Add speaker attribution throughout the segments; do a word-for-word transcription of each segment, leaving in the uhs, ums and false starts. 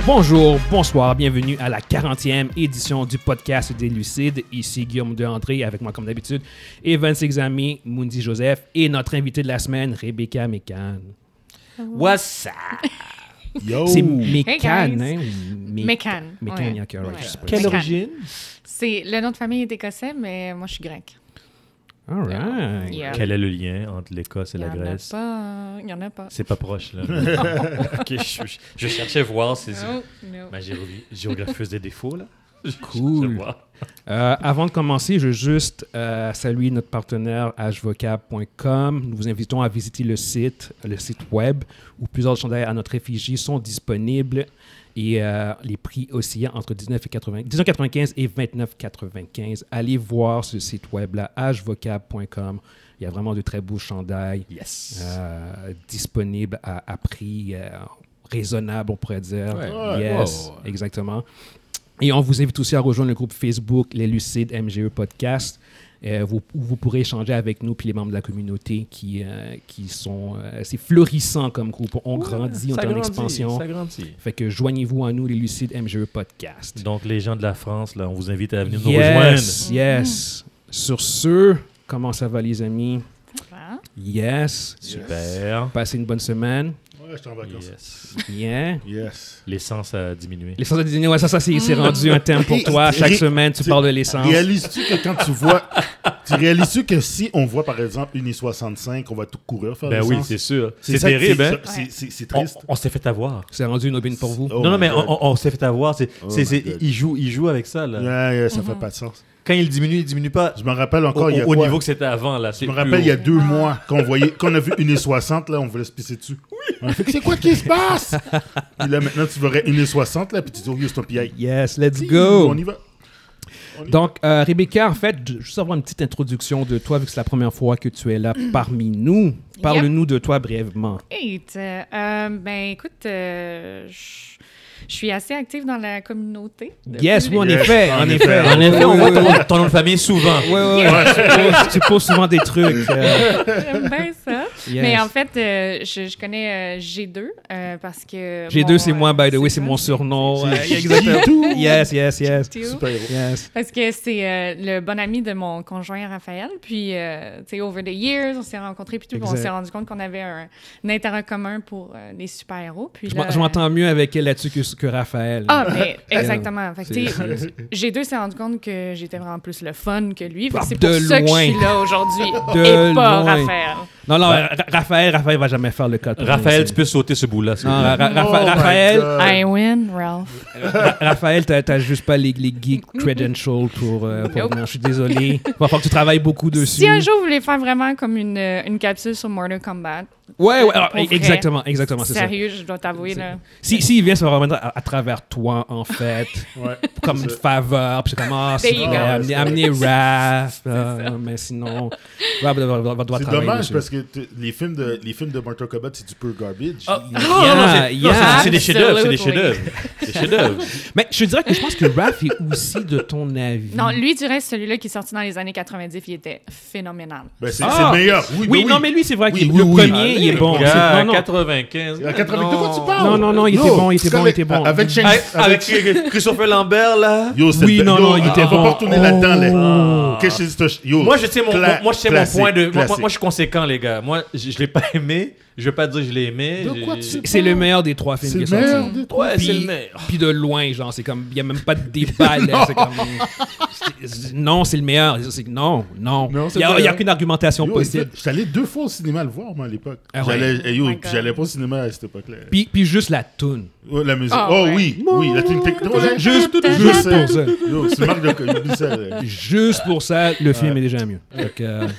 Speaker 1: Bonjour, bonsoir, bienvenue à la quarantième édition du podcast des Lucides. Ici Guillaume de André, avec moi comme d'habitude, et vingt-six amis, Mundi Joseph, et notre invité de la semaine, Rebecca Mécan.
Speaker 2: What's up?
Speaker 3: Yo!
Speaker 1: C'est Mécan,
Speaker 4: Hey,
Speaker 1: hein? Mé-
Speaker 4: Mécan.
Speaker 1: Mécan,
Speaker 4: Ouais.
Speaker 1: ok, alright,
Speaker 4: Ouais.
Speaker 1: je sais pas.
Speaker 2: Quelle
Speaker 4: Mécan.
Speaker 2: origine?
Speaker 4: C'est, le nom de famille est écossais, mais moi, je suis grecque.
Speaker 1: Alright.
Speaker 4: Yeah.
Speaker 2: Quel est le lien entre l'Écosse et
Speaker 4: Il
Speaker 2: la
Speaker 4: y en a
Speaker 2: Grèce?
Speaker 4: pas. Il y en a pas.
Speaker 2: C'est pas proche, là. Ok, je, je- je cherchais voir si
Speaker 4: No, no.
Speaker 2: ma géographie, géographie faisait défaut, là. Je
Speaker 1: Cool.
Speaker 2: cherchais voir.
Speaker 1: Euh, avant de commencer, je veux juste euh, saluer notre partenaire h vocab point com. Nous vous invitons à visiter le site, le site web, où plusieurs chandails à notre effigie sont disponibles et euh, les prix oscillant entre dix-neuf quatre-vingt-quinze et vingt-neuf quatre-vingt-quinze. Allez voir ce site web-là, h vocab point com. Il y a vraiment de très beaux chandails
Speaker 2: Yes.
Speaker 1: euh, disponibles à, à prix euh, raisonnable, on pourrait dire.
Speaker 2: Ouais.
Speaker 1: Yes,
Speaker 2: Wow.
Speaker 1: exactement. Et on vous invite aussi à rejoindre le groupe Facebook Les Lucides M G E Podcast, euh, vous, où vous pourrez échanger avec nous puis les membres de la communauté qui, euh, qui sont... Euh, c'est florissant comme groupe. On grandit, on
Speaker 2: Ça
Speaker 1: est en
Speaker 2: grandit,
Speaker 1: expansion.
Speaker 2: Ça grandit.
Speaker 1: Fait que joignez-vous à nous, les Lucides M G E Podcast.
Speaker 2: Donc, les gens de la France, là, on vous invite à venir nous
Speaker 1: Yes,
Speaker 2: rejoindre.
Speaker 1: yes. Sur ce, comment ça va les amis?
Speaker 4: Ah.
Speaker 1: Yes.
Speaker 2: Super.
Speaker 1: Passez une bonne semaine.
Speaker 3: Ouais, j'étais en vacances.
Speaker 2: Yes.
Speaker 1: Bien.
Speaker 3: Yes.
Speaker 2: L'essence a diminué.
Speaker 1: L'essence de dîner, ouais, ça, ça c'est, c'est rendu un thème pour toi. Chaque
Speaker 3: Ré-
Speaker 1: semaine, tu
Speaker 3: tu-
Speaker 1: parles de l'essence.
Speaker 3: Réalises-tu que quand tu vois... tu réalises-tu que si on voit, par exemple, une soixante-cinq, on va tout courir faire
Speaker 2: Ben
Speaker 3: l'essence?
Speaker 2: oui, c'est sûr. C'est
Speaker 3: ça que
Speaker 2: terrible, hein?
Speaker 3: c'est- c'est- C'est
Speaker 4: Ouais.
Speaker 3: triste.
Speaker 2: On, on s'est fait avoir.
Speaker 1: C'est rendu une aubine pour vous.
Speaker 3: Oh
Speaker 2: non, non,
Speaker 3: my
Speaker 2: mais
Speaker 3: God.
Speaker 2: on, on- on s'est fait avoir. C'est,
Speaker 3: Oh
Speaker 2: c'est,
Speaker 3: my
Speaker 2: c'est-
Speaker 3: God.
Speaker 2: il, joue, il joue avec ça, là.
Speaker 3: Ouais, ouais, ça fait pas de sens.
Speaker 2: Quand il diminue, il diminue pas
Speaker 3: Je me rappelle
Speaker 2: au,
Speaker 3: encore, il y a
Speaker 2: au
Speaker 3: quoi?
Speaker 2: niveau que c'était avant, là.
Speaker 3: Je me rappelle, il y a deux mois, quand on, voyait, quand on a vu une soixante, là, on voulait se pisser dessus. On a fait, c'est quoi qui se passe? Et là, maintenant, tu verrais une soixante, là, puis tu dis, oh, c'est ton P I.
Speaker 1: Yes, let's
Speaker 3: Si,
Speaker 1: go.
Speaker 3: On y va. On y
Speaker 1: Donc, euh, Rebecca, en fait, je- juste avoir une petite introduction de toi, vu que c'est la première fois que tu es là parmi nous. Parle-nous de toi brièvement.
Speaker 4: Hey, t'es- euh, ben, écoute, euh, je je suis assez active dans la communauté. depuis
Speaker 1: Yes, oui, en
Speaker 3: Yes,
Speaker 1: effet,
Speaker 3: en
Speaker 1: en
Speaker 3: effet.
Speaker 1: effet.
Speaker 2: En effet, on
Speaker 1: Oui,
Speaker 2: voit
Speaker 1: oui,
Speaker 2: ton,
Speaker 1: oui.
Speaker 2: ton nom de famille souvent.
Speaker 1: Ouais, ouais, ouais. Tu poses- Tu poses souvent des trucs. euh,
Speaker 4: J'aime bien ça.
Speaker 1: yes.
Speaker 4: Mais en fait, euh, je, je connais euh, G deux euh, parce que.
Speaker 1: G
Speaker 4: mon,
Speaker 1: deux, c'est moi,
Speaker 4: euh,
Speaker 1: by the way, c'est
Speaker 4: ça,
Speaker 1: mon surnom.
Speaker 3: C'est-
Speaker 1: Ouais,
Speaker 3: c'est
Speaker 1: exactement. Yes, yes, yes.
Speaker 4: G deux.
Speaker 3: Super héros.
Speaker 1: Yes.
Speaker 4: Parce que c'est euh, le bon ami de mon conjoint Raphaël. Puis, euh, tu sais, over the years, on s'est rencontrés. Puis tout, puis on
Speaker 1: Exact.
Speaker 4: s'est rendu compte qu'on avait un, un intérêt commun pour euh, les super-héros. Puis
Speaker 1: Je
Speaker 4: là,
Speaker 1: m'en- je m'entends mieux avec elle là-dessus que, que Raphaël.
Speaker 4: Ah, mais exactement. Fait que, tu
Speaker 1: C'est-
Speaker 4: sais, G deux s'est rendu compte que j'étais vraiment plus le fun que lui. Fait
Speaker 1: Ah,
Speaker 4: que c'est
Speaker 1: de
Speaker 4: pour ça que je
Speaker 1: loin.
Speaker 4: suis là aujourd'hui.
Speaker 1: De
Speaker 4: et pas
Speaker 1: loin.
Speaker 4: Raphaël.
Speaker 1: Non, non, Ra- Raphaël, Raphaël va jamais faire le cas. pour
Speaker 2: Raphaël,
Speaker 1: nous,
Speaker 2: tu
Speaker 1: c'est-
Speaker 2: peux sauter ce bout-là. s'il
Speaker 1: Non,
Speaker 2: vous
Speaker 1: Ra-
Speaker 2: plaît.
Speaker 1: Ra-
Speaker 3: Oh
Speaker 1: Rapha-
Speaker 3: my
Speaker 1: Raphaël,
Speaker 3: God.
Speaker 4: I win, Ralph.
Speaker 1: Ra- Raphaël, t'as, t'as juste pas les, les geek credentials pour, euh, pour
Speaker 4: Nope.
Speaker 1: venir. Je suis désolé. Il va falloir que tu travailles beaucoup dessus.
Speaker 4: Si un jour vous voulez faire vraiment comme une, euh, une capsule sur Mortal Kombat,
Speaker 1: Ouais, ouais, ah,
Speaker 4: Pour vrai.
Speaker 1: exactement, exactement, c'est ça.
Speaker 4: sérieux, je dois t'avouer, là.
Speaker 1: Si, si il vient, ça va revenir à, à travers toi, en fait,
Speaker 3: Ouais.
Speaker 1: comme
Speaker 3: C'est
Speaker 1: une
Speaker 3: ça.
Speaker 1: faveur. Puis c'est comme, ah, c'est
Speaker 4: There you
Speaker 1: vrai,
Speaker 4: go.
Speaker 1: amener, amener Raph. euh, mais sinon, Raph va, va, va, va devoir
Speaker 3: C'est
Speaker 1: travailler
Speaker 3: dommage
Speaker 1: dessus.
Speaker 3: parce que t- les films de les films de Mortal Kombat, c'est du pur garbage.
Speaker 2: Ah,
Speaker 3: Il-
Speaker 2: non, non,
Speaker 1: Yeah,
Speaker 2: non, c'est- non,
Speaker 1: yeah.
Speaker 2: c'est- c'est des chefs-d'œuvre, c'est des
Speaker 4: Absolutely.
Speaker 2: chefs-d'œuvre. Des chefs-d'œuvre.
Speaker 1: Mais je dirais que je pense que Raph est aussi de ton avis.
Speaker 4: Non, lui, du reste, celui-là qui est sorti dans les années quatre-vingt-dix, il était phénoménal.
Speaker 3: Ben, c'est
Speaker 1: Ah!
Speaker 3: c'est le meilleur. Oui,
Speaker 1: Oui,
Speaker 3: ben oui.
Speaker 1: non, mais lui, c'est vrai
Speaker 3: Oui,
Speaker 1: que
Speaker 3: oui,
Speaker 1: le
Speaker 3: oui.
Speaker 1: premier, il est
Speaker 2: Le
Speaker 1: bon.
Speaker 2: gars,
Speaker 1: C'est- non, non.
Speaker 2: quatre-vingt-quinze.
Speaker 3: À quatre-vingts, de quoi tu parles?
Speaker 1: Non, non, non, il était bon, il était bon, il était bon.
Speaker 3: Avec Shang
Speaker 2: Avec, avec Christopher Lambert, là.
Speaker 3: Yo, c'est
Speaker 1: Oui,
Speaker 3: le-
Speaker 1: non,
Speaker 3: yo,
Speaker 1: non, il était
Speaker 3: on va
Speaker 1: bon.
Speaker 3: pas retourner là-dedans, là.
Speaker 1: Oh.
Speaker 3: Qu'est-ce que c'est ce- yo,
Speaker 2: Moi, je sais mon,
Speaker 3: cla-
Speaker 2: moi, je sais mon
Speaker 3: classique,
Speaker 2: point de. Moi, moi,
Speaker 3: classique.
Speaker 2: moi, je suis conséquent, les gars. Moi, je, je l'ai pas aimé. Je veux pas dire que je l'ai aimé.
Speaker 3: De
Speaker 2: J'ai-
Speaker 3: quoi tu sais
Speaker 1: C'est le meilleur des trois films
Speaker 3: C'est
Speaker 1: qui est
Speaker 3: le
Speaker 1: sorti.
Speaker 3: meilleur des trois.
Speaker 2: Ouais,
Speaker 1: Puis-
Speaker 2: c'est le meilleur.
Speaker 1: Puis de loin, genre, c'est comme, il n'y a même pas de débat, là. C'est comme, c'est- c'est- non, c'est le meilleur. C'est, non, non.
Speaker 3: Non,
Speaker 1: Il
Speaker 3: c'est
Speaker 1: n'y a,
Speaker 3: le
Speaker 1: il y a
Speaker 3: meilleur.
Speaker 1: qu'une argumentation
Speaker 3: Yo,
Speaker 1: possible.
Speaker 3: écoute, j'étais allé deux fois au cinéma le voir, moi, à l'époque.
Speaker 1: Ah ouais.
Speaker 3: J'allais, eh, yo,
Speaker 4: Oh my
Speaker 3: puis
Speaker 4: God.
Speaker 3: j'allais pas au cinéma à cette époque-là.
Speaker 1: Puis, puis juste la toune.
Speaker 3: Oh, la musique.
Speaker 4: Ah
Speaker 3: oh
Speaker 4: ouais.
Speaker 3: oui, oui, la tune techno. là.
Speaker 1: Juste,
Speaker 4: Juste
Speaker 1: juste pour ça.
Speaker 3: Yo, c'est une marque de oublie ça, là.
Speaker 1: Juste pour ça, le film est déjà mieux. Fait que, euh,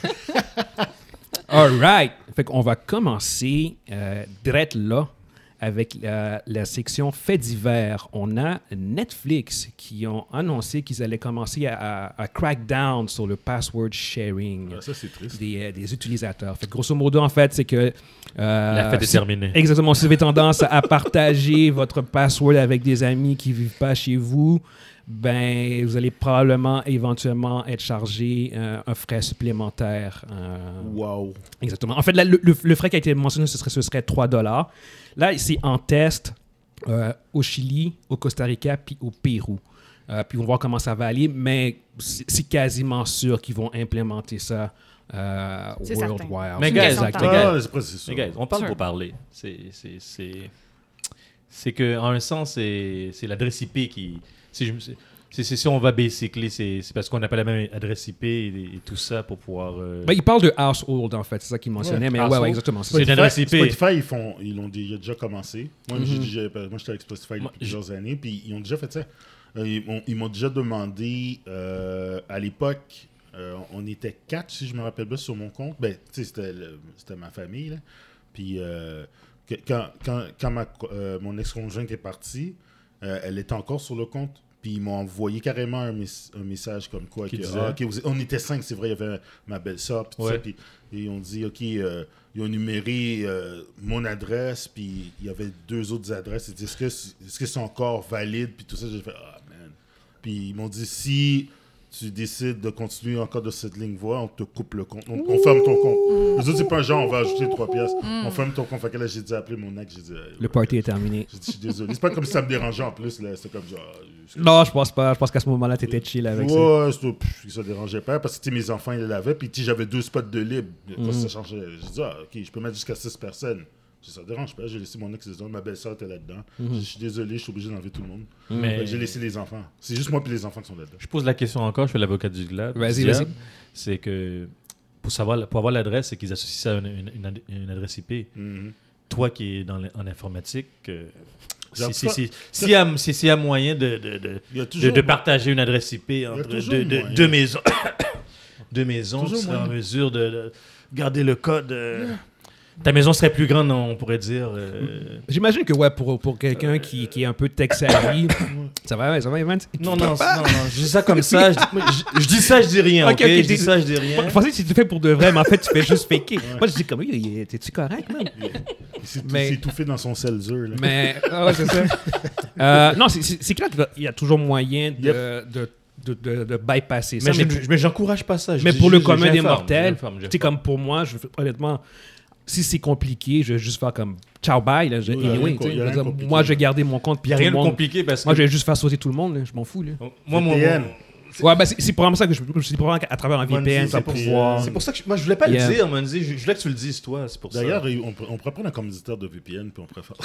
Speaker 1: all right. Fait qu'on va commencer euh, direct là avec la, la section faits divers. On a Netflix qui ont annoncé qu'ils allaient commencer à, à, à crack down sur le password sharing
Speaker 3: Ah, ça, c'est triste.
Speaker 1: des, euh, des utilisateurs. Fait que grosso modo, en fait, c'est que... euh,
Speaker 2: La fête est
Speaker 1: si-
Speaker 2: terminée.
Speaker 1: Exactement. Si vous avez tendance à partager votre password avec des amis qui ne vivent pas chez vous, ben, vous allez probablement, éventuellement, être chargé euh, un frais supplémentaire. euh,
Speaker 3: Wow.
Speaker 1: Exactement. En fait, là, le, le- le frais qui a été mentionné, ce serait, ce serait trois dollars. Là, c'est en test. euh, au Chili, au Costa Rica, puis au Pérou. Euh, puis on va voir comment ça va aller, mais c'est, c'est quasiment sûr qu'ils vont implémenter ça euh,
Speaker 4: C'est
Speaker 1: worldwide.
Speaker 4: certain.
Speaker 2: Mais
Speaker 4: C'est une
Speaker 2: guys,
Speaker 4: question de
Speaker 2: mais
Speaker 4: temps.
Speaker 2: guys,
Speaker 3: Ah, c'est presque ça.
Speaker 2: mais guys, on parle
Speaker 4: Sûr.
Speaker 2: pour parler. C'est, c'est, c'est, c'est que en un sens, c'est, c'est l'adresse I P qui. Si, je, c'est, c'est, c'est, si on va basically, c'est, c'est parce qu'on n'a pas la même adresse I P et, et tout ça pour pouvoir. Euh...
Speaker 1: Ben, il parle de household, en fait, c'est ça qu'il mentionnait,
Speaker 3: Ouais,
Speaker 1: mais ouais,
Speaker 2: household.
Speaker 1: ouais, exactement. C'est
Speaker 2: C'est une
Speaker 1: ça.
Speaker 2: adresse I P.
Speaker 3: Spotify, ils font, ils l'ont déjà déjà commencé. Moi,
Speaker 1: Mhm.
Speaker 3: j'ai déjà, moi, j'étais avec Spotify
Speaker 2: Moi,
Speaker 3: depuis plusieurs années, puis ils ont déjà fait ça. Euh, ils, m'ont, ils m'ont déjà demandé, euh, à l'époque, euh, on était quatre, si je me rappelle bien, sur mon compte. Ben, tu sais, c'était, le- c'était ma famille, là. Puis, euh, que- quand, quand, quand ma, euh, mon ex-conjointe est partie, euh, elle était encore sur le compte. Puis ils m'ont envoyé carrément un, mes- un message comme quoi.
Speaker 2: Qui
Speaker 3: Que,
Speaker 2: disait?
Speaker 3: ah, ok, vous- on était cinq, c'est vrai, il y avait ma belle-sœur. Puis tout
Speaker 2: Ouais.
Speaker 3: ça, puis ils ont dit, OK, euh, ils ont numéré euh, mon adresse, puis il y avait deux autres adresses. Ils disent, est-ce que c'est, est-ce que c'est encore valide? Puis tout ça, j'ai fait, ah, man. Puis ils m'ont dit, si tu décides de continuer encore de cette ligne-voie, on te coupe le compte. On, on ferme ton compte. Les autres, c'est pas un genre, on va ajouter trois pièces. On ferme ton compte. Fait que là, j'ai dit, appeler mon ex, j'ai dit,
Speaker 1: Le party est terminé.
Speaker 3: j'ai dit, je suis désolé. C'est pas comme si ça me dérangeait en plus, là. C'était comme genre.
Speaker 1: Non, je pense pas. Je pense qu'à ce moment-là, t'étais chill avec ça.
Speaker 3: Ouais, c'était- pff, ça dérangeait pas parce que tu sais, mes enfants ils l'avaient puis tu sais, j'avais deux spots de libre. Quand
Speaker 1: Mhm.
Speaker 3: ça changeait, j'ai dit ah, ok, je peux mettre jusqu'à six personnes. J'ai dit, ça dérange pas, j'ai laissé mon ex dedans, ma belle-sœur était là-dedans.
Speaker 1: Mhm.
Speaker 3: J'ai dit, je suis désolé, je suis obligé d'enlever tout le monde.
Speaker 2: Mais-
Speaker 3: Fait que j'ai laissé les enfants. C'est juste moi et les enfants qui sont là-dedans.
Speaker 2: Je pose la question encore, je fais l'avocat du diable.
Speaker 1: Vas-y,
Speaker 2: du diable.
Speaker 1: vas-y.
Speaker 2: C'est que pour, savoir, pour avoir l'adresse, c'est qu'ils associent ça à une, une- une ad- une adresse I P.
Speaker 3: Mhm.
Speaker 2: Toi qui es dans l- en informatique, euh,
Speaker 3: Genre,
Speaker 2: si- si-
Speaker 3: ça-
Speaker 2: si- s'il y, a- si- s'il y a moyen de, de, de,
Speaker 3: Il y a
Speaker 2: de,
Speaker 3: toujours.
Speaker 2: de partager une adresse I P entre
Speaker 3: toujours
Speaker 2: deux, deux-
Speaker 3: moyen.
Speaker 2: deux maisons, deux maisons, tu
Speaker 3: Toujours
Speaker 2: serais en
Speaker 3: moyen.
Speaker 2: mesure de, de garder le code. euh, Ta maison serait plus grande, on pourrait dire. euh,
Speaker 1: J'imagine que, ouais, pour, pour quelqu'un qui, qui est un peu tech-savvy, ça va, ouais, ça va, Evan?
Speaker 2: Non, non, non, non, je dis ça comme ça. Je, moi, je- je dis ça, je dis rien.
Speaker 1: Ok,
Speaker 2: Ok,
Speaker 1: ok,
Speaker 2: je
Speaker 1: t'es-
Speaker 2: dis ça, je dis rien.
Speaker 1: Je pensais que tu le fais pour de vrai, mais en fait, tu fais juste faker. Moi, je dis comme, oui, il- t'es-tu correct, man?
Speaker 3: Il s'est,
Speaker 1: Mais-
Speaker 3: il s'est étouffé dans son sel dur. Là.
Speaker 1: Mais, ah ouais, c'est ça. Euh, non, c'est, c'est, c'est clair qu'il y a toujours moyen de, de, de, de, de bypasser ça.
Speaker 2: Mais, je-
Speaker 1: mais
Speaker 2: je- mais j'encourage pas ça. Je
Speaker 1: mais
Speaker 2: dis
Speaker 1: pour le
Speaker 2: juste-
Speaker 1: commun des
Speaker 2: j'informe,
Speaker 1: mortels,
Speaker 2: j'informe,
Speaker 1: tu sais,
Speaker 2: j'informe.
Speaker 1: comme pour moi, je, honnêtement, si c'est compliqué, je vais juste faire comme ciao bye. Là, je,
Speaker 3: Oui, y a
Speaker 1: anyway,
Speaker 3: rien de-
Speaker 1: tu sais,
Speaker 3: y a
Speaker 1: je veux
Speaker 3: rien de
Speaker 1: dire,
Speaker 3: compliqué.
Speaker 1: moi, je vais garder mon compte.
Speaker 2: Il
Speaker 1: Puis
Speaker 2: n'y a
Speaker 1: tout
Speaker 2: rien
Speaker 1: le
Speaker 2: de
Speaker 1: monde-
Speaker 2: compliqué parce que.
Speaker 1: Moi, je vais juste faire sauter tout le monde. Là, je m'en fous. Là.
Speaker 2: Moi, mon-
Speaker 3: V P N.
Speaker 2: mon-
Speaker 1: Ouais, ben, c'est, c'est probablement ça que je c'est probablement qu'à travers un
Speaker 3: Moi,
Speaker 1: V P N,
Speaker 3: c'est
Speaker 1: ça
Speaker 3: pour-
Speaker 1: pour pouvoir.
Speaker 2: C'est pour ça que je, moi, je voulais pas
Speaker 1: Yeah.
Speaker 2: le dire, Monzi. Je, je voulais que tu le dises, toi. C'est pour
Speaker 3: D'ailleurs,
Speaker 2: ça.
Speaker 3: on, peut- on pourrait prendre un commanditaire de V P N puis on pourrait faire.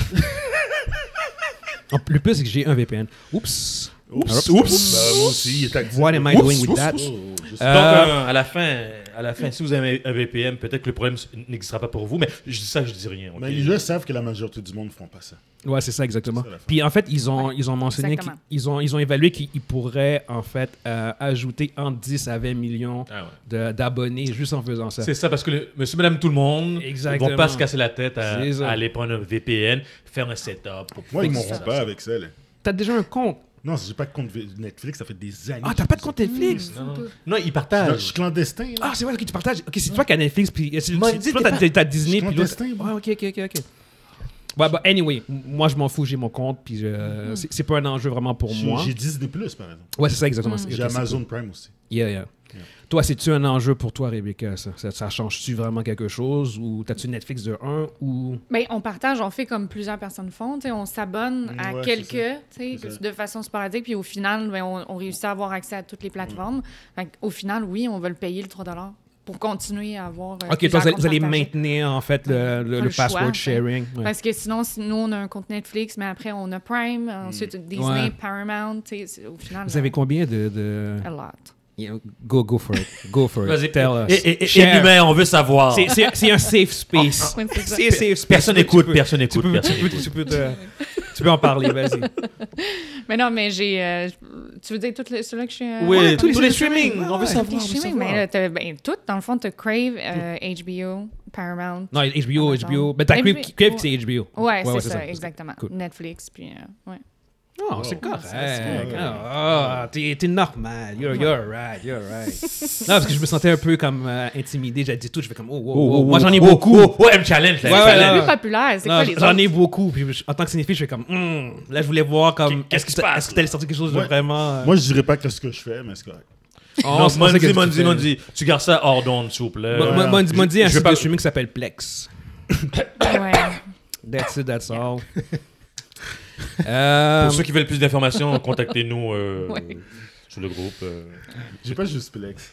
Speaker 1: En- Le plus, c'est que j'ai un V P N. Oups.
Speaker 3: Oups,
Speaker 1: oups.
Speaker 3: Ben, moi aussi, il est actif.
Speaker 1: What am I
Speaker 3: Oups,
Speaker 1: doing with
Speaker 3: oups,
Speaker 1: that?
Speaker 3: oups. Oh, je sais.
Speaker 1: Euh,
Speaker 2: Donc, euh, à la fin, à la fin, si vous avez un V P N, peut-être que le problème n'existera pas pour vous, mais je dis ça, je dis rien. ok?
Speaker 3: Mais ils le savent que la majorité du monde ne font pas ça.
Speaker 1: Ouais, c'est ça exactement.
Speaker 3: C'est ça, l'affaire.
Speaker 1: Puis en fait, ils ont, ils ont mentionné
Speaker 4: Exactement.
Speaker 1: qu'ils ont, ils ont évalué qu'ils ils pourraient en fait euh, ajouter entre dix à vingt millions
Speaker 2: Ah ouais.
Speaker 1: de- d'abonnés juste en faisant ça.
Speaker 2: C'est ça, parce que le, monsieur, madame, tout le monde ne
Speaker 1: Exactement.
Speaker 2: vont pas se casser la tête à,
Speaker 1: C'est ça.
Speaker 2: à aller prendre un V P N, faire un setup. Pour
Speaker 3: Moi, ils
Speaker 2: fixer
Speaker 3: m'auront
Speaker 2: ça.
Speaker 3: pas avec ça. Là.
Speaker 1: T'as déjà un compte.
Speaker 3: Non, j'ai pas de compte V- Netflix, ça fait des années.
Speaker 1: Ah,
Speaker 3: que
Speaker 1: t'as
Speaker 3: j'ai
Speaker 1: pas de
Speaker 3: ça.
Speaker 1: compte Netflix?
Speaker 2: Non, non, ils
Speaker 3: Je
Speaker 2: partagent.
Speaker 3: suis clandestin. Là.
Speaker 1: Ah, c'est vrai que tu partages. Ok, c'est toi qui as Netflix, puis c'est,
Speaker 2: Moi,
Speaker 1: c'est-
Speaker 2: dis,
Speaker 1: toi,
Speaker 2: t'es
Speaker 1: t'as,
Speaker 2: pas-
Speaker 1: t'as Disney,
Speaker 3: Je suis
Speaker 1: puis l'autre.
Speaker 3: clandestin, moi.
Speaker 1: Ouais, ok, ok, ok, ok. Ouais, bah, anyway, m- moi, je m'en fous, j'ai mon compte, puis je- c'est, c'est pas un enjeu vraiment pour
Speaker 3: J'ai-
Speaker 1: moi.
Speaker 3: J'ai Disney Plus, par exemple.
Speaker 1: Ouais, c'est ça exactement. C'est-
Speaker 3: J'ai
Speaker 1: ok, c'est
Speaker 3: Amazon
Speaker 1: cool.
Speaker 3: Prime aussi.
Speaker 1: Yeah, yeah.
Speaker 3: Yeah.
Speaker 1: Toi, c'est-tu un enjeu pour toi, Rebecca, ça? Ça, ça change-tu vraiment quelque chose? Ou t'as-tu Netflix de un? Ou...
Speaker 4: Ben, on partage, on fait comme plusieurs personnes font. tu sais, On s'abonne à
Speaker 3: Ouais,
Speaker 4: quelques
Speaker 3: c'est
Speaker 4: tu sais,
Speaker 3: C'est ça.
Speaker 4: de façon sporadique, puis au final, ben, on, on réussit à avoir accès à toutes les plateformes. Fait au final, oui, on va le payer le trois dollars pour continuer à avoir. euh,
Speaker 1: Ok, toi,
Speaker 4: plusieurs
Speaker 1: vous allez,
Speaker 4: comptes
Speaker 1: vous allez
Speaker 4: partagés.
Speaker 1: maintenir en fait le, le-
Speaker 4: Pas
Speaker 1: le
Speaker 4: le choix,
Speaker 1: password
Speaker 4: tu sais.
Speaker 1: sharing. Ouais.
Speaker 4: Parce que sinon, si nous, on a un compte Netflix, mais après, on a Prime, ensuite Disney,
Speaker 1: Ouais.
Speaker 4: Paramount. tu sais, c'est- Au final,
Speaker 1: Vous avez combien de. de...
Speaker 4: a lot.
Speaker 1: Yeah, Go, go for it. Go for it.
Speaker 2: Vas-y,
Speaker 1: Tell us.
Speaker 2: et, et, et,
Speaker 1: Share.
Speaker 2: énumère, on veut savoir.
Speaker 1: C'est, c'est, c'est un safe space.
Speaker 4: Ouais, c'est ça.
Speaker 1: C'est safe space.
Speaker 2: Personne
Speaker 1: Tu
Speaker 2: n'écoute,
Speaker 1: peux-
Speaker 2: personne
Speaker 1: Tu
Speaker 2: n'écoute,
Speaker 1: peux,
Speaker 2: personne
Speaker 1: tu, peux,
Speaker 2: n'écoute.
Speaker 1: tu, peux te- tu peux en parler, vas-y.
Speaker 4: Mais non, mais j'ai. euh, tu veux dire tout le, ceux-là que je suis. euh,
Speaker 2: Oui,
Speaker 1: Ouais,
Speaker 2: tous
Speaker 1: tous
Speaker 2: les
Speaker 1: les
Speaker 2: streamings,
Speaker 1: streamings.
Speaker 2: on veut
Speaker 1: Ouais,
Speaker 2: savoir.
Speaker 4: les
Speaker 2: on veut
Speaker 4: streamings,
Speaker 2: savoir.
Speaker 4: mais là, t'as ben, tout. Dans le fond, t'as Crave, euh, H B O, Paramount.
Speaker 1: Non, H B O, H B O.
Speaker 4: Amazon.
Speaker 1: Ben, t'as Crave,
Speaker 4: H B O.
Speaker 1: Crave, c'est H B O.
Speaker 4: Ouais, c'est ça, exactement.
Speaker 1: Cool.
Speaker 4: Netflix, puis. euh, ouais.
Speaker 1: Non, c'est
Speaker 3: Oh,
Speaker 1: correct.
Speaker 4: c'est- c'est
Speaker 3: correct.
Speaker 1: Ah, t'es, t'es normal. You're, you're right, you're right. Non, parce que je me sentais un peu comme euh, intimidé. J'ai dit tout, je fais comme, oh, wow, wow. Moi, j'en ai beaucoup.
Speaker 2: Oh, oh, M Challenge, là,
Speaker 1: Ouais,
Speaker 2: M
Speaker 1: ouais,
Speaker 2: Challenge.
Speaker 1: ouais.
Speaker 4: plus populaire, c'est
Speaker 1: Non,
Speaker 4: quoi les
Speaker 1: j'en
Speaker 4: autres?
Speaker 1: ai beaucoup. Puis je- en tant que cinéphile, je fais comme, hmm, là, je voulais voir comme,
Speaker 2: Qu'est-ce qui
Speaker 1: est-ce
Speaker 2: se passe,
Speaker 1: est-ce que t'allais sortir quelque chose de
Speaker 3: Ouais.
Speaker 1: vraiment. euh,
Speaker 3: Moi, je dirais pas que ce que je fais, mais c'est correct.
Speaker 1: oh,
Speaker 2: Non,
Speaker 1: c'est pas ça que
Speaker 2: Monzi,
Speaker 1: tu
Speaker 2: Monzi,
Speaker 1: fais.
Speaker 2: Monzi, tu gardes ça hors d'onde, s'il vous plaît.
Speaker 1: Mon- mon-
Speaker 3: Ouais.
Speaker 1: Monzi Monzi a un
Speaker 2: Je veux
Speaker 1: site
Speaker 2: pas-
Speaker 1: de streaming qui s'appelle Plex.
Speaker 4: Ouais.
Speaker 1: That's it, that's all. Euh,
Speaker 2: Pour ceux qui veulent plus d'informations, contactez-nous euh,
Speaker 4: Ouais.
Speaker 2: sur le groupe. Euh.
Speaker 3: J'ai pas juste Plex.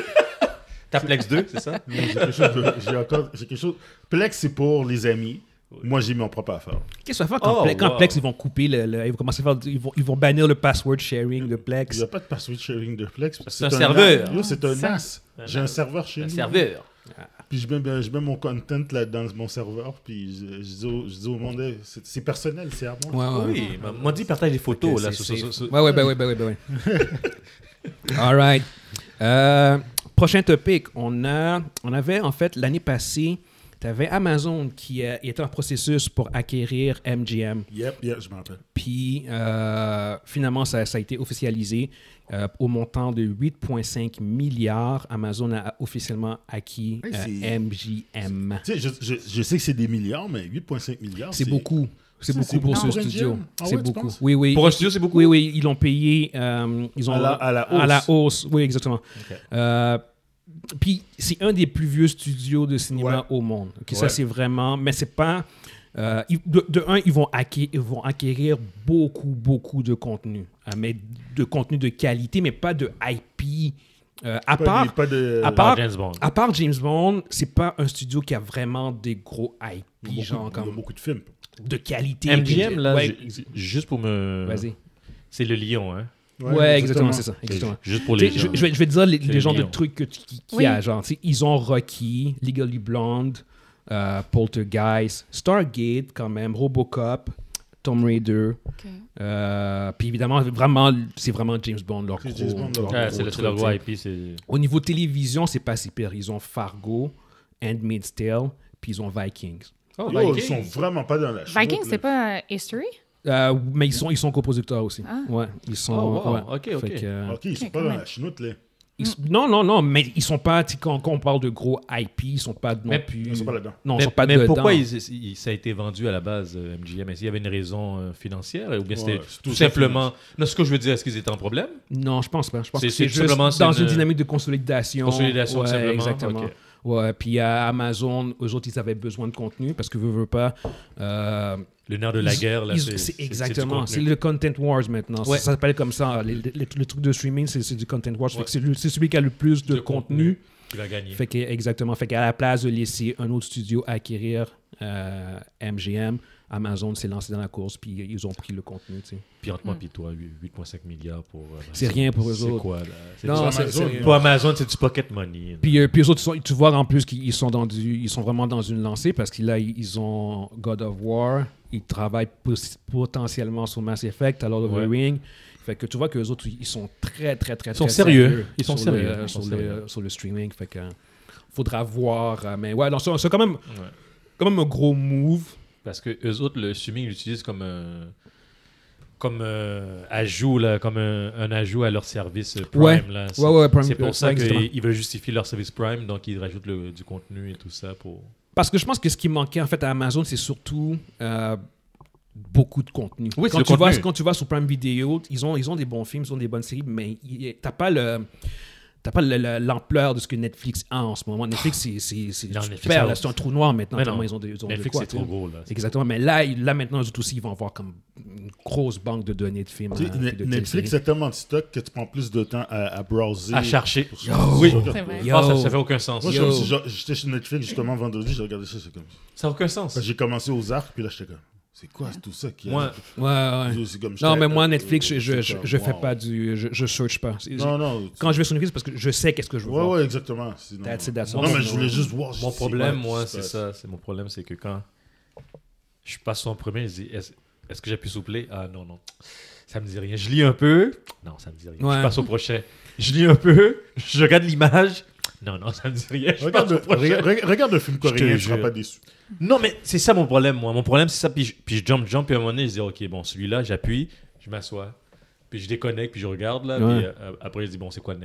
Speaker 2: T'as Plex deux, c'est ça?
Speaker 3: Non, j'ai quelque chose. de- J'ai encore. J'ai quelque chose. Plex, c'est pour les amis. Moi, j'ai mon propre affaire.
Speaker 1: Qu'est-ce que ça va faire quand,
Speaker 2: Oh,
Speaker 1: Plex, quand
Speaker 2: wow.
Speaker 1: Plex, ils vont couper, le, le- ils vont commencer à faire, ils vont, ils vont bannir le password sharing de
Speaker 3: Il
Speaker 1: Plex.
Speaker 3: n'y a pas de password sharing de Plex. parce que
Speaker 2: C'est un serveur.
Speaker 3: NAS. Yo, c'est un
Speaker 4: Ça-
Speaker 3: N A S. J'ai un serveur chez
Speaker 2: Un
Speaker 3: nous.
Speaker 2: serveur.
Speaker 3: Puis je mets, ben, je mets mon content là dans mon serveur. Puis je, je dis, au, je dis au monde, hey, c'est c'est personnel, c'est à moi.
Speaker 1: Ouais, ouais.
Speaker 2: Oui, m'a- m'a dit partage des photos.
Speaker 1: Ok,
Speaker 2: là,
Speaker 1: c'est
Speaker 2: sur- sur-
Speaker 1: safe.
Speaker 2: sur-
Speaker 1: Ouais, ouais, ben ouais, ben ouais, ben ouais. All right. Euh, prochain topic. On, a, on avait, en fait, l'année passée, tu avais Amazon qui euh, était en processus pour acquérir M G M.
Speaker 3: Yep, yep, je m'en rappelle.
Speaker 1: Puis, euh, finalement, ça, ça a été officialisé. Euh, au montant de huit virgule cinq milliards, Amazon a officiellement acquis
Speaker 3: Hey,
Speaker 1: euh,
Speaker 3: c'est-
Speaker 1: M G M.
Speaker 3: Tu sais, je, je, je sais que c'est des milliards, mais huit virgule cinq milliards,
Speaker 1: C'est beaucoup. C'est
Speaker 3: Ça,
Speaker 1: beaucoup
Speaker 3: c'est
Speaker 1: pour
Speaker 3: beaucoup
Speaker 1: ce
Speaker 3: pour M G M?
Speaker 1: studio.
Speaker 3: Ah
Speaker 1: c'est
Speaker 3: ouais, tu
Speaker 1: beaucoup.
Speaker 3: penses?
Speaker 1: Oui, oui.
Speaker 2: Pour un studio, c'est beaucoup?
Speaker 1: Oui, oui. Ils l'ont payé. euh, ils ont,
Speaker 3: À la- à la
Speaker 1: À la
Speaker 3: hausse.
Speaker 1: hausse. Oui, exactement.
Speaker 2: Ok.
Speaker 1: Euh, Puis, c'est un des plus vieux studios de cinéma
Speaker 3: Ouais.
Speaker 1: au monde. Ok, Ça,
Speaker 2: Ouais.
Speaker 1: c'est vraiment... Mais c'est pas... euh, ils- de, de un, ils vont, acquérir, ils vont acquérir beaucoup, beaucoup de contenu. Euh, mais de contenu de qualité, mais pas de I P. Euh, à
Speaker 3: Pas,
Speaker 1: part...
Speaker 3: des- pas de.
Speaker 1: à part-
Speaker 2: Ah, James Bond.
Speaker 1: À part James Bond, c'est pas un studio qui a vraiment des gros I P,
Speaker 3: beaucoup,
Speaker 1: genre
Speaker 3: il y a
Speaker 1: comme
Speaker 3: beaucoup de films.
Speaker 1: de qualité.
Speaker 2: M G M, là,
Speaker 1: Ouais,
Speaker 2: ju- juste pour me.
Speaker 1: vas-y.
Speaker 2: C'est le lion, hein.
Speaker 1: Ouais, exactement, c'est ça. Exactement.
Speaker 2: Juste pour
Speaker 1: Tu
Speaker 2: les
Speaker 1: sais,
Speaker 2: gens.
Speaker 1: Je, je vais, je vais te dire les,
Speaker 2: C'est
Speaker 1: les
Speaker 2: le
Speaker 1: genres de
Speaker 2: lion.
Speaker 1: trucs que tu- qui- qu'il
Speaker 4: Oui.
Speaker 1: y a. Genre, tu sais, ils ont Rocky, Legally Blonde, euh, Poltergeist, Stargate quand même, Robocop, Tomb Raider.
Speaker 4: Ok.
Speaker 1: euh, puis évidemment, vraiment, c'est vraiment James Bond, leur
Speaker 3: C'est
Speaker 1: gros,
Speaker 3: James Bond, leur
Speaker 1: leur
Speaker 2: Ouais,
Speaker 1: gros
Speaker 2: c'est le
Speaker 1: truc,
Speaker 2: c'est le
Speaker 1: tu
Speaker 2: gros
Speaker 1: sais.
Speaker 2: I P. c'est-
Speaker 1: Au niveau télévision, c'est pas si pire. Ils ont Fargo, Handmaid's Tale, puis ils ont Vikings.
Speaker 2: Oh,
Speaker 3: Yo, ils
Speaker 2: Vikings.
Speaker 3: sont vraiment pas dans la chenoute,
Speaker 4: Vikings,
Speaker 3: là.
Speaker 4: c'est pas euh, History?
Speaker 1: Euh, mais ils sont, ils sont coproducteurs aussi.
Speaker 4: Ah.
Speaker 1: Ouais, ils sont.
Speaker 2: Oh, wow.
Speaker 1: ouais.
Speaker 2: Ok, ok.
Speaker 1: Fait que, euh,
Speaker 3: Ok, ils sont
Speaker 4: Ok,
Speaker 3: pas
Speaker 4: quand
Speaker 3: dans
Speaker 4: même.
Speaker 3: la chenoute, là.
Speaker 1: ils s- non, non, non, mais ils sont pas. tu sais, Quand, quand on parle de gros I P, ils sont pas non
Speaker 2: Mais-
Speaker 1: plus.
Speaker 3: Ils sont pas là-dedans.
Speaker 1: Non, ils
Speaker 2: Mais,
Speaker 1: sont pas
Speaker 2: mais
Speaker 1: dedans.
Speaker 2: pourquoi ils- ils- ça a été vendu à la base, euh, M G M? Est-ce qu'il y avait une raison euh, financière ou bien c'était
Speaker 3: Ouais, c'est
Speaker 2: tout
Speaker 3: tout
Speaker 2: simplement... Non, ce que je veux dire, est-ce qu'ils étaient en problème?
Speaker 1: Non, je pense pas. Je pense
Speaker 2: C'est-
Speaker 1: que c'est
Speaker 2: c'est
Speaker 1: juste
Speaker 2: simplement, c'est
Speaker 1: dans
Speaker 2: une-
Speaker 1: une dynamique de consolidation.
Speaker 2: Consolidation,
Speaker 1: ouais,
Speaker 2: simplement?
Speaker 1: Exactement.
Speaker 2: Ok.
Speaker 1: Ouais, puis à Amazon, eux autres, ils avaient besoin de contenu parce que veux, veux pas. euh,
Speaker 2: Le nerf de la
Speaker 1: ils-
Speaker 2: guerre, là,
Speaker 1: ils-
Speaker 2: c'est...
Speaker 1: c'est
Speaker 2: du
Speaker 1: exactement.
Speaker 2: contenu.
Speaker 1: C'est le content wars maintenant.
Speaker 2: Ouais.
Speaker 1: Ça, ça s'appelle comme ça. Les- les- le truc de streaming, c'est c'est du content wars. Fait
Speaker 2: Ouais.
Speaker 1: que c'est le- c'est celui qui a le plus de,
Speaker 2: De
Speaker 1: contenu.
Speaker 2: Qui va gagner.
Speaker 1: Fait que, exactement. Fait qu'à la place de laisser un autre studio acquérir euh, M G M, Amazon s'est lancé dans la course, puis ils ont pris le contenu. Tu sais.
Speaker 2: Puis entre moi et toi, huit virgule cinq milliards pour... euh,
Speaker 1: C'est
Speaker 2: Amazon.
Speaker 1: rien pour eux autres.
Speaker 2: C'est quoi, là? C'est
Speaker 1: Non,
Speaker 2: du-
Speaker 1: c'est-
Speaker 3: Amazon,
Speaker 1: c'est-
Speaker 2: Pour Amazon, c'est du pocket money. là.
Speaker 1: Puis, euh, puis eux autres, ils sont- tu vois en plus qu'ils sont, dans du, ils sont vraiment dans une lancée parce que là, ils ont God of War, ils travaillent pos- potentiellement sur Mass Effect, à Lord of
Speaker 2: Ouais.
Speaker 1: the Ring. Fait que tu vois qu'eux autres, ils sont très, très, très,
Speaker 2: Ils sont
Speaker 1: très
Speaker 2: sérieux. Ils sont
Speaker 1: sur le-
Speaker 2: sérieux. Ils
Speaker 1: sur,
Speaker 2: sont
Speaker 1: le,
Speaker 2: sérieux.
Speaker 1: sur le streaming. Fait que euh, faudra voir. euh, mais ouais, non, c'est c'est quand même,
Speaker 2: Ouais.
Speaker 1: quand même un gros move.
Speaker 2: Parce que eux autres, le streaming, ils l'utilisent comme un... Comme euh, ajout, là, comme un, un ajout à leur service euh, Prime.
Speaker 1: Ouais.
Speaker 2: Là. C'est,
Speaker 1: Ouais, ouais, Prime-
Speaker 2: c'est pour
Speaker 1: euh,
Speaker 2: ça
Speaker 1: ouais, exactement.
Speaker 2: qu'ils veulent justifier leur service Prime, donc ils rajoutent le- du contenu et tout ça pour...
Speaker 1: Parce que je pense que ce qui manquait en fait à Amazon, c'est surtout euh, beaucoup de contenu.
Speaker 2: Oui, c'est
Speaker 1: quand,
Speaker 2: le
Speaker 1: tu vas,
Speaker 2: contenu.
Speaker 1: quand tu vas sur Prime Video, ils ont, ils ont des bons films, ils ont des bonnes séries, mais il- t'as pas le. T'as pas le- le- l'ampleur de ce que Netflix a en ce moment. Netflix, c'est, c'est, c'est,
Speaker 2: Non,
Speaker 1: tu
Speaker 2: Netflix,
Speaker 1: perds,
Speaker 2: ça-
Speaker 1: là, c'est un trou noir maintenant.
Speaker 2: Mais
Speaker 1: tellement
Speaker 2: non.
Speaker 1: ils ont de, ils ont de
Speaker 2: Netflix,
Speaker 1: quoi,
Speaker 2: c'est
Speaker 1: tu
Speaker 2: trop
Speaker 1: sais.
Speaker 2: gros, là. C'est-
Speaker 1: Exactement. Mais là, ils- là, maintenant, eux autres aussi, ils vont avoir comme une grosse banque de données de films.
Speaker 3: Tu sais,
Speaker 1: euh,
Speaker 3: Ne-
Speaker 1: puis de
Speaker 3: Netflix
Speaker 1: téléséries.
Speaker 3: a tellement de stock que tu prends plus de temps à, à browser.
Speaker 2: À chercher.
Speaker 3: Pour-
Speaker 1: Yo.
Speaker 3: pour-
Speaker 2: Oui.
Speaker 3: sur-
Speaker 4: C'est vrai.
Speaker 1: Yo.
Speaker 2: Ah, ça, ça fait aucun sens.
Speaker 3: Moi,
Speaker 1: Yo.
Speaker 3: comme si j'a- j'étais sur Netflix justement vendredi, j'ai regardé ça, c'est comme.
Speaker 2: Ça n'a aucun sens.
Speaker 3: J'ai commencé aux arcs, puis là, j'étais comme. C'est quoi tout ça qui a-
Speaker 2: Moi,
Speaker 1: Ouais, ouais.
Speaker 3: C'est comme,
Speaker 1: Non,
Speaker 3: j'étais-
Speaker 1: mais moi,
Speaker 3: euh,
Speaker 1: Netflix, je, je,
Speaker 3: j'étais
Speaker 1: je,
Speaker 3: comme,
Speaker 1: je fais
Speaker 3: wow.
Speaker 1: pas du. Je, je search pas. C'est-
Speaker 3: Non, non. tu-
Speaker 1: Quand je vais sur Netflix, parce que je sais qu'est-ce que je veux
Speaker 3: Ouais,
Speaker 1: voir.
Speaker 3: ouais, exactement. Sinon-
Speaker 1: That's it, that's
Speaker 3: non,
Speaker 1: all.
Speaker 3: mais je voulais juste voir.
Speaker 2: mon
Speaker 3: c'est
Speaker 2: problème,
Speaker 3: quoi
Speaker 2: moi,
Speaker 3: qui se
Speaker 2: c'est
Speaker 3: passe.
Speaker 2: ça. C'est mon problème, c'est que quand je passe en premier, je dis est-ce, est-ce que j'ai pu soupler? Ah non, non. Ça me dit rien. Je lis un peu. Non, ça me dit rien.
Speaker 1: Ouais.
Speaker 2: Je passe au prochain. Je lis un peu. Je regarde l'image. Non, non, ça me dit rien. Je
Speaker 3: Regarde,
Speaker 2: passe au prochain.
Speaker 3: regarde, regarde un film
Speaker 2: Je te
Speaker 3: coréen, tu seras
Speaker 2: jure.
Speaker 3: pas déçu.
Speaker 2: Non, mais c'est ça mon problème, moi. Mon problème, c'est ça. Puis je, puis je jump, jump, puis à un moment donné, je dis, OK, bon, celui-là, j'appuie, je m'assois, puis je déconnecte, puis je regarde, là.
Speaker 1: Ouais.
Speaker 2: Puis euh, après, je dis, bon, c'est quoi next?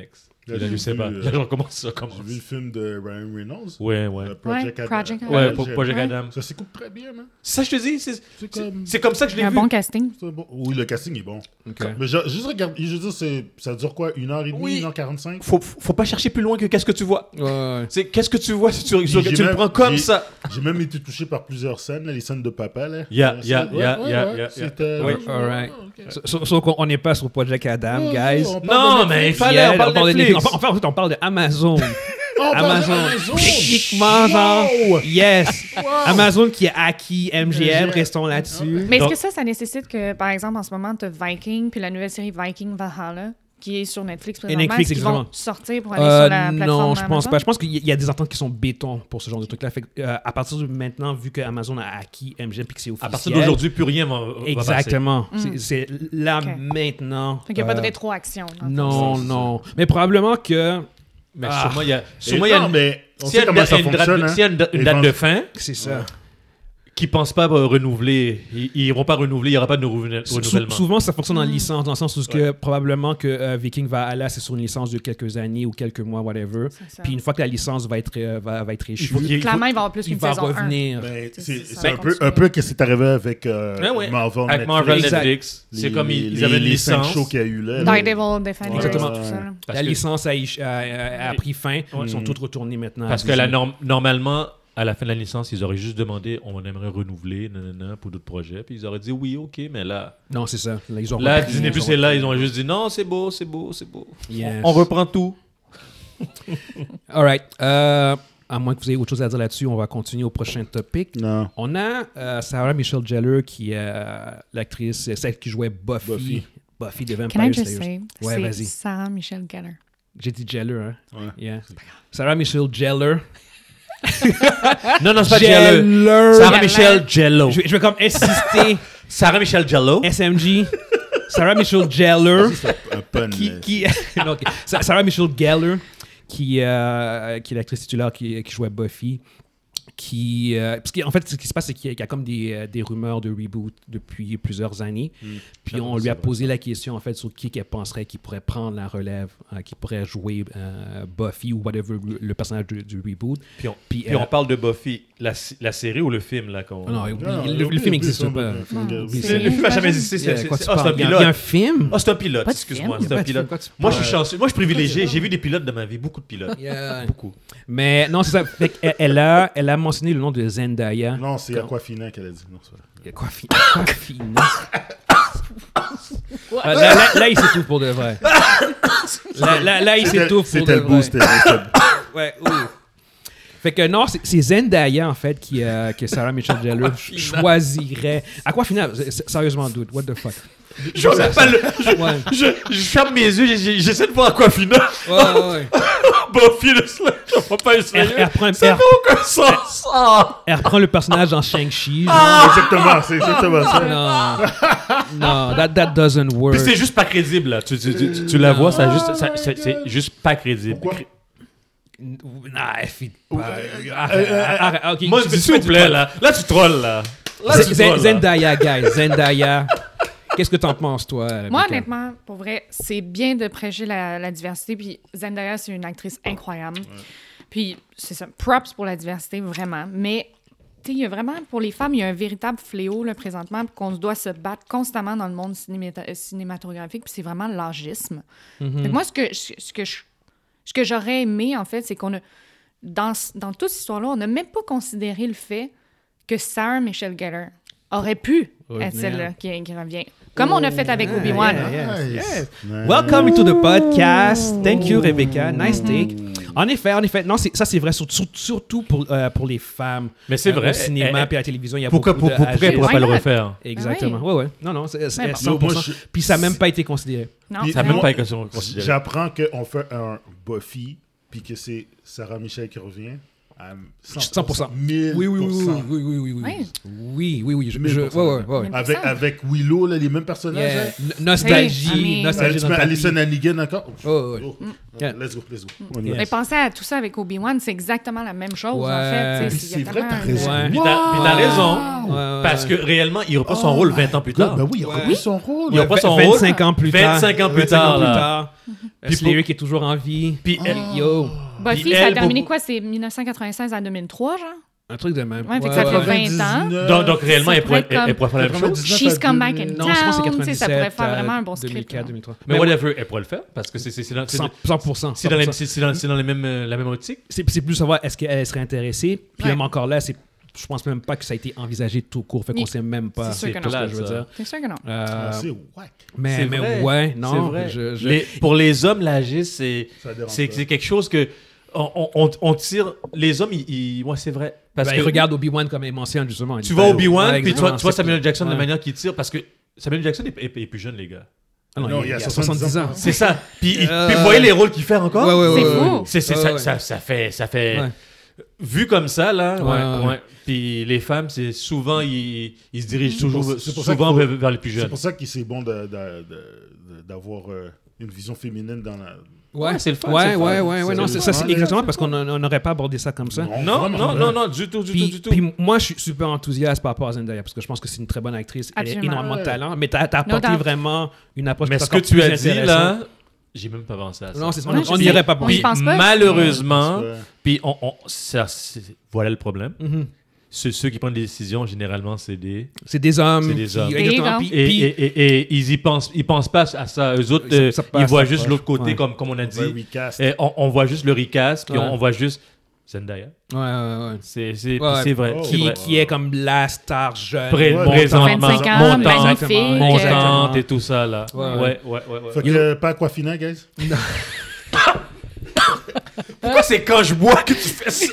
Speaker 3: Là,
Speaker 2: Là, je
Speaker 3: j'ai
Speaker 2: sais
Speaker 3: vu,
Speaker 2: pas.
Speaker 3: euh,
Speaker 2: Là, je commence ça. Commence.
Speaker 3: J'ai vu le film de Ryan Reynolds.
Speaker 2: Ouais, ouais.
Speaker 3: euh, Project
Speaker 4: Ouais,
Speaker 3: Adam.
Speaker 4: Project Adam.
Speaker 2: Ouais,
Speaker 3: Ouais,
Speaker 2: pour
Speaker 3: j'ai-
Speaker 2: Project
Speaker 4: Ouais.
Speaker 2: Adam.
Speaker 3: Ça s'écoute très bien, man.
Speaker 2: Ça, je te dis, c'est
Speaker 3: C'est
Speaker 2: c'est-
Speaker 3: comme...
Speaker 2: c'est comme ça que je l'ai
Speaker 4: Un
Speaker 2: vu.
Speaker 4: bon casting.
Speaker 3: c'est bon. Oui, le casting est bon.
Speaker 1: Ok.
Speaker 3: Mais je- juste regarde, je veux dire, c'est- ça dure quoi, une heure et demie,
Speaker 2: Oui.
Speaker 3: une heure quarante-cinq?
Speaker 2: Faut, faut pas chercher plus loin que qu'est-ce que tu vois.
Speaker 1: Ouais, ouais.
Speaker 2: C'est qu'est-ce que tu vois si tu, tu,
Speaker 3: J'ai
Speaker 2: tu le
Speaker 3: même-
Speaker 2: prends comme
Speaker 3: j'ai-
Speaker 2: ça.
Speaker 3: J'ai même été touché par plusieurs scènes, là, les scènes de papa, là.
Speaker 2: Yeah,
Speaker 3: Euh,
Speaker 2: yeah,
Speaker 3: ça-
Speaker 2: yeah,
Speaker 3: ouais,
Speaker 2: yeah,
Speaker 3: ouais,
Speaker 2: yeah,
Speaker 3: c'était-
Speaker 2: yeah. Oui.
Speaker 3: ouais,
Speaker 1: Alright.
Speaker 3: ouais, ok.
Speaker 1: So- so- Sauf qu'on n'est pas sur Project Adam,
Speaker 3: Ouais,
Speaker 1: guys.
Speaker 3: ouais, on parle
Speaker 2: Non,
Speaker 3: de
Speaker 2: mais il
Speaker 3: Netflix.
Speaker 2: fallait,
Speaker 1: Yeah,
Speaker 2: on parle de
Speaker 1: de
Speaker 2: Netflix.
Speaker 1: Enfin, enfin, on parle de Amazon.
Speaker 3: Oh, on parle
Speaker 1: Amazon.
Speaker 3: d'Amazon.
Speaker 1: Techniquement, genre.
Speaker 3: Wow.
Speaker 1: Yes.
Speaker 3: Wow.
Speaker 1: Amazon qui a acquis M G M,
Speaker 3: M G M.
Speaker 1: restons là-dessus.
Speaker 4: Mais est-ce
Speaker 2: Donc-
Speaker 4: que ça, ça nécessite que, par exemple, en ce moment, tu as Viking, puis la nouvelle série Viking Valhalla, qui est sur Netflix présentement,
Speaker 1: Netflix,
Speaker 4: est-ce qu'ils vont
Speaker 1: exactement.
Speaker 4: sortir pour aller
Speaker 1: Euh,
Speaker 4: sur la plateforme
Speaker 1: non, je pense
Speaker 4: Amazon?
Speaker 1: pas. Je pense qu'il y y a des attentes qui sont béton pour ce genre de truc-là. Fait que, euh, à partir de maintenant, vu que Amazon a acquis M G M et que c'est officiel.
Speaker 2: À partir d'aujourd'hui, plus rien va, va passer.
Speaker 1: Exactement.
Speaker 4: Mm.
Speaker 1: C'est- C'est là
Speaker 4: Ok.
Speaker 1: maintenant.
Speaker 4: Fait qu'il n'y a pas de
Speaker 1: euh,
Speaker 4: rétroaction. dans le
Speaker 1: Non,
Speaker 3: C'est ça.
Speaker 1: non. Mais probablement que.
Speaker 2: Mais
Speaker 1: Ah.
Speaker 2: sûrement, il y a,
Speaker 3: Et
Speaker 2: sûrement, il y a
Speaker 3: non,
Speaker 2: une,
Speaker 3: mais on
Speaker 2: s'il y
Speaker 3: sait
Speaker 2: a une,
Speaker 3: comment ça
Speaker 2: une date,
Speaker 3: fonctionne.
Speaker 2: de-
Speaker 3: hein.
Speaker 2: s'il y a une, da- une
Speaker 3: Les
Speaker 2: date
Speaker 3: ventes-
Speaker 2: de fin,
Speaker 1: C'est ça.
Speaker 2: qui pensent pas euh, renouveler, ils, ils iront pas renouveler, il y aura pas de renouvelle-
Speaker 1: Sou-
Speaker 2: renouvellement.
Speaker 1: souvent, ça fonctionne en
Speaker 4: Mm.
Speaker 1: licence, dans le sens où ce que, probablement que euh, Viking va aller, c'est sur une licence de quelques années ou quelques mois, whatever.
Speaker 4: C'est ça.
Speaker 1: Puis une fois que la licence va être, euh, va, va être
Speaker 2: il
Speaker 1: échue,
Speaker 2: faut qu'il il faut-
Speaker 4: Clairement, il va y avoir plus
Speaker 1: il
Speaker 4: qu'une
Speaker 1: va
Speaker 4: saison un.
Speaker 1: revenir.
Speaker 3: Ben,
Speaker 4: C'est-
Speaker 3: c'est
Speaker 4: ça
Speaker 3: c'est
Speaker 4: va
Speaker 3: un peu,
Speaker 4: continuer.
Speaker 3: un peu que c'est arrivé avec euh,
Speaker 2: Ouais, ouais.
Speaker 3: Marvel.
Speaker 2: Avec Marvel
Speaker 1: Exact.
Speaker 2: Netflix, c'est
Speaker 3: Les-
Speaker 2: comme ils,
Speaker 3: les-
Speaker 2: ils avaient une
Speaker 3: les cinq
Speaker 2: licence.
Speaker 3: shows qu'il y a eu là. là.
Speaker 4: Daredevil, Defenders,
Speaker 1: Exactement.
Speaker 4: tout ça. là.
Speaker 2: Parce
Speaker 1: La
Speaker 2: que-
Speaker 1: licence a, éch- a- a- a pris fin. Ils sont
Speaker 3: Mm.
Speaker 1: toutes retournés maintenant.
Speaker 2: Parce
Speaker 1: à
Speaker 2: que la
Speaker 1: Disney.
Speaker 2: norm- normalement, à la fin de la licence, ils auraient juste demandé on aimerait renouveler nanana, pour d'autres projets. Puis ils auraient dit oui, ok, mais là,
Speaker 1: Non, c'est ça. Là, ils ont
Speaker 2: là
Speaker 1: repris.
Speaker 2: Disney
Speaker 1: Ils
Speaker 2: Plus
Speaker 1: ont
Speaker 2: est là,
Speaker 1: repris.
Speaker 2: ils ont juste dit non, c'est beau, c'est beau, c'est beau.
Speaker 1: Yes.
Speaker 2: On reprend tout.
Speaker 1: All right. Euh, à moins que vous ayez autre chose à dire là-dessus, on va continuer au prochain topic.
Speaker 3: Non.
Speaker 1: On a euh, Sarah Michelle Gellar, qui est euh, l'actrice, celle qui jouait Buffy.
Speaker 3: Buffy.
Speaker 1: Buffy, the
Speaker 4: Can I
Speaker 1: Vampire
Speaker 4: just
Speaker 1: Slayer.
Speaker 4: say,
Speaker 1: Ouais,
Speaker 4: c'est
Speaker 1: vas-y.
Speaker 4: Sarah Michelle Gellar.
Speaker 1: J'ai dit Gellar, hein?
Speaker 3: Ouais.
Speaker 1: Yeah. Sarah Michelle Gellar.
Speaker 2: Non, non, c'est pas Jello.
Speaker 1: Gellar.
Speaker 2: Sarah
Speaker 4: Gellar.
Speaker 2: Michelle Jello.
Speaker 1: Je vais, je vais comme insister.
Speaker 2: Sarah Michelle Jello.
Speaker 1: S M G. Sarah Michelle Gellar.
Speaker 3: C'est un pun.
Speaker 1: qui,
Speaker 3: mais-
Speaker 1: qui, non, ok. Sa- Sarah Michelle Gellar, qui, euh, qui est l'actrice titulaire qui, qui jouait Buffy, qui... euh, parce qu'en fait, ce qui se passe, c'est qu'il y a, qu'il y a comme des, euh, des rumeurs de reboot depuis plusieurs années.
Speaker 3: Mm.
Speaker 1: Puis
Speaker 2: Ah,
Speaker 1: on
Speaker 2: c'est
Speaker 1: lui a
Speaker 2: vrai.
Speaker 1: posé la question, en fait, sur qui qu'elle penserait qui pourrait prendre la relève, euh, qui pourrait jouer euh, Buffy ou whatever, le, le personnage du, du reboot.
Speaker 2: Puis on,
Speaker 1: Puis,
Speaker 2: puis
Speaker 1: euh,
Speaker 2: on parle de Buffy, la, la série ou le film là qu'on...
Speaker 1: Ah non, oublie,
Speaker 3: Non,
Speaker 1: le,
Speaker 3: oublie,
Speaker 1: le film
Speaker 3: oublie
Speaker 1: n'existe
Speaker 3: ça,
Speaker 1: pas.
Speaker 3: oublie ça.
Speaker 1: Oublie
Speaker 4: Le
Speaker 1: ça.
Speaker 2: Le, le film n'a jamais existé.
Speaker 1: Yeah,
Speaker 2: C'est
Speaker 1: quoi
Speaker 2: c'est-
Speaker 1: tu
Speaker 2: ah, c'est un
Speaker 1: parles? Il y a- il y a
Speaker 2: pilote.
Speaker 1: un film?
Speaker 2: Oh, c'est un pilote,
Speaker 4: Pas de
Speaker 2: excuse-moi.
Speaker 4: film.
Speaker 2: C'est un
Speaker 1: Pas de film,
Speaker 2: pilote.
Speaker 1: quoi tu
Speaker 2: Moi, je
Speaker 1: parles?
Speaker 2: suis chanceux. Moi, je suis privilégié. J'ai vu des pilotes dans ma vie, beaucoup de pilotes.
Speaker 1: Yeah.
Speaker 2: Beaucoup.
Speaker 1: Mais non, c'est ça. Fait qu'elle- elle, a, elle a mentionné le nom de Zendaya.
Speaker 3: Non, c'est Aquafina qu'elle a dit. Non, c'est vrai.
Speaker 1: Quoi, fi- quoi, fina? Ah, là, là, là, il s'étouffe pour de vrai. Là, là, là, il
Speaker 3: C'était
Speaker 1: s'étouffe pour de
Speaker 3: c'était le
Speaker 1: vrai.
Speaker 3: bout, c'était c'était-
Speaker 1: Ouais, ouh. Fait que non, c'est c'est Zendaya, en fait, qui, euh, que Sarah Michelle Gellar
Speaker 2: Aquafina.
Speaker 1: choisirait. À quoi final? Sérieusement, dude, what the fuck?
Speaker 2: Je sais pas le...
Speaker 1: Ouais,
Speaker 2: Je, je ferme mes yeux, j'ai- j'essaie de voir Aquafina.
Speaker 1: ouais, ouais. ouais.
Speaker 2: Buffy le Slayer, je vois pas
Speaker 1: Elle,
Speaker 2: essayer.
Speaker 1: elle reprend,
Speaker 2: Ça
Speaker 1: elle-
Speaker 2: n'a aucun sens. Ah.
Speaker 1: elle reprend le personnage dans Shang-Chi. genre.
Speaker 3: Exactement, c'est exactement ça.
Speaker 1: Non, non, that, that doesn't work.
Speaker 2: Puis c'est juste pas crédible là. Tu, tu, tu, tu- tu la vois, ça juste, ça- c'est c'est juste pas crédible.
Speaker 3: Pourquoi?
Speaker 1: Non, elle fit pas. Arrête, arrête, ok,
Speaker 2: Moi,
Speaker 1: tu-
Speaker 2: s'il
Speaker 1: tu-
Speaker 2: vous
Speaker 1: tu-
Speaker 2: plaît là, là tu trolles là. Là
Speaker 1: Z-
Speaker 2: tu
Speaker 1: Z-
Speaker 2: trolles. là.
Speaker 1: Zendaya, guys, Zendaya. Qu'est-ce que t'en penses, toi?
Speaker 4: Moi,
Speaker 1: Mika?
Speaker 4: honnêtement, pour vrai, c'est bien de prêcher la, la diversité. Puis Zendaya, c'est une actrice incroyable. Puis c'est ça, props pour la diversité, vraiment. Mais, tu sais, il y a vraiment, pour les femmes, il y a un véritable fléau, là, présentement, puis qu'on doit se battre constamment dans le monde cinémata- cinématographique. Puis c'est vraiment l'agisme.
Speaker 1: Mhm.
Speaker 4: Fait que moi, ce que, ce ce que je- ce que j'aurais aimé, en fait, c'est qu'on a, dans, dans toute cette histoire-là, on n'a même pas considéré le fait que Sarah Michelle Gellar aurait pu
Speaker 1: Revenir.
Speaker 4: être celle-là qui, qui revient. Comme on a fait avec
Speaker 1: Ah,
Speaker 4: Obi-Wan.
Speaker 1: yeah, yeah.
Speaker 3: Nice.
Speaker 1: Yes.
Speaker 3: Nice.
Speaker 1: Welcome to the podcast. Thank you, Rebecca. Nice take. En effet, en effet. Non, c'est- ça, c'est vrai, surtout, surtout pour, euh, pour les femmes.
Speaker 2: Mais c'est
Speaker 1: Euh,
Speaker 2: vrai.
Speaker 1: Au cinéma
Speaker 2: Eh, eh,
Speaker 1: puis à la télévision, il y a
Speaker 2: Pourquoi
Speaker 1: beaucoup
Speaker 2: pour,
Speaker 1: de
Speaker 2: pour, pourquoi elle pourrait
Speaker 4: Why
Speaker 2: pas le
Speaker 4: not?
Speaker 2: refaire?
Speaker 1: Exactement.
Speaker 4: Ah
Speaker 1: Ouais, ouais. Non, non, c'est c'est
Speaker 4: Mais bon.
Speaker 1: cent pour cent.
Speaker 3: Moi, je-
Speaker 1: Puis ça n'a même pas été considéré.
Speaker 4: Non,
Speaker 3: Puis-
Speaker 2: Ça n'a
Speaker 4: c'est
Speaker 2: même
Speaker 3: moi-
Speaker 2: pas été considéré.
Speaker 3: J'apprends qu'on fait un Buffy, puis que c'est Sarah Michelle qui revient. À
Speaker 1: cent pour cent.
Speaker 3: mille
Speaker 1: Oui, oui, oui,
Speaker 3: pour cent.
Speaker 1: oui, oui, oui, oui,
Speaker 4: Ouais.
Speaker 1: oui, oui, oui, je,
Speaker 3: mille
Speaker 1: je,
Speaker 3: pour
Speaker 1: ouais,
Speaker 3: cent.
Speaker 1: ouais, ouais, ouais.
Speaker 3: Avec, avec Willow, là, les mêmes personnages.
Speaker 1: Yeah.
Speaker 3: hein?
Speaker 1: N- Nostalgie,
Speaker 4: Oui,
Speaker 1: nostalgie
Speaker 3: Tu
Speaker 1: dans
Speaker 3: mets
Speaker 1: le
Speaker 3: Alison
Speaker 1: tapis.
Speaker 3: Hannigan encore?
Speaker 1: Oh, ouais.
Speaker 3: Oh.
Speaker 1: Yeah.
Speaker 3: Let's go, let's go. On y
Speaker 1: Yeah.
Speaker 3: va.
Speaker 4: Mais pensez à tout ça avec Obi-Wan, c'est exactement la même chose,
Speaker 1: Ouais.
Speaker 4: en fait. tu sais,
Speaker 3: C'est
Speaker 4: il y a
Speaker 3: vrai,
Speaker 4: tellement
Speaker 3: t'as
Speaker 4: un-
Speaker 3: raison.
Speaker 1: Ouais.
Speaker 2: Puis t'as, puis t'as raison,
Speaker 1: Ouais, ouais,
Speaker 2: parce que
Speaker 1: ouais.
Speaker 2: réellement, il reprend son rôle vingt ans plus tard.
Speaker 3: Ben oui, il a
Speaker 1: Ouais.
Speaker 3: repris son rôle.
Speaker 2: Il a pas son rôle.
Speaker 1: vingt-cinq ans plus tard.
Speaker 2: vingt-cinq ans plus
Speaker 1: vingt-cinq
Speaker 2: tard,
Speaker 1: ans plus
Speaker 2: là.
Speaker 1: tard.
Speaker 2: Puis
Speaker 1: Puis Lyric est toujours en vie.
Speaker 2: Puis elle-
Speaker 1: Yo,
Speaker 4: Buffy,
Speaker 2: Puis
Speaker 4: ça a
Speaker 2: elle,
Speaker 4: terminé
Speaker 2: pour-
Speaker 4: quoi? C'est dix-neuf cent quatre-vingt-seize à deux mille trois, genre?
Speaker 1: un truc de même.
Speaker 4: Ouais, fait que ça fait vingt ans.
Speaker 2: donc, donc réellement,
Speaker 4: Ça
Speaker 2: elle pourrait,
Speaker 4: pourrait
Speaker 2: elle, elle
Speaker 4: comme-
Speaker 2: pourrait faire la même chose.
Speaker 3: quatre-vingt-dix-neuf
Speaker 4: She's
Speaker 3: à
Speaker 4: come back in
Speaker 3: deux mille.
Speaker 1: Non, je pense que c'est
Speaker 4: town, tu sais,
Speaker 1: quatre-vingt-dix-sept.
Speaker 4: ça pourrait faire vraiment un bon
Speaker 1: deux
Speaker 4: script.
Speaker 1: mille quatre,
Speaker 4: là.
Speaker 1: deux mille trois.
Speaker 2: Mais
Speaker 1: Mais
Speaker 2: whatever, elle pourrait le faire, parce que c'est, c'est, c'est, dans, c'est,
Speaker 1: cent cent pour cent.
Speaker 2: c'est dans, les, c'est, c'est dans, c'est dans les mêmes, euh, la même optique.
Speaker 1: C'est c'est plus savoir est-ce qu'elle serait intéressée. Puis
Speaker 4: Ouais.
Speaker 1: même encore là, c'est, je pense même pas que ça a été envisagé tout court. Fait qu'on
Speaker 4: Oui.
Speaker 1: sait même pas.
Speaker 4: C'est sûr que
Speaker 1: tout
Speaker 4: non.
Speaker 1: ce que je veux
Speaker 2: Ça.
Speaker 1: dire.
Speaker 4: C'est sûr que non.
Speaker 1: Euh,
Speaker 3: Ah, c'est whack.
Speaker 1: mais
Speaker 2: C'est
Speaker 1: mais
Speaker 2: vrai.
Speaker 1: ouais,
Speaker 2: C'est
Speaker 1: non.
Speaker 2: vrai.
Speaker 1: je- je-
Speaker 2: Les- pour les hommes, l'âge, c'est,
Speaker 3: Ça dérange
Speaker 2: c'est,
Speaker 3: pas.
Speaker 2: c'est quelque chose que. On, on, on tire. Les hommes, ils. ils ouais, c'est vrai. Parce
Speaker 1: Ben,
Speaker 2: que
Speaker 1: il regarde Obi-Wan comme il mentionne justement. Il
Speaker 2: tu
Speaker 1: dit,
Speaker 2: vois
Speaker 1: ben,
Speaker 2: Obi-Wan,
Speaker 1: ouais,
Speaker 2: puis tu vois,
Speaker 1: exactement,
Speaker 2: tu vois
Speaker 1: c'est-
Speaker 2: Samuel Jackson de
Speaker 1: ouais.
Speaker 2: la manière qu'il tire, parce que Samuel Jackson est, est- est plus jeune, les gars.
Speaker 1: Ah non,
Speaker 3: Non,
Speaker 1: il, il a soixante-dix ans.
Speaker 2: C'est ça. Puis, il-
Speaker 1: Euh,
Speaker 2: puis vous voyez les rôles qu'il fait encore?
Speaker 1: Ouais, ouais, ouais,
Speaker 4: C'est
Speaker 1: ouais,
Speaker 4: fou.
Speaker 1: ouais.
Speaker 2: C'est, c'est,
Speaker 1: Ouais,
Speaker 2: ça,
Speaker 1: ouais.
Speaker 2: ça, ça fait. Ça fait
Speaker 1: Ouais.
Speaker 2: Vu comme ça, là,
Speaker 1: Ouais,
Speaker 2: ouais,
Speaker 1: ouais.
Speaker 2: ouais. Puis les femmes, c'est souvent, ils, ils se dirigent
Speaker 3: C'est
Speaker 2: toujours
Speaker 3: pour- c'est pour ça
Speaker 2: souvent
Speaker 3: qu'il faut-
Speaker 2: vers, vers les plus
Speaker 3: C'est
Speaker 2: jeunes.
Speaker 3: pour ça que c'est bon de- de- de- de- d'avoir euh, une vision féminine dans la.
Speaker 1: Ouais,
Speaker 2: Ouais, c'est le fun,
Speaker 1: Ouais,
Speaker 2: c'est le fun.
Speaker 1: ouais, ouais, ouais.
Speaker 3: C'est
Speaker 1: Non,
Speaker 3: le
Speaker 1: c'est
Speaker 3: fun.
Speaker 1: ça, c'est
Speaker 3: Ouais,
Speaker 1: exactement
Speaker 3: c'est
Speaker 1: parce qu'on on n'aurait pas abordé ça comme ça.
Speaker 2: Non,
Speaker 3: vraiment,
Speaker 2: non,
Speaker 3: ouais.
Speaker 2: non, non, du tout, du
Speaker 1: Puis,
Speaker 2: tout, du tout.
Speaker 1: puis moi, je suis super enthousiaste par rapport à Zendaya parce que je pense que c'est une très bonne actrice. Elle a
Speaker 4: Absolument.
Speaker 1: énormément de
Speaker 3: Ouais.
Speaker 1: talent, mais t'as as
Speaker 4: No
Speaker 1: apporté
Speaker 4: doubt.
Speaker 1: vraiment une approche
Speaker 2: Mais
Speaker 1: peut-être
Speaker 2: ce que
Speaker 1: encore
Speaker 2: tu
Speaker 1: plus
Speaker 2: as dit,
Speaker 1: intéressante.
Speaker 2: là, j'ai même pas pensé à ça.
Speaker 1: Non, c'est ça.
Speaker 4: Ouais,
Speaker 1: On-
Speaker 4: je
Speaker 1: On n'y
Speaker 4: sais.
Speaker 1: aurait pas
Speaker 4: On y
Speaker 1: pensé.
Speaker 4: pense pas?
Speaker 2: Malheureusement,
Speaker 3: Ouais.
Speaker 2: puis on, on- ça, c'est- voilà le problème.
Speaker 1: Mhm.
Speaker 2: Ceux, ceux qui prennent des décisions, généralement, c'est des...
Speaker 1: C'est des hommes.
Speaker 2: C'est des
Speaker 1: qui-
Speaker 2: hommes.
Speaker 1: exactement.
Speaker 4: There you
Speaker 1: Puis-
Speaker 2: Et,
Speaker 1: puis-
Speaker 2: et, et, et ils y pensent, ils pensent pas à ça. Eux autres,
Speaker 1: Ça-
Speaker 2: euh,
Speaker 1: ça passe,
Speaker 2: ils voient
Speaker 1: ça
Speaker 2: juste
Speaker 1: passe.
Speaker 2: l'autre côté,
Speaker 1: Ouais.
Speaker 2: comme, comme on a
Speaker 3: On va
Speaker 2: dit.
Speaker 3: recast.
Speaker 2: Et on, on voit juste le recast, puis
Speaker 1: Ouais.
Speaker 2: on, on voit juste Zendaya.
Speaker 1: Ouais, ouais, ouais.
Speaker 2: C'est, c'est,
Speaker 1: Ouais.
Speaker 2: c'est vrai.
Speaker 3: Oh.
Speaker 2: c'est
Speaker 1: Qui,
Speaker 2: vrai.
Speaker 1: qui est comme la star jeune.
Speaker 2: Pré-
Speaker 3: Ouais,
Speaker 2: présentement,
Speaker 4: vingt-cinq ans,
Speaker 2: montante,
Speaker 4: magnifique.
Speaker 1: Exactement.
Speaker 2: montante
Speaker 1: Exactement.
Speaker 2: et tout ça, là.
Speaker 1: Ouais,
Speaker 2: Ouais,
Speaker 1: ouais.
Speaker 2: ouais, ouais. ouais,
Speaker 3: Fait
Speaker 2: ouais.
Speaker 3: que euh, pas Aquafina, guys.
Speaker 2: Pourquoi c'est quand je bois que tu fais ça?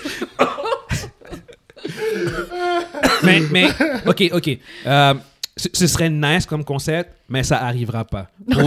Speaker 1: mais, mais, ok, ok. Euh, ce, ce serait nice comme concept, mais ça arrivera pas.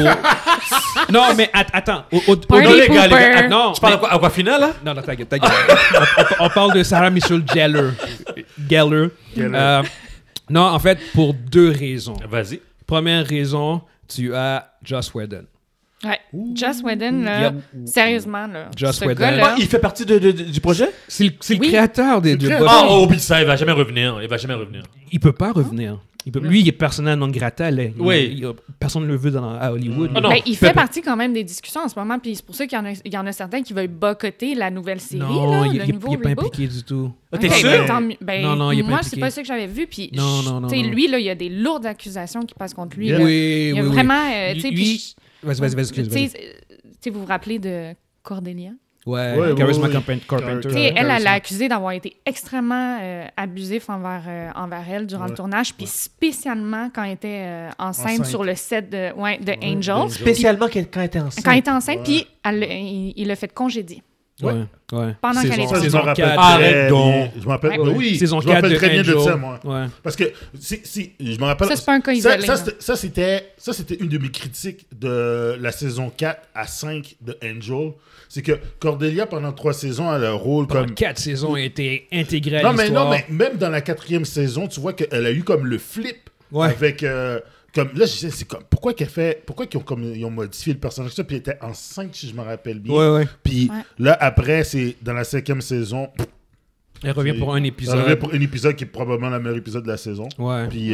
Speaker 1: Au- non, mais at- attends. Au, au, au-
Speaker 4: Party
Speaker 2: Non, les gars, les
Speaker 4: pooper.
Speaker 2: gars,
Speaker 1: non,
Speaker 2: tu parles
Speaker 1: mais-
Speaker 2: à quoi, à quoi final, là?
Speaker 1: Non, non, ta gueule, ta gueule. on, on- on parle de Sarah Michelle Gellar. Gellar.
Speaker 3: Gellar.
Speaker 1: Euh, non, en fait, pour deux raisons.
Speaker 2: Vas-y.
Speaker 1: Première raison, tu as Joss Whedon.
Speaker 4: Ouais. Joss Whedon, là,
Speaker 1: Yep.
Speaker 4: sérieusement, là.
Speaker 1: Joss
Speaker 4: ce
Speaker 1: Whedon.
Speaker 4: gars-là,
Speaker 2: Ah, il fait partie de, de- de- du projet?
Speaker 1: C'est le, c'est le
Speaker 4: Oui.
Speaker 1: créateur des deux
Speaker 3: très-
Speaker 1: Buffy.
Speaker 2: Ah, oh, oublie ça, il va jamais revenir. Il va jamais revenir.
Speaker 1: Il peut pas revenir. Il peut, lui, il est personnel non grata. Là. Il-
Speaker 2: Oui.
Speaker 1: il- personne ne le veut dans, à Hollywood.
Speaker 2: Ah non.
Speaker 4: ben, il
Speaker 1: Peut-
Speaker 4: fait partie quand même des discussions en ce moment, puis c'est pour ça qu'il y en a, il y en a certains qui veulent boycotter la nouvelle série,
Speaker 1: Non,
Speaker 4: là,
Speaker 1: il,
Speaker 4: le
Speaker 1: il-
Speaker 4: nouveau
Speaker 1: il est pas
Speaker 4: reboot.
Speaker 1: impliqué du tout.
Speaker 2: Ah, t'es
Speaker 4: Ok,
Speaker 2: sûr?
Speaker 4: ben, tant mieux. Ben,
Speaker 1: Non, non, il est pas
Speaker 4: moi,
Speaker 1: impliqué.
Speaker 4: c'est pas ça que j'avais vu. Puis,
Speaker 1: Non,
Speaker 4: je-
Speaker 1: non, non,
Speaker 4: tu sais,
Speaker 1: non.
Speaker 4: lui, là, il y a des lourdes accusations qui passent contre lui.
Speaker 3: Yeah.
Speaker 4: là.
Speaker 1: Oui,
Speaker 4: il y a
Speaker 1: oui, oui.
Speaker 4: vraiment. euh, tu sais,
Speaker 1: Lui-
Speaker 4: puis
Speaker 1: Vas-y, vas-y, vas-y.
Speaker 4: je-
Speaker 1: excuse,
Speaker 4: tu
Speaker 1: vas-y.
Speaker 4: sais, euh, tu sais, vous vous rappelez de Cordelia?
Speaker 1: Ouais,
Speaker 3: Ouais,
Speaker 1: Charisma
Speaker 3: ouais, ouais.
Speaker 1: Carpenter. Carpenter.
Speaker 4: Tu sais, elle, elle
Speaker 3: Charisma.
Speaker 4: l'a accusé d'avoir été extrêmement euh, abusif envers, euh, envers elle durant
Speaker 3: Ouais.
Speaker 4: le tournage, puis spécialement quand elle était euh, enceinte,
Speaker 3: Enceinte.
Speaker 4: sur le set de, ouais, de
Speaker 3: Ouais,
Speaker 4: Angel.
Speaker 3: d'Angel.
Speaker 2: Spécialement quand elle était enceinte.
Speaker 4: Quand elle était enceinte,
Speaker 3: Ouais.
Speaker 4: puis elle l'a- il il l'a fait congédier.
Speaker 1: Ouais, ouais.
Speaker 4: Pendant qu'elle
Speaker 1: Saison-
Speaker 4: était
Speaker 3: Ça, je
Speaker 1: saison
Speaker 3: m'en rappelle
Speaker 1: quatre.
Speaker 3: très
Speaker 2: Arrête donc.
Speaker 3: bien. Je me rappelle,
Speaker 4: Ouais.
Speaker 3: ben oui,
Speaker 1: Saison
Speaker 3: je me rappelle
Speaker 1: quatre
Speaker 3: très bien de
Speaker 1: Angel.
Speaker 3: ça, moi.
Speaker 1: Ouais.
Speaker 3: Parce que si, si, je me rappelle.
Speaker 4: Ça, c'est pas un cas
Speaker 3: ça,
Speaker 4: isolé,
Speaker 3: ça,
Speaker 4: là.
Speaker 3: c'était- ça, c'était, ça, c'était une de mes critiques de la saison quatre à cinq de Angel. C'est que Cordelia, pendant trois saisons, elle a un rôle
Speaker 1: Pendant
Speaker 3: comme.
Speaker 1: quatre saisons, a été intégrée à
Speaker 3: Non, mais
Speaker 1: l'histoire.
Speaker 3: non, mais même dans la quatrième saison, tu vois qu'elle a eu comme le flip
Speaker 1: Ouais.
Speaker 3: avec. euh, comme, là, je disais, c'est comme. Pourquoi qu'elle fait. Pourquoi qu'ils ont, comme, ils ont modifié le personnage comme ça, puis elle était enceinte, si je me rappelle bien.
Speaker 1: Ouais, ouais.
Speaker 3: Puis
Speaker 4: Ouais.
Speaker 3: là, après, c'est dans la cinquième saison.
Speaker 1: Elle revient
Speaker 3: c'est-
Speaker 1: pour un
Speaker 3: Elle
Speaker 1: épisode.
Speaker 3: revient pour un épisode qui est probablement le meilleur épisode de la saison.
Speaker 1: Ouais.
Speaker 3: Puis,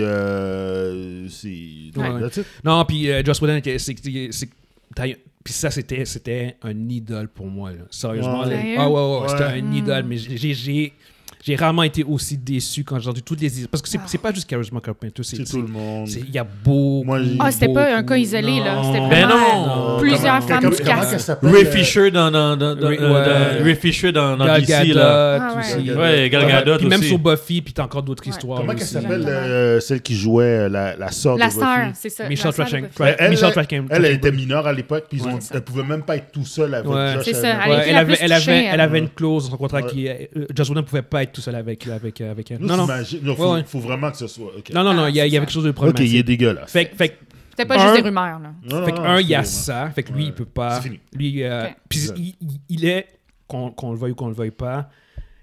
Speaker 3: euh, c'est.
Speaker 1: Ouais.
Speaker 3: That's it.
Speaker 1: Non, puis euh, Joss Whedon, était- c'est- c'est- c'est- t'as- puis ça, c'était, c'était un idole pour moi. Là. Sérieusement.
Speaker 3: Ouais.
Speaker 1: là.
Speaker 4: Sérieux?
Speaker 1: Ah ouais, ouais, ouais, c'était
Speaker 3: Ouais.
Speaker 1: un idole. Mais j'ai, j'ai, j'ai rarement été aussi déçu quand j'ai entendu toutes les... Parce que c'est, c'est pas juste Charisma Carpenter. C'est,
Speaker 3: C'est tout le monde.
Speaker 1: c'est- Il y a beaucoup...
Speaker 3: Moi, j'ai-
Speaker 4: Ah, c'était pas un
Speaker 1: beaucoup-
Speaker 4: cas isolé, là. C'était
Speaker 1: Non.
Speaker 2: Ben
Speaker 4: vraiment
Speaker 2: non.
Speaker 4: euh, plusieurs
Speaker 3: Comment-
Speaker 4: femmes
Speaker 3: comment-
Speaker 4: qui
Speaker 3: comment
Speaker 4: cassent.
Speaker 3: qu'elle s'appelle,
Speaker 2: Ray
Speaker 3: euh,
Speaker 2: Fisher dans, dans, dans, dans,
Speaker 1: Ray-
Speaker 2: euh, dans-
Speaker 1: ouais.
Speaker 2: Ray Fisher dans, dans
Speaker 1: Gal
Speaker 2: D C, là.
Speaker 4: Ah, ouais.
Speaker 1: aussi.
Speaker 2: Ouais, Gal Gadot
Speaker 1: Puis même
Speaker 2: aussi.
Speaker 1: sur Buffy, puis t'as encore d'autres
Speaker 4: Ouais.
Speaker 1: histoires
Speaker 3: Comment qu'elle
Speaker 1: aussi.
Speaker 3: s'appelle,
Speaker 4: Exactement.
Speaker 3: euh, celle qui jouait euh, la, la sœur
Speaker 4: La
Speaker 3: de Buffy?
Speaker 4: sœur, c'est ça.
Speaker 1: Michelle
Speaker 4: la sœur de
Speaker 1: Trachtenberg.
Speaker 4: Buffy.
Speaker 3: Ouais, elle,
Speaker 1: Michelle
Speaker 3: elle,
Speaker 1: Trachtenberg.
Speaker 3: elle, elle était mineure à l'époque, puis ils ont-
Speaker 1: Ouais.
Speaker 3: elle pouvait même pas être tout seule avec
Speaker 1: Ouais.
Speaker 3: Josh.
Speaker 4: C'est ça,
Speaker 3: Allen.
Speaker 4: elle
Speaker 1: Ouais,
Speaker 4: était
Speaker 1: elle,
Speaker 4: la
Speaker 1: avait,
Speaker 4: plus
Speaker 1: elle, avait,
Speaker 4: touchée,
Speaker 1: elle
Speaker 4: elle.
Speaker 1: avait une clause dans son contrat
Speaker 3: Ouais.
Speaker 1: qui... euh, Joss Whedon ne pouvait pas être tout seul avec, avec, avec elle.
Speaker 3: Nous,
Speaker 1: Non, non.
Speaker 3: t'imagines- non, faut,
Speaker 1: Ouais, ouais.
Speaker 3: faut vraiment que ce soit. ok.
Speaker 1: Non, non, non,
Speaker 4: Ah,
Speaker 1: il y, a- il y
Speaker 4: c'est
Speaker 1: avait
Speaker 4: ça.
Speaker 1: quelque chose de
Speaker 3: Ok,
Speaker 1: problématique.
Speaker 3: il est dégueulasse.
Speaker 1: Fait, que- fait, que-
Speaker 4: C'était pas
Speaker 1: Un-
Speaker 4: juste des rumeurs, là.
Speaker 3: Non,
Speaker 1: fait que,
Speaker 3: non,
Speaker 1: un,
Speaker 3: non,
Speaker 1: il y a
Speaker 3: c'est
Speaker 1: ça. Fait que lui,
Speaker 3: Ouais.
Speaker 1: il peut pas.
Speaker 3: C'est fini.
Speaker 1: Lui, euh,
Speaker 4: Ok.
Speaker 1: puis
Speaker 3: Ouais.
Speaker 1: il, il- il est, qu'on qu'on le veuille ou qu'on le veuille pas,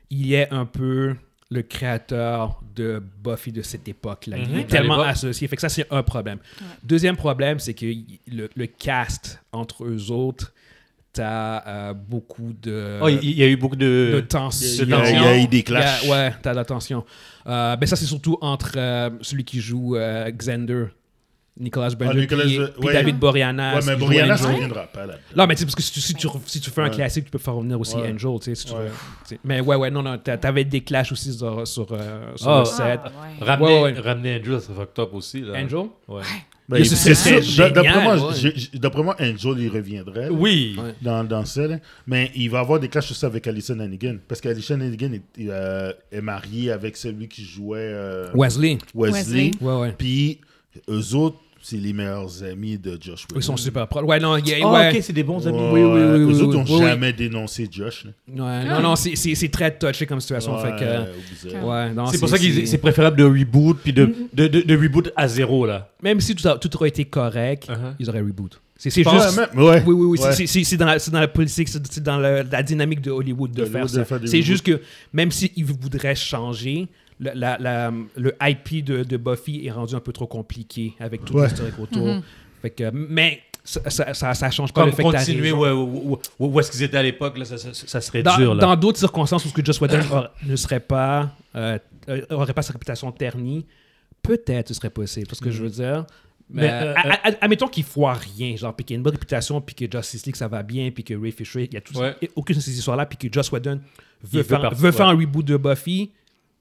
Speaker 1: il est un peu le créateur de Buffy de cette époque-là. Il
Speaker 2: Mhm.
Speaker 1: est tellement
Speaker 2: À l'époque.
Speaker 1: associé. Fait que ça, c'est un problème.
Speaker 4: Ouais.
Speaker 1: Deuxième problème, c'est que y- le, le cast entre eux autres, t'as euh, beaucoup de,
Speaker 2: Oh, il il y a eu beaucoup
Speaker 1: de
Speaker 2: de...
Speaker 1: tension.
Speaker 3: Il y a- il y a eu des clashs.
Speaker 1: Il y a- ouais, t'as de la tension. Euh, ben ça, c'est surtout entre euh, celui qui joue euh, Xander, Nicolas Bender,
Speaker 3: Nicolas,
Speaker 1: puis,
Speaker 3: euh,
Speaker 1: puis
Speaker 3: ouais.
Speaker 1: David Boreanaz.
Speaker 3: Ouais, mais
Speaker 1: qui joue
Speaker 3: Brianna,
Speaker 1: Angel.
Speaker 3: ça reviendra pas là.
Speaker 1: Non, mais tu sais, parce que si tu, si tu, si tu fais un
Speaker 3: Ouais.
Speaker 1: classique, tu peux faire revenir aussi
Speaker 3: Ouais.
Speaker 1: Angel, tu sais, si tu
Speaker 3: Ouais.
Speaker 1: veux. Tu sais. Mais ouais, ouais, non, non, t'a- t'avais des clashs aussi sur, sur, euh, sur
Speaker 2: Ah.
Speaker 1: le set.
Speaker 4: Ah, ouais.
Speaker 2: Ramener,
Speaker 1: Ouais, ouais.
Speaker 2: ramener Angel, ça serait fucked up aussi. Là.
Speaker 1: Angel?
Speaker 2: Ouais.
Speaker 3: Ben,
Speaker 1: Mais
Speaker 3: il-
Speaker 1: c'est-
Speaker 3: c'est
Speaker 1: c'est
Speaker 3: sûr,
Speaker 1: génial,
Speaker 3: d'après moi,
Speaker 1: ouais.
Speaker 3: j'ai- j'ai- d'après moi, Angel, il reviendrait là,
Speaker 2: Oui.
Speaker 1: Ouais.
Speaker 3: dans, dans ça. là. Mais il va avoir des clashs aussi avec Alison Hannigan. Parce qu'Alison Hannigan est, euh, est mariée avec celui qui jouait euh,
Speaker 1: Wesley.
Speaker 3: Wesley.
Speaker 4: Wesley.
Speaker 1: Ouais, ouais.
Speaker 3: Puis eux autres, c'est les meilleurs amis de Josh Whedon.
Speaker 1: Ils sont super proches. Ouais, non, il y a-
Speaker 2: Oh,
Speaker 1: ouais.
Speaker 2: ok, c'est des bons amis.
Speaker 3: Ouais,
Speaker 1: Oui, oui, oui,
Speaker 3: Eux
Speaker 1: oui,
Speaker 3: autres
Speaker 1: oui,
Speaker 3: n'ont
Speaker 1: oui,
Speaker 3: jamais dénoncé Josh. là.
Speaker 1: Ouais, non, non, c'est- c'est c'est très touché comme situation.
Speaker 3: Ouais,
Speaker 1: fait que,
Speaker 3: oublie ça.
Speaker 1: ouais, non,
Speaker 2: C'est pour ça que c'est préférable de reboot puis de, de, de, de reboot à zéro là.
Speaker 1: Même si tout, a- tout aurait été correct,
Speaker 2: Uh-huh.
Speaker 1: ils auraient reboot. C'est c'est
Speaker 3: Ouais,
Speaker 1: juste.
Speaker 3: mais- ouais.
Speaker 1: Oui, oui, oui.
Speaker 3: Ouais.
Speaker 1: c'est- C'est c'est dans, la- c'est dans la politique, c'est c'est dans le- la dynamique de Hollywood de
Speaker 3: Hollywood
Speaker 1: faire
Speaker 3: de
Speaker 1: ça.
Speaker 3: faire des
Speaker 1: C'est
Speaker 3: reboots.
Speaker 1: juste que même s'ils voudraient changer, le, la, la- le I P de, de Buffy est rendu un peu trop compliqué avec tout
Speaker 3: Ouais.
Speaker 1: l'historique autour.
Speaker 4: Mhm.
Speaker 1: Fait que, mais ça, ça, ça, ça change pas
Speaker 2: Comme
Speaker 1: le fait que t'as
Speaker 2: continuer
Speaker 1: raison.
Speaker 2: ouais, où, où- où- où est-ce qu'ils étaient à l'époque, là, ça, ça, ça serait
Speaker 1: Dans
Speaker 2: dur là.
Speaker 1: dans d'autres circonstances où ce que Joss Whedon aura- ne serait pas, euh, euh, aurait pas sa réputation ternie, peut-être ce serait possible. C'est ce que je veux dire. Mais,
Speaker 2: Mais,
Speaker 1: euh,
Speaker 2: euh,
Speaker 1: à- à- admettons qu'il foire rien, genre, puis qu'il y a une bonne réputation, puis que Justice League ça va bien, puis que Ray Fisher, il y a tout,
Speaker 2: Ouais.
Speaker 1: et aucune de ces histoires-là, puis que Joss Whedon
Speaker 2: Il
Speaker 1: veut,
Speaker 2: veut
Speaker 1: faire,
Speaker 2: partir,
Speaker 1: veut faire
Speaker 2: ouais.
Speaker 1: un reboot de Buffy,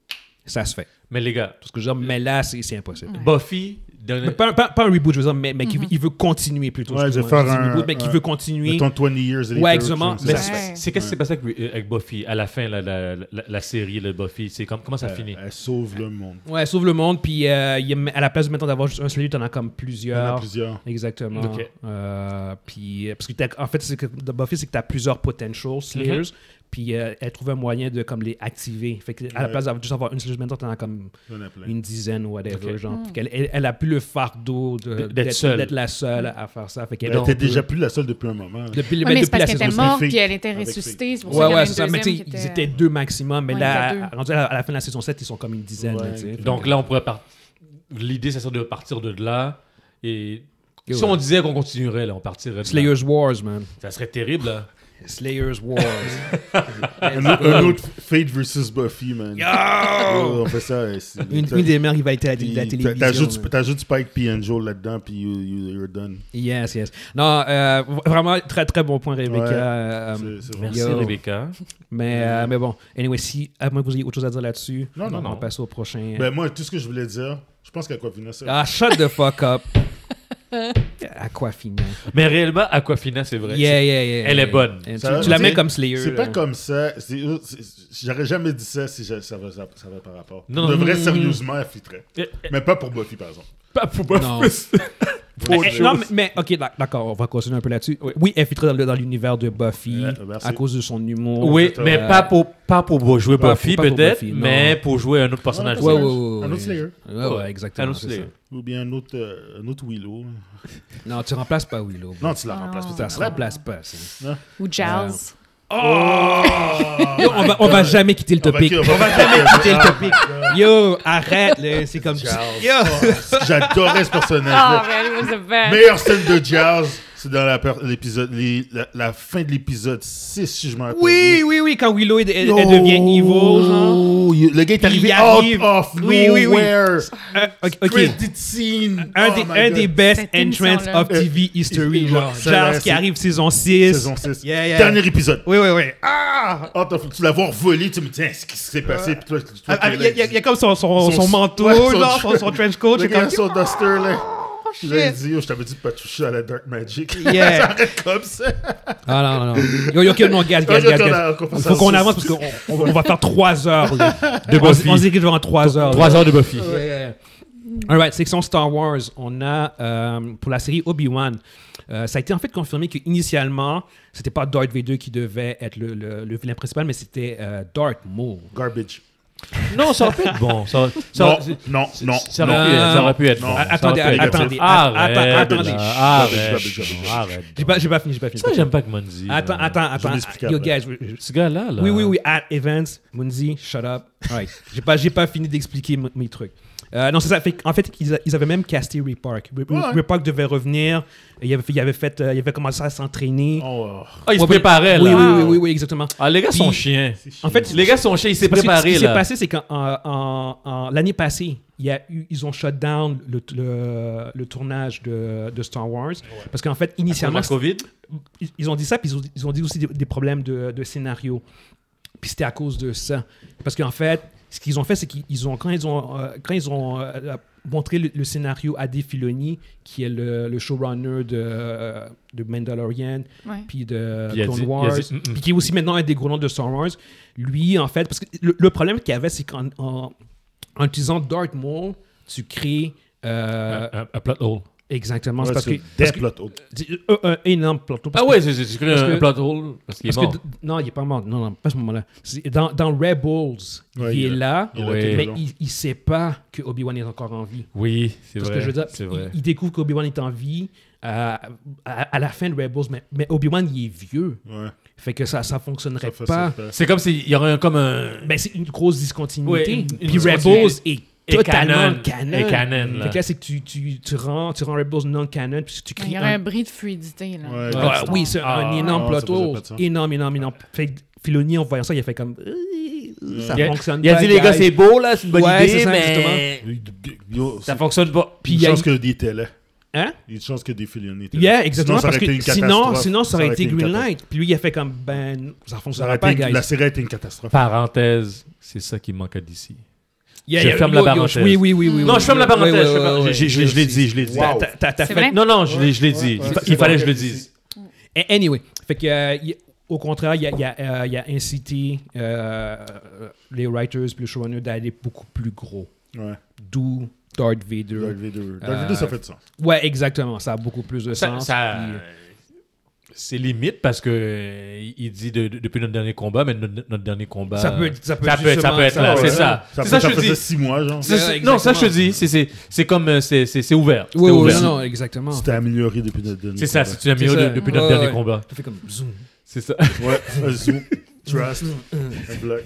Speaker 1: ça se fait.
Speaker 2: Mais les gars,
Speaker 1: Parce que je veux dire, mais là, c'est c'est impossible.
Speaker 2: Buffy, dans-
Speaker 1: Mais pas, pas- pas un reboot, je veux dire, mais, mais qu'il veut- il veut continuer plutôt.
Speaker 3: Ouais,
Speaker 1: excuse-moi,
Speaker 3: je vais faire
Speaker 1: je dis
Speaker 3: un-
Speaker 1: reboot, mais qu'il
Speaker 3: un-
Speaker 1: veut continuer.
Speaker 3: Mettons vingt years later.
Speaker 1: Ouais, exactement.
Speaker 3: tu sais,
Speaker 1: Mais
Speaker 3: ça se
Speaker 4: Ouais.
Speaker 3: fait.
Speaker 2: c'est qu'est-ce qui s'est passé avec, euh, avec Buffy à la fin, là, la, la, la série, le Buffy, c'est comme, comment ça
Speaker 3: Elle-
Speaker 2: finit?
Speaker 3: Elle sauve le monde.
Speaker 1: Ouais, sauve le monde, puis euh, il y a- à la place de maintenant d'avoir juste un Slayer, t'en as comme
Speaker 3: Il y en a
Speaker 1: plusieurs.
Speaker 3: plusieurs.
Speaker 1: Exactement.
Speaker 2: Ok.
Speaker 1: Euh, puis, euh, parce que t'as- en fait, c'est que dans Buffy, c'est que tu as plusieurs potential Slayers, puis euh, elle trouve un moyen de comme les activer. Fait que à la
Speaker 3: Ouais.
Speaker 1: place d'avoir juste avoir une Slayer, maintenant, t'en as comme
Speaker 3: Il y en a plein.
Speaker 1: une dizaine ou whatever.
Speaker 2: Ok.
Speaker 1: Genre,
Speaker 4: Mm.
Speaker 1: Puis qu'elle- elle, elle a plus le fardeau de-
Speaker 2: D'être
Speaker 1: d'être
Speaker 2: seule.
Speaker 1: d'être la seule à faire ça. Fait qu'elle
Speaker 3: Elle
Speaker 1: est
Speaker 3: était
Speaker 1: un peu-
Speaker 3: déjà plus la seule depuis un moment. là.
Speaker 1: Depuis,
Speaker 4: Ouais,
Speaker 1: ben,
Speaker 4: mais c'est
Speaker 1: depuis
Speaker 4: parce
Speaker 1: la
Speaker 4: qu'elle était
Speaker 1: saison
Speaker 4: morte
Speaker 3: Fake.
Speaker 4: puis elle était
Speaker 3: Avec
Speaker 4: ressuscitée. C'est pour
Speaker 1: Ouais,
Speaker 4: ça qu'il y
Speaker 1: ouais,
Speaker 4: avait
Speaker 1: c'est
Speaker 4: une
Speaker 1: ça. Mais tu
Speaker 4: deuxième
Speaker 1: sais,
Speaker 4: qui
Speaker 1: ils
Speaker 4: était-
Speaker 1: étaient deux maximum. Mais
Speaker 4: Ouais,
Speaker 1: là,
Speaker 4: il y a deux.
Speaker 1: rendu à, à la fin de la saison sept, ils sont comme une dizaine.
Speaker 3: Ouais.
Speaker 1: là, tu sais. Fait
Speaker 2: Donc
Speaker 1: que-
Speaker 2: là, on pourrait partir. L'idée, ça serait de partir de là. Et
Speaker 1: Et
Speaker 2: si
Speaker 1: ouais.
Speaker 2: on disait qu'on continuerait, là, on partirait de là.
Speaker 1: Slayers Wars, man.
Speaker 2: Ça serait terrible, là.
Speaker 1: Slayers Wars.
Speaker 3: Un, autre- un autre Fate versus Buffy, man.
Speaker 1: Yo!
Speaker 3: Ouais, on fait ça. euh, c'est-
Speaker 1: Une,
Speaker 3: t'as-
Speaker 1: une des meilleures rivalités à la,
Speaker 3: puis
Speaker 1: la
Speaker 3: t'a-
Speaker 1: télévision.
Speaker 3: T'ajoutes
Speaker 1: man.
Speaker 3: t'ajoutes Spike puis Angel là-dedans, puis you, you, you're done.
Speaker 1: Yes, yes. Non, euh, vraiment, très, très bon point, Rebecca.
Speaker 3: Ouais.
Speaker 1: Euh,
Speaker 3: C'est- c'est
Speaker 2: Merci,
Speaker 1: yo.
Speaker 2: Rebecca.
Speaker 1: mais, euh, mais bon, anyway, si à moins que vous ayez autre chose à dire là-dessus,
Speaker 3: Non, non,
Speaker 1: on va
Speaker 2: non.
Speaker 1: passer au prochain.
Speaker 3: Ben, moi, tout ce que je voulais dire, je pense qu'Aquafina, ça.
Speaker 1: Ah, shut the fuck up. Aquafina.
Speaker 2: Mais réellement, Aquafina, c'est vrai.
Speaker 1: Yeah, yeah, yeah.
Speaker 2: Elle est bonne.
Speaker 1: Tu,
Speaker 3: Ça-
Speaker 1: tu la
Speaker 3: tu
Speaker 1: mets
Speaker 3: sais,
Speaker 1: comme Slayer.
Speaker 3: C'est
Speaker 1: là.
Speaker 3: pas comme ça. c'est- c'est- J'aurais jamais dit ça si je- ça va ça, ça va par rapport.
Speaker 2: Non,
Speaker 3: Non, de
Speaker 2: non,
Speaker 3: vrai,
Speaker 1: non.
Speaker 3: sérieusement, elle fitterait.
Speaker 2: Euh,
Speaker 3: Mais pas pour Buffy, par exemple.
Speaker 2: Pas pour Buffy.
Speaker 1: Non.
Speaker 3: Pour autre
Speaker 1: Eh, eh, non,
Speaker 3: chose.
Speaker 1: mais, mais, ok, d'ac- d'accord, on va continuer un peu là-dessus. Oui, elle filtrait dans, le- dans l'univers de Buffy
Speaker 3: Ouais, merci.
Speaker 1: à cause de son humour.
Speaker 2: Oui,
Speaker 3: Euh,
Speaker 2: mais pas pour, pas pour jouer
Speaker 1: pas
Speaker 2: Buffy,
Speaker 1: pour- pas pour
Speaker 2: peut-être,
Speaker 1: Buffy, non.
Speaker 2: mais pour jouer un autre personnage.
Speaker 1: Ouais, ouais,
Speaker 3: Un
Speaker 1: ouais,
Speaker 3: autre
Speaker 1: ouais.
Speaker 3: Slayer.
Speaker 1: Ouais, ouais, exactement.
Speaker 2: Un autre
Speaker 1: c'est
Speaker 2: Slayer.
Speaker 1: ça.
Speaker 3: Ou bien un autre, euh, un autre Willow.
Speaker 1: Non, tu remplaces pas Willow.
Speaker 3: Non, tu la
Speaker 4: Ah.
Speaker 3: remplaces.
Speaker 1: Ça se remplace pas. ça.
Speaker 4: Ou Jazz.
Speaker 1: Yo, on va, on va jamais quitter le
Speaker 3: On va-
Speaker 1: topic.
Speaker 3: on va-
Speaker 1: On va jamais quitter le topic. Yo, arrête, là, c'est comme
Speaker 3: Charles.
Speaker 1: Yo.
Speaker 3: J'adorais ce
Speaker 4: Ah,
Speaker 3: personnage-là.
Speaker 4: man, it was the best.
Speaker 3: Meilleure scène de Jazz, c'est dans la, per- l'épisode, les- la, la fin de l'épisode six, si je m'en rappelle.
Speaker 1: Oui, oui, oui, quand Willow elle, elle- elle
Speaker 3: Yo,
Speaker 1: devient evil, genre.
Speaker 3: il- Le gars est arrivé
Speaker 1: Il arrive.
Speaker 3: out of
Speaker 1: Oui, oui, oui.
Speaker 3: nowhere.
Speaker 1: Euh, ok, ok.
Speaker 3: Credit scene.
Speaker 1: Un,
Speaker 3: Oh
Speaker 1: des,
Speaker 3: my
Speaker 1: un
Speaker 3: God.
Speaker 1: des best
Speaker 4: Cette
Speaker 1: entrance
Speaker 4: émission-là.
Speaker 1: of T V history,
Speaker 3: Euh,
Speaker 1: genre.
Speaker 3: ça,
Speaker 1: Jazz
Speaker 3: là,
Speaker 1: qui
Speaker 3: c'est-
Speaker 1: arrive saison six.
Speaker 3: Saison six.
Speaker 1: Yeah, yeah.
Speaker 3: Dernier épisode.
Speaker 1: Oui, oui, oui.
Speaker 3: Ah! Out of- tu l'as voir voler, tu me dis, tiens, qu'est-ce qui s'est passé? Puis toi, tu- tu-
Speaker 1: Ah, ah,
Speaker 3: tu-
Speaker 1: Il y, a- il y a- il y a comme son, son,
Speaker 3: Son-
Speaker 1: son manteau,
Speaker 3: ouais, son-
Speaker 1: genre, son, son trench coat.
Speaker 3: Le
Speaker 1: c'est
Speaker 3: gars,
Speaker 1: comme-
Speaker 3: son duster, là.
Speaker 1: shit.
Speaker 3: Là, il dit, oh, je t'avais dit de pas toucher à la Dark Magic.
Speaker 1: Yeah.
Speaker 3: Ça arrête comme ça.
Speaker 1: Ah non, non, non. Yo, yo, ok, non, gaz, gaz,
Speaker 3: Ok,
Speaker 1: gaz,
Speaker 3: on a-
Speaker 1: gaz.
Speaker 3: on passe
Speaker 1: Il
Speaker 3: à
Speaker 1: faut qu'on
Speaker 3: six.
Speaker 1: avance parce qu'on on, on va faire trois heures. là.
Speaker 2: De
Speaker 1: On,
Speaker 2: Buffy.
Speaker 1: on se dirige devant trois heures.
Speaker 2: Trois heures de Buffy.
Speaker 1: Yeah, yeah, yeah. Alright, section Star Wars. On a, euh, pour la série Obi-Wan, euh, ça a été en fait confirmé qu'initialement, c'était pas Darth Vader qui devait être le, le, le vilain principal, mais c'était euh, Darth Maul.
Speaker 3: Garbage.
Speaker 2: Non, ça aurait pu être bon. Ça, ça,
Speaker 3: Non,
Speaker 2: c'est-
Speaker 3: non, non.
Speaker 2: ça aurait
Speaker 3: non.
Speaker 2: pu être- ça aurait pu être
Speaker 3: Non.
Speaker 2: bon.
Speaker 3: Ah,
Speaker 2: Ça
Speaker 1: attendez,
Speaker 2: aurait pu être-
Speaker 1: attendez,
Speaker 2: Arrête,
Speaker 1: attends, attendez.
Speaker 2: là,
Speaker 3: Garbage,
Speaker 2: Arrête.
Speaker 3: garbage, garbage.
Speaker 2: Arrête.
Speaker 1: J'ai pas, j'ai pas fini, j'ai pas fini.
Speaker 2: Ça, j'aime pas que Monzi.
Speaker 1: Attends,
Speaker 2: là.
Speaker 1: attends,
Speaker 3: Je vais
Speaker 1: attends.
Speaker 3: l'expliquer
Speaker 1: Yo,
Speaker 3: après.
Speaker 1: guys, je- je-
Speaker 2: Ce gars-là, là.
Speaker 1: oui, oui, oui. At Evans, Munzi, shut up. Right. J'ai pas, j'ai pas fini d'expliquer m- mes trucs. Euh, non, c'est ça. Fait, en fait, ils, a- ils avaient même casté Ray Park. Ray,
Speaker 3: Ouais.
Speaker 1: Ray Park devait revenir. Il avait, fait- il avait, fait, euh, il avait commencé à s'entraîner.
Speaker 3: Oh,
Speaker 2: Ah, il se
Speaker 1: Ouais,
Speaker 2: préparait,
Speaker 1: oui,
Speaker 2: là.
Speaker 1: oui, oui, oui, oui, exactement.
Speaker 2: Ah, les gars sont
Speaker 1: Puis-
Speaker 2: chiens.
Speaker 1: En fait,
Speaker 2: Les gars sont chiens, il s'est
Speaker 1: Parce que
Speaker 2: préparé,
Speaker 1: ce qui s'est
Speaker 2: là.
Speaker 1: passé, c'est qu'en en- en- en- l'année passée, il y a eu, ils ont shut down le, le, le tournage de, de Star Wars. Parce qu'en fait, initialement,
Speaker 2: La COVID.
Speaker 1: ils, ils ont dit ça, puis ils ont, ils ont dit aussi des, des problèmes de, de scénario. Puis c'était à cause de ça. Parce qu'en fait, ce qu'ils ont fait, c'est qu'ils ont, quand ils ont, euh, quand ils ont euh, montré le, le scénario à Dave Filoni, qui est le, le showrunner de, euh, de Mandalorian,
Speaker 4: Ouais.
Speaker 1: puis de
Speaker 2: Puis il a
Speaker 1: Clone
Speaker 2: dit- il a
Speaker 1: Wars,
Speaker 2: dit, Mm, mm.
Speaker 1: puis qui est aussi maintenant un des gros noms de Star Wars. Lui, en fait, parce que le, le problème qu'il y avait, c'est qu'en en, en utilisant Darth Maul, tu crées... euh,
Speaker 2: Un- un- Un plot hole.
Speaker 1: exactement. c'est
Speaker 3: ouais,
Speaker 1: parce que...
Speaker 3: c'est
Speaker 1: parce
Speaker 3: des
Speaker 1: que-
Speaker 3: plot holes.
Speaker 1: un, un énorme plateau. parce
Speaker 2: Ah
Speaker 1: que-
Speaker 2: ouais, c'est c'est- tu crées
Speaker 1: parce
Speaker 2: un
Speaker 1: que-
Speaker 2: un plot hole parce qu'il est
Speaker 1: parce
Speaker 2: mort.
Speaker 1: que, d- non, il n'est pas mort. Non, non, pas à ce moment-là. C'est- Dans, dans Rebels,
Speaker 3: Ouais,
Speaker 1: il
Speaker 3: il
Speaker 1: est
Speaker 3: a-
Speaker 1: là,
Speaker 3: il a
Speaker 2: Ouais.
Speaker 3: été
Speaker 1: mais
Speaker 3: long.
Speaker 1: il ne sait pas que Obi-Wan est encore en vie.
Speaker 2: Oui, c'est
Speaker 1: Parce
Speaker 2: vrai.
Speaker 1: que je veux dire,
Speaker 2: C'est
Speaker 1: il,
Speaker 2: vrai.
Speaker 1: il découvre qu'Obi-Wan est en vie euh, à, à la fin de Rebels, mais, mais Obi-Wan, il est vieux.
Speaker 3: Ouais.
Speaker 1: Fait que ça ne fonctionnerait
Speaker 3: Ça fait
Speaker 1: pas.
Speaker 3: ça.
Speaker 2: C'est comme s'il y aurait un, comme un.
Speaker 1: Ben, c'est une grosse discontinuité.
Speaker 2: Ouais, une- une
Speaker 1: Puis
Speaker 2: discontinuité.
Speaker 1: Rebels est
Speaker 2: Et
Speaker 1: totalement
Speaker 2: canon.
Speaker 1: canon.
Speaker 2: Et canon, là.
Speaker 1: Fait que là, c'est que tu, tu, tu, rends, tu rends Rebels non-canon, puis tu
Speaker 4: Il
Speaker 1: crées
Speaker 4: y aurait
Speaker 1: un
Speaker 4: un bris de fluidité. Là.
Speaker 3: Ouais,
Speaker 4: dans
Speaker 1: Ah,
Speaker 4: l'histoire.
Speaker 1: oui, c'est
Speaker 2: Ah,
Speaker 1: un énorme
Speaker 3: non, ça
Speaker 1: plateau.
Speaker 3: faisait pas de sens.
Speaker 1: Énorme, énorme, énorme. Fait que Filoni, en voyant ça, il a fait comme. Ça
Speaker 2: Il a,
Speaker 1: fonctionne
Speaker 2: il a
Speaker 1: pas.
Speaker 2: dit, les gars,
Speaker 1: guys.
Speaker 2: c'est beau, là, c'est une bonne
Speaker 1: Ouais,
Speaker 2: idée,
Speaker 1: c'est ça,
Speaker 2: mais.
Speaker 3: Yo,
Speaker 2: Ça
Speaker 3: c'est
Speaker 2: fonctionne pas.
Speaker 1: Puis
Speaker 3: une
Speaker 1: il y a
Speaker 3: chance
Speaker 1: une-
Speaker 3: que des télé.
Speaker 1: Hein?
Speaker 3: Il y a une chance que des Filoni étaient
Speaker 1: Yeah,
Speaker 3: là.
Speaker 1: exactement.
Speaker 3: Sinon, ça
Speaker 1: Parce
Speaker 3: aurait
Speaker 1: que
Speaker 3: été une
Speaker 1: sinon,
Speaker 3: catastrophe.
Speaker 1: sinon, ça aurait été
Speaker 3: une
Speaker 1: Green
Speaker 3: catastrophe.
Speaker 1: Light. Puis lui, il a fait comme, ben, ça
Speaker 3: Ça aurait
Speaker 1: fonctionnera pas,
Speaker 3: été-
Speaker 1: guys.
Speaker 3: La série a été une catastrophe.
Speaker 2: Parenthèse, c'est ça qui manque à D C.
Speaker 1: Yeah,
Speaker 2: je
Speaker 1: yeah,
Speaker 2: ferme
Speaker 1: yo,
Speaker 2: la
Speaker 1: yo,
Speaker 2: parenthèse.
Speaker 1: Oui, oui, oui, oui.
Speaker 2: Non,
Speaker 1: oui,
Speaker 2: je ferme la
Speaker 1: oui,
Speaker 2: parenthèse.
Speaker 1: oui,
Speaker 2: je
Speaker 1: oui,
Speaker 2: ferme-
Speaker 1: oui,
Speaker 2: je-
Speaker 1: oui,
Speaker 2: je- Je l'ai dit, je l'ai dit.
Speaker 3: Wow.
Speaker 1: T'as- t'as- t'as
Speaker 4: C'est
Speaker 1: fait-
Speaker 4: vrai?
Speaker 2: Non, non, je l'ai je l'ai dit.
Speaker 3: Ouais,
Speaker 2: Il
Speaker 3: ouais,
Speaker 2: fa-
Speaker 3: c'est
Speaker 2: Il fallait que je
Speaker 3: vrai.
Speaker 2: le dise.
Speaker 1: A- Anyway, fait que, euh, il- au contraire, il a, il a, euh, il a incité euh, les writers puis le showrunner d'aller beaucoup plus gros.
Speaker 3: Ouais.
Speaker 1: D'où Darth Vader.
Speaker 3: Darth Vader. Darth
Speaker 1: Euh,
Speaker 3: Vader, ça fait de sens.
Speaker 1: Ouais, exactement. Ça a beaucoup plus de
Speaker 2: Ça,
Speaker 1: sens.
Speaker 2: ça-
Speaker 1: puis-
Speaker 2: c'est limite parce que euh, il dit de- de- depuis notre dernier combat, mais notre, notre dernier combat.
Speaker 1: Ça peut- ça peut
Speaker 2: ça peut, ça peut être
Speaker 1: justement-
Speaker 2: là.
Speaker 1: ça,
Speaker 2: C'est
Speaker 1: ouais.
Speaker 2: ça.
Speaker 3: Ça,
Speaker 2: C'est
Speaker 3: fait-
Speaker 2: ça,
Speaker 3: ça
Speaker 2: je te
Speaker 3: faisait
Speaker 2: dis.
Speaker 3: six mois, genre.
Speaker 2: C'est-
Speaker 1: Ouais,
Speaker 2: c'est- non, ça je te
Speaker 1: exactement.
Speaker 2: dis, c'est- c'est c'est comme euh, c'est c'est- c'est ouvert.
Speaker 1: Oui,
Speaker 2: C'était
Speaker 1: oui,
Speaker 2: ouvert.
Speaker 1: non, non, exactement.
Speaker 3: C'était amélioré depuis notre dernier
Speaker 2: C'est ça,
Speaker 3: combat.
Speaker 2: c'est amélioré
Speaker 1: C'est ça.
Speaker 2: depuis notre
Speaker 1: Ouais,
Speaker 2: dernier
Speaker 1: ouais.
Speaker 2: combat.
Speaker 1: Ça fait comme zoom.
Speaker 2: C'est ça.
Speaker 3: Ouais, un zoom, trust, un bloc.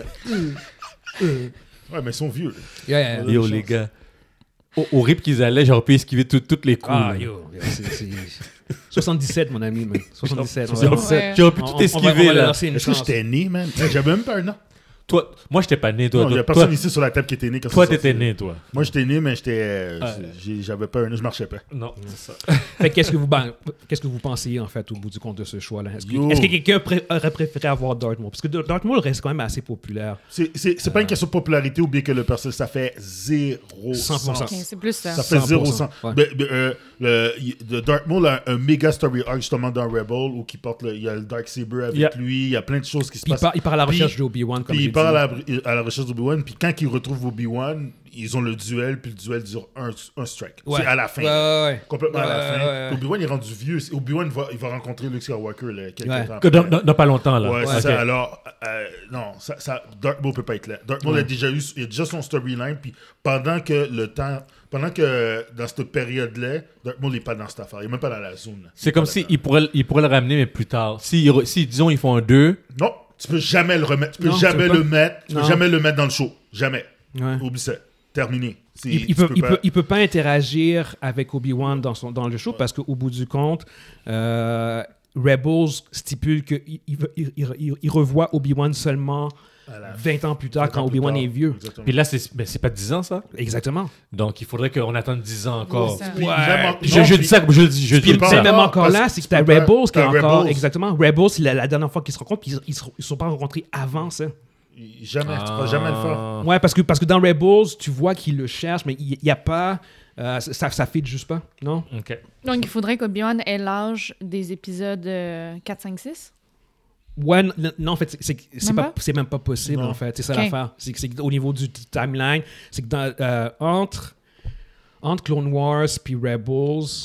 Speaker 3: Ouais, mais ils sont vieux. là.
Speaker 1: Yeah, yeah, yeah.
Speaker 2: Yo,
Speaker 3: chance.
Speaker 2: les gars. Au, au rythme qu'ils allaient, j'aurais pu esquiver tout- toutes les coups.
Speaker 1: Ah,
Speaker 2: là.
Speaker 1: yo, yo, c'est- c'est- soixante-dix-sept, mon ami, man. soixante-dix-sept. on va-
Speaker 2: Soixante-dix-sept.
Speaker 4: Ouais.
Speaker 2: J'aurais pu
Speaker 1: on-
Speaker 2: tout
Speaker 1: on- on va- on
Speaker 2: esquiver,
Speaker 1: va leur
Speaker 2: là.
Speaker 1: lancer une
Speaker 3: Est-ce que
Speaker 1: chance.
Speaker 3: j'étais né, man? Hey, J'avais même pas un an.
Speaker 2: Toi, moi, j'étais pas né, toi.
Speaker 3: Non, il n'y a
Speaker 2: toi,
Speaker 3: personne
Speaker 2: toi,
Speaker 3: ici sur la table qui était né quand
Speaker 2: toi,
Speaker 3: c'est
Speaker 2: t'étais
Speaker 3: sorti.
Speaker 2: né, toi.
Speaker 3: Moi, j'étais né, mais j'étais, euh,
Speaker 2: Ouais.
Speaker 3: j'ai- j'avais pas un an, je marchais pas.
Speaker 2: Non, c'est ça.
Speaker 1: Fait que qu'est-ce que vous, ben, qu'est-ce que vous pensez, en fait, au bout du compte de ce choix-là? Est-ce que,
Speaker 3: Yo.
Speaker 1: est-ce que quelqu'un pré- aurait préféré avoir Darth Maul? Parce que Darth Maul reste quand même assez populaire.
Speaker 3: C'est c'est- c'est pas une question de popularité ou bien que le personnage, ça fait zéro
Speaker 1: cent pour cent.
Speaker 3: sens.
Speaker 4: Ok, c'est plus ça.
Speaker 3: Ça fait
Speaker 1: cent
Speaker 3: zéro
Speaker 1: pour
Speaker 3: sens.
Speaker 1: cent, ouais.
Speaker 3: Ben, ben, euh, le, y- de Darth Maul a un, un méga story arc justement dans Rebel où il porte le, il y a le Dark Saber avec
Speaker 2: Yeah.
Speaker 3: lui, il y a plein de choses qui se
Speaker 1: Puis il
Speaker 3: passent.
Speaker 1: part, il part à la
Speaker 3: Puis-
Speaker 1: recherche d'Obi-Wan, comme
Speaker 3: Puis
Speaker 1: j'ai
Speaker 3: il part à
Speaker 1: dit.
Speaker 3: la, à la recherche d'Obi-Wan, puis quand il retrouve Obi-Wan, ils ont le duel, puis le duel dure un, un strike.
Speaker 1: Ouais.
Speaker 3: C'est à la fin.
Speaker 1: Ouais, ouais, ouais.
Speaker 3: Complètement à la
Speaker 1: Ouais,
Speaker 3: fin.
Speaker 1: ouais, ouais.
Speaker 3: Puis Obi-Wan est rendu vieux. Obi-Wan va, il va rencontrer Luke Skywalker là, quelques
Speaker 1: Ouais.
Speaker 3: temps
Speaker 2: Que
Speaker 3: après.
Speaker 2: dans, dans- dans pas longtemps, là.
Speaker 3: Ouais, c'est
Speaker 2: Ok.
Speaker 3: ça. Alors, euh, non, ça, ça, Darth Maul peut pas être là. Darth Maul
Speaker 1: Ouais.
Speaker 3: a déjà eu, il a déjà son storyline, puis pendant que le temps, pendant que dans cette période-là, Darth Maul n'est pas dans cette affaire, il est même pas dans la zone. là. Il
Speaker 2: C'est
Speaker 3: est
Speaker 2: comme
Speaker 3: pas
Speaker 2: si
Speaker 3: là-dedans.
Speaker 2: ils pourraient, ils pourraient le ramener, mais plus tard. Si, ils re- si disons, ils font un deux,
Speaker 3: Non, tu peux jamais le remettre, tu peux
Speaker 1: Non, tu
Speaker 3: jamais
Speaker 1: peux
Speaker 3: le
Speaker 1: pas.
Speaker 3: mettre, tu peux
Speaker 1: Non.
Speaker 3: jamais le mettre dans le show, jamais.
Speaker 1: Ouais.
Speaker 3: Oublie ça, terminé. C'est-
Speaker 1: Il, il
Speaker 3: tu
Speaker 1: peut,
Speaker 3: peux
Speaker 1: il,
Speaker 3: pas-
Speaker 1: peut, il peut pas interagir avec Obi-Wan dans, son, dans le show parce qu'au bout du compte, euh, Rebels stipule qu'il il, il, il, il- il revoit Obi-Wan seulement
Speaker 3: à la
Speaker 1: vingt ans plus tard
Speaker 3: vingt
Speaker 1: quand
Speaker 3: ans plus
Speaker 1: Obi-Wan
Speaker 3: tard.
Speaker 1: est vieux.
Speaker 3: Exactement.
Speaker 2: puis là, c'est ben, c'est pas dix ans, ça.
Speaker 1: Exactement.
Speaker 2: Donc, il faudrait qu'on attende dix ans encore.
Speaker 4: C'est ça.
Speaker 3: Puis
Speaker 1: Ouais.
Speaker 3: même en-
Speaker 2: Puis
Speaker 3: non,
Speaker 2: je, je
Speaker 3: puis-
Speaker 2: dis ça comme je le dis. Je
Speaker 1: Puis
Speaker 2: dis
Speaker 3: pas.
Speaker 2: ça.
Speaker 1: même
Speaker 3: Non,
Speaker 1: encore
Speaker 3: parce
Speaker 1: là,
Speaker 3: que
Speaker 1: c'est que
Speaker 3: tu
Speaker 1: t'as
Speaker 3: peux pas-
Speaker 1: Rebels qui est
Speaker 3: t'as
Speaker 1: encore.
Speaker 3: Rebels.
Speaker 1: Exactement. Rebels, c'est la, la dernière fois qu'ils se rencontrent, puis ils, ils, se- ils sont pas rencontrés avant ça.
Speaker 3: Jamais, tu peux jamais le faire.
Speaker 2: Ah.
Speaker 1: Ouais, parce que, parce que dans Rebels, tu vois qu'ils le cherchent, mais il n'y a pas. euh, ça, ça fit juste pas, non?
Speaker 2: Ok.
Speaker 4: Donc, il faudrait qu'Obi-Wan ait l'âge des épisodes euh, quatre, cinq, six.
Speaker 1: Ouais, n- n- non, en fait, c'est- c'est c'est
Speaker 4: Même
Speaker 1: pas,
Speaker 4: pas?
Speaker 1: c'est même pas possible,
Speaker 3: Non.
Speaker 1: en fait. C'est ça
Speaker 4: Ok.
Speaker 1: l'affaire. C'est que c'est que au niveau du t- timeline, c'est que dans, euh, entre, entre Clone Wars puis Rebels,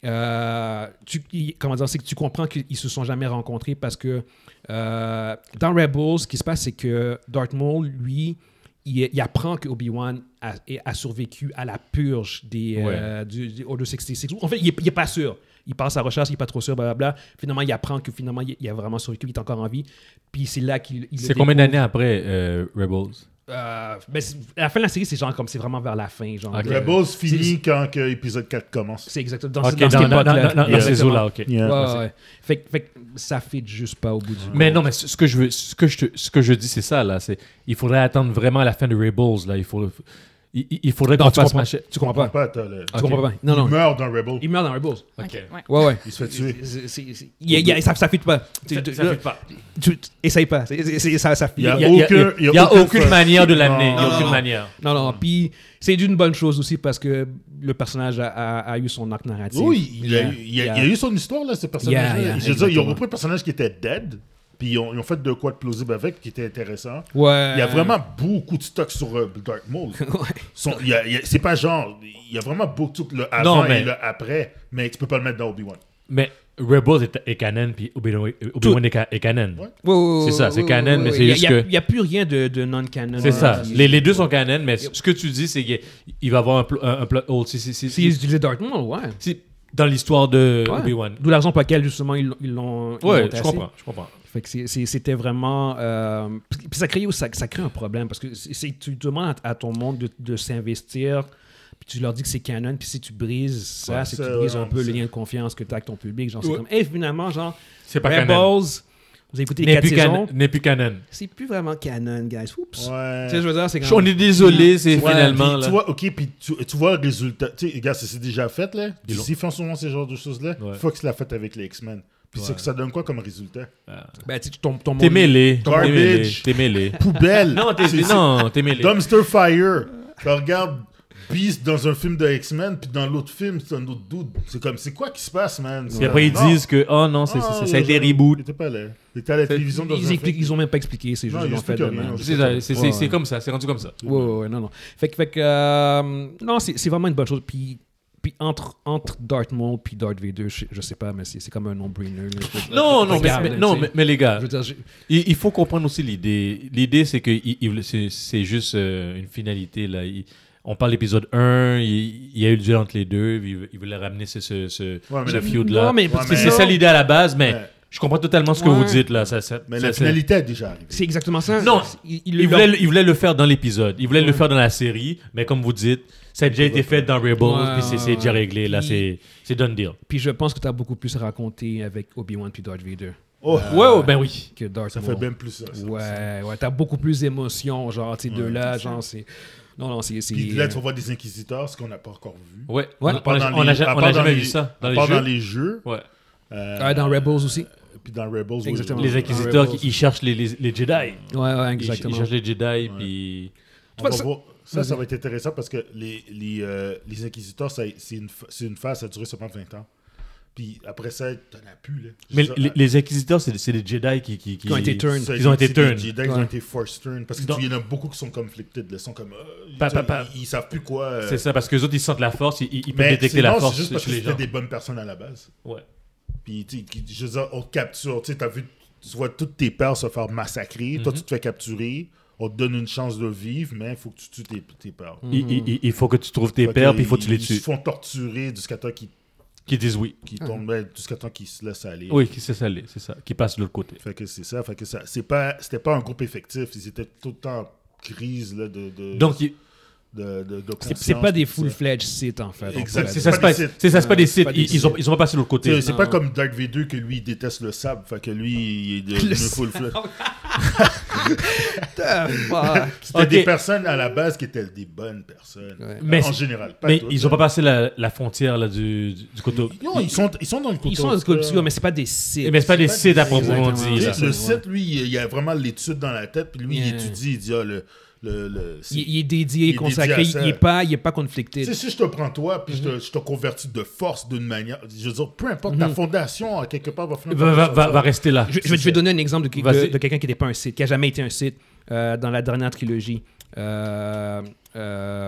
Speaker 1: euh, tu, il- comment dire, c'est que tu comprends qu'ils se sont jamais rencontrés parce que euh, dans Rebels, ce qui se passe, c'est que Darth Maul, lui, il, il apprend que Obi-Wan a, a survécu à la purge des,
Speaker 2: Ouais.
Speaker 1: euh, du, du Order soixante-six. En fait, il n'est pas sûr. Il passe sa recherche, il n'est pas trop sûr, blablabla. Finalement, il apprend que finalement, il, il a vraiment survécu, il est encore en vie. Puis c'est là qu'il... il le
Speaker 2: C'est combien
Speaker 1: découvre.
Speaker 2: d'années après euh, Rebels?
Speaker 1: Euh, ben, c'est- à la fin de la série, c'est genre comme c'est vraiment vers la fin. Genre,
Speaker 2: Ok.
Speaker 1: Euh,
Speaker 3: Rebels
Speaker 1: c'est-
Speaker 3: finit quand que épisode quatre commence.
Speaker 1: C'est exactement dans,
Speaker 2: Ok,
Speaker 1: dans
Speaker 2: dans,
Speaker 1: cette
Speaker 2: dans, dans,
Speaker 1: époque-là.
Speaker 2: dans, dans
Speaker 3: Yeah.
Speaker 2: ces
Speaker 1: Exactement.
Speaker 2: eaux-là, ok.
Speaker 3: Yeah.
Speaker 1: Ouais,
Speaker 2: Ouais,
Speaker 1: ouais. Fait, que- fait que ça fit juste pas au bout du
Speaker 2: Mais non, mais ce ce que je veux, ce que je, te- ce que je dis, c'est ça là. C'est, il faudrait attendre vraiment la fin de Rebels là. Il faut, il, il faudrait
Speaker 1: Non,
Speaker 2: qu'on
Speaker 1: tu
Speaker 2: fasse
Speaker 1: comprends,
Speaker 2: ma cha-
Speaker 1: tu comprends pas.
Speaker 3: t'as le-
Speaker 1: Tu comprends pas. Non,
Speaker 3: Il
Speaker 1: non.
Speaker 3: meurt dans Rebels.
Speaker 1: Il meurt dans Rebels.
Speaker 4: Ok,
Speaker 2: Ok.
Speaker 4: ouais.
Speaker 1: Ouais, ouais.
Speaker 3: Il se fait tuer.
Speaker 1: C'est- c'est- c'est- il y a- il y a- ça, ça fit pas. Tu, tu-
Speaker 2: Ça fait pas.
Speaker 1: tu- tu- essaye pas. C'est- c'est- c'est- ça, ça fit.
Speaker 3: Il y a
Speaker 2: Il y a, il y a-
Speaker 3: aucun- il y a
Speaker 2: il y a
Speaker 3: aucun
Speaker 2: aucune
Speaker 3: fa-
Speaker 2: manière de l'amener. Il y
Speaker 3: Non,
Speaker 2: a aucune
Speaker 1: non.
Speaker 2: manière.
Speaker 1: Non, non. Puis c'est d'une bonne chose aussi parce que le personnage a, a- a eu son arc narratif.
Speaker 3: Oui, il a,
Speaker 1: Yeah,
Speaker 3: eu- il, a,
Speaker 1: yeah.
Speaker 3: il a eu son histoire, là, ce personnage-là.
Speaker 1: Yeah, yeah,
Speaker 3: Je veux dire, ils ont
Speaker 1: exactement.
Speaker 3: repris un personnage qui était dead, puis ils ont, ils ont fait de quoi de plausible avec, qui était intéressant.
Speaker 1: Ouais.
Speaker 3: Il y a vraiment beaucoup de stock sur euh, Dark Maul.
Speaker 1: Ouais.
Speaker 3: Son- il y a- il y a- c'est pas genre, il y a vraiment beaucoup de le avant
Speaker 2: Non, mais-
Speaker 3: et le après, mais tu peux pas le mettre dans Obi-Wan.
Speaker 2: Mais Rebels est, est canon, puis Obi-Wan Obi-Wan est, ca- est canon.
Speaker 3: Ouais.
Speaker 1: Ouais, ouais, ouais,
Speaker 2: C'est ça, c'est
Speaker 1: ouais,
Speaker 2: canon,
Speaker 1: ouais,
Speaker 2: mais
Speaker 1: ouais.
Speaker 2: c'est
Speaker 1: Il y a-
Speaker 2: juste
Speaker 1: il y a-
Speaker 2: que-
Speaker 1: Il n'y a plus rien de, de non-canon.
Speaker 2: C'est ça.
Speaker 1: Qui-
Speaker 2: Les, les deux sont canon, mais ce que tu dis, c'est qu'il il va avoir un, pl- un, un plot hole. Si, si, si,
Speaker 1: S'ils
Speaker 2: si,
Speaker 1: utilisaient Dark Maul, ouais.
Speaker 2: si- dans l'histoire de
Speaker 1: Ouais.
Speaker 2: Obi-Wan.
Speaker 1: D'où la raison pour laquelle, justement, ils l'ont- ils l'ont. ils
Speaker 2: Ouais,
Speaker 1: l'ont
Speaker 2: je
Speaker 1: tassé.
Speaker 2: comprends, je comprends.
Speaker 1: Fait que c'est- c'est- c'était vraiment. euh, Puis ça crée, ça, ça crée un problème parce que c'est- c'est- tu demandes à, à ton monde de, de s'investir, puis tu leur dis que c'est canon, puis si tu brises ça,
Speaker 3: Ouais,
Speaker 1: c'est que
Speaker 3: ça,
Speaker 1: tu brises
Speaker 3: ouais,
Speaker 1: un peu
Speaker 3: c'est-
Speaker 1: le lien de confiance que tu as avec ton public. Genre, c'est
Speaker 2: Ouais.
Speaker 1: comme, hey, finalement, genre,
Speaker 2: C'est pas
Speaker 1: Rebels,
Speaker 2: canon.
Speaker 1: vous avez écouté les
Speaker 2: N'est
Speaker 1: quatre
Speaker 2: plus,
Speaker 1: saisons,
Speaker 2: canon, n'est plus canon.
Speaker 1: c'est plus vraiment canon, guys. Oups.
Speaker 3: Ouais.
Speaker 1: Tu sais, je veux dire, c'est
Speaker 2: On
Speaker 1: comme.
Speaker 2: est désolé, c'est
Speaker 3: Ouais,
Speaker 2: finalement.
Speaker 3: puis
Speaker 2: Là.
Speaker 3: tu vois, ok, puis tu, tu vois le résultat. Tu sais, regarde, c'est c'est déjà fait, là.
Speaker 2: Ils l'ont-
Speaker 3: S'ils font souvent ce genre de choses-là,
Speaker 2: Ouais.
Speaker 3: Fox l'a fait avec les X-Men. Puis c'est
Speaker 2: Ouais.
Speaker 3: que ça donne quoi comme résultat?
Speaker 1: Ben, tu sais, ton, ton
Speaker 2: T'es
Speaker 1: monde-
Speaker 2: mêlé. T'es
Speaker 3: Garbage.
Speaker 2: mêlé. T'es mêlé.
Speaker 3: Poubelle!
Speaker 2: Non, t'es,
Speaker 3: C'est-
Speaker 2: non, t'es mêlé.
Speaker 3: Dumpster Fire. Tu regardes Beast dans un film de X-Men, puis dans l'autre film, c'est un autre dude. C'est comme, c'est quoi qui se passe, man?
Speaker 2: Puis après, ils
Speaker 3: Non.
Speaker 2: disent que, oh non, c'est,
Speaker 3: Ah,
Speaker 2: c'est- ça a
Speaker 3: le
Speaker 2: été
Speaker 3: genre,
Speaker 2: reboot.
Speaker 3: Il était pas là. Il était à la télévision dans
Speaker 1: Ils,
Speaker 3: un
Speaker 1: expliquent-
Speaker 3: film.
Speaker 1: ils ont même pas expliqué, c'est
Speaker 3: Non,
Speaker 1: juste
Speaker 3: ils
Speaker 1: ils l'ont fait de
Speaker 3: expliquent rien.
Speaker 1: même.
Speaker 2: C'est, ça, c'est, c'est,
Speaker 1: Ouais,
Speaker 2: c'est
Speaker 1: ouais.
Speaker 2: comme ça, c'est rendu comme ça.
Speaker 1: Ouais, ouais, ouais, non, non. Fait que, fait que euh, non, c'est c'est vraiment une bonne chose. Puis, puis entre, entre Darth Maul puis Darth Vader, je, je sais pas, mais c'est c'est comme un no-brainer. là. Je veux dire,
Speaker 2: Non, non, mais,
Speaker 1: regarde,
Speaker 2: mais-
Speaker 1: là,
Speaker 2: non
Speaker 1: tu sais.
Speaker 2: mais, mais les gars,
Speaker 1: Je veux dire, j'ai-
Speaker 2: il, il faut comprendre aussi l'idée. L'idée, c'est que il- il voulait- c'est, c'est juste euh, une finalité. Là. Il- on parle d'épisode un, il, il y a eu le duel entre les deux, il, il voulait ramener ce, ce, ce,
Speaker 3: Ouais, mais
Speaker 2: ce
Speaker 3: la-
Speaker 2: feud-là.
Speaker 1: Non, mais
Speaker 3: Ouais,
Speaker 2: c'est,
Speaker 3: mais-
Speaker 2: c'est ça l'idée à la base, mais
Speaker 3: Ouais.
Speaker 2: je comprends totalement ce que
Speaker 1: Ouais.
Speaker 2: vous dites. Là. Ça, ça,
Speaker 3: Mais
Speaker 2: ça-
Speaker 3: la
Speaker 2: ça-
Speaker 3: finalité a déjà arrivé.
Speaker 1: c'est exactement ça.
Speaker 2: Non,
Speaker 1: il,
Speaker 2: il,
Speaker 1: le-
Speaker 2: voulait, le- il voulait le faire dans l'épisode, il voulait
Speaker 1: Ouais.
Speaker 2: le faire dans la série, mais comme vous dites, ça a déjà été fait dans Rebels,
Speaker 1: Ouais,
Speaker 2: puis c'est, c'est
Speaker 1: ouais,
Speaker 2: déjà
Speaker 1: ouais.
Speaker 2: réglé. Là,
Speaker 1: Puis-
Speaker 2: c'est, c'est done deal.
Speaker 1: Puis je pense que tu as beaucoup plus à raconter avec Obi-Wan puis Darth Vader
Speaker 3: Oh,
Speaker 2: Ouais, ouais, ben oui.
Speaker 1: que Darth
Speaker 3: ça
Speaker 1: Maul.
Speaker 3: fait bien plus ça. ça.
Speaker 1: Ouais, ouais, t'as beaucoup plus d'émotions, genre, ces
Speaker 3: Ouais,
Speaker 1: deux-là,
Speaker 3: c'est ça.
Speaker 1: genre, c'est... Non, non, c'est... c'est-
Speaker 3: Puis là, tu vas voir des inquisiteurs, ce qu'on n'a pas encore vu.
Speaker 2: Ouais,
Speaker 1: Ouais.
Speaker 2: on
Speaker 3: À part
Speaker 2: n'a
Speaker 3: dans
Speaker 2: on
Speaker 3: les-
Speaker 2: a,
Speaker 3: à
Speaker 2: ja-
Speaker 3: part
Speaker 2: on a
Speaker 3: dans
Speaker 2: jamais
Speaker 3: les-
Speaker 2: vu ça dans
Speaker 3: à
Speaker 2: les
Speaker 3: part
Speaker 2: jeux.
Speaker 3: dans les jeux.
Speaker 2: Ouais.
Speaker 3: euh,
Speaker 1: Ah, dans Rebels aussi.
Speaker 3: Puis dans Rebels, oui.
Speaker 1: Exactement.
Speaker 2: Les
Speaker 1: Dans
Speaker 2: inquisiteurs,
Speaker 1: Rebels.
Speaker 2: qui, ils cherchent les, les, les Jedi.
Speaker 1: Ouais, ouais,
Speaker 2: Ils,
Speaker 1: exactement.
Speaker 2: ils cherchent les Jedi, puis...
Speaker 3: On va
Speaker 1: Ça-
Speaker 3: voir. Ça, ça
Speaker 1: Vas-y.
Speaker 3: va être intéressant parce que les, les, euh, les inquisiteurs, ça- c'est une, f- c'est une phase, ça a duré seulement vingt ans. Puis après ça, t'en as plus. Là.
Speaker 2: Mais
Speaker 3: Je veux
Speaker 2: les,
Speaker 3: dire,
Speaker 2: les inquisiteurs, c'est, c'est des Jedi qui... Qui,
Speaker 1: Qui ont été turned.
Speaker 3: ça,
Speaker 2: Ils ont été
Speaker 3: c'est des
Speaker 2: turned.
Speaker 3: Jedi, ils ont
Speaker 1: Ouais.
Speaker 3: été forced turn. Parce que
Speaker 2: Donc-
Speaker 3: tu- il y en a beaucoup qui sont conflicted. Là, ils sont comme. euh,
Speaker 2: Pa-
Speaker 3: tu sais,
Speaker 2: pa- pa-
Speaker 3: Ils, ils savent plus quoi. euh,
Speaker 2: C'est ça, parce que les autres, ils sentent la force, ils, ils peuvent
Speaker 3: Mais
Speaker 2: détecter
Speaker 3: c'est
Speaker 2: la
Speaker 3: non,
Speaker 2: force
Speaker 3: c'est juste parce
Speaker 2: chez
Speaker 3: que
Speaker 2: les
Speaker 3: c'était
Speaker 2: gens.
Speaker 3: des bonnes personnes à la base.
Speaker 2: Ouais.
Speaker 3: Puis, tu sais, qui- je veux dire, on te capture. Tu sais, t'as vu, tu vois tous tes pères se faire massacrer. Toi,
Speaker 2: Mhm.
Speaker 3: tu te fais capturer. On te donne une chance de vivre, mais il faut que tu tues tes, tes pères.
Speaker 2: Il, il- il faut que tu trouves tes
Speaker 3: Fait
Speaker 2: pères,
Speaker 3: que
Speaker 2: puis il faut que tu les
Speaker 3: Ils se
Speaker 2: tues.
Speaker 3: font torturer jusqu'à temps qu'ils
Speaker 2: Qui disent oui.
Speaker 3: qui tombent, ben, jusqu'à temps qu'ils se laissent aller.
Speaker 2: Oui, qui- c'est ça, c'est ça. Qui passent de l'autre côté.
Speaker 3: Fait que c'est ça. Fait que ça, c'est pas, c'était pas un groupe effectif. Ils étaient tout le temps en crise là, de, de,
Speaker 2: Donc, il-
Speaker 3: de, de, de
Speaker 1: C'est
Speaker 3: conscience,
Speaker 1: c'est pas des
Speaker 3: tout ça.
Speaker 1: full-fledged sites, en fait.
Speaker 3: Exact.
Speaker 1: on
Speaker 2: c'est
Speaker 1: peut
Speaker 2: ça,
Speaker 1: la
Speaker 2: c'est
Speaker 3: pas
Speaker 2: pas,
Speaker 3: des sites.
Speaker 2: c'est ça, c'est pas des
Speaker 1: Ouais,
Speaker 2: sites.
Speaker 1: c'est pas des
Speaker 2: Ils, ils ont,
Speaker 1: sites.
Speaker 2: ils ont pas passé de l'autre
Speaker 3: Tu sais,
Speaker 2: côté.
Speaker 3: C'est
Speaker 1: Non.
Speaker 3: pas comme Darth Vader que lui il déteste le sable. Fait que lui il est devenu
Speaker 1: Le
Speaker 3: full fledged.
Speaker 1: Ah, fuck.
Speaker 3: C'était
Speaker 2: Ok.
Speaker 3: des personnes à la base qui étaient des bonnes personnes.
Speaker 1: Ouais.
Speaker 2: Mais
Speaker 3: en
Speaker 2: c'est-
Speaker 3: général. Pas
Speaker 2: Mais
Speaker 3: toutes,
Speaker 2: ils ont
Speaker 3: là.
Speaker 2: pas passé la, la frontière là, du, du, du côté.
Speaker 3: Non, ils sont, ils sont dans le côté.
Speaker 1: Ils sont dans ce culture, mais c'est pas des sites.
Speaker 2: Mais c'est pas des
Speaker 3: pas
Speaker 2: sites
Speaker 3: des-
Speaker 2: à proprement
Speaker 1: Exactement.
Speaker 2: dit.
Speaker 3: Tu
Speaker 2: là.
Speaker 3: sais, le
Speaker 1: Ouais.
Speaker 3: site, lui, il y a vraiment l'étude dans la tête, puis lui, il
Speaker 1: Yeah.
Speaker 3: étudie, il dit, ah, le... le, le c'est-
Speaker 1: Il, il est dédié,
Speaker 3: Il est
Speaker 1: consacré,
Speaker 3: dédié à ça.
Speaker 1: il est pas, il est pas
Speaker 3: Tu
Speaker 1: conflicté.
Speaker 3: sais, si je te prends toi, puis je,
Speaker 2: Mhm.
Speaker 3: te, je te convertis de force d'une manière, je veux dire, peu importe, ta fondation, à quelque part, va finir
Speaker 2: Va,
Speaker 3: par
Speaker 2: va,
Speaker 3: sortir.
Speaker 2: va, va rester là.
Speaker 1: Je, je vais, je vais donner un exemple de,
Speaker 2: Vas-y.
Speaker 1: de, de quelqu'un qui n'était pas un site, qui a jamais été un site euh, dans la dernière trilogie. Euh, euh,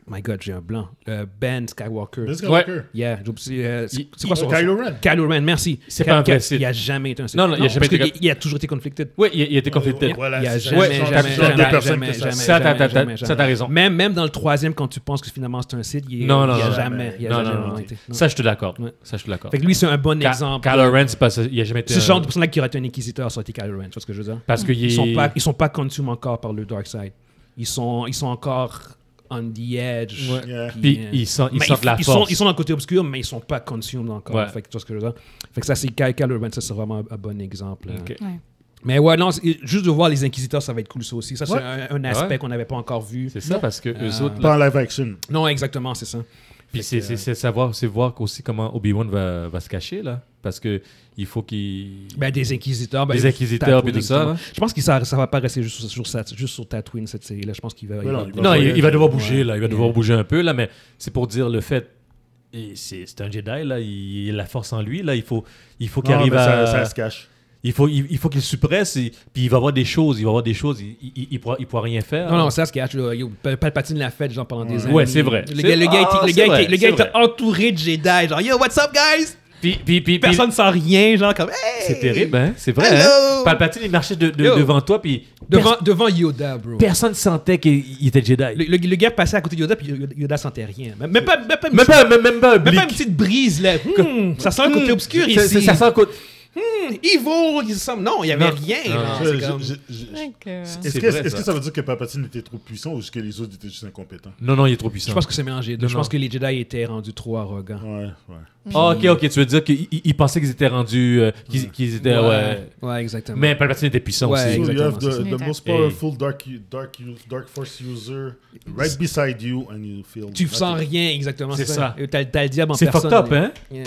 Speaker 1: My God, j'ai un blanc. Euh, Ben Skywalker.
Speaker 3: Ben Skywalker.
Speaker 1: Yeah, j'ai- euh, c'est
Speaker 2: Il-
Speaker 1: c'est quoi
Speaker 3: il-
Speaker 1: son
Speaker 3: Kylo Ren.
Speaker 1: Kylo Ren, merci.
Speaker 2: C'est
Speaker 1: Ky-
Speaker 2: pas un
Speaker 1: Ky-
Speaker 2: vrai Sith.
Speaker 1: Il a jamais été un Sith.
Speaker 2: Non, non, il a jamais
Speaker 1: parce
Speaker 2: été-
Speaker 1: que il, il a toujours été conflicted.
Speaker 2: Oui, il, il était conflicté.
Speaker 3: Voilà,
Speaker 1: il a
Speaker 3: c'est-
Speaker 1: jamais,
Speaker 2: Ouais,
Speaker 1: jamais,
Speaker 2: t'as-
Speaker 1: jamais,
Speaker 2: t'as deux
Speaker 1: jamais,
Speaker 3: personnes
Speaker 1: jamais,
Speaker 3: que ça-
Speaker 1: jamais,
Speaker 2: Ça, t'as-
Speaker 1: jamais,
Speaker 2: t'as-
Speaker 1: jamais,
Speaker 2: ça,
Speaker 1: jamais.
Speaker 2: t'as raison.
Speaker 1: Même, même dans le troisième, quand tu penses que finalement c'est un Sith, il est-
Speaker 2: Non, non,
Speaker 1: il a
Speaker 2: non,
Speaker 1: jamais, il a
Speaker 2: non,
Speaker 1: jamais
Speaker 2: non, non.
Speaker 1: vraiment été. Non.
Speaker 2: Ça, je te l'accorde.
Speaker 1: Ouais.
Speaker 2: Ça, je te l'accorde.
Speaker 1: Fait que lui, c'est un bon
Speaker 2: Ky-
Speaker 1: exemple.
Speaker 2: Kylo Ren, c'est pas ça. Il a jamais été.
Speaker 1: C'est ce
Speaker 2: un-
Speaker 1: genre de personne-là qui aurait été un inquisiteur, ça aurait été Kylo Ren, tu vois ce que je veux dire?
Speaker 2: Parce qu'ils
Speaker 1: Ils sont pas, ils sont pas consumed encore par le dark side. Ils sont, ils sont encore on the edge.
Speaker 2: Ouais.
Speaker 3: Yeah.
Speaker 2: Puis
Speaker 1: euh,
Speaker 2: ils sont- ils
Speaker 1: mais
Speaker 2: sentent la
Speaker 1: ils sont,
Speaker 2: force.
Speaker 1: ils sont dans le côté obscur, mais ils sont pas consumed encore.
Speaker 2: Ouais.
Speaker 1: Fait que tu vois ce que je veux dire? Fait que ça, c'est Ky- Kylo Ren, ça c'est vraiment un, un bon exemple.
Speaker 2: Ok.
Speaker 4: Ouais.
Speaker 1: Mais ouais, non, c'est- juste de voir les inquisiteurs, ça va être cool ça aussi. Ça, c'est
Speaker 3: Ouais.
Speaker 1: un, un aspect
Speaker 2: Ouais.
Speaker 1: qu'on n'avait pas encore vu.
Speaker 2: C'est ça, parce que eux
Speaker 1: Euh,
Speaker 2: autres.
Speaker 3: Pas
Speaker 2: là-
Speaker 3: en live action.
Speaker 1: Non, exactement, c'est ça.
Speaker 2: Puis
Speaker 1: Fait
Speaker 2: c'est
Speaker 1: que,
Speaker 2: c'est- c'est savoir, c'est voir aussi comment Obi-Wan va, va se cacher, là. Parce que il faut qu'il.
Speaker 1: Ben, des inquisiteurs. Ben,
Speaker 2: Des inquisiteurs, puis
Speaker 1: Tatooine,
Speaker 2: tout ça,
Speaker 1: exactement.
Speaker 2: là.
Speaker 1: Je pense que ça, ça va pas rester juste sur, sur, sa- juste sur Tatooine, cette série-là. Je pense qu'il va. il
Speaker 3: Ouais,
Speaker 1: va-
Speaker 3: non, il va-
Speaker 2: Non, il, il va devoir
Speaker 3: Ouais.
Speaker 2: bouger, là. Il va devoir
Speaker 1: Yeah.
Speaker 2: bouger un peu, là. Mais c'est pour dire le fait. et C'est c'est un Jedi, là. Il, il a la force en lui, là. Il faut, il faut qu'il
Speaker 3: Non,
Speaker 2: arrive
Speaker 3: mais
Speaker 2: à.
Speaker 3: ça, ça se cache.
Speaker 2: Il faut, il, il faut qu'il suppresse, et- puis il va voir des choses, il va voir des choses, il, il, il pourra, il pourra rien faire.
Speaker 1: Non, non, ça se cache. Là. Yo, Pal- Palpatine l'a fait genre, pendant des années.
Speaker 2: Ouais, c'est vrai.
Speaker 1: Le
Speaker 2: C'est-
Speaker 1: gars, le gars,
Speaker 2: Ah,
Speaker 1: était, le
Speaker 2: c'est
Speaker 1: gars,
Speaker 2: vrai,
Speaker 1: était, le
Speaker 2: c'est
Speaker 1: gars était
Speaker 2: vrai.
Speaker 1: entouré de Jedi. Genre, yo, what's up, guys?
Speaker 2: Puis, puis, puis,
Speaker 1: Personne ne sent rien. Genre, comme, hey!
Speaker 2: c'est terrible, hein? C'est vrai,
Speaker 1: Hello!
Speaker 2: hein? Palpatine, il marchait de, de-
Speaker 1: Yo.
Speaker 2: devant toi, puis
Speaker 1: Devant,
Speaker 2: pers-
Speaker 1: devant Yoda, bro.
Speaker 2: personne ne sentait qu'il il était Jedi.
Speaker 1: Le, le- le gars passait à côté de Yoda, puis Yoda, Yoda sentait rien. Même, même pas, même pas, une
Speaker 2: Même
Speaker 1: petite-
Speaker 2: pas, même, même pas un
Speaker 1: même pas
Speaker 2: blic.
Speaker 1: une petite brise, là. Hmm, ça sent le côté obscur
Speaker 2: C'est-
Speaker 1: ici.
Speaker 2: c'est- Ça sent le côté.
Speaker 1: Hmm, evil, il semble. Non, il y avait
Speaker 2: Non.
Speaker 1: rien.
Speaker 2: Non.
Speaker 1: genre,
Speaker 3: Je-
Speaker 1: c'est
Speaker 3: je-
Speaker 1: comme-
Speaker 3: je- je-
Speaker 4: Fait que-
Speaker 3: Est-ce
Speaker 2: C'est
Speaker 3: que,
Speaker 2: vrai,
Speaker 3: est-ce
Speaker 2: ça.
Speaker 3: que ça veut dire que Palpatine était trop puissant ou juste que les autres étaient juste incompétents?
Speaker 2: Non, non, il est trop puissant.
Speaker 1: Je pense que c'est mélangé.
Speaker 2: Non,
Speaker 1: Je pense
Speaker 2: non.
Speaker 1: que les Jedi étaient rendus trop arrogants.
Speaker 3: Ouais, ouais.
Speaker 2: Ah, ok, ok, tu veux dire qu'ils ils- ils pensaient qu'ils étaient rendus. euh, qu'ils qu'ils étaient. Ouais.
Speaker 1: ouais, exactement.
Speaker 2: Mais Palpatine était puissant
Speaker 1: Ouais,
Speaker 3: So
Speaker 2: aussi.
Speaker 3: you
Speaker 1: exactement,
Speaker 3: have
Speaker 1: c'est
Speaker 3: the,
Speaker 4: ça.
Speaker 3: the most
Speaker 2: Hey.
Speaker 3: powerful dark, dark, dark force user right beside you and you feel...
Speaker 1: tu sens rien exactement.
Speaker 2: C'est ça.
Speaker 1: Et T'as, t'as le diable en
Speaker 2: C'est
Speaker 1: personne.
Speaker 2: fucked up, hein?
Speaker 1: Yeah.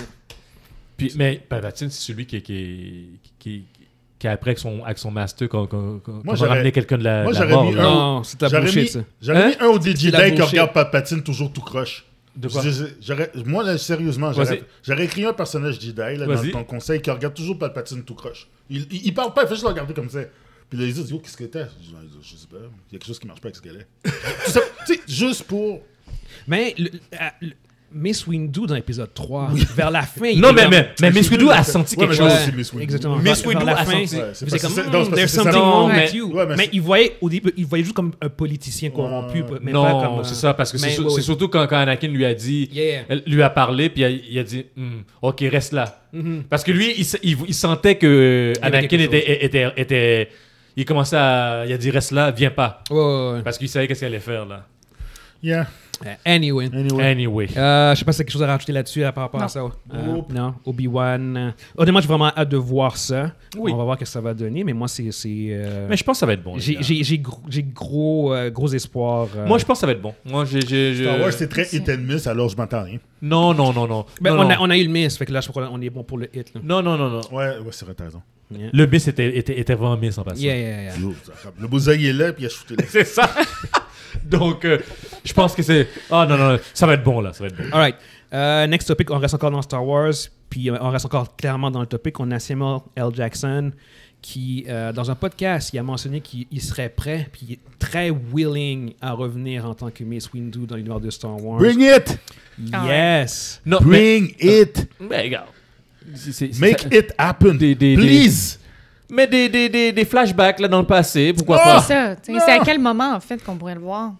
Speaker 2: Puis, mais Palpatine, c'est celui qui, qui, qui, qui après avec son, avec son master, qu'on qu'on- qu'on- qu'on va
Speaker 3: j'aurais-
Speaker 2: ramener quelqu'un de la,
Speaker 3: moi,
Speaker 2: de la
Speaker 3: j'aurais
Speaker 2: mort.
Speaker 3: mis
Speaker 2: là.
Speaker 3: un-
Speaker 1: Non, c'est ta
Speaker 3: J'aurais
Speaker 1: bullshit,
Speaker 3: mis,
Speaker 1: ça.
Speaker 3: j'aurais
Speaker 2: Hein?
Speaker 3: mis un ou des
Speaker 1: la
Speaker 3: Jedi qui
Speaker 1: bullshit.
Speaker 3: regardent Palpatine toujours tout croche.
Speaker 2: De quoi?
Speaker 3: Je- je- j'aurais- moi, là, sérieusement, j'aurais,
Speaker 2: Vas-y.
Speaker 3: j'aurais écrit un personnage Jedi là, dans
Speaker 2: Vas-y.
Speaker 3: ton conseil qui regarde toujours Palpatine tout croche. Il, il, il parle pas, il fait juste le regarder comme ça. Puis là, ils disent, yo, qu'est-ce que t'as? Je dis, je sais pas, il y a quelque chose qui marche pas avec ce qu'elle est. Tout ça, tu sais, juste pour...
Speaker 1: Mais le- euh, le- Miss Windu dans l'épisode trois, vers la fin. il
Speaker 2: Non,
Speaker 1: était
Speaker 2: mais,
Speaker 1: comme-
Speaker 2: mais, mais Miss Windu a senti
Speaker 3: Ouais,
Speaker 2: quelque
Speaker 3: mais
Speaker 2: chose.
Speaker 3: moi aussi, Miss Windu.
Speaker 1: Exactement.
Speaker 2: Miss
Speaker 1: Vers-
Speaker 2: Windu
Speaker 1: vers la
Speaker 2: a
Speaker 1: fin,
Speaker 2: senti-
Speaker 3: Ouais,
Speaker 1: c'est
Speaker 3: c'est parce
Speaker 1: comme,
Speaker 3: que c'est-
Speaker 1: hmm,
Speaker 3: non, c'est parce
Speaker 1: there's
Speaker 3: que c'est
Speaker 1: something
Speaker 3: ça.
Speaker 1: wrong
Speaker 2: Non,
Speaker 1: with
Speaker 2: mais-
Speaker 1: you.
Speaker 3: Ouais, mais
Speaker 1: mais
Speaker 3: c'est-
Speaker 1: il voyait, au début, il voyait juste comme un politicien corrompu.
Speaker 3: Ouais.
Speaker 1: Mais
Speaker 2: non,
Speaker 1: pas comme,
Speaker 2: c'est
Speaker 1: euh,
Speaker 2: ça, parce que c'est,
Speaker 1: mais-
Speaker 2: sur-
Speaker 1: ouais,
Speaker 2: c'est
Speaker 1: ouais.
Speaker 2: surtout quand, quand Anakin lui a dit,
Speaker 1: Yeah.
Speaker 2: elle lui a parlé, puis il a, il a dit, Hmm, ok, reste là.
Speaker 1: Mhm.
Speaker 2: Parce que lui, il, se- il- il sentait que
Speaker 1: y avait
Speaker 2: Anakin
Speaker 1: quelque
Speaker 2: était, était, était, il commençait à, il a dit, reste là, viens pas.
Speaker 1: Ouais, ouais, ouais.
Speaker 2: Parce qu'il savait qu'est-ce qu'il allait faire, là.
Speaker 3: Yeah,
Speaker 1: Euh, Anyway.
Speaker 3: anyway.
Speaker 2: Anyway.
Speaker 1: Euh, je sais pas si t'as quelque chose à rajouter là-dessus là, par rapport
Speaker 4: Non.
Speaker 1: à ça. Euh,
Speaker 3: Nope.
Speaker 1: non, Obi-Wan. euh, Honnêtement, j'ai vraiment hâte de voir ça.
Speaker 2: Oui.
Speaker 1: On va voir ce que ça va donner, mais moi, c'est. c'est, euh,
Speaker 2: Mais je pense que ça va être bon. les
Speaker 1: j'ai,
Speaker 2: gars.
Speaker 1: j'ai, j'ai gros, j'ai gros, euh, gros espoir. euh,
Speaker 2: Moi, je pense que ça va être bon. Moi, j'ai. j'ai- j'ai-
Speaker 3: Star Wars, c'est très
Speaker 4: Merci.
Speaker 3: hit and miss, alors je m'entends rien.
Speaker 2: Non, non, non, non.
Speaker 1: ben,
Speaker 2: non,
Speaker 1: on,
Speaker 2: non.
Speaker 1: a, on a eu le miss, fait que là, je crois qu'on est bon pour le hit. Là.
Speaker 2: non, non, non, non.
Speaker 3: Ouais, ouais, c'est vrai, t'as raison.
Speaker 1: Yeah.
Speaker 2: Le miss était, était, était vraiment miss en passant.
Speaker 1: Yeah, yeah, yeah.
Speaker 3: Yo, ça- Le bullseye est là, puis il a shooté là.
Speaker 2: C'est ça. Donc, euh, je pense que c'est. Ah non, non, ça va être bon, là. Ça va être bon.
Speaker 1: All right. Euh, next topic, on reste encore dans Star Wars, puis euh, on reste encore clairement dans le topic. On a Samuel L. Jackson qui, euh, dans un podcast, il a mentionné qu'il il serait prêt, puis il est très willing à revenir en tant que Mace Windu dans l'univers de Star Wars.
Speaker 3: Bring it!
Speaker 4: Ah
Speaker 1: Yes!
Speaker 2: Non, mais,
Speaker 3: Bring it!
Speaker 2: mais regarde. c'est- c'est-
Speaker 3: Make
Speaker 2: ça-
Speaker 3: it happen!
Speaker 2: Des- des-
Speaker 3: Please!
Speaker 2: Mais des, des, des, des flashbacks là, dans le passé, pourquoi
Speaker 3: Oh!
Speaker 2: pas?
Speaker 4: C'est ça. tu sais, C'est à quel moment, en fait, qu'on pourrait le voir?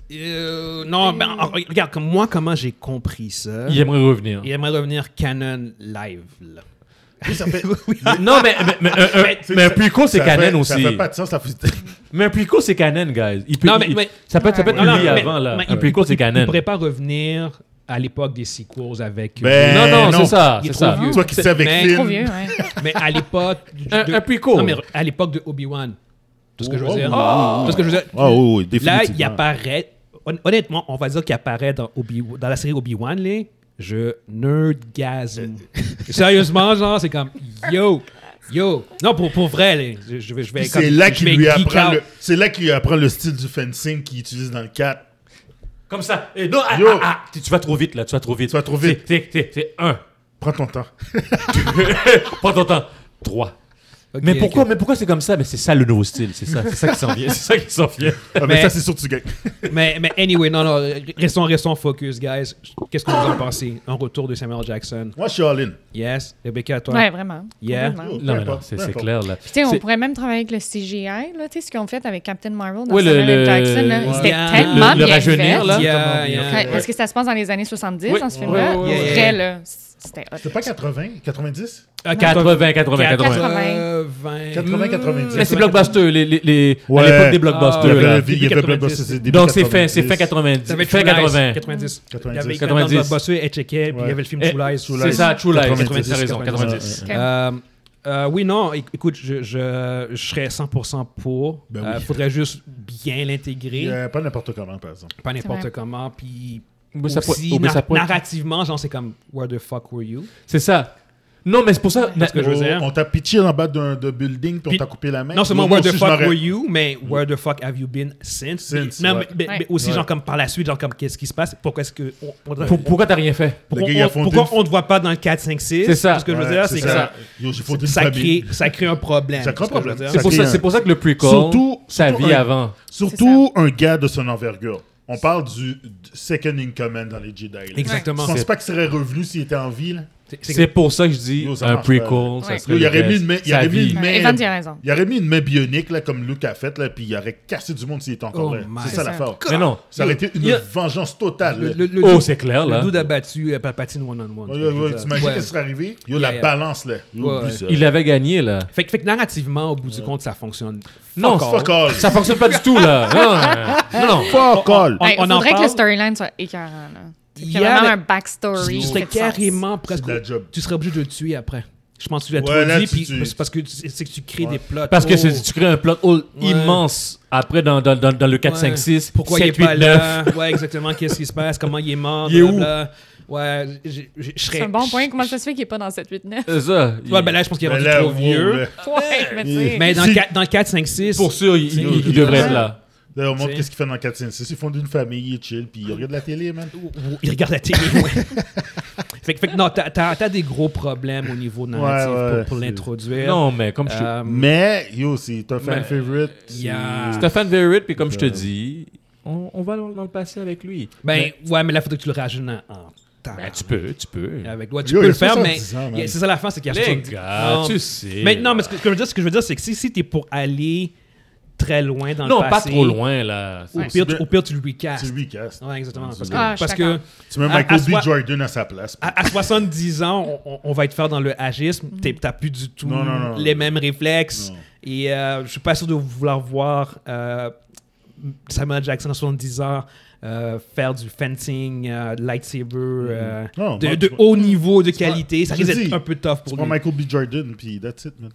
Speaker 1: Euh, non, ben, en- regarde, comme moi, comment j'ai compris ça.
Speaker 2: Il aimerait revenir.
Speaker 1: Il aimerait revenir canon live. Là.
Speaker 3: Oui, ça fait...
Speaker 2: Non, mais, mais, mais, un- un-
Speaker 3: c'est-
Speaker 2: mais un
Speaker 3: ça-
Speaker 2: prequel, c'est
Speaker 3: ça fait-
Speaker 2: canon
Speaker 3: Ça
Speaker 2: aussi.
Speaker 3: fait pas de sens, ça fait...
Speaker 2: Mais un prequel, c'est canon, guys. Il peut,
Speaker 1: Non, mais-
Speaker 2: il-
Speaker 1: mais-
Speaker 2: ça peut être, ça peut être
Speaker 3: Non, non,
Speaker 2: publié
Speaker 1: mais-
Speaker 2: avant, là.
Speaker 1: mais
Speaker 2: un
Speaker 1: il-
Speaker 2: prequel, c'est
Speaker 1: Il
Speaker 2: canon.
Speaker 1: ne pourrait pas revenir à l'époque des sequels avec. euh,
Speaker 3: Ben,
Speaker 2: Non, non,
Speaker 3: non.
Speaker 2: c'est ça.
Speaker 1: Il est
Speaker 2: C'est
Speaker 1: trop
Speaker 2: ça.
Speaker 1: vieux.
Speaker 3: Toi qui sais avec
Speaker 1: Mais-
Speaker 3: Finn.
Speaker 4: Trop vieux, ouais.
Speaker 1: mais à l'époque. du-
Speaker 2: Un-
Speaker 1: de-
Speaker 2: un prequel.
Speaker 1: Non, mais à l'époque de Obi-Wan. Tout ce que je veux
Speaker 3: Oh,
Speaker 1: dire.
Speaker 3: oh, oh,
Speaker 1: Tout ce que je veux dire.
Speaker 3: Ah oui, oui,
Speaker 1: Là,
Speaker 3: définitivement.
Speaker 1: il apparaît. hon- Honnêtement, on va dire qu'il apparaît dans, Obi, dans la série Obi-Wan, là. Je nerdgasme. Sérieusement, genre, c'est comme yo, yo. Non, pour, pour vrai, là, je, je vais, je vais
Speaker 3: Puis
Speaker 1: comme-
Speaker 3: c'est là
Speaker 1: je
Speaker 3: qu'il
Speaker 1: vais
Speaker 3: lui
Speaker 1: geek
Speaker 3: apprend
Speaker 1: out.
Speaker 3: le... C'est là qu'il lui apprend le style du fencing qu'il utilise dans le quatre.
Speaker 2: Comme ça. Et non, ah,
Speaker 3: Yo.
Speaker 2: ah, ah, tu tu vas trop vite, là. Tu vas trop vite.
Speaker 3: Tu vas trop vite.
Speaker 2: C'est- C'est c'est un.
Speaker 3: Prends ton temps.
Speaker 2: Prends ton temps. Trois.
Speaker 1: Ok,
Speaker 2: Mais pourquoi,
Speaker 1: ok.
Speaker 2: mais pourquoi c'est comme ça? Mais c'est ça le nouveau style. C'est ça, c'est ça qui s'en vient. C'est ça qui s'en vient.
Speaker 3: Ah, mais,
Speaker 1: Mais-
Speaker 3: ça, c'est sûr que tu gagnes.
Speaker 1: mais, mais anyway, non, non, restons, restons focus, guys. Qu'est-ce que vous en pensez? Un retour de Samuel Jackson.
Speaker 3: Moi, je suis all-in.
Speaker 1: Yes. Rebecca, toi?
Speaker 4: Ouais, vraiment.
Speaker 1: Yeah.
Speaker 4: Complètement.
Speaker 2: Non, mais non,
Speaker 3: importe,
Speaker 2: c'est
Speaker 3: peu
Speaker 2: c'est
Speaker 3: importe.
Speaker 2: clair, là.
Speaker 4: Puis, tu sais, on
Speaker 2: C'est-
Speaker 4: pourrait même travailler avec le C G I, là, tu sais, ce qu'ils ont fait avec Captain Marvel dans
Speaker 2: Oui, le-
Speaker 4: Samuel
Speaker 2: le-
Speaker 4: Jackson, là.
Speaker 2: ouais.
Speaker 4: C'était
Speaker 1: Yeah.
Speaker 4: tellement
Speaker 2: Le- le
Speaker 4: bien
Speaker 2: rajeunir,
Speaker 4: fait.
Speaker 2: là.
Speaker 1: Yeah, yeah.
Speaker 4: Ouais, parce que ça se passe dans les années soixante-dix,
Speaker 2: Oui.
Speaker 4: dans ce film-là.
Speaker 2: Ouais,
Speaker 1: ouais, ouais.
Speaker 4: Vrai, là, c'était hot.
Speaker 3: C'était pas quatre-vingts, quatre-vingt-dix?
Speaker 1: Euh,
Speaker 2: quatre-vingts, quatre-vingts, quatre-vingts.
Speaker 1: quatre-vingts.
Speaker 3: quatre-vingts, quatre-vingt-dix.
Speaker 2: Mais c'est blockbuster, les, les, les,
Speaker 3: Ouais.
Speaker 2: à l'époque des
Speaker 3: Il y
Speaker 2: blockbusters.
Speaker 1: Ah,
Speaker 2: là.
Speaker 3: avait, il y avait
Speaker 1: quatre-vingt-dix.
Speaker 3: Blockbuster, c'est début
Speaker 2: Donc c'est fin, c'est fin
Speaker 3: quatre-vingt-dix.
Speaker 2: quatre-vingt-dix.
Speaker 1: T'avais
Speaker 2: Fin
Speaker 1: True Lies,
Speaker 2: quatre-vingts.
Speaker 1: quatre-vingt-dix.
Speaker 3: quatre-vingt-dix.
Speaker 1: Il y avait
Speaker 2: quatre-vingt-dix.
Speaker 1: dans le Blockbuster, elle checkait, puis il y avait le film
Speaker 2: Eh,
Speaker 1: True Lies.
Speaker 3: True
Speaker 2: C'est
Speaker 3: Lies.
Speaker 2: ça, True Lies.
Speaker 3: quatre-vingt-dix.
Speaker 2: T'as raison,
Speaker 1: quatre-vingt-dix.
Speaker 2: quatre-vingt-dix.
Speaker 4: Ok.
Speaker 1: Euh, euh, oui, non, éc- écoute, je, je, je serais cent pour cent pour. Il
Speaker 3: Ben oui.
Speaker 1: faudrait juste bien l'intégrer,
Speaker 3: Euh, Pas n'importe comment, par exemple.
Speaker 1: pas n'importe
Speaker 4: vrai.
Speaker 1: comment. Puis
Speaker 2: Mais ça
Speaker 1: aussi,
Speaker 2: peut- mais ça
Speaker 1: nar-
Speaker 2: peut-
Speaker 1: narrativement, genre, c'est comme « Where the fuck were you?
Speaker 2: C'est ça. Non, mais c'est pour ça.
Speaker 1: Parce que je veux dire.
Speaker 3: On t'a pitché en bas d'un d'un building, puis on
Speaker 1: Puis-
Speaker 3: t'a coupé la main. »
Speaker 1: Non seulement «
Speaker 3: Moi
Speaker 1: Where the
Speaker 3: aussi, je
Speaker 1: fuck
Speaker 3: m'aurais-
Speaker 1: were you? » mais « Where the fuck have you been since? »
Speaker 3: Since,
Speaker 1: Non,
Speaker 3: ouais.
Speaker 1: mais, mais-
Speaker 4: Ouais.
Speaker 1: mais aussi,
Speaker 3: Ouais.
Speaker 1: genre, comme par la suite, genre, comme qu'est-ce qui se passe? Pourquoi est-ce que... On, on-
Speaker 2: Pour- Pourquoi t'as rien fait?
Speaker 1: pourquoi
Speaker 3: Le gars, il a
Speaker 1: on,
Speaker 3: fondé
Speaker 1: pourquoi
Speaker 3: une-
Speaker 1: on ne te voit pas dans le quatre, cinq, six?
Speaker 2: C'est ça.
Speaker 1: Ce que je veux
Speaker 3: Ouais,
Speaker 1: dire, c'est que
Speaker 3: ça.
Speaker 1: ça,
Speaker 3: Yo, j'ai fondé une
Speaker 1: ça,
Speaker 3: famille.
Speaker 1: crée, ça crée un problème.
Speaker 3: Ça crée un
Speaker 1: c'est ce que je veux
Speaker 3: problème.
Speaker 1: dire.
Speaker 2: C'est
Speaker 3: Ça
Speaker 2: pour,
Speaker 3: crée
Speaker 2: ça-
Speaker 3: un-
Speaker 2: c'est pour ça que le prequel,
Speaker 3: Surtout-
Speaker 2: sa
Speaker 3: surtout
Speaker 2: vie
Speaker 3: un-
Speaker 2: avant.
Speaker 3: Surtout un gars de son envergure. On parle du du second in command dans les Jedi. là.
Speaker 1: Exactement.
Speaker 3: Je pense
Speaker 2: C'est-
Speaker 3: pas qu'il serait revenu s'il était en vie. Là.
Speaker 1: C'est- c'est-
Speaker 2: C'est pour ça que je dis
Speaker 3: Yo, ça
Speaker 2: un
Speaker 3: marche pas,
Speaker 2: prequel,
Speaker 3: là.
Speaker 2: ça
Speaker 4: Ouais.
Speaker 2: serait
Speaker 3: Yo, il
Speaker 2: le
Speaker 3: aurait mis
Speaker 2: best.
Speaker 3: une main- il
Speaker 2: Sa
Speaker 3: aurait mis
Speaker 2: vie.
Speaker 3: une main-
Speaker 4: Ouais, Evan, tu as raison.
Speaker 3: Il aurait mis une main bionique là, comme Luke a fait, là, puis il aurait cassé du monde s'il était encore
Speaker 1: Oh
Speaker 3: là.
Speaker 1: my
Speaker 3: C'est ça
Speaker 4: God.
Speaker 3: l'affaire.
Speaker 2: Mais non.
Speaker 3: Ça aurait été une
Speaker 2: Il y a-
Speaker 3: vengeance totale.
Speaker 1: Le,
Speaker 3: là.
Speaker 1: le, le
Speaker 2: Oh,
Speaker 1: dude-
Speaker 2: c'est clair,
Speaker 1: le
Speaker 2: là.
Speaker 1: dude a battu euh, Palpatine one-on-one.
Speaker 3: Ouais,
Speaker 1: je
Speaker 3: ouais,
Speaker 1: veux
Speaker 3: ouais,
Speaker 1: dire.
Speaker 3: T'imagines
Speaker 1: Ouais.
Speaker 3: qu'est-ce qui serait arrivé? Yo,
Speaker 1: Yeah,
Speaker 3: la
Speaker 1: yeah.
Speaker 3: balance, là. Yo,
Speaker 1: Ouais,
Speaker 3: oublie
Speaker 1: ouais.
Speaker 3: ça.
Speaker 2: Il avait gagné, là.
Speaker 1: Fait, que- fait que narrativement, au bout du compte, ça fonctionne.
Speaker 2: Non,
Speaker 1: Fuck
Speaker 3: Fuck all.
Speaker 2: Ça fonctionne pas du tout, là. Non, non, non.
Speaker 3: Fuck all.
Speaker 1: On-
Speaker 4: Hey,
Speaker 1: on en
Speaker 4: faudrait que
Speaker 1: parle.
Speaker 4: le storyline soit écurant, là. Il y a
Speaker 1: Yeah,
Speaker 4: vraiment
Speaker 1: mais
Speaker 4: un backstory.
Speaker 1: Tu
Speaker 4: qui
Speaker 1: serais
Speaker 4: fait du sens.
Speaker 1: carrément presque.
Speaker 3: de la job.
Speaker 1: Tu serais obligé de le tuer après. Je pense que tu l'as
Speaker 3: Ouais,
Speaker 1: trop
Speaker 3: là,
Speaker 1: dit,
Speaker 3: tu-
Speaker 1: puis
Speaker 3: tu-
Speaker 1: c'est parce que tu- c'est que tu crées
Speaker 3: Ouais.
Speaker 1: des plots.
Speaker 2: Parce que
Speaker 1: Oh.
Speaker 2: c'est- tu crées un plot hole
Speaker 1: Ouais.
Speaker 2: immense après dans, dans, dans, dans le quatre,
Speaker 1: Ouais.
Speaker 2: cinq, six,
Speaker 1: Pourquoi
Speaker 2: sept,
Speaker 1: il est pas
Speaker 2: huit, neuf.
Speaker 1: là? Ouais, exactement. Qu'est-ce qui se passe? Comment il est mort?
Speaker 2: Il est où?
Speaker 1: blablabla. Ouais, j'ai- j'ai- je serais.
Speaker 4: C'est un bon point. Comment ça se fait qu'il n'est pas dans sept huit neuf?
Speaker 2: C'est ça.
Speaker 1: Ouais, ben là, je pense qu'il est
Speaker 3: Ben
Speaker 1: rendu
Speaker 3: là,
Speaker 1: trop
Speaker 3: wow,
Speaker 1: vieux.
Speaker 3: là.
Speaker 4: Ouais, mais tu sais.
Speaker 1: Mais dans,
Speaker 3: Si-
Speaker 1: le quatre- dans le quatre, cinq, six.
Speaker 2: Pour sûr, il, il- il- il devrait être là.
Speaker 3: Là, on montre
Speaker 1: T'sais.
Speaker 3: qu'est-ce qu'il fait dans quatre cinq six. Ils font d'une famille, il chill, puis il regarde la télé, man.
Speaker 1: Il regarde la télé, ouais. fait, que- fait que non, t'as, t'as, t'as des gros problèmes au niveau narratif
Speaker 3: Ouais, ouais,
Speaker 1: pour, pour
Speaker 3: c'est-
Speaker 1: l'introduire.
Speaker 2: Non, mais comme je
Speaker 1: Euh,
Speaker 3: Mais, yo, c'est un fan
Speaker 2: Mais-
Speaker 3: favorite.
Speaker 1: Yeah.
Speaker 2: c'est un fan favorite, puis comme je te
Speaker 3: Euh,
Speaker 2: dis, on, on va dans, dans le passé avec lui.
Speaker 1: ben,
Speaker 2: Mais-
Speaker 1: ouais, mais là, il faudrait que tu le rajoutes en. en
Speaker 2: ben, tu peux, tu peux.
Speaker 1: Avec, ouais, tu
Speaker 3: Yo,
Speaker 1: peux
Speaker 3: il
Speaker 1: le
Speaker 3: a
Speaker 1: faire, mais.
Speaker 3: soixante-dix ans, man.
Speaker 1: il y a- c'est ça la fin, c'est qu'il y a
Speaker 2: Les
Speaker 1: soixante-dix
Speaker 2: gars,
Speaker 1: Non.
Speaker 2: tu sais.
Speaker 1: Mais non, mais ce que, ce que je veux dire, ce que je veux dire, c'est que si, si t'es pour aller très loin dans
Speaker 2: Non,
Speaker 1: le
Speaker 2: pas
Speaker 1: passé.
Speaker 2: trop loin, là.
Speaker 1: Au,
Speaker 3: Ouais.
Speaker 1: pire,
Speaker 3: C'est
Speaker 1: tu- au pire, tu le recast.
Speaker 3: C'est recast.
Speaker 1: Ouais, exactement. Parce que,
Speaker 4: Ah, je suis
Speaker 1: parce que
Speaker 4: d'accord.
Speaker 3: Tu mets
Speaker 1: À-
Speaker 3: Michael
Speaker 1: à
Speaker 3: B.
Speaker 1: soi-
Speaker 3: Jordan à sa place.
Speaker 1: à, à soixante-dix ans, on, on va te faire dans le agisme. T'es- T'as plus du tout
Speaker 3: Non, non, non.
Speaker 1: les mêmes réflexes.
Speaker 3: Non.
Speaker 1: Et euh, je suis pas sûr de vouloir voir euh, Samuel Jackson à soixante-dix ans euh, faire du fencing, euh, lightsaber, euh,
Speaker 3: Non,
Speaker 1: de,
Speaker 3: moi,
Speaker 1: de
Speaker 3: tu-
Speaker 1: haut niveau de
Speaker 3: pas-
Speaker 1: qualité. Ça
Speaker 3: je
Speaker 1: risque
Speaker 3: dis,
Speaker 1: d'être un peu tough
Speaker 3: Tu
Speaker 1: pour
Speaker 3: prends
Speaker 1: lui.
Speaker 3: Michael B. Jordan, puis that's it, man.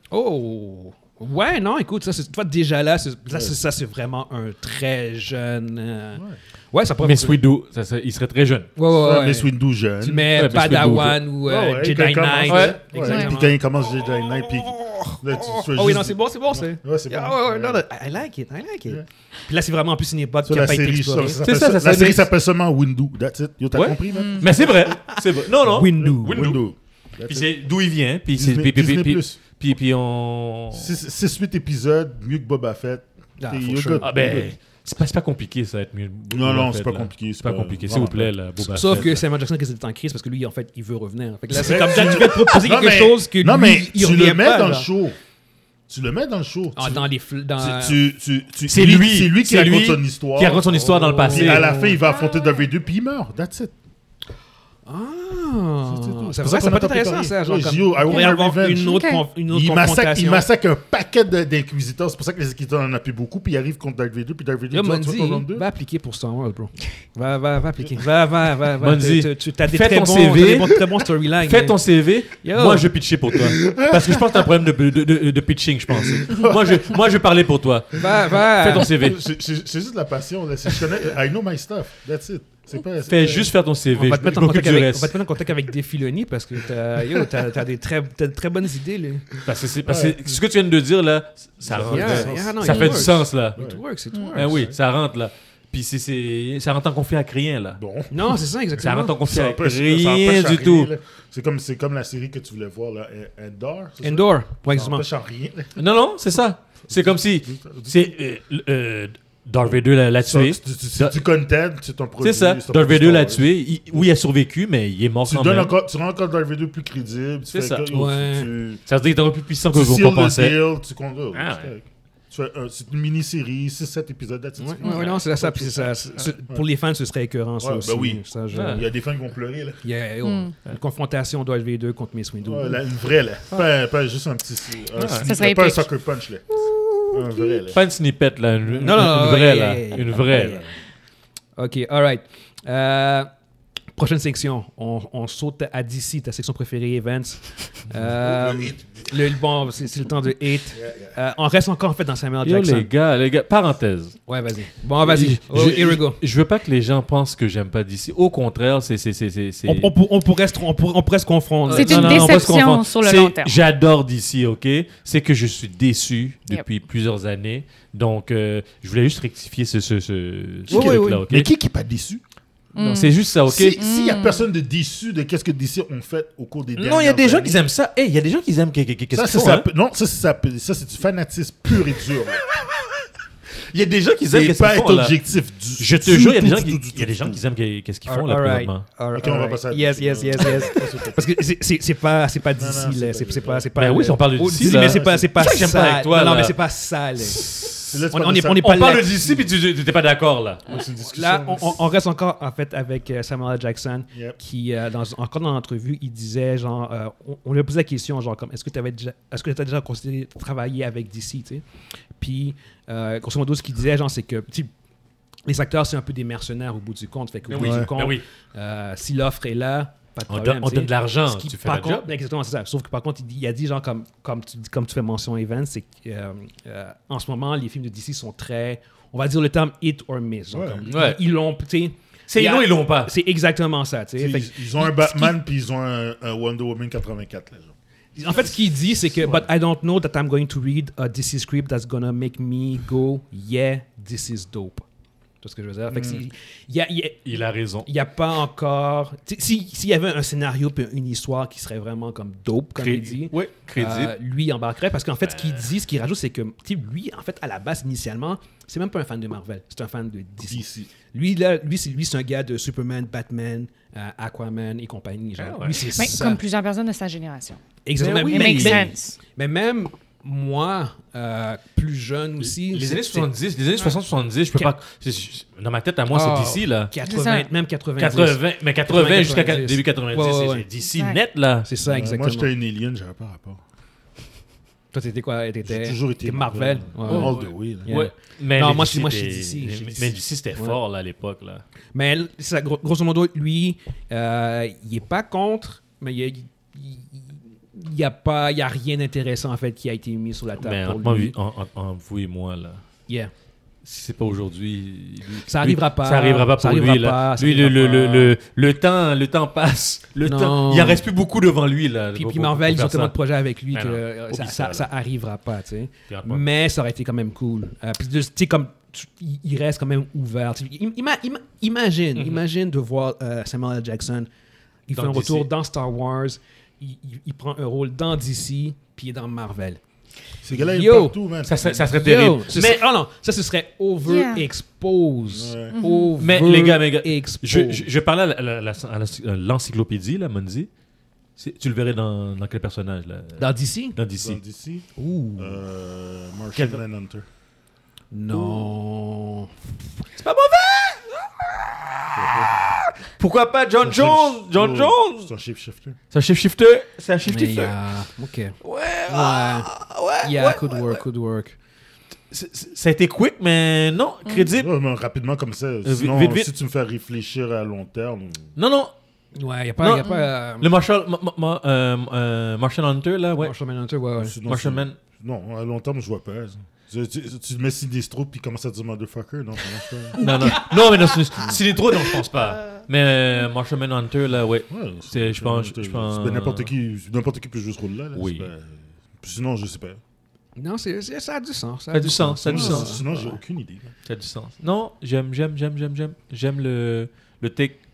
Speaker 1: Oh! Ouais, non, écoute, ça, c'est, toi, déjà là, c'est, là, c'est, ça, c'est vraiment un très jeune. euh, Ouais, ça pourrait.
Speaker 2: Mais Windu, ça, ça- il serait très jeune.
Speaker 1: Ouais, ouais,
Speaker 3: Ouais,
Speaker 1: ouais.
Speaker 3: mais Windu jeune.
Speaker 1: Tu mets
Speaker 2: Ouais, mais
Speaker 1: Padawan ou euh,
Speaker 3: Ouais, ouais,
Speaker 1: Jedi
Speaker 3: quand il commence-
Speaker 1: Knight.
Speaker 2: Ouais.
Speaker 3: Ouais,
Speaker 1: Exactement.
Speaker 3: puis quand il commence Jedi Knight, puis là, tu, tu fais
Speaker 1: Oh oui,
Speaker 3: juste-
Speaker 1: non, c'est bon, c'est bon, c'est.
Speaker 3: Ouais, c'est bon.
Speaker 1: Ah, ouais, ouais, non, non, I like it, I like it.
Speaker 3: Ouais.
Speaker 1: Puis là, c'est vraiment en plus une époque
Speaker 3: Ça,
Speaker 1: qui n'a
Speaker 3: la
Speaker 1: pas été
Speaker 3: série,
Speaker 1: explorée.
Speaker 3: ça, ça
Speaker 2: C'est
Speaker 3: s'appelle
Speaker 2: ça,
Speaker 3: ça-
Speaker 2: ça
Speaker 3: la série
Speaker 2: s'appelle-
Speaker 3: s'appelle seulement Windu. That's it. Yo, t'as
Speaker 2: Ouais.
Speaker 3: compris, man?
Speaker 2: Mais c'est vrai. C'est vrai. Non, non.
Speaker 1: Windu.
Speaker 3: Windu. That's
Speaker 2: Puis
Speaker 3: it.
Speaker 2: c'est d'où il vient. Puis c'est-
Speaker 3: Disney-
Speaker 2: puis- puis-
Speaker 3: Disney
Speaker 2: puis-
Speaker 3: Plus.
Speaker 2: puis- puis on.
Speaker 3: six huit épisodes, mieux que Boba Fett.
Speaker 1: Ah,
Speaker 3: T'es-
Speaker 1: for
Speaker 3: you're
Speaker 1: sure.
Speaker 3: good.
Speaker 2: Ah ben, c'est pas, c'est pas compliqué ça être mieux.
Speaker 3: Non,
Speaker 2: Boba
Speaker 3: non,
Speaker 2: Fett,
Speaker 3: c'est pas
Speaker 2: là.
Speaker 3: compliqué.
Speaker 2: C'est pas compliqué, s'il vous plaît, là, Boba
Speaker 1: Sauf
Speaker 2: Fett,
Speaker 1: que
Speaker 2: là.
Speaker 1: Samuel Jackson qui est en crise parce que lui, en fait, il veut revenir. Fait que là, c'est comme ça, tu veux te proposer
Speaker 3: Non,
Speaker 1: quelque
Speaker 3: mais-
Speaker 1: chose que
Speaker 3: Non,
Speaker 1: lui,
Speaker 3: mais
Speaker 1: il
Speaker 3: tu
Speaker 1: revient
Speaker 3: le mets
Speaker 1: pas,
Speaker 3: dans le
Speaker 1: genre.
Speaker 3: show. Tu le mets dans le show.
Speaker 1: Ah,
Speaker 3: Tu-
Speaker 1: dans les fl- dans...
Speaker 3: tu- tu- tu-
Speaker 2: C'est lui,
Speaker 3: C'est lui qui
Speaker 2: c'est
Speaker 3: raconte
Speaker 2: lui
Speaker 3: son histoire.
Speaker 2: Qui raconte son histoire dans le
Speaker 1: Oh.
Speaker 2: passé.
Speaker 3: Puis à la fin, il va affronter Darth Vader, puis il meurt. That's it.
Speaker 1: Ah,
Speaker 3: C'est tout.
Speaker 1: c'est
Speaker 3: pour
Speaker 1: vrai,
Speaker 3: ça
Speaker 1: ça
Speaker 3: qu'on
Speaker 1: peut
Speaker 3: a
Speaker 1: être intéressant,
Speaker 3: préparé.
Speaker 1: ça. Genre,
Speaker 3: Ouais,
Speaker 1: comme,
Speaker 3: Gio, I
Speaker 1: il
Speaker 3: want
Speaker 1: pourrait y
Speaker 3: my
Speaker 1: avoir
Speaker 3: revenge.
Speaker 1: une autre,
Speaker 4: Ok.
Speaker 1: conf- une autre
Speaker 3: Il massacre, il
Speaker 1: confrontation.
Speaker 3: massacre un paquet de- d'inquisiteurs. C'est pour ça que les inquisiteurs en a plus beaucoup. Puis il arrive contre Darth Vader. Puis Darth Vader
Speaker 1: Là,
Speaker 3: dit, Ah, tu veux qu'on
Speaker 1: Mondi,
Speaker 3: rentre deux?
Speaker 1: va appliquer pour Star Wars, bro. Va, va, va appliquer. Va, va, va. va.
Speaker 2: Mondi,
Speaker 1: Tu- tu- tu as des
Speaker 2: fais
Speaker 1: très
Speaker 2: ton
Speaker 1: bons,
Speaker 2: C V.
Speaker 1: t'as des bons- très bons storylines.
Speaker 2: Fais ton C V.
Speaker 1: Yo.
Speaker 2: Moi, je pitchais pour toi. Parce que je pense que t'as un problème de, de, de, de pitching, je pense. moi, je, moi, je parlais pour toi.
Speaker 1: Va, va.
Speaker 2: Fais ton C V.
Speaker 3: C'est c'est- c'est juste de la passion. Là. C'est- Je connais, I know my stuff. That's it. C'est pas, c'est
Speaker 2: Fais
Speaker 3: pas-
Speaker 2: juste faire ton C V.
Speaker 1: On va,
Speaker 2: Je
Speaker 1: te mettre en
Speaker 2: m'occupe
Speaker 1: contact
Speaker 2: du
Speaker 1: avec, on
Speaker 2: reste.
Speaker 1: va te mettre en contact avec des Filoni parce que t'as, yo, t'as, t'as des très, t'as de très bonnes idées. Là.
Speaker 2: Parce que, c'est- parce que ce que tu viens de dire, là, ça rentre.
Speaker 1: Yeah,
Speaker 2: là.
Speaker 1: yeah, no,
Speaker 2: ça
Speaker 1: it
Speaker 2: fait
Speaker 1: works.
Speaker 2: du sens, là.
Speaker 1: It works, it works.
Speaker 2: Ah oui, ça rentre, là. Puis c'est, c'est, ça rentre en conflit avec rien, là.
Speaker 3: Bon.
Speaker 1: Non, c'est ça,
Speaker 2: Ça
Speaker 1: exactement.
Speaker 2: rentre en conflit
Speaker 3: Ça
Speaker 2: avec
Speaker 3: empêche- ça
Speaker 2: rien
Speaker 3: empêche à
Speaker 2: du tout.
Speaker 3: là. C'est comme, c'est comme la série que tu voulais voir, là, Endor. c'est ça?
Speaker 1: Endor, ouais,
Speaker 3: Ça
Speaker 1: exactement.
Speaker 3: empêche à rien. là.
Speaker 2: Non, non, c'est ça. C'est comme si. C'est, euh, euh, Darth Vader l'a, l'a tué.
Speaker 3: C'est, c'est, c'est du content, c'est ton produit.
Speaker 2: C'est ça.
Speaker 3: c'est ton
Speaker 2: Darth
Speaker 3: produit
Speaker 2: Vader l'a
Speaker 3: Star Wars.
Speaker 2: tué. Il- oui, il a survécu, mais il est mort
Speaker 3: Tu
Speaker 2: quand
Speaker 3: donnes
Speaker 2: même.
Speaker 3: encore, tu rends encore Darth Vader plus crédible. Tu
Speaker 2: C'est
Speaker 3: fais
Speaker 2: ça.
Speaker 3: que-
Speaker 1: Ouais.
Speaker 3: Tu,
Speaker 2: Ça veut dire qu'il est encore plus puissant que
Speaker 3: tu
Speaker 2: vous
Speaker 3: seals le
Speaker 2: pensez.
Speaker 3: deal, tu comptes. oh,
Speaker 2: Ah
Speaker 3: c'est
Speaker 2: ouais.
Speaker 3: correct. Tu fais un- c'est une mini-série, six sept épisodes. that's it.
Speaker 1: Ouais, ouais, ouais, non, c'est ça. Puis c'est ça. C'est- c'est- pour les fans, ce serait écœurant, ça
Speaker 3: Ouais,
Speaker 1: aussi.
Speaker 3: ben oui.
Speaker 1: Ça, je-
Speaker 2: Ouais.
Speaker 3: Il y a des fans qui vont pleurer, là.
Speaker 1: Il y a oh,
Speaker 4: Mm.
Speaker 1: une confrontation Darth Vader contre Mace Windu.
Speaker 3: Ouais, là, une vraie, là. Pas, pas juste un petit. Un
Speaker 2: Ouais.
Speaker 3: sneak-
Speaker 4: Ça serait
Speaker 3: pas un
Speaker 4: épique.
Speaker 3: sucker punch, là. Un vrai, là.
Speaker 2: Pas une snippet, là. Une,
Speaker 1: Non, non,
Speaker 2: une
Speaker 1: non,
Speaker 2: vraie,
Speaker 1: yeah,
Speaker 2: là.
Speaker 1: yeah, yeah.
Speaker 2: Une vraie,
Speaker 1: Yeah.
Speaker 2: là.
Speaker 1: OK, all right. Euh, prochaine section. On, on saute à D C, ta section préférée, Evans. Euh, le, bon, c'est, c'est le temps de hate. Euh, on reste encore, en fait, dans Samuel
Speaker 2: Yo,
Speaker 1: Jackson.
Speaker 2: les gars, les gars, parenthèse.
Speaker 1: Ouais, vas-y. Bon, vas-y.
Speaker 2: Je-
Speaker 1: Oh,
Speaker 2: je,
Speaker 1: here we go.
Speaker 2: je veux pas que les gens pensent que j'aime pas D C. Au contraire, c'est. c'est, c'est, c'est, c'est-
Speaker 1: On, on, pour- on pourrait se, on, pourrait, on pourrait se confondre.
Speaker 4: C'est
Speaker 2: Non,
Speaker 4: une
Speaker 2: non, non, on va se
Speaker 4: déception
Speaker 2: confondre.
Speaker 4: sur le
Speaker 2: C'est-
Speaker 4: long terme.
Speaker 2: J'adore D C, OK? C'est que je suis déçu
Speaker 4: Yep.
Speaker 2: depuis plusieurs années. Donc, euh, je voulais juste rectifier ce, ce, ce, ce
Speaker 1: Oui,
Speaker 2: truc-là,
Speaker 1: oui, oui.
Speaker 2: OK?
Speaker 3: Mais qui qui est pas déçu?
Speaker 2: Non, c'est juste ça, OK?
Speaker 3: Si- S'il y a personne de déçu de qu'est-ce que D C ont fait au cours des dernières
Speaker 2: Non, il y a des gens
Speaker 3: années,
Speaker 2: qui aiment ça. Hey, il y a des gens qui aiment qu'est- qu'est- qu'est-ce
Speaker 3: Ça,
Speaker 2: qu'ils
Speaker 3: ça,
Speaker 2: font,
Speaker 3: ça
Speaker 2: hein?
Speaker 3: peut- non, ça, ça, peut- ça, c'est du fanatisme pur et dur. là.
Speaker 2: Il y a des gens qui aiment
Speaker 3: C'est
Speaker 2: qu'est-ce
Speaker 3: pas
Speaker 2: qu'ils
Speaker 3: être
Speaker 2: font, là.
Speaker 3: objectif du
Speaker 2: Je te
Speaker 3: du
Speaker 2: jure, il y a
Speaker 3: tout,
Speaker 2: des gens
Speaker 3: du
Speaker 2: qui,
Speaker 3: tout, du
Speaker 2: il y a des
Speaker 3: tout,
Speaker 2: gens
Speaker 3: du
Speaker 2: qui
Speaker 3: tout.
Speaker 2: aiment qu'est- qu'est-ce qu'ils font,
Speaker 1: All
Speaker 2: là,
Speaker 1: right.
Speaker 2: présentement.
Speaker 1: All
Speaker 3: Ok, on va
Speaker 1: right.
Speaker 3: passer à
Speaker 1: Yes,
Speaker 3: D C,
Speaker 1: yes,
Speaker 3: là.
Speaker 1: yes, yes. Parce que c'est- c'est c'est pas c'est pas
Speaker 3: non,
Speaker 1: d'ici
Speaker 3: c'est
Speaker 1: là,
Speaker 3: pas
Speaker 1: c'est
Speaker 3: D C.
Speaker 1: c'est pas c'est pas.
Speaker 2: Ben oui, si on parle de
Speaker 1: Oh,
Speaker 2: D C,
Speaker 1: D C,
Speaker 2: là.
Speaker 1: mais c'est pas c'est pas
Speaker 2: C'est ça que j'aime pas
Speaker 1: ça.
Speaker 2: avec toi,
Speaker 1: Non, non,
Speaker 2: là.
Speaker 1: mais c'est pas ça. là.
Speaker 3: Là, tu
Speaker 1: On-
Speaker 3: parles
Speaker 1: on
Speaker 3: de
Speaker 1: est-
Speaker 3: ça.
Speaker 1: on est
Speaker 2: On
Speaker 1: pas
Speaker 2: parle
Speaker 1: là-
Speaker 2: de D C, puis tu n'étais pas d'accord, là.
Speaker 3: Ouais, c'est une discussion.
Speaker 1: Là, on, on- on reste encore en fait avec euh, Samuel L. Jackson,
Speaker 3: Yep.
Speaker 1: qui euh, dans, encore dans l'entrevue, il disait genre, euh, on, on lui a posé la question genre comme, est-ce que tu avais déjà, est-ce que tu as déjà considéré travailler avec D C, tu sais? Puis euh, grosso modo, ce qu'il disait genre, c'est que tu sais, les acteurs c'est un peu des mercenaires au bout du compte, fait qu'au
Speaker 2: Ben
Speaker 1: bout
Speaker 2: oui,
Speaker 1: du
Speaker 2: ben
Speaker 1: compte,
Speaker 2: oui.
Speaker 1: euh, si l'offre est là, pas de
Speaker 2: On
Speaker 1: problème.
Speaker 2: donne- on
Speaker 1: tu sais.
Speaker 2: donne de l'argent,
Speaker 1: Ce qui,
Speaker 2: tu fais
Speaker 1: par
Speaker 2: le
Speaker 1: contre,
Speaker 2: job.
Speaker 1: exactement, c'est ça. Sauf que par contre, il, dit- il a dit genre comme comme tu comme tu fais mention Evans, c'est que euh, euh, en ce moment les films de D C sont très, on va dire le terme hit or miss. Genre,
Speaker 3: Ouais.
Speaker 1: comme,
Speaker 2: Ouais.
Speaker 1: Ils ils l'ont, tu sais.
Speaker 2: C'est
Speaker 1: il y a-
Speaker 2: ils l'ont, ils l'ont pas.
Speaker 1: C'est exactement ça, tu sais.
Speaker 3: Ils,
Speaker 1: Fait que-
Speaker 3: ils ont un
Speaker 1: il-
Speaker 3: Batman puis ils ont un, un Wonder Woman quatre-vingt-quatre. Là, genre.
Speaker 1: En fait, ce qu'il dit, c'est que But I don't know that I'm going to read a D C script that's gonna make me go, yeah, this is dope. Tu vois ce que je veux dire? Fait que c'est- il y a, il y a-
Speaker 2: Il a raison.
Speaker 1: il y a pas encore. tu sais, si- S'il y avait un scénario puis une histoire qui serait vraiment comme dope, comme il dit,
Speaker 2: Oui, crédible.
Speaker 1: euh, lui il embarquerait. Parce qu'en fait, ce qu'il dit, ce qu'il rajoute, c'est que tu sais, lui, en fait, à la base, initialement, c'est même pas un fan de Marvel, c'est un fan de D C.
Speaker 3: D C.
Speaker 1: Lui, là, lui, c'est lui, c'est un gars de Superman, Batman, euh, Aquaman et compagnie. Genre.
Speaker 2: Ah ouais.
Speaker 1: Lui, c'est
Speaker 4: Mais
Speaker 1: ça.
Speaker 4: comme plusieurs personnes de sa génération.
Speaker 1: Exactement.
Speaker 2: Ben oui,
Speaker 4: It
Speaker 1: mais,
Speaker 4: makes
Speaker 1: mais-
Speaker 4: sense.
Speaker 1: mais même moi, euh, plus jeune aussi.
Speaker 2: Les
Speaker 1: c'est-
Speaker 2: années
Speaker 1: c'est-
Speaker 2: soixante-dix, les années soixante soixante-dix, je peux
Speaker 1: Quat-
Speaker 2: pas. c'est- c'est- Dans ma tête, à moi,
Speaker 1: Ah,
Speaker 2: c'est D C, là.
Speaker 1: quatre-vingts,
Speaker 4: C'est
Speaker 1: même quatre-vingt-dix.
Speaker 2: quatre-vingts, mais quatre-vingts jusqu'à
Speaker 1: quatre-vingt-dix.
Speaker 2: début quatre-vingt-dix,
Speaker 1: Ouais, ouais,
Speaker 2: c'est-
Speaker 1: ouais.
Speaker 2: c'est D C
Speaker 4: Exact.
Speaker 2: net, là.
Speaker 1: C'est ça,
Speaker 3: Euh,
Speaker 1: exactement.
Speaker 3: moi, j'étais un alien, j'avais pas rapport.
Speaker 1: Toi, t'étais quoi? T'étais
Speaker 3: J'ai toujours été
Speaker 1: t'étais Marvel. Ouais, ouais.
Speaker 3: All the way. là.
Speaker 1: Yeah.
Speaker 2: Ouais. Mais
Speaker 1: Non,
Speaker 2: les
Speaker 1: moi,
Speaker 2: D C,
Speaker 1: je- moi, je suis
Speaker 2: c'était-
Speaker 1: D C, je suis
Speaker 2: mais-
Speaker 1: D C.
Speaker 2: Mais D C, c'était
Speaker 1: Ouais.
Speaker 2: fort, là, à l'époque, là.
Speaker 1: Mais c'est ça, gros- grosso modo, lui, euh, il est pas contre, mais il n'y a, pas, il y a rien d'intéressant en fait qui a été mis sur la table
Speaker 2: Mais
Speaker 1: pour
Speaker 2: entre moi,
Speaker 1: lui.
Speaker 2: en- en- en vous et moi, là.
Speaker 1: Yeah.
Speaker 2: Si c'est pas aujourd'hui, lui-
Speaker 1: Ça
Speaker 2: lui-
Speaker 1: arrivera pas.
Speaker 2: Ça arrivera pas
Speaker 1: Ça
Speaker 2: pour
Speaker 1: arrivera
Speaker 2: lui, là.
Speaker 1: pas, ça
Speaker 2: Lui, le,
Speaker 1: arrivera
Speaker 2: le,
Speaker 1: pas.
Speaker 2: le, le, le temps, le temps passe. Le
Speaker 1: Non.
Speaker 2: temps, il en reste plus beaucoup devant lui, là.
Speaker 1: Puis,
Speaker 2: pour-
Speaker 1: puis
Speaker 2: pour-
Speaker 1: Marvel,
Speaker 2: pour
Speaker 1: ils ont
Speaker 2: faire
Speaker 1: tellement
Speaker 2: ça.
Speaker 1: de projets avec lui
Speaker 2: Ah
Speaker 1: que
Speaker 2: non.
Speaker 1: euh, ça,
Speaker 2: Oublie
Speaker 1: ça,
Speaker 2: ça, là.
Speaker 1: ça arrivera pas, tu sais.
Speaker 2: Puis après-
Speaker 1: Mais ça aurait été quand même cool. Euh, puis tu sais, comme tu- il il reste quand même ouvert. Tu sais, im- ima- ima- imagine,
Speaker 2: Mhm.
Speaker 1: imagine de voir euh, Samuel L. Jackson. Il
Speaker 2: Dans
Speaker 1: fait un
Speaker 2: D C.
Speaker 1: retour dans Star Wars. Il, il- il prend un rôle dans D C, puis il est dans Marvel.
Speaker 3: Ces gars-là, ils
Speaker 1: Yo.
Speaker 3: sont partout, man.
Speaker 2: Ça, serait- ça serait
Speaker 1: Yo,
Speaker 2: terrible.
Speaker 1: ce
Speaker 2: Mais
Speaker 1: serait- oh non, ça ce serait overexpose.
Speaker 3: Ouais.
Speaker 1: Over
Speaker 2: Mais les gars, les gars,
Speaker 1: expose.
Speaker 2: je, je, je parlais à la- la- la- à la- à l'encyclopédie, là, Monzi. C'est- Tu le verrais dans, dans quel personnage, là?
Speaker 1: Dans D C?
Speaker 2: Dans
Speaker 3: Dans
Speaker 2: D C.
Speaker 3: D C,
Speaker 1: Ouh.
Speaker 3: euh, Martian
Speaker 2: Quel-
Speaker 3: Manhunter.
Speaker 1: Non.
Speaker 2: Pourquoi pas John Jones? John
Speaker 3: Oh,
Speaker 2: Jones!
Speaker 3: C'est un shapeshifter.
Speaker 2: C'est un shifter. C'est un
Speaker 1: Mais
Speaker 2: shifter.
Speaker 1: il y a... OK.
Speaker 2: Ouais,
Speaker 1: Ouais.
Speaker 2: ouais,
Speaker 1: Yeah,
Speaker 2: ouais,
Speaker 1: could
Speaker 2: ouais,
Speaker 1: work,
Speaker 2: ouais.
Speaker 1: could work.
Speaker 2: C'est- c'est- Ça a été quick, mais non, crédible.
Speaker 3: Ouais, mais rapidement comme ça.
Speaker 2: vite,
Speaker 3: Sinon,
Speaker 2: vite, vite.
Speaker 3: si tu me fais réfléchir à long terme.
Speaker 2: Non, non.
Speaker 1: Ouais, il n'y a pas...
Speaker 2: Non.
Speaker 1: Y a pas euh,
Speaker 2: Le Marshall, ma, ma- ma- euh, euh, Martian Hunter, là, ouais.
Speaker 1: Marshall Manhunter, ouais, ouais.
Speaker 3: Sinon,
Speaker 2: Martian
Speaker 3: c'est-
Speaker 2: Man.
Speaker 3: Non, à long terme, je vois pas. ça. Tu, tu, tu mets Sinistro puis commence à dire motherfucker, non, ça marche pas.
Speaker 2: Non, non. Non, mais non, c'est c'est les trop, non, je pense pas. Mais euh, Martial Manhunter, là, ouais.
Speaker 3: Ouais,
Speaker 2: C'est- je pense- je
Speaker 3: c'est-
Speaker 2: pense-
Speaker 3: c'est pas n'importe qui, n'importe qui peut jouer ce rôle-là. là,
Speaker 2: Oui.
Speaker 3: c'est pas- Sinon, je sais pas.
Speaker 1: Non, c'est, c'est- ça a du sens.
Speaker 2: Ça a du sens, ça a du
Speaker 3: Sinon,
Speaker 2: sens.
Speaker 3: sinon, j'ai aucune idée. là.
Speaker 2: Ça a du sens. Non, j'aime, j'aime, j'aime, j'aime, j'aime. J'aime le, le take.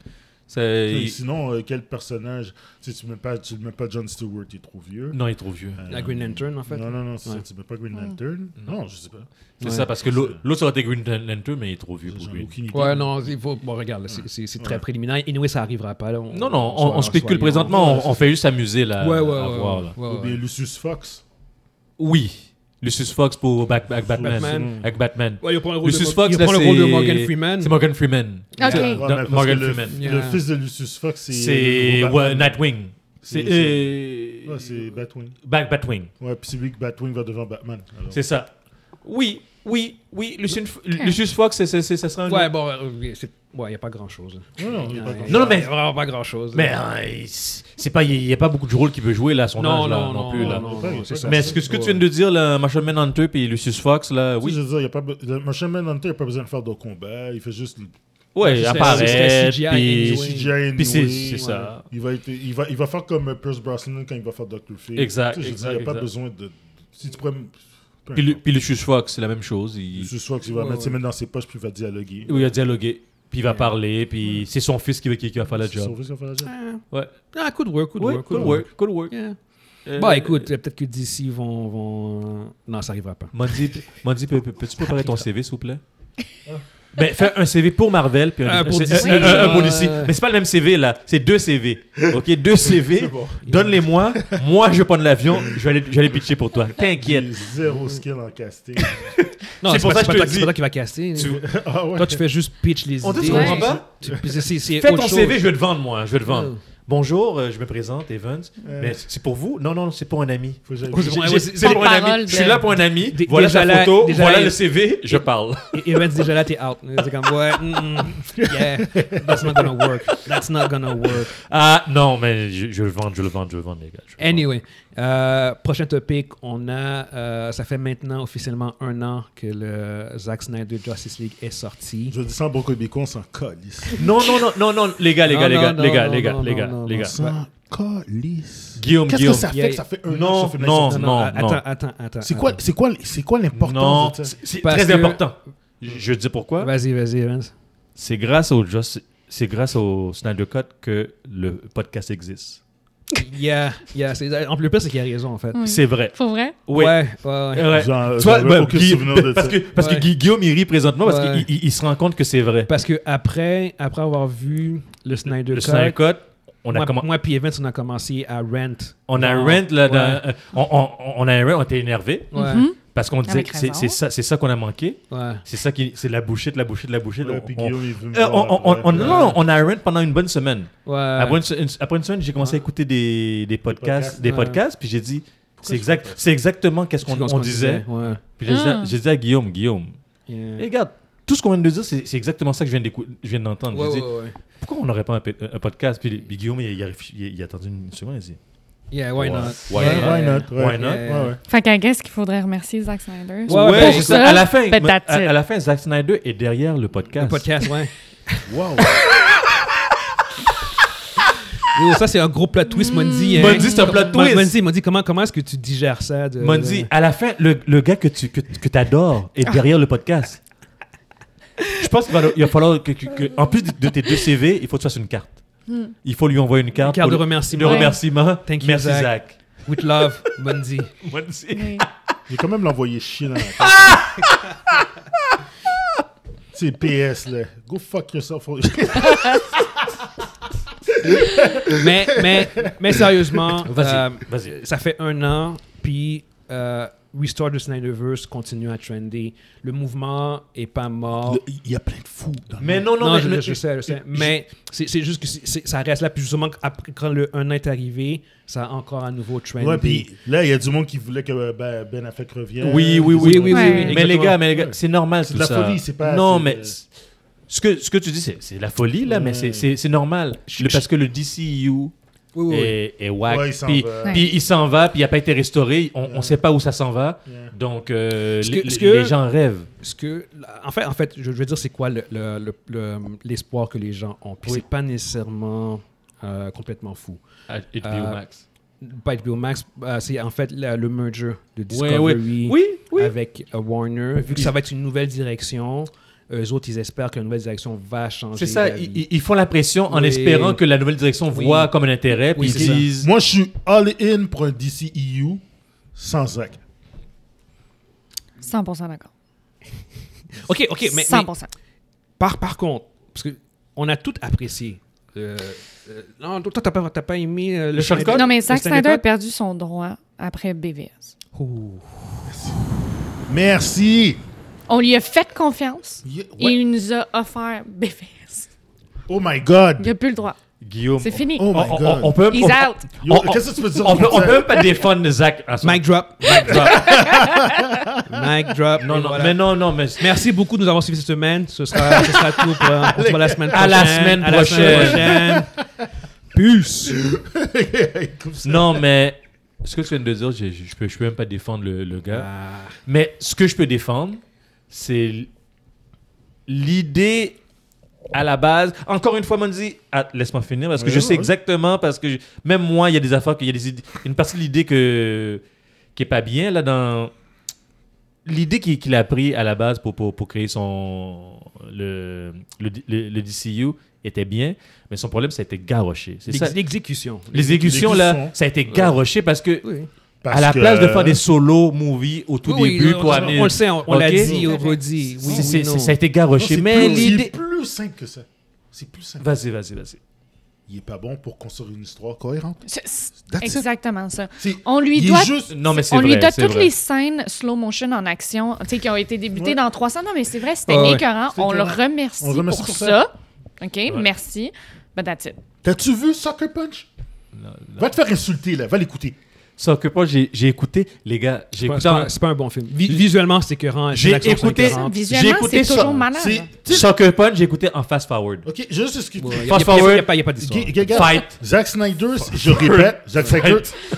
Speaker 2: C'est-
Speaker 3: Et sinon, euh, quel personnage... Tu sais, tu mets pas, tu mets pas Jon Stewart, il est trop vieux.
Speaker 2: Non, il est trop vieux.
Speaker 3: Euh,
Speaker 1: La Green Lantern, en fait.
Speaker 3: Non, non, non, c'est
Speaker 1: Ouais.
Speaker 3: ça, tu mets pas Green Lantern. Non, je sais pas.
Speaker 2: C'est
Speaker 1: Ouais.
Speaker 2: ça, parce que l'autre l'autre, ça aurait été Green Lantern, mais il est trop vieux pour
Speaker 3: J'en ai
Speaker 2: lui.
Speaker 3: aucune idée.
Speaker 1: Ouais, non, il faut. Bon, regarde, là, c'est- c'est c'est très
Speaker 3: Ouais.
Speaker 1: préliminaire. Anyway, ça arrivera pas. Là. On-
Speaker 2: Non, non, on,
Speaker 1: soyons-
Speaker 2: on spécule
Speaker 1: soyons-
Speaker 2: présentement,
Speaker 3: Ouais,
Speaker 2: on, on fait juste s'amuser là.
Speaker 1: Ouais, ouais,
Speaker 2: à
Speaker 1: ouais.
Speaker 2: voir,
Speaker 1: ouais,
Speaker 2: là.
Speaker 1: ouais,
Speaker 3: Ou bien
Speaker 1: ouais.
Speaker 3: Lucius Fox.
Speaker 2: Oui, Lucius Fox pour Back, Back- Batman.
Speaker 1: Batman.
Speaker 2: Avec Batman.
Speaker 1: Ouais, il prend le rôle,
Speaker 2: Lucius
Speaker 1: de,
Speaker 2: Fox,
Speaker 1: il
Speaker 2: là,
Speaker 1: prend le rôle de
Speaker 2: c'est-
Speaker 1: Morgan Freeman.
Speaker 2: C'est Morgan Freeman.
Speaker 4: Ok.
Speaker 3: Ouais,
Speaker 2: Dans-
Speaker 3: mais parce
Speaker 2: Morgan
Speaker 3: que le,
Speaker 2: Freeman.
Speaker 3: le
Speaker 1: Yeah.
Speaker 3: fils de Lucius Fox, c'est...
Speaker 2: C'est
Speaker 3: euh,
Speaker 2: ouais,
Speaker 3: Batman.
Speaker 2: Nightwing. C'est
Speaker 3: C'est-
Speaker 2: euh,
Speaker 3: Ouais, c'est Batwing.
Speaker 2: Back- Batwing.
Speaker 3: Ouais, puis c'est lui que Batwing va devant Batman. alors.
Speaker 2: C'est ça. Oui, oui, oui. Lucien- Lucius Fox, c'est- c'est- c'est- ça serait un.
Speaker 1: Ouais, bon, euh, c'est- ouais, il n'y a pas grand-chose.
Speaker 3: Non, non, il y a pas grand-
Speaker 2: Non, non, mais-
Speaker 1: Il y a vraiment pas grand-chose.
Speaker 2: Mais euh, c'est pas, il n'y a pas beaucoup de rôles qu'il peut jouer là à son
Speaker 1: non,
Speaker 2: âge là,
Speaker 1: non,
Speaker 2: non,
Speaker 1: non,
Speaker 2: plus
Speaker 1: non,
Speaker 2: là.
Speaker 1: non,
Speaker 3: pas-
Speaker 1: non, c'est
Speaker 3: pas-
Speaker 1: ça.
Speaker 2: Mais ce que, ce que tu viens de dire, là, Martian Manhunter et Lucius Fox, là,
Speaker 3: Tu sais,
Speaker 2: oui.
Speaker 3: je veux dire, il y a pas, be- le Martian Manhunter, il n'a pas besoin de faire de combat, il fait juste le
Speaker 2: Ouais,
Speaker 1: ce serait- ce
Speaker 2: apparaître.
Speaker 1: serait C G I
Speaker 2: puis-
Speaker 1: anyway.
Speaker 3: C G I anyway.
Speaker 2: Puis c'est c'est ça.
Speaker 3: Il va, être, il, va, il va faire comme euh, Pierce Brosnan quand il va faire Doctor Fate.
Speaker 2: Exact,
Speaker 3: Tu sais, je veux
Speaker 2: exact,
Speaker 3: dire, il n'y a pas
Speaker 2: exact.
Speaker 3: besoin de... Si tu pourrais... peu
Speaker 2: Puis, le-
Speaker 3: importe.
Speaker 2: puis Lucius Fox, c'est la même chose. Il,
Speaker 3: Ce soir qu'il va
Speaker 1: Ouais,
Speaker 3: mettre ses
Speaker 1: ouais.
Speaker 3: mains dans ses poches puis il va dialoguer.
Speaker 2: oui, il va dialoguer. Puis il va parler. Puis c'est son fils qui va, qui, qui va faire le
Speaker 3: C'est son
Speaker 2: job.
Speaker 3: fils qui va faire la job.
Speaker 2: Ouais.
Speaker 1: Ah, good work, good
Speaker 2: Ouais,
Speaker 1: work.
Speaker 2: good work, good work.
Speaker 1: Yeah.
Speaker 2: Euh,
Speaker 1: Bon, écoute, peut-être que d'ici vont, vont. Non, ça arrivera pas.
Speaker 2: Mondi, Mondi, peux- peux- peux-tu préparer ton C V, s'il vous plaît? Ben, fais un C V pour Marvel, puis un,
Speaker 1: Un pour
Speaker 2: c'est-
Speaker 1: D C.
Speaker 2: un- un- un pour D C.
Speaker 1: Ouais.
Speaker 2: Mais c'est pas le même C V, là. C'est deux C V. OK? Deux C V.
Speaker 3: C'est bon.
Speaker 2: Donne-les-moi. Moi, je vais prendre l'avion. Je vais aller, je vais aller pitcher pour toi.
Speaker 3: Il
Speaker 2: T'inquiète.
Speaker 3: est zéro skill en casting.
Speaker 1: Non,
Speaker 2: C'est pour
Speaker 1: pas-
Speaker 2: ça que
Speaker 1: pas
Speaker 2: je te
Speaker 1: toi-
Speaker 2: dis.
Speaker 1: C'est pas toi qui va caster.
Speaker 3: ah ouais.
Speaker 1: Toi, tu fais juste pitch les
Speaker 2: On dit,
Speaker 1: idées.
Speaker 2: tu comprends
Speaker 4: Ouais.
Speaker 2: pas?
Speaker 1: Tu- c'est- c'est- c'est
Speaker 2: Fais
Speaker 1: autre
Speaker 2: ton
Speaker 1: chose.
Speaker 2: C V, je vais te vendre, moi. Je vais te vendre.
Speaker 1: Ouais.
Speaker 2: Bonjour, euh, je me présente, Evans.
Speaker 3: Euh.
Speaker 2: Mais c'est pour vous? Non, non, c'est pour un ami.
Speaker 3: Faut que j'aille-
Speaker 1: Oh, c'est bon.
Speaker 2: J'ai-
Speaker 1: Ouais,
Speaker 2: j'ai-
Speaker 1: ouais,
Speaker 2: C'est
Speaker 1: c'est-
Speaker 2: pour un
Speaker 4: parole
Speaker 2: ami.
Speaker 4: de-
Speaker 2: Je suis là pour un ami.
Speaker 1: Dé-
Speaker 2: Voilà
Speaker 1: déjà
Speaker 2: sa
Speaker 1: là-
Speaker 2: photo.
Speaker 1: déjà
Speaker 2: Voilà
Speaker 1: là-
Speaker 2: le C V. Je parle.
Speaker 1: Et Evans, déjà là, t'es out. C'est comme, ouais, mm, mm, yeah, that's not gonna work. That's not gonna work.
Speaker 2: Ah, non, mais je, je le vends, je le vends, je le vends, les gars. Je le vends.
Speaker 1: Anyway, euh, prochain topic, on a, euh, ça fait maintenant officiellement un an que le Zack Snyder Justice League est sorti.
Speaker 3: Je dis ça en bon québécois, on s'en calisse.
Speaker 2: Non, non, non, non, non, les gars, les
Speaker 1: Non,
Speaker 2: gars, les
Speaker 1: non,
Speaker 2: gars,
Speaker 1: non,
Speaker 2: les gars,
Speaker 1: non,
Speaker 2: les gars,
Speaker 1: non,
Speaker 2: les
Speaker 1: non,
Speaker 2: gars,
Speaker 1: non,
Speaker 2: les
Speaker 1: non,
Speaker 2: gars.
Speaker 3: S'en calisse.
Speaker 2: Guillaume,
Speaker 3: Qu'est-ce
Speaker 2: Guillaume.
Speaker 3: que ça
Speaker 1: Yeah.
Speaker 3: fait que ça fait un
Speaker 2: Non,
Speaker 3: an que ça fait
Speaker 2: non,
Speaker 3: l'incident?
Speaker 2: non.
Speaker 1: attends, attends, attends.
Speaker 3: C'est quoi, c'est quoi, c'est quoi l'importance
Speaker 2: Non,
Speaker 3: de ça?
Speaker 2: c'est c'est
Speaker 1: Parce
Speaker 2: très
Speaker 1: que-
Speaker 2: important. Je je dis pourquoi.
Speaker 1: Vas-y, vas-y, Evans.
Speaker 2: C'est grâce au Just- c'est grâce au Snyder Cut que le podcast existe.
Speaker 1: Yeah, yeah. c'est- En plus, le pire, c'est qu'il a raison, en fait.
Speaker 4: Oui.
Speaker 2: C'est vrai.
Speaker 4: Pour vrai?
Speaker 2: Oui.
Speaker 1: Ouais, ouais, ouais.
Speaker 2: Ouais.
Speaker 3: J'en-
Speaker 2: Tu vois,
Speaker 3: j'avais
Speaker 2: ben,
Speaker 3: aucun
Speaker 2: Guy-
Speaker 3: souvenir de
Speaker 2: parce
Speaker 3: ça.
Speaker 2: que, parce que
Speaker 1: Ouais.
Speaker 2: Guy- Guillaume il rit présentement parce
Speaker 1: Ouais.
Speaker 2: qu'il il- il se rend compte que c'est vrai.
Speaker 1: Parce que après, après avoir vu le Snyder
Speaker 2: Le
Speaker 1: Cut,
Speaker 2: Snyder Cut, on a,
Speaker 1: moi,
Speaker 2: commen-
Speaker 1: moi puis Evans, on a commencé à rent.
Speaker 2: on a
Speaker 1: Genre,
Speaker 2: rent là, dans-
Speaker 1: ouais.
Speaker 2: euh, on, on, on a un rent, on était énervé
Speaker 1: Ouais,
Speaker 4: Mhm.
Speaker 2: parce qu'on disait
Speaker 4: Avec
Speaker 2: que c'est
Speaker 4: raison.
Speaker 2: c'est ça, c'est ça qu'on a manqué.
Speaker 1: ouais.
Speaker 2: C'est ça qui, c'est la bullshit, la bullshit, la bullshit.
Speaker 3: Ouais,
Speaker 2: On-
Speaker 3: puis
Speaker 2: on-
Speaker 3: Guillaume, il veut me
Speaker 2: Euh, on,
Speaker 3: voir
Speaker 2: on-
Speaker 3: après.
Speaker 2: on- non, non, on a un rent pendant une bonne semaine.
Speaker 1: Ouais.
Speaker 2: Après, une, se- une- après une semaine, j'ai commencé à écouter des, des podcasts, des
Speaker 1: ouais.
Speaker 2: podcasts, puis j'ai dit, c'est
Speaker 3: je
Speaker 2: exact,
Speaker 3: fais pas?
Speaker 2: c'est exactement qu'est-ce qu'on
Speaker 1: C'est ce
Speaker 2: on disait.
Speaker 1: Ouais.
Speaker 2: Puis j'ai dit, à-
Speaker 4: Ah.
Speaker 2: j'ai dit à Guillaume, Guillaume,
Speaker 1: Yeah.
Speaker 2: hey, regarde, tout ce qu'on vient de dire, c'est c'est exactement ça que je viens d'écou- je viens d'entendre.
Speaker 1: Ouais,
Speaker 2: J'ai dit,
Speaker 1: ouais, ouais.
Speaker 2: pourquoi on n'aurait pas un, pe- un podcast? Puis, puis Guillaume, il, il a, réfléchi- il a- il a attendu une seconde, il a dit,
Speaker 1: Yeah, why
Speaker 2: Ouais.
Speaker 1: not?
Speaker 2: Why
Speaker 3: Ouais,
Speaker 2: not?
Speaker 3: why not? Ouais.
Speaker 2: Why not?
Speaker 1: Yeah.
Speaker 3: Ouais, ouais.
Speaker 4: Fait qu'à qu'est-ce qu'il faudrait remercier Zack Snyder?
Speaker 1: Ouais, ouais,
Speaker 2: ouais,
Speaker 1: pour
Speaker 2: c'est
Speaker 4: ça,
Speaker 2: ça. À la fin,
Speaker 4: but that's
Speaker 2: à,
Speaker 4: it.
Speaker 2: à la fin, Zack Snyder est derrière le podcast.
Speaker 1: Le podcast, ouais.
Speaker 3: Wow.
Speaker 1: Yo, ça, c'est un gros plot twist, Mondi. hein.
Speaker 2: Mondi, c'est un plot
Speaker 1: Mon-
Speaker 2: twist.
Speaker 1: Mondi, Mondi, comment, comment est-ce que tu digères ça? De,
Speaker 2: Mondi,
Speaker 1: de-
Speaker 2: à la fin, le, le gars que tu que, que adores est derrière le podcast. Je pense qu'il va, il va falloir que, que- que- en plus de, de tes deux C V, il faut que tu fasses une carte. Il faut lui envoyer une carte.
Speaker 1: Une carte
Speaker 2: pour
Speaker 1: de
Speaker 2: le-
Speaker 1: remerciement.
Speaker 2: De remerciement.
Speaker 1: Thank you,
Speaker 2: Merci,
Speaker 1: Zach.
Speaker 2: Zach.
Speaker 1: With love, Mondi.
Speaker 2: Mondi.
Speaker 4: Oui.
Speaker 3: Il va quand même l'envoyer chier dans la tête. C'est P S, là. Go fuck yourself.
Speaker 1: mais, mais, mais sérieusement,
Speaker 2: Vas-y,
Speaker 1: euh,
Speaker 2: vas-y.
Speaker 1: ça fait un an, puis euh, Restore the Snyderverse continue à trender. Le mouvement est pas mort.
Speaker 3: Le- Il y a plein de fous dans le
Speaker 2: Mais
Speaker 3: monde.
Speaker 2: non, non,
Speaker 1: Non,
Speaker 2: mais-
Speaker 1: je,
Speaker 2: mais-
Speaker 1: je sais, je sais. Mais c'est c'est juste que c'est- c'est- ça reste là. Puis justement, après, quand le un an est arrivé, ça a encore à nouveau trendé.
Speaker 3: Ouais, puis là, il y a du monde qui voulait que Ben, ben Affleck revienne.
Speaker 2: Oui, oui, oui,
Speaker 1: Oui, oui,
Speaker 4: Ouais.
Speaker 1: oui, oui,
Speaker 2: Mais les
Speaker 1: exactement.
Speaker 2: gars, mais les gars, c'est normal
Speaker 3: C'est
Speaker 2: tout
Speaker 3: de la
Speaker 2: ça.
Speaker 3: folie, c'est pas-
Speaker 2: Non,
Speaker 3: c'est-
Speaker 2: mais c- ce que ce que tu dis, c'est c'est la folie là, mais
Speaker 3: Ouais.
Speaker 2: c'est c'est c'est normal. Le- parce que le D C U
Speaker 1: Oui, oui, oui.
Speaker 2: est, est whack.
Speaker 3: Ouais, il s'en
Speaker 2: puis,
Speaker 3: va.
Speaker 2: puis il s'en va, puis il n'a pas été restauré. On ne
Speaker 3: Ouais.
Speaker 2: sait pas où ça s'en va.
Speaker 3: Yeah.
Speaker 2: Donc euh,
Speaker 1: Ce que-
Speaker 2: les,
Speaker 1: ce que-
Speaker 2: les gens rêvent.
Speaker 1: Ce que, en fait, en fait, je veux dire, c'est quoi le- le- le- le- l'espoir que les gens ont. Puis
Speaker 2: Oui.
Speaker 1: c'est pas nécessairement euh, complètement fou.
Speaker 2: À H B O
Speaker 1: Euh,
Speaker 2: Max.
Speaker 1: Pas H B O Max, euh, c'est en fait la- le merger de
Speaker 2: Ouais,
Speaker 1: Discovery
Speaker 2: ouais. Oui, oui.
Speaker 1: avec euh, Warner. Vu que ça va être une nouvelle direction, eux autres, ils espèrent que la nouvelle direction va changer.
Speaker 2: C'est ça,
Speaker 1: la vie.
Speaker 2: ils, ils font la pression en
Speaker 1: Oui.
Speaker 2: espérant que la nouvelle direction
Speaker 1: Oui.
Speaker 2: voit comme un intérêt,
Speaker 1: Oui,
Speaker 2: puis
Speaker 1: c'est
Speaker 2: ils
Speaker 1: ça.
Speaker 2: disent...
Speaker 3: Moi, je suis all-in pour un D C E U sans Zack.
Speaker 4: cent pour cent d'accord.
Speaker 1: OK, OK, mais, mais
Speaker 4: cent pour cent.
Speaker 1: par, par contre, parce que on a tout apprécié. Euh, euh, non, toi, t'as pas, t'as pas aimé euh, le
Speaker 2: Le Sean
Speaker 1: Snyder-
Speaker 2: Connery?
Speaker 4: Non, mais
Speaker 1: le
Speaker 4: Zack
Speaker 1: Snyder
Speaker 4: Snyder a
Speaker 1: Cut?
Speaker 4: perdu son droit après B V S.
Speaker 1: Ouh.
Speaker 3: Merci.
Speaker 4: On lui a fait confiance
Speaker 3: Yeah,
Speaker 4: et
Speaker 3: ouais.
Speaker 4: il nous a offert B V S.
Speaker 3: Oh my God.
Speaker 4: Il n'a plus le droit.
Speaker 2: Guillaume,
Speaker 4: C'est fini.
Speaker 3: Oh
Speaker 2: on,
Speaker 3: my
Speaker 2: on-
Speaker 3: God.
Speaker 2: on peut...
Speaker 4: He's
Speaker 2: on-
Speaker 4: out.
Speaker 3: Yo,
Speaker 2: on-
Speaker 3: qu'est-ce que tu peux dire?
Speaker 2: On peut, on
Speaker 3: de
Speaker 2: peut
Speaker 3: ça?
Speaker 2: même pas défendre Zach. en ce moment.
Speaker 1: Mic drop.
Speaker 2: Mic drop.
Speaker 1: Mic drop.
Speaker 2: Non,
Speaker 1: Et
Speaker 2: non,
Speaker 1: voilà.
Speaker 2: mais non, non, mais...
Speaker 1: Merci beaucoup de nous avoir suivis cette semaine. Ce sera, ce sera tout. Pour, on se voit la semaine
Speaker 2: À
Speaker 1: prochaine.
Speaker 2: la semaine
Speaker 1: À la semaine
Speaker 2: prochaine.
Speaker 1: prochaine. Puce.
Speaker 3: Comme ça.
Speaker 2: Non, mais... Ce que tu viens de dire, je, je, je peux, je peux même pas défendre le, le gars.
Speaker 1: Ah.
Speaker 2: Mais ce que je peux défendre, c'est l'idée à la base. Encore une fois, Monzi, ah, laisse-moi finir parce que
Speaker 3: Oui,
Speaker 2: je
Speaker 3: oui,
Speaker 2: sais
Speaker 3: oui.
Speaker 2: exactement parce que je- même moi, il y a des affaires, qu'il y a des idées, une partie de l'idée que qui est pas bien là dans l'idée qu'il, qu'il a pris à la base pour, pour, pour créer son le le, le, le D C U était bien, mais son problème ça a été garoché. C'est ça.
Speaker 1: L'ex- L'exécution.
Speaker 2: Les exécutions là,
Speaker 3: L'exécution.
Speaker 2: ça a été garoché parce que
Speaker 1: Oui.
Speaker 3: Parce
Speaker 2: à la
Speaker 3: que-
Speaker 2: place de faire des solo movies au tout
Speaker 1: Oui, oui,
Speaker 2: début
Speaker 1: on,
Speaker 2: pour
Speaker 1: on-
Speaker 2: amener
Speaker 1: on le sait, on, on l'a
Speaker 2: Ok.
Speaker 1: dit, on redit. Oui,
Speaker 2: C'est- c'est-
Speaker 1: oui, non.
Speaker 2: ça a été
Speaker 3: Non,
Speaker 2: garoché,
Speaker 3: c'est
Speaker 2: mais
Speaker 3: plus,
Speaker 2: l'idée.
Speaker 3: c'est plus simple que ça. C'est plus simple.
Speaker 2: Vas-y, vas-y, vas-y.
Speaker 3: Il est pas bon pour construire une histoire cohérente.
Speaker 4: C'est c'est
Speaker 3: That's it.
Speaker 4: exactement ça.
Speaker 3: C'est-
Speaker 4: On lui
Speaker 3: il
Speaker 4: doit
Speaker 3: est juste...
Speaker 2: Non, mais c'est
Speaker 4: On
Speaker 2: vrai.
Speaker 4: lui doit
Speaker 2: c'est
Speaker 4: toutes
Speaker 2: vrai.
Speaker 4: les scènes slow motion en action, tu sais, qui ont été débutées
Speaker 3: Ouais.
Speaker 4: dans trois cents. Non, mais c'est vrai, c'était
Speaker 1: Ah ouais.
Speaker 4: écœurant.
Speaker 3: C'était
Speaker 4: On le
Speaker 3: écœurant.
Speaker 4: remercie,
Speaker 3: On le remercie
Speaker 4: pour,
Speaker 3: pour
Speaker 4: ça.
Speaker 3: ça.
Speaker 4: OK, merci. But that's it.
Speaker 3: T'as-tu vu Sucker Punch?
Speaker 2: Non, non.
Speaker 3: Va te faire insulter, là. Va l'écouter.
Speaker 2: Ça que pas, j'ai j'ai écouté, les gars, j'ai
Speaker 1: C'est pas,
Speaker 2: écouté.
Speaker 1: c'est
Speaker 2: en-
Speaker 1: pas- c'est pas un bon film. Vi- visuellement, c'est écœurant.
Speaker 2: J'ai
Speaker 1: les actions sont
Speaker 2: écouté-
Speaker 1: écœurantes.
Speaker 4: Visuellement,
Speaker 2: écouté
Speaker 4: c'est
Speaker 2: ça.
Speaker 4: toujours malade.
Speaker 3: C'est... tu sais-
Speaker 2: Sucker Punch, j'ai écouté en fast forward.
Speaker 3: OK, je vais juste expliquer.
Speaker 1: Ouais, y a- y a-
Speaker 2: Fast
Speaker 1: y a-
Speaker 2: forward.
Speaker 1: y a pas- y a pas d'histoire.
Speaker 3: G- regarde,
Speaker 2: Fight.
Speaker 3: Zack Snyder, c'est- je répète, Zack Snyder,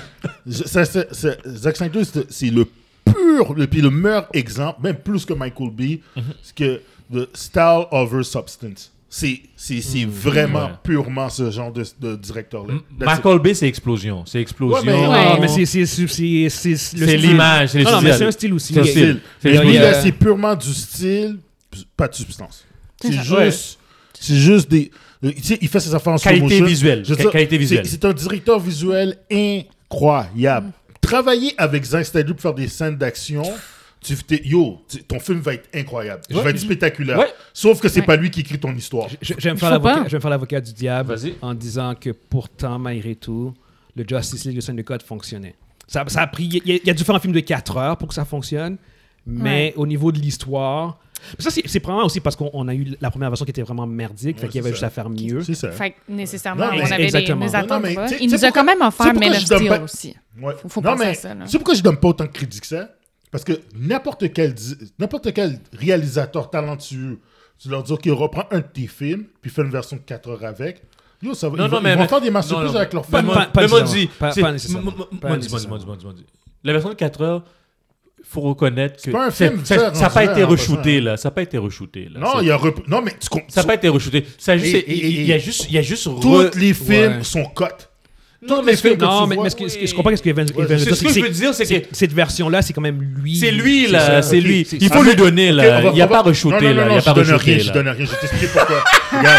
Speaker 3: je- ça, c'est- c'est- Zack Snyder, c'est c'est le pur, le, puis le meilleur exemple, même plus que Michael Bay, c'est que the style over substance. C'est c'est- c'est vraiment
Speaker 2: Ouais.
Speaker 3: purement ce genre de, de directeur-là.
Speaker 2: M-
Speaker 3: That's
Speaker 2: Michael Bay, c'est explosion. C'est explosion.
Speaker 3: Ouais, mais-
Speaker 1: Non,
Speaker 4: Ouais.
Speaker 1: mais c'est c'est c'est c'est c'est le
Speaker 2: C'est
Speaker 1: style.
Speaker 2: l'image, c'est le
Speaker 1: Non, non, mais
Speaker 2: style.
Speaker 1: c'est un style aussi.
Speaker 2: C'est un
Speaker 3: it.
Speaker 1: Il y a-
Speaker 2: style.
Speaker 3: Mais
Speaker 1: il y a-
Speaker 3: lui,
Speaker 1: il y a-
Speaker 3: là, c'est purement du style, pas de substance. C'est
Speaker 4: ça.
Speaker 3: juste... C'est juste des... Tu sais, il fait ses affaires en slow
Speaker 2: Qualité
Speaker 3: motion.
Speaker 2: visuelle.
Speaker 3: Je veux
Speaker 2: Qua-
Speaker 3: dire,
Speaker 2: qualité
Speaker 3: c'est-
Speaker 2: visuelle.
Speaker 3: C'est un directeur visuel incroyable. Travailler avec Zack Snyder pour faire des scènes d'action, tu, t'es- yo, tu- ton film va être incroyable. Il
Speaker 2: Ouais.
Speaker 3: va être spectaculaire.
Speaker 2: Ouais.
Speaker 3: Sauf que c'est
Speaker 4: Ouais.
Speaker 3: pas lui qui écrit ton histoire.
Speaker 1: Je, je vais me faire
Speaker 4: Faut
Speaker 1: l'avocat,
Speaker 4: pas.
Speaker 1: je vais me faire l'avocat du diable
Speaker 2: Vas-y.
Speaker 1: en disant que pourtant, malgré tout, le Justice League de Snyder Cut fonctionnait. Ça, ça a pris, il y, a- il a dû faire un film de quatre heures pour que ça fonctionne, mais
Speaker 4: Ouais.
Speaker 1: au niveau de l'histoire, ça c'est, c'est probablement aussi parce qu'on on a eu la première version qui était vraiment merdique, fait
Speaker 3: Ouais,
Speaker 1: qu'il y avait
Speaker 3: c'est
Speaker 1: juste
Speaker 3: ça.
Speaker 1: à faire mieux.
Speaker 3: C'est ça.
Speaker 4: Fait que nécessairement,
Speaker 3: Non, mais
Speaker 4: on avait des,
Speaker 1: exactement.
Speaker 4: des
Speaker 1: Non,
Speaker 4: attentes.
Speaker 3: non, mais
Speaker 4: pour
Speaker 3: tu
Speaker 4: ça.
Speaker 3: sais-
Speaker 4: Il
Speaker 3: tu
Speaker 4: nous
Speaker 3: sais
Speaker 4: a
Speaker 3: pourquoi-
Speaker 4: quand même
Speaker 3: tu sais
Speaker 4: offert
Speaker 3: pourquoi
Speaker 4: Man of
Speaker 3: je donne
Speaker 4: Steel
Speaker 3: pas-
Speaker 4: aussi.
Speaker 3: Ouais.
Speaker 4: Faut- faut
Speaker 3: non,
Speaker 4: penser
Speaker 3: mais
Speaker 4: à ça, là.
Speaker 3: c'est pourquoi je donne pas autant de crédit que ça? Parce que n'importe quel, di- n'importe quel réalisateur talentueux, tu leur dis, OK, reprends un de tes films, puis fais une version de quatre heures avec. Yo, ça va,
Speaker 2: Non,
Speaker 3: ils,
Speaker 2: non,
Speaker 3: vont-
Speaker 2: mais-
Speaker 3: ils vont
Speaker 2: mais-
Speaker 3: faire des
Speaker 2: non,
Speaker 3: masterpieces
Speaker 2: non.
Speaker 3: avec leurs
Speaker 1: Pas-
Speaker 3: films.
Speaker 1: pas- pas
Speaker 2: Mais moi,
Speaker 1: nécessairement.
Speaker 2: dis,
Speaker 1: Pas-
Speaker 2: c'est-
Speaker 1: pas nécessairement.
Speaker 2: m- m-
Speaker 1: Pas
Speaker 2: moi, dis, moi, dis, moi, dis, moi, dis, moi, dis. La version de quatre heures, faut reconnaître que
Speaker 3: pas un
Speaker 2: c'est-
Speaker 3: film
Speaker 2: ça
Speaker 3: fait
Speaker 2: ça n'a pas
Speaker 3: rendu
Speaker 2: été
Speaker 3: là, en
Speaker 2: re-shooté,
Speaker 3: passant.
Speaker 2: là. Ça n'a pas été re-shooté, là.
Speaker 3: Non,
Speaker 2: C'est-
Speaker 3: il y a rep- non, mais tu comp-
Speaker 2: Ça n'a pas été re-shooté. Ça a juste,
Speaker 3: Et- et-
Speaker 2: il, il y a juste, il y a juste
Speaker 3: tous
Speaker 2: re-
Speaker 3: les films
Speaker 1: Ouais.
Speaker 3: sont cut.
Speaker 2: Non,
Speaker 3: tous
Speaker 2: mais
Speaker 3: les
Speaker 2: ce que-
Speaker 3: films que
Speaker 1: Non,
Speaker 3: tu
Speaker 1: mais,
Speaker 3: vois,
Speaker 1: mais ce que, ce que-
Speaker 2: oui.
Speaker 1: je comprends ce que Evan,
Speaker 3: Ouais,
Speaker 1: Evan
Speaker 3: c'est
Speaker 1: veut dire,
Speaker 2: ce que
Speaker 1: c'est
Speaker 2: je veux dire, c'est que
Speaker 1: c'est- cette version-là, c'est quand même lui.
Speaker 2: c'est lui, là.
Speaker 1: ça.
Speaker 2: C'est
Speaker 3: ok.
Speaker 2: lui.
Speaker 1: C'est-
Speaker 2: Il
Speaker 1: c'est-
Speaker 2: faut
Speaker 3: Ah,
Speaker 2: lui
Speaker 3: mais-
Speaker 2: donner,
Speaker 3: ok,
Speaker 2: là.
Speaker 3: on va-
Speaker 2: Il n'y a
Speaker 3: on va-
Speaker 2: pas re-shooté,
Speaker 3: non, non,
Speaker 2: là.
Speaker 3: non,
Speaker 2: Il n'y a
Speaker 3: je
Speaker 2: pas
Speaker 3: donne rien,
Speaker 2: re-shooté,
Speaker 3: je
Speaker 2: là.
Speaker 3: donne rien. Je vais t'expliquer pourquoi. Regarde.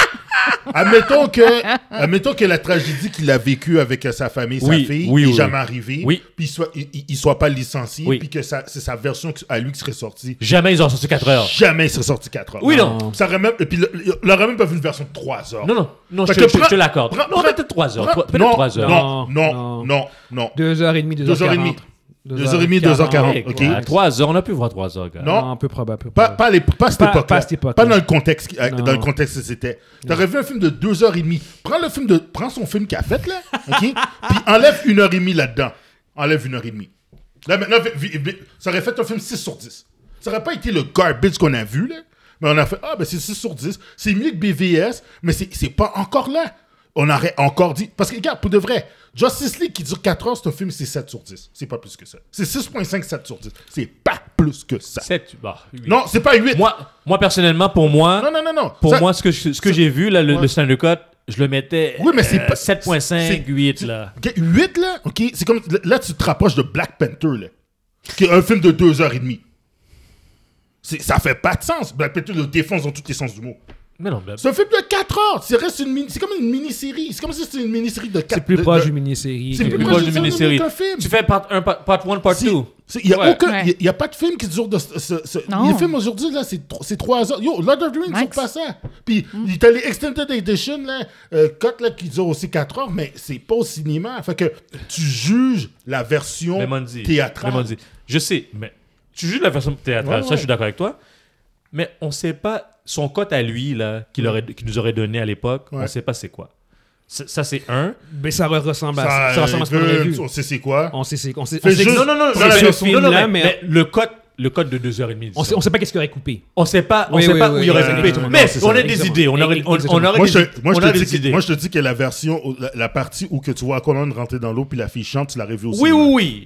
Speaker 3: Admettons que, admettons que la tragédie qu'il a vécue avec euh, sa famille, sa
Speaker 2: Oui,
Speaker 3: fille,
Speaker 2: oui,
Speaker 3: n'est
Speaker 2: oui,
Speaker 3: jamais
Speaker 2: oui.
Speaker 3: arrivée,
Speaker 2: Oui.
Speaker 3: puis il soit, il, il- il soit pas licencié,
Speaker 2: Oui.
Speaker 3: puis que ça- c'est sa version à lui qui serait sortie.
Speaker 2: Jamais ils ont sorti quatre heures.
Speaker 3: Jamais il serait sorti quatre heures.
Speaker 2: Oui, non.
Speaker 3: Ça aurait même, et puis le- le- il aurait même pas vu une version de trois heures.
Speaker 2: Non, non. Non, je
Speaker 3: Fait
Speaker 2: te-
Speaker 3: que
Speaker 2: je
Speaker 3: prends-
Speaker 2: te l'accorde.
Speaker 3: prends-
Speaker 2: Non,
Speaker 3: prends-
Speaker 2: peut-être trois heures.
Speaker 3: Prends-
Speaker 2: trois- Peut-être
Speaker 3: non,
Speaker 2: trois heures.
Speaker 3: non, non,
Speaker 1: Non.
Speaker 3: non, non.
Speaker 1: Deux heures et demie, deux,
Speaker 3: Deux heures et demie. Deux heures et demie, deux heures quarante, ok.
Speaker 2: À trois heures, on a pu voir trois heures, gars.
Speaker 3: Non.
Speaker 1: un peu probable. peu
Speaker 3: Pas,
Speaker 1: probable.
Speaker 3: pas, à l'ép- pas à cette
Speaker 1: Pas-
Speaker 3: époque-là.
Speaker 1: pas à cette époque-là.
Speaker 3: Pas dans le contexte, qui-
Speaker 1: Non.
Speaker 3: dans le contexte que c'était. T'aurais vu un film de deux heures et demie. Prends le film de, prends son film qu'il a fait, là, ok? Puis enlève une heure et demie là-dedans. Enlève une heure et demie. Là, maintenant, vi- vi- vi- ça aurait fait un film six sur dix. Ça aurait pas été le garbage qu'on a vu, là. Mais on a fait, ah, ben c'est six sur dix. C'est mieux que B V S, mais c'est c'est pas encore là. On aurait encore dit. Parce que, regarde, pour de vrai, Justice League qui dure quatre heures, c'est un film, c'est sept sur dix. C'est pas plus que ça. C'est six virgule cinq, sept sur dix. C'est pas plus que ça.
Speaker 2: sept. Bah, huit.
Speaker 3: Non, c'est pas huit.
Speaker 2: Moi, moi, personnellement, pour moi,
Speaker 3: Non, non, non, non.
Speaker 2: pour
Speaker 3: Ça-
Speaker 2: moi, ce que, je- ce que
Speaker 3: ça-
Speaker 2: j'ai vu, là, le,
Speaker 3: Ouais.
Speaker 2: le Snyder Cut, je le mettais
Speaker 3: Oui, mais c'est
Speaker 2: euh,
Speaker 3: pas-
Speaker 2: sept virgule cinq,
Speaker 3: c'est-
Speaker 2: huit,
Speaker 3: c'est-
Speaker 2: là.
Speaker 3: Ok, huit, là, ok, c'est comme, là, tu te rapproches de Black Panther, là, qui est un film de deux heures et demie. C'est, ça fait pas de sens. Black Panther le défonce dans tous les sens du mot.
Speaker 2: Mais non, mais...
Speaker 3: C'est un film de quatre heures. C'est, reste une mini- c'est comme une mini-série. C'est comme si c'était une mini-série de quatre
Speaker 1: C'est plus
Speaker 3: de-
Speaker 1: proche
Speaker 3: de-
Speaker 1: d'une mini-série.
Speaker 3: C'est
Speaker 2: plus
Speaker 3: plus
Speaker 2: proche
Speaker 3: proche
Speaker 2: d'une
Speaker 3: d'une
Speaker 2: mini-série.
Speaker 3: qu'un film.
Speaker 2: Tu fais part un, part part one, part
Speaker 3: Si-
Speaker 2: two.
Speaker 3: Il n'y a,
Speaker 2: Ouais.
Speaker 3: aucun-
Speaker 4: Ouais.
Speaker 3: y a- y a pas de film qui dure de ce, ce- ce-
Speaker 4: Non.
Speaker 3: les films aujourd'hui, là, c'est, tro- c'est trois heures. Yo, Lord of the Rings,
Speaker 4: Max.
Speaker 3: dure pas ça. Puis, il y a les Extended Edition, là, euh, cut, là, qui dure aussi quatre heures, mais c'est pas au cinéma. Fait que tu juges la version
Speaker 2: Mais Mondi,
Speaker 3: théâtrale.
Speaker 2: mais Mondi, je sais, mais tu juges la version théâtrale,
Speaker 3: Ouais,
Speaker 2: ça
Speaker 3: ouais.
Speaker 2: je suis d'accord avec toi. Mais on sait pas son cote à lui là qu'il aurait qu'il nous aurait donné à l'époque,
Speaker 3: Ouais.
Speaker 2: on sait pas c'est quoi. C'est- Ça c'est un.
Speaker 1: Mais ça ressemble à ça.
Speaker 3: Ça,
Speaker 1: Ça ressemble à ce qu'on aurait
Speaker 3: euh,
Speaker 1: vu.
Speaker 3: On sait c'est quoi.
Speaker 1: On sait, c'est- on sait,
Speaker 3: Fais
Speaker 1: on sait-
Speaker 3: juste-
Speaker 2: Non non non,
Speaker 3: c'est
Speaker 2: non,
Speaker 3: la
Speaker 2: non,
Speaker 3: version-
Speaker 2: non, non,
Speaker 1: là,
Speaker 2: mais,
Speaker 1: mais-
Speaker 2: mais le code le code de deux heures trente.
Speaker 1: On sait, on sait pas qu'est-ce qu'il aurait coupé.
Speaker 2: On sait pas, on
Speaker 1: Oui,
Speaker 2: sait
Speaker 1: oui,
Speaker 2: pas
Speaker 1: oui,
Speaker 2: où il aurait
Speaker 1: oui,
Speaker 2: coupé.
Speaker 1: exactement.
Speaker 2: Mais
Speaker 3: Non, c'est
Speaker 2: on
Speaker 3: ça,
Speaker 2: a des
Speaker 1: exactement.
Speaker 2: idées, on aurait, on, on
Speaker 1: Exactement.
Speaker 2: aurait
Speaker 3: Moi
Speaker 2: des,
Speaker 3: je, te, moi,
Speaker 2: on
Speaker 3: je te
Speaker 2: aurait
Speaker 3: dis
Speaker 2: des
Speaker 3: que,
Speaker 2: idées.
Speaker 3: moi, je te dis que la version, la, la partie où que tu vois Aquaman rentrer dans l'eau puis la fille chante, tu l'as revue aussi.
Speaker 2: Oui oui oui.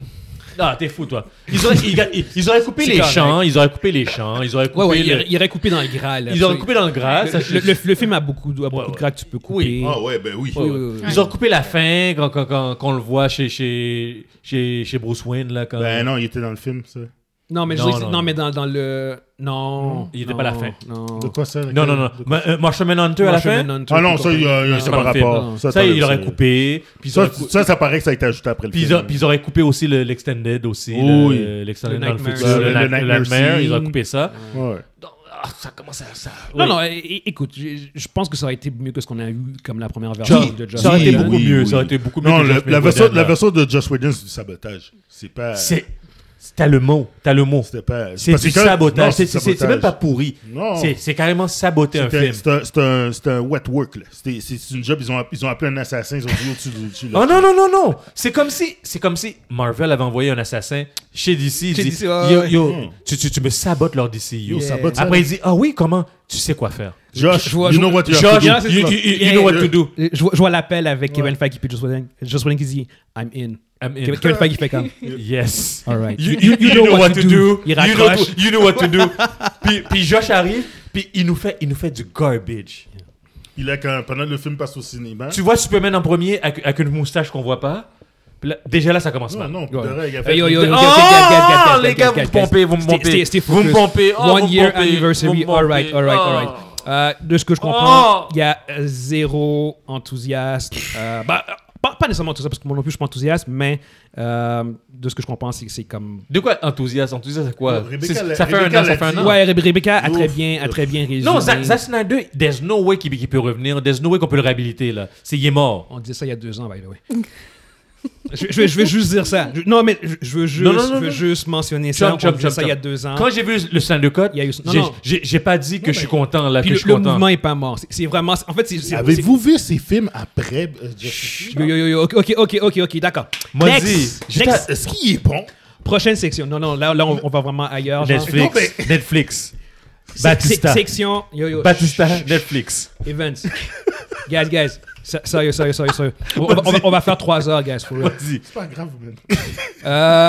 Speaker 2: Ah, t'es fou, toi. Ils auraient, ils, ils auraient coupé
Speaker 1: C'est
Speaker 2: les
Speaker 1: correct.
Speaker 2: chants, ils auraient coupé les chants, ils auraient coupé
Speaker 1: Ouais, ouais, il,
Speaker 2: le-
Speaker 1: aurait- il aurait coupé dans le Graal.
Speaker 2: ils auraient coupé dans le gras. ça,
Speaker 1: Le,
Speaker 2: je-
Speaker 1: le- le- le film a beaucoup, a beaucoup
Speaker 2: Ouais,
Speaker 1: de
Speaker 2: ouais.
Speaker 1: gras que tu peux couper.
Speaker 2: Oui.
Speaker 3: Ah ouais, ben oui.
Speaker 1: Oui, oui, oui.
Speaker 2: Ils ont coupé la fin quand, quand, quand, quand on le voit chez, chez, chez, chez Bruce Wayne. Là, quand...
Speaker 3: Ben non, il était dans le film, ça.
Speaker 1: Non, mais, je
Speaker 2: Non,
Speaker 1: veux dire,
Speaker 2: non,
Speaker 1: non,
Speaker 2: non.
Speaker 1: mais dans, dans le... Non.
Speaker 2: Il était
Speaker 1: non,
Speaker 2: pas à la fin.
Speaker 1: Non.
Speaker 3: De quoi ça?
Speaker 2: Non, non, non. Ma- euh, Marshall Manhunter à la fin.
Speaker 3: Ah non, ça, il y a, il y a
Speaker 2: C'est
Speaker 3: ça
Speaker 2: pas
Speaker 3: par
Speaker 2: dans le film.
Speaker 3: rapport.
Speaker 1: Non.
Speaker 2: Ça,
Speaker 3: t'enlèves
Speaker 2: il aurait coupé. Puis ils
Speaker 3: Ça,
Speaker 2: auraient cou-
Speaker 3: ça, ça paraît que ça a été ajouté après le
Speaker 2: puis ils,
Speaker 3: film.
Speaker 2: a- puis ils auraient coupé aussi le- l'extended aussi.
Speaker 3: Oui.
Speaker 2: le- L'extended
Speaker 1: Le
Speaker 2: dans le
Speaker 1: Nightmare.
Speaker 2: futur.
Speaker 3: Le-
Speaker 2: Le,
Speaker 3: le
Speaker 2: Night- le
Speaker 3: Nightmare
Speaker 2: Nightmare, ils
Speaker 3: scene.
Speaker 2: auraient coupé ça.
Speaker 3: Ouais.
Speaker 2: Donc, ah, ça commence à ça.
Speaker 1: Non,
Speaker 2: Oui.
Speaker 1: non, é- é- écoute, je, je pense que ça aurait été mieux que ce qu'on a eu comme la première version
Speaker 2: Ça,
Speaker 1: de Joss
Speaker 2: ça aurait été
Speaker 1: Whedon.
Speaker 2: beaucoup
Speaker 3: Oui,
Speaker 2: mieux.
Speaker 3: oui.
Speaker 2: Ça aurait été beaucoup mieux.
Speaker 3: Non,
Speaker 2: que
Speaker 3: le-
Speaker 2: Joss
Speaker 3: la,
Speaker 2: Whedon,
Speaker 3: version,
Speaker 2: là.
Speaker 3: la version de Joss Whedon, c'est du sabotage. C'est pas.
Speaker 2: C'est. T'as le mot. T'as le mot.
Speaker 3: C'était pas.
Speaker 2: C'est
Speaker 3: parce
Speaker 2: du
Speaker 3: que quand-
Speaker 2: sabotage.
Speaker 3: non,
Speaker 2: C'est c'est- c'est même pas pourri.
Speaker 3: Non.
Speaker 2: C'est c'est carrément saboter un
Speaker 3: C'était-
Speaker 2: film.
Speaker 3: C'est un, c'est un, c'est un wet work, là. C'était- C'est une job, ils ont, ils ont appelé un assassin, ils ont dit au-dessus du dessus.
Speaker 2: Oh non, non, non, non! C'est comme si, c'est comme si Marvel avait envoyé un assassin chez D C. Il
Speaker 1: Chez
Speaker 2: dit,
Speaker 1: D C, ouais,
Speaker 2: yo,
Speaker 1: ouais.
Speaker 2: yo,
Speaker 3: Hmm.
Speaker 2: tu, tu, tu me sabotes leur D C. Yo.
Speaker 1: Yeah.
Speaker 3: sabote ça,
Speaker 2: Après,
Speaker 3: là.
Speaker 2: il dit, ah oui, comment? Tu sais quoi faire.
Speaker 3: Josh,
Speaker 1: Je vois-
Speaker 3: you
Speaker 1: je
Speaker 3: know
Speaker 1: vois-
Speaker 3: what you have
Speaker 2: Josh,
Speaker 3: to do.
Speaker 1: Yeah, c'est
Speaker 2: you,
Speaker 1: ça.
Speaker 2: you- you- you know what to do.
Speaker 1: Je vois, je vois l'appel avec Kevin Feige puis Joss Whedon. Joss Whedon qui dit « I'm in ».
Speaker 2: I'm in.
Speaker 1: Kevin Kevin Feige fait comme
Speaker 2: Yes.
Speaker 1: All right.
Speaker 2: You, you- you know, what, to do.
Speaker 1: Il
Speaker 2: You know,
Speaker 1: raccroche.
Speaker 2: to- you know what to do. puis, puis Josh arrive, puis il nous fait, il nous fait du garbage.
Speaker 3: Puis là, quand, pendant que le film passe au cinéma.
Speaker 2: Tu vois Superman en premier avec, avec une moustache qu'on voit pas. Puis là, déjà là, ça commence
Speaker 3: Non,
Speaker 2: mal.
Speaker 3: non, pour
Speaker 1: Ouais.
Speaker 3: de vrai, il a
Speaker 1: Hey,
Speaker 3: fait.
Speaker 1: yo, yo,
Speaker 3: il-
Speaker 1: yo,
Speaker 2: Oh,
Speaker 1: guys, guys, guys, guys, guys,
Speaker 2: les
Speaker 1: guys,
Speaker 2: gars,
Speaker 1: guys,
Speaker 2: vous
Speaker 1: guys.
Speaker 2: pompez, vous me
Speaker 1: Stay-
Speaker 2: pompez.
Speaker 1: stay- stay
Speaker 2: Vous me
Speaker 1: focus.
Speaker 2: pompez. Oh,
Speaker 1: One
Speaker 2: vous me
Speaker 1: year
Speaker 2: pompez.
Speaker 1: anniversary.
Speaker 2: Vous me
Speaker 1: All right,
Speaker 2: pompez.
Speaker 1: all right, all
Speaker 2: Oh.
Speaker 1: right. Euh, de ce que je comprends,
Speaker 2: Oh.
Speaker 1: il y a euh, zéro enthousiasme. Euh, bah, pas, pas nécessairement enthousiasme, parce que moi non plus, je suis pas enthousiaste, mais euh, de ce que je comprends, c'est que c'est comme...
Speaker 2: De quoi enthousiaste? Enthousiaste, c'est quoi?
Speaker 3: Rebecca
Speaker 2: C'est-
Speaker 3: l'a-
Speaker 2: ça fait
Speaker 3: Rebecca
Speaker 2: un an, ça
Speaker 3: l'a
Speaker 2: fait un
Speaker 3: dit.
Speaker 2: an.
Speaker 1: Ouais, Re- Rebecca a très
Speaker 3: Ouf.
Speaker 1: bien, a très bien résumé.
Speaker 2: Non, Zack, Zack Snyder, there's no way qu'il qu'il peut revenir. There's no way qu'on peut le réhabiliter, là. C'est, il est mort.
Speaker 1: On disait ça il y a deux ans, by the way. je, je, vais- je vais juste dire ça. Je- non, mais je, je veux juste,
Speaker 2: Non, non, non,
Speaker 1: je veux
Speaker 2: non.
Speaker 1: juste mentionner ça.
Speaker 2: Chum, chum,
Speaker 1: On disait
Speaker 2: chum,
Speaker 1: ça il y a
Speaker 2: chum.
Speaker 1: deux ans.
Speaker 2: Quand j'ai vu le Snyder Cut,
Speaker 1: Il y a eu- non,
Speaker 2: j'ai,
Speaker 1: non.
Speaker 2: j'ai, j'ai pas dit que je suis content, là,
Speaker 1: Puis
Speaker 2: que
Speaker 1: le,
Speaker 2: je suis
Speaker 1: le
Speaker 2: content.
Speaker 1: mouvement est pas mort. C'est, c'est vraiment... En fait, c'est... c'est-
Speaker 3: Avez-vous vu ces films après euh, Justice
Speaker 1: c'est-
Speaker 3: League?
Speaker 1: Yo, yo, yo, yo, ok, ok, ok, ok, d'accord.
Speaker 2: Moi,
Speaker 1: Next.
Speaker 2: dis, j'étais-
Speaker 1: Next.
Speaker 3: Est-ce qu'il est bon?
Speaker 1: Prochaine section. Non, non, là, là on, on va vraiment ailleurs. genre.
Speaker 3: Non,
Speaker 2: Netflix.
Speaker 3: mais-
Speaker 2: Netflix.
Speaker 1: Se-
Speaker 2: Batista.
Speaker 1: se- Section... Yo, yo.
Speaker 2: Batista,
Speaker 1: Chut, chut,
Speaker 2: Netflix.
Speaker 1: Evans. Guys, guys. S- Sérieux, sérieux, sérieux, sérieux. On, on va, on va- on va faire trois heures, guys. For real.
Speaker 2: Vas-y.
Speaker 3: C'est pas grave, man.
Speaker 1: Euh,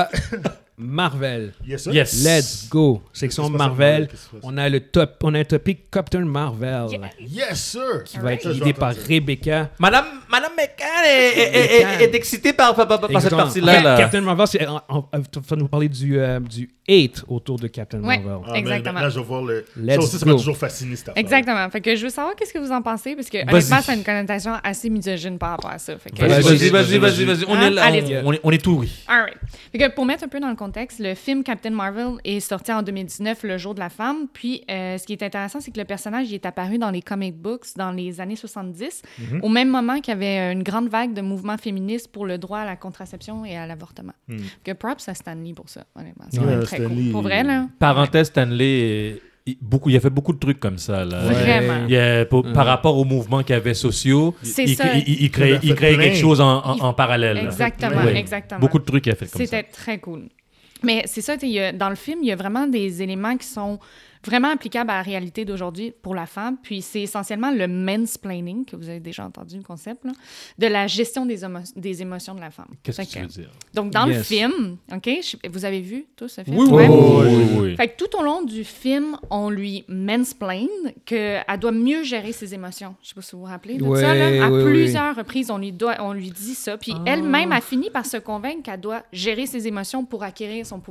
Speaker 1: Marvel.
Speaker 3: Yes, sir.
Speaker 2: Yes.
Speaker 1: Let's go. Section
Speaker 3: Qu'est-ce qui se passe à
Speaker 1: Marvel.
Speaker 3: Marvel? Qu'est-ce qui se passe?
Speaker 1: On a le top, on a un topic Captain Marvel
Speaker 3: Yes, sir.
Speaker 1: qui va être
Speaker 3: Ça, je vais
Speaker 1: guidé par
Speaker 3: entendre ça.
Speaker 1: Rebecca.
Speaker 2: Madame, Madame McCann est, est, est, est, est excitée par, par, par, par cette
Speaker 1: Exactement.
Speaker 2: partie-là.
Speaker 1: Ca-
Speaker 2: Là.
Speaker 1: Captain Marvel, c'est, on, on- tu vas nous parler du, euh, du hate autour de Captain
Speaker 4: Ouais.
Speaker 1: Marvel.
Speaker 3: Ah, mais
Speaker 4: Exactement.
Speaker 3: Là, je vais voir le.
Speaker 1: Let's
Speaker 3: ça aussi, ça m'a
Speaker 1: go.
Speaker 3: toujours fasciné, cette affaire.
Speaker 4: Exactement. Fait que je veux savoir qu'est-ce que vous en pensez, parce que
Speaker 2: Vas-y.
Speaker 4: honnêtement, ça a une connotation assez misogyne par rapport à ça. Fait que,
Speaker 2: Vas-y,
Speaker 1: Vas-y,
Speaker 2: vas-y, vas-y, vas-y, vas-y. On
Speaker 4: Hein?
Speaker 2: est là,
Speaker 4: Allez-y.
Speaker 2: on, on est, on est tout oui.
Speaker 4: Alright. Fait que pour mettre un peu dans le contexte, le film Captain Marvel est sorti en deux mille dix-neuf, le jour de la femme. Puis, euh, ce qui est intéressant, c'est que le personnage il est apparu dans les comic books dans les années soixante-dix,
Speaker 3: Mhm.
Speaker 4: au même moment qu'il y avait une grande vague de mouvements féministes pour le droit à la contraception et à l'avortement.
Speaker 3: Mhm.
Speaker 4: Que props à Stan Lee pour ça, honnêtement. C'est
Speaker 3: Ouais,
Speaker 4: quand même très
Speaker 3: Stan
Speaker 4: cool.
Speaker 3: Lee,
Speaker 4: Pour vrai, là.
Speaker 2: Parenthèse, Stanley, il, beaucoup, il a fait beaucoup de trucs comme ça. Là.
Speaker 4: Vraiment.
Speaker 2: Il a- pour-
Speaker 1: Mhm.
Speaker 2: Par rapport aux mouvements qu'il y avait sociaux,
Speaker 4: C'est
Speaker 2: il,
Speaker 4: ça.
Speaker 2: il, il, il crée,
Speaker 3: Il a
Speaker 2: il
Speaker 3: fait
Speaker 2: crée
Speaker 3: plein.
Speaker 2: quelque chose en, en,
Speaker 4: Il-
Speaker 2: en parallèle. là.
Speaker 4: Exactement,
Speaker 2: Oui.
Speaker 4: exactement.
Speaker 2: Beaucoup de trucs qu'il a fait comme ça.
Speaker 4: C'était très cool. Mais c'est ça, tu sais, il y a- dans le film, il y a vraiment des éléments qui sont vraiment applicables à la réalité d'aujourd'hui pour la femme. Puis c'est essentiellement le mansplaining, que vous avez déjà entendu le concept, là, de la gestion des, émo- des émotions de la femme.
Speaker 2: Qu'est-ce
Speaker 4: Fait
Speaker 2: que tu veux dire?
Speaker 4: Donc, dans le
Speaker 1: Yes.
Speaker 4: film, OK, je- vous avez vu tout ce film?
Speaker 1: Oui,
Speaker 4: Ouais.
Speaker 1: oui,
Speaker 2: oui, oui, oui.
Speaker 4: Fait que tout au long du film, on lui mansplain qu'elle doit mieux gérer ses émotions. Je sais pas si vous vous rappelez de
Speaker 1: Ouais,
Speaker 4: ça. Là. À
Speaker 1: ouais,
Speaker 4: plusieurs reprises, on lui, doit, on lui dit ça. Puis elle-même a fini par se convaincre qu'elle doit gérer ses émotions pour acquérir son pouvoir.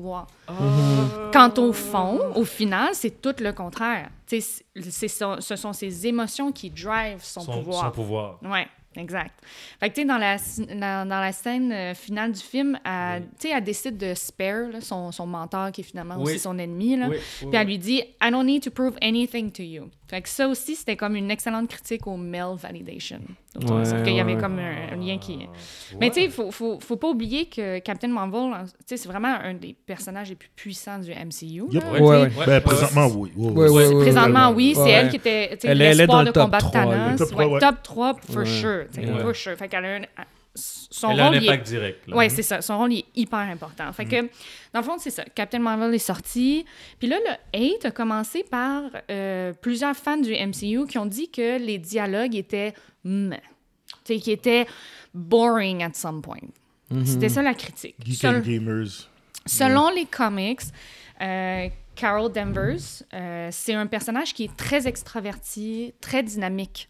Speaker 4: Quant au fond, au final, c'est tout le contraire. Tu sais, c'est- c'est son- ce sont ses émotions qui drivent son,
Speaker 2: Son,
Speaker 4: pouvoir.
Speaker 2: son pouvoir.
Speaker 4: Ouais, exact. Fait que, tu sais, dans la, dans, dans la scène euh, finale du film, elle, tu sais, elle décide de spare là, son, son mentor, qui est finalement
Speaker 2: Oui.
Speaker 4: aussi son ennemi. Là.
Speaker 2: Oui,
Speaker 4: Puis
Speaker 2: oui,
Speaker 4: elle
Speaker 2: oui.
Speaker 4: lui dit « I don't need to prove anything to you ». Fait que ça aussi, c'était comme une excellente critique au male validation. autour de ça.
Speaker 1: Ouais,
Speaker 4: Sauf qu'il y avait
Speaker 1: ouais.
Speaker 4: comme un, un lien qui...
Speaker 2: Ah,
Speaker 4: Mais tu sais, il faut, faut, faut pas oublier que Captain Marvel, tu sais, c'est vraiment un des personnages les plus puissants du M C U.
Speaker 3: Yep.
Speaker 4: là,
Speaker 1: Ouais,
Speaker 4: tu sais.
Speaker 1: ouais.
Speaker 2: Ouais.
Speaker 3: Ben, présentement, oui. Oui,
Speaker 1: Ouais, ouais, ouais,
Speaker 4: Présentement, oui, c'est
Speaker 1: Ouais.
Speaker 4: elle qui était tu sais,
Speaker 1: Elle est- elle est
Speaker 4: l'espoir
Speaker 1: dans
Speaker 4: de
Speaker 1: le top
Speaker 4: combat de
Speaker 1: trois, là.
Speaker 4: Thanos.
Speaker 3: Top trois,
Speaker 4: Ouais,
Speaker 3: ouais.
Speaker 4: top trois, for
Speaker 1: Ouais.
Speaker 4: sure. tu sais,
Speaker 1: Ouais.
Speaker 4: For sure. Fait qu'elle a un... Son
Speaker 2: Elle a un
Speaker 4: rôle, il est-
Speaker 2: impact direct. là.
Speaker 4: Oui, c'est ça. Son rôle il est hyper important. Fait que, dans le fond, c'est ça. Captain Marvel est sorti. Puis là, le hate a commencé par euh, plusieurs fans du M C U qui ont dit que les dialogues étaient meh. Tu sais, qui étaient boring at some point. C'était ça la critique.
Speaker 3: Geek
Speaker 4: Sel-
Speaker 3: and Gamers.
Speaker 4: Selon les comics, euh, Carol Danvers, euh, c'est un personnage qui est très extraverti, très dynamique.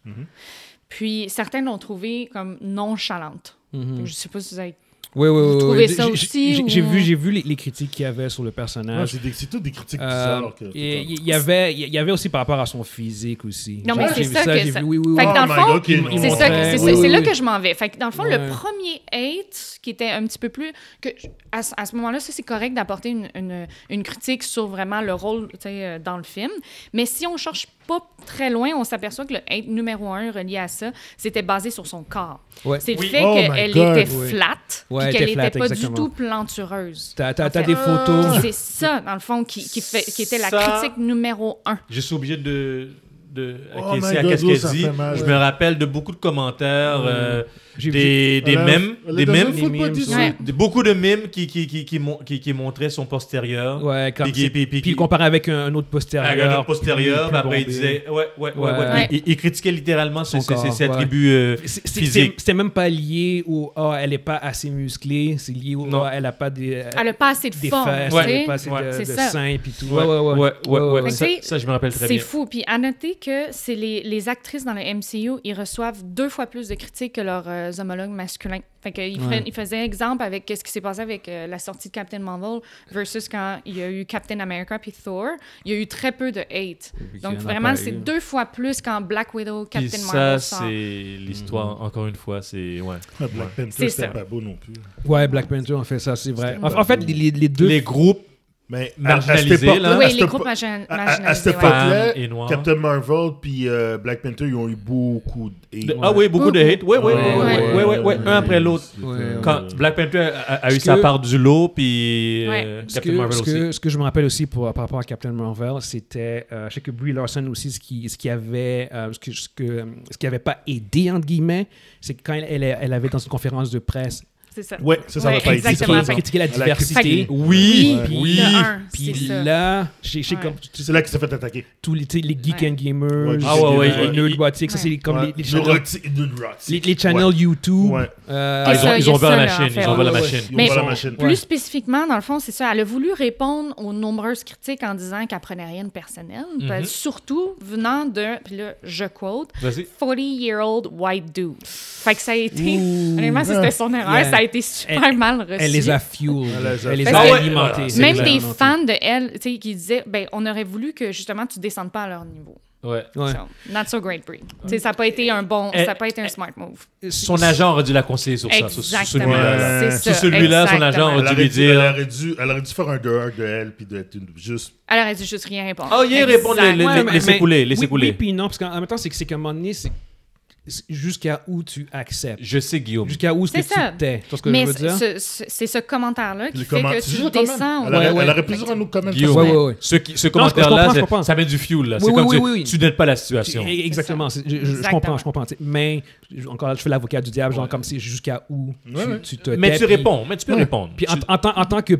Speaker 4: Puis certains l'ont trouvé comme nonchalante.
Speaker 1: Mhm.
Speaker 4: Je sais pas si vous avez...
Speaker 1: Oui, oui,
Speaker 4: Vous
Speaker 1: oui.
Speaker 4: trouvez
Speaker 1: oui.
Speaker 4: ça
Speaker 1: J'ai-
Speaker 4: aussi,
Speaker 1: j'ai- J'ai
Speaker 4: ou-
Speaker 1: vu, j'ai vu les, les critiques qu'il y avait sur le
Speaker 3: Ouais,
Speaker 1: personnage.
Speaker 3: c'est des- c'est toutes des critiques
Speaker 1: Euh,
Speaker 3: bizarres. que-
Speaker 1: et Il y avait, il y avait aussi par rapport à son physique aussi.
Speaker 4: Non, mais
Speaker 1: J'ai
Speaker 4: c'est
Speaker 1: vu
Speaker 4: ça que
Speaker 1: j'ai
Speaker 4: ça-
Speaker 1: vu, oui, oui,
Speaker 4: Fait
Speaker 1: oui.
Speaker 4: que dans
Speaker 3: Oh
Speaker 4: le
Speaker 3: my
Speaker 4: fond,
Speaker 3: God, ok, non.
Speaker 4: c'est ça, que- c'est ça-
Speaker 1: Oui,
Speaker 4: c'est
Speaker 1: oui,
Speaker 4: là
Speaker 1: oui.
Speaker 4: que je m'en vais. Fait que dans le fond,
Speaker 1: Ouais.
Speaker 4: le premier hate, qui était un petit peu plus... que À, ce- à ce moment-là, ça, c'est correct d'apporter une, une, une critique sur vraiment le rôle tu sais, euh, dans le film. Mais si on cherche pas très loin, on s'aperçoit que le hate numéro un relié à ça, c'était basé sur son corps.
Speaker 1: Ouais.
Speaker 4: C'est le
Speaker 2: Oui.
Speaker 4: fait
Speaker 3: Oh my
Speaker 4: qu'elle
Speaker 3: God,
Speaker 4: était
Speaker 1: oui.
Speaker 4: flat,
Speaker 1: Ouais,
Speaker 4: puis
Speaker 1: elle
Speaker 4: qu'elle
Speaker 1: était flat,
Speaker 4: était pas du
Speaker 1: exactement.
Speaker 4: tout plantureuse.
Speaker 1: T'as t'as-
Speaker 4: En
Speaker 1: t'as
Speaker 4: fait.
Speaker 1: des photos.
Speaker 4: C'est ça, dans le fond, qui, qui, fait, qui était la
Speaker 2: Ça-
Speaker 4: critique numéro un.
Speaker 2: Je suis obligé de, de
Speaker 3: Oh
Speaker 2: acquiescer
Speaker 3: my
Speaker 2: à
Speaker 3: God,
Speaker 2: qu'est-ce
Speaker 3: oh,
Speaker 2: qu'elle
Speaker 3: ça
Speaker 2: dit.
Speaker 3: fait mal,
Speaker 2: Je
Speaker 3: ouais.
Speaker 2: me rappelle de beaucoup de commentaires, euh,
Speaker 1: J'ai-
Speaker 2: des, des
Speaker 3: Elle a-
Speaker 2: mèmes,
Speaker 3: elle est
Speaker 2: des
Speaker 3: dans
Speaker 2: mèmes,
Speaker 3: un football
Speaker 1: Des
Speaker 3: d'ici.
Speaker 1: mèmes,
Speaker 4: Ouais.
Speaker 2: de- beaucoup de mèmes qui, qui, qui, qui, mon- qui, qui montraient son postérieur.
Speaker 1: Ouais, comme
Speaker 2: Puis qui-
Speaker 1: c'est-
Speaker 2: puis- puis
Speaker 1: puis
Speaker 2: qui-
Speaker 1: comparé avec un, un autre postérieur.
Speaker 2: Avec un autre postérieur,
Speaker 1: plus-
Speaker 2: puis
Speaker 1: plus
Speaker 2: après il
Speaker 1: bombé.
Speaker 2: disait, ouais, ouais, ouais, ouais.
Speaker 1: Ouais.
Speaker 2: Il, il critiquait littéralement ses,
Speaker 1: Son
Speaker 2: ses, ses-
Speaker 1: corps,
Speaker 2: ses
Speaker 1: ouais.
Speaker 2: attributs euh,
Speaker 1: C'est- c'est-
Speaker 2: physiques.
Speaker 1: c'est- C'était même pas lié au ah, elle est pas assez musclée, c'est lié au
Speaker 2: Non.
Speaker 1: ah, elle a pas des,
Speaker 4: Elle a pas assez de
Speaker 1: des
Speaker 4: forme,
Speaker 1: fesses,
Speaker 4: tu
Speaker 1: elle
Speaker 4: sais.
Speaker 1: a pas assez
Speaker 2: Ouais.
Speaker 1: de,
Speaker 4: C'est
Speaker 1: de
Speaker 4: ça.
Speaker 1: seins puis tout.
Speaker 2: Ouais, ouais, ouais, ouais, ouais.
Speaker 4: Fait
Speaker 2: Ça,
Speaker 4: que
Speaker 2: ça, je me rappelle très
Speaker 4: C'est
Speaker 2: bien.
Speaker 4: fou. Puis à noter que c'est les, les actrices dans le M C U, ils reçoivent deux fois plus de critiques que leurs euh, homologues masculins. Fait qu'ils
Speaker 1: Ouais.
Speaker 4: ils faisaient exemple avec ce qui s'est passé avec euh, la sortie de Captain Marvel versus quand il y a eu Captain America puis Thor. Il y a eu très peu de hate.
Speaker 1: Puis
Speaker 4: Donc
Speaker 1: qu'il y en a
Speaker 4: vraiment,
Speaker 1: pas
Speaker 4: c'est
Speaker 1: eu.
Speaker 4: deux fois plus quand Black Widow,
Speaker 2: Puis
Speaker 4: Captain
Speaker 2: ça,
Speaker 4: Marvel sort.
Speaker 2: c'est l'histoire, encore une fois, c'est... Ouais.
Speaker 3: Ah, Black Panther,
Speaker 4: C'est
Speaker 3: c'était
Speaker 4: ça.
Speaker 3: pas beau non plus.
Speaker 1: Ouais, Black Panther on fait ça, c'est vrai.
Speaker 3: C'était
Speaker 1: En, en fait,
Speaker 3: pas
Speaker 1: les, les- les deux.
Speaker 2: Les groupes
Speaker 3: Mais
Speaker 2: Marginalisés,
Speaker 3: à cette époque-là,
Speaker 2: là.
Speaker 4: Oui,
Speaker 3: à
Speaker 4: les
Speaker 3: cette
Speaker 4: groupes
Speaker 3: époque-
Speaker 4: margin-
Speaker 3: à- à- à
Speaker 4: marginalisés.
Speaker 3: cette
Speaker 4: ouais.
Speaker 3: époque-là,
Speaker 2: Femmes et noirs.
Speaker 3: Captain Marvel puis euh, Black Panther, ils ont eu beaucoup de hate.
Speaker 2: de- Ah oui, beaucoup de hate. Oui, oui, oui,
Speaker 1: Ouais,
Speaker 2: oui,
Speaker 1: ouais,
Speaker 2: oui, oui, oui, un après l'autre.
Speaker 1: Ouais, ouais.
Speaker 2: Quand Black Panther a, a eu
Speaker 1: Ce
Speaker 2: sa
Speaker 1: que-
Speaker 2: part du lot, puis euh,
Speaker 4: Ouais.
Speaker 1: Ce
Speaker 2: Captain
Speaker 1: que,
Speaker 2: Marvel
Speaker 1: ce,
Speaker 2: aussi.
Speaker 1: que, ce que je me rappelle aussi pour, par rapport à Captain Marvel, c'était, euh, je sais que Brie Larson aussi, ce qui, ce qui avait, euh, ce, que, ce, que, ce qui avait pas aidé, entre guillemets, c'est que quand elle, elle, elle avait dans une conférence de presse
Speaker 4: C'est ça.
Speaker 3: Ouais, ça, ça
Speaker 4: Ouais,
Speaker 3: va pas être
Speaker 4: exactement.
Speaker 3: dit.
Speaker 4: Fait-
Speaker 1: critiqué la
Speaker 3: Elle a
Speaker 1: diversité.
Speaker 3: critiqué.
Speaker 2: Oui,
Speaker 1: Puis-
Speaker 2: oui.
Speaker 4: De un,
Speaker 1: Puis
Speaker 4: c'est ça.
Speaker 1: là, j'ai j'ai
Speaker 4: Ouais.
Speaker 1: comme
Speaker 3: C'est là qu'il s'est fait attaquer.
Speaker 1: tous les, tu sais, les geek
Speaker 4: Ouais.
Speaker 1: and gamers,
Speaker 3: Ouais,
Speaker 2: Ah ouais, ouais,
Speaker 1: les
Speaker 2: ouais.
Speaker 1: nerdbotics, ça
Speaker 4: Ouais.
Speaker 1: c'est comme
Speaker 3: Ouais.
Speaker 1: les, les channels,
Speaker 3: Neurotique- neurotique.
Speaker 1: les, les channels YouTube.
Speaker 3: Ouais.
Speaker 1: euh,
Speaker 2: Ah, ils
Speaker 4: ça,
Speaker 2: ont,
Speaker 4: il
Speaker 2: ils
Speaker 4: y a
Speaker 2: ont ouvert
Speaker 4: ça,
Speaker 2: la
Speaker 4: là, en
Speaker 2: machine,
Speaker 4: fait.
Speaker 2: ils ont ouvert la
Speaker 3: Ouais, ouais,
Speaker 2: machine.
Speaker 3: ils ont
Speaker 4: Mais
Speaker 3: ouvert la
Speaker 1: sont-
Speaker 3: machine.
Speaker 4: Plus
Speaker 1: Ouais.
Speaker 4: spécifiquement, dans le fond, c'est ça. Elle a voulu répondre aux nombreuses critiques en disant qu'elle prenait rien de personnel.
Speaker 2: Mhm.
Speaker 4: Ben, surtout venant de, puis là, je quote,
Speaker 2: Vas-y.
Speaker 4: forty-year-old white dude. Fait que ça a été...
Speaker 1: Ouh.
Speaker 4: Honnêtement, ça, c'était son erreur.
Speaker 1: Yeah.
Speaker 4: Ça a été super
Speaker 1: Elle-
Speaker 4: mal reçu.
Speaker 1: Elle les a fueled.
Speaker 3: Elle les a-
Speaker 1: Elle les
Speaker 4: Parce
Speaker 1: a
Speaker 4: que-
Speaker 1: alimentés.
Speaker 2: Ah,
Speaker 1: c'est
Speaker 4: Même
Speaker 1: clair.
Speaker 4: des fans de elle, tu sais, qui disaient, ben, on aurait voulu que, justement, tu descendes pas à leur niveau.
Speaker 2: Ouais.
Speaker 1: Ouais.
Speaker 4: So, not so great, Brie. Tu sais, ça n'a pas été un bon...
Speaker 2: Elle-
Speaker 4: Ça n'a pas été un smart move.
Speaker 2: Son agent aurait dû la conseiller sur ça, sur, sur
Speaker 4: Exactement.
Speaker 2: celui-là.
Speaker 3: Ouais.
Speaker 4: C'est
Speaker 2: Sur
Speaker 4: ça.
Speaker 2: celui-là, son
Speaker 4: exactement.
Speaker 2: agent
Speaker 3: Elle
Speaker 2: aurait dû
Speaker 3: aurait
Speaker 2: lui
Speaker 3: dû, elle
Speaker 2: dire...
Speaker 3: aurait dû, elle aurait dû faire un dehors de elle puis d'être une- juste.
Speaker 4: Elle aurait dû juste rien répondre.
Speaker 2: Oh, yeah, répondre,
Speaker 4: Exact.
Speaker 2: les- les-
Speaker 1: Ouais, mais-
Speaker 2: laissez
Speaker 1: mais-
Speaker 2: couler, laissez
Speaker 1: oui,
Speaker 2: couler.
Speaker 1: Oui, puis non, parce qu'en même temps, c'est que- c'est qu'à un moment donné, c'est c'est jusqu'à où tu acceptes.
Speaker 2: Je sais, Guillaume.
Speaker 1: Jusqu'à où est-ce que
Speaker 4: C'est ça.
Speaker 1: tu t'es. Tu vois ce que
Speaker 4: Mais
Speaker 1: je veux dire?
Speaker 4: ce- ce- c'est ce commentaire-là qui
Speaker 3: Le
Speaker 4: fait
Speaker 3: comment-
Speaker 4: que
Speaker 3: c'est
Speaker 4: tu
Speaker 3: juste quand même.
Speaker 4: descends.
Speaker 3: Elle aurait,
Speaker 1: Ouais, ouais.
Speaker 3: elle aurait pu dire un autre comment.
Speaker 2: Guillaume.
Speaker 1: Ouais, ouais, ouais.
Speaker 2: Ce, qui- ce
Speaker 1: Non, je comprends,
Speaker 2: commentaire-là,
Speaker 1: je
Speaker 2: c'est-
Speaker 1: comprends.
Speaker 2: ça met du fuel. Là. C'est
Speaker 1: Oui,
Speaker 2: comme
Speaker 1: oui,
Speaker 2: tu,
Speaker 1: oui, oui.
Speaker 2: tu n'aides pas la situation.
Speaker 1: Eh, Exactement. c'est- je- Je, je
Speaker 4: Exactement.
Speaker 1: comprends, je comprends. tu sais. Mais je- encore là, je fais l'avocat du diable, genre comme c'est jusqu'à où tu,
Speaker 3: Ouais, ouais.
Speaker 1: tu te
Speaker 2: Mais
Speaker 1: tais,
Speaker 2: tu
Speaker 1: puis-
Speaker 2: réponds, mais tu peux
Speaker 1: Ouais.
Speaker 2: répondre.
Speaker 1: Puis en,
Speaker 2: Tu-
Speaker 1: en tant, en tant que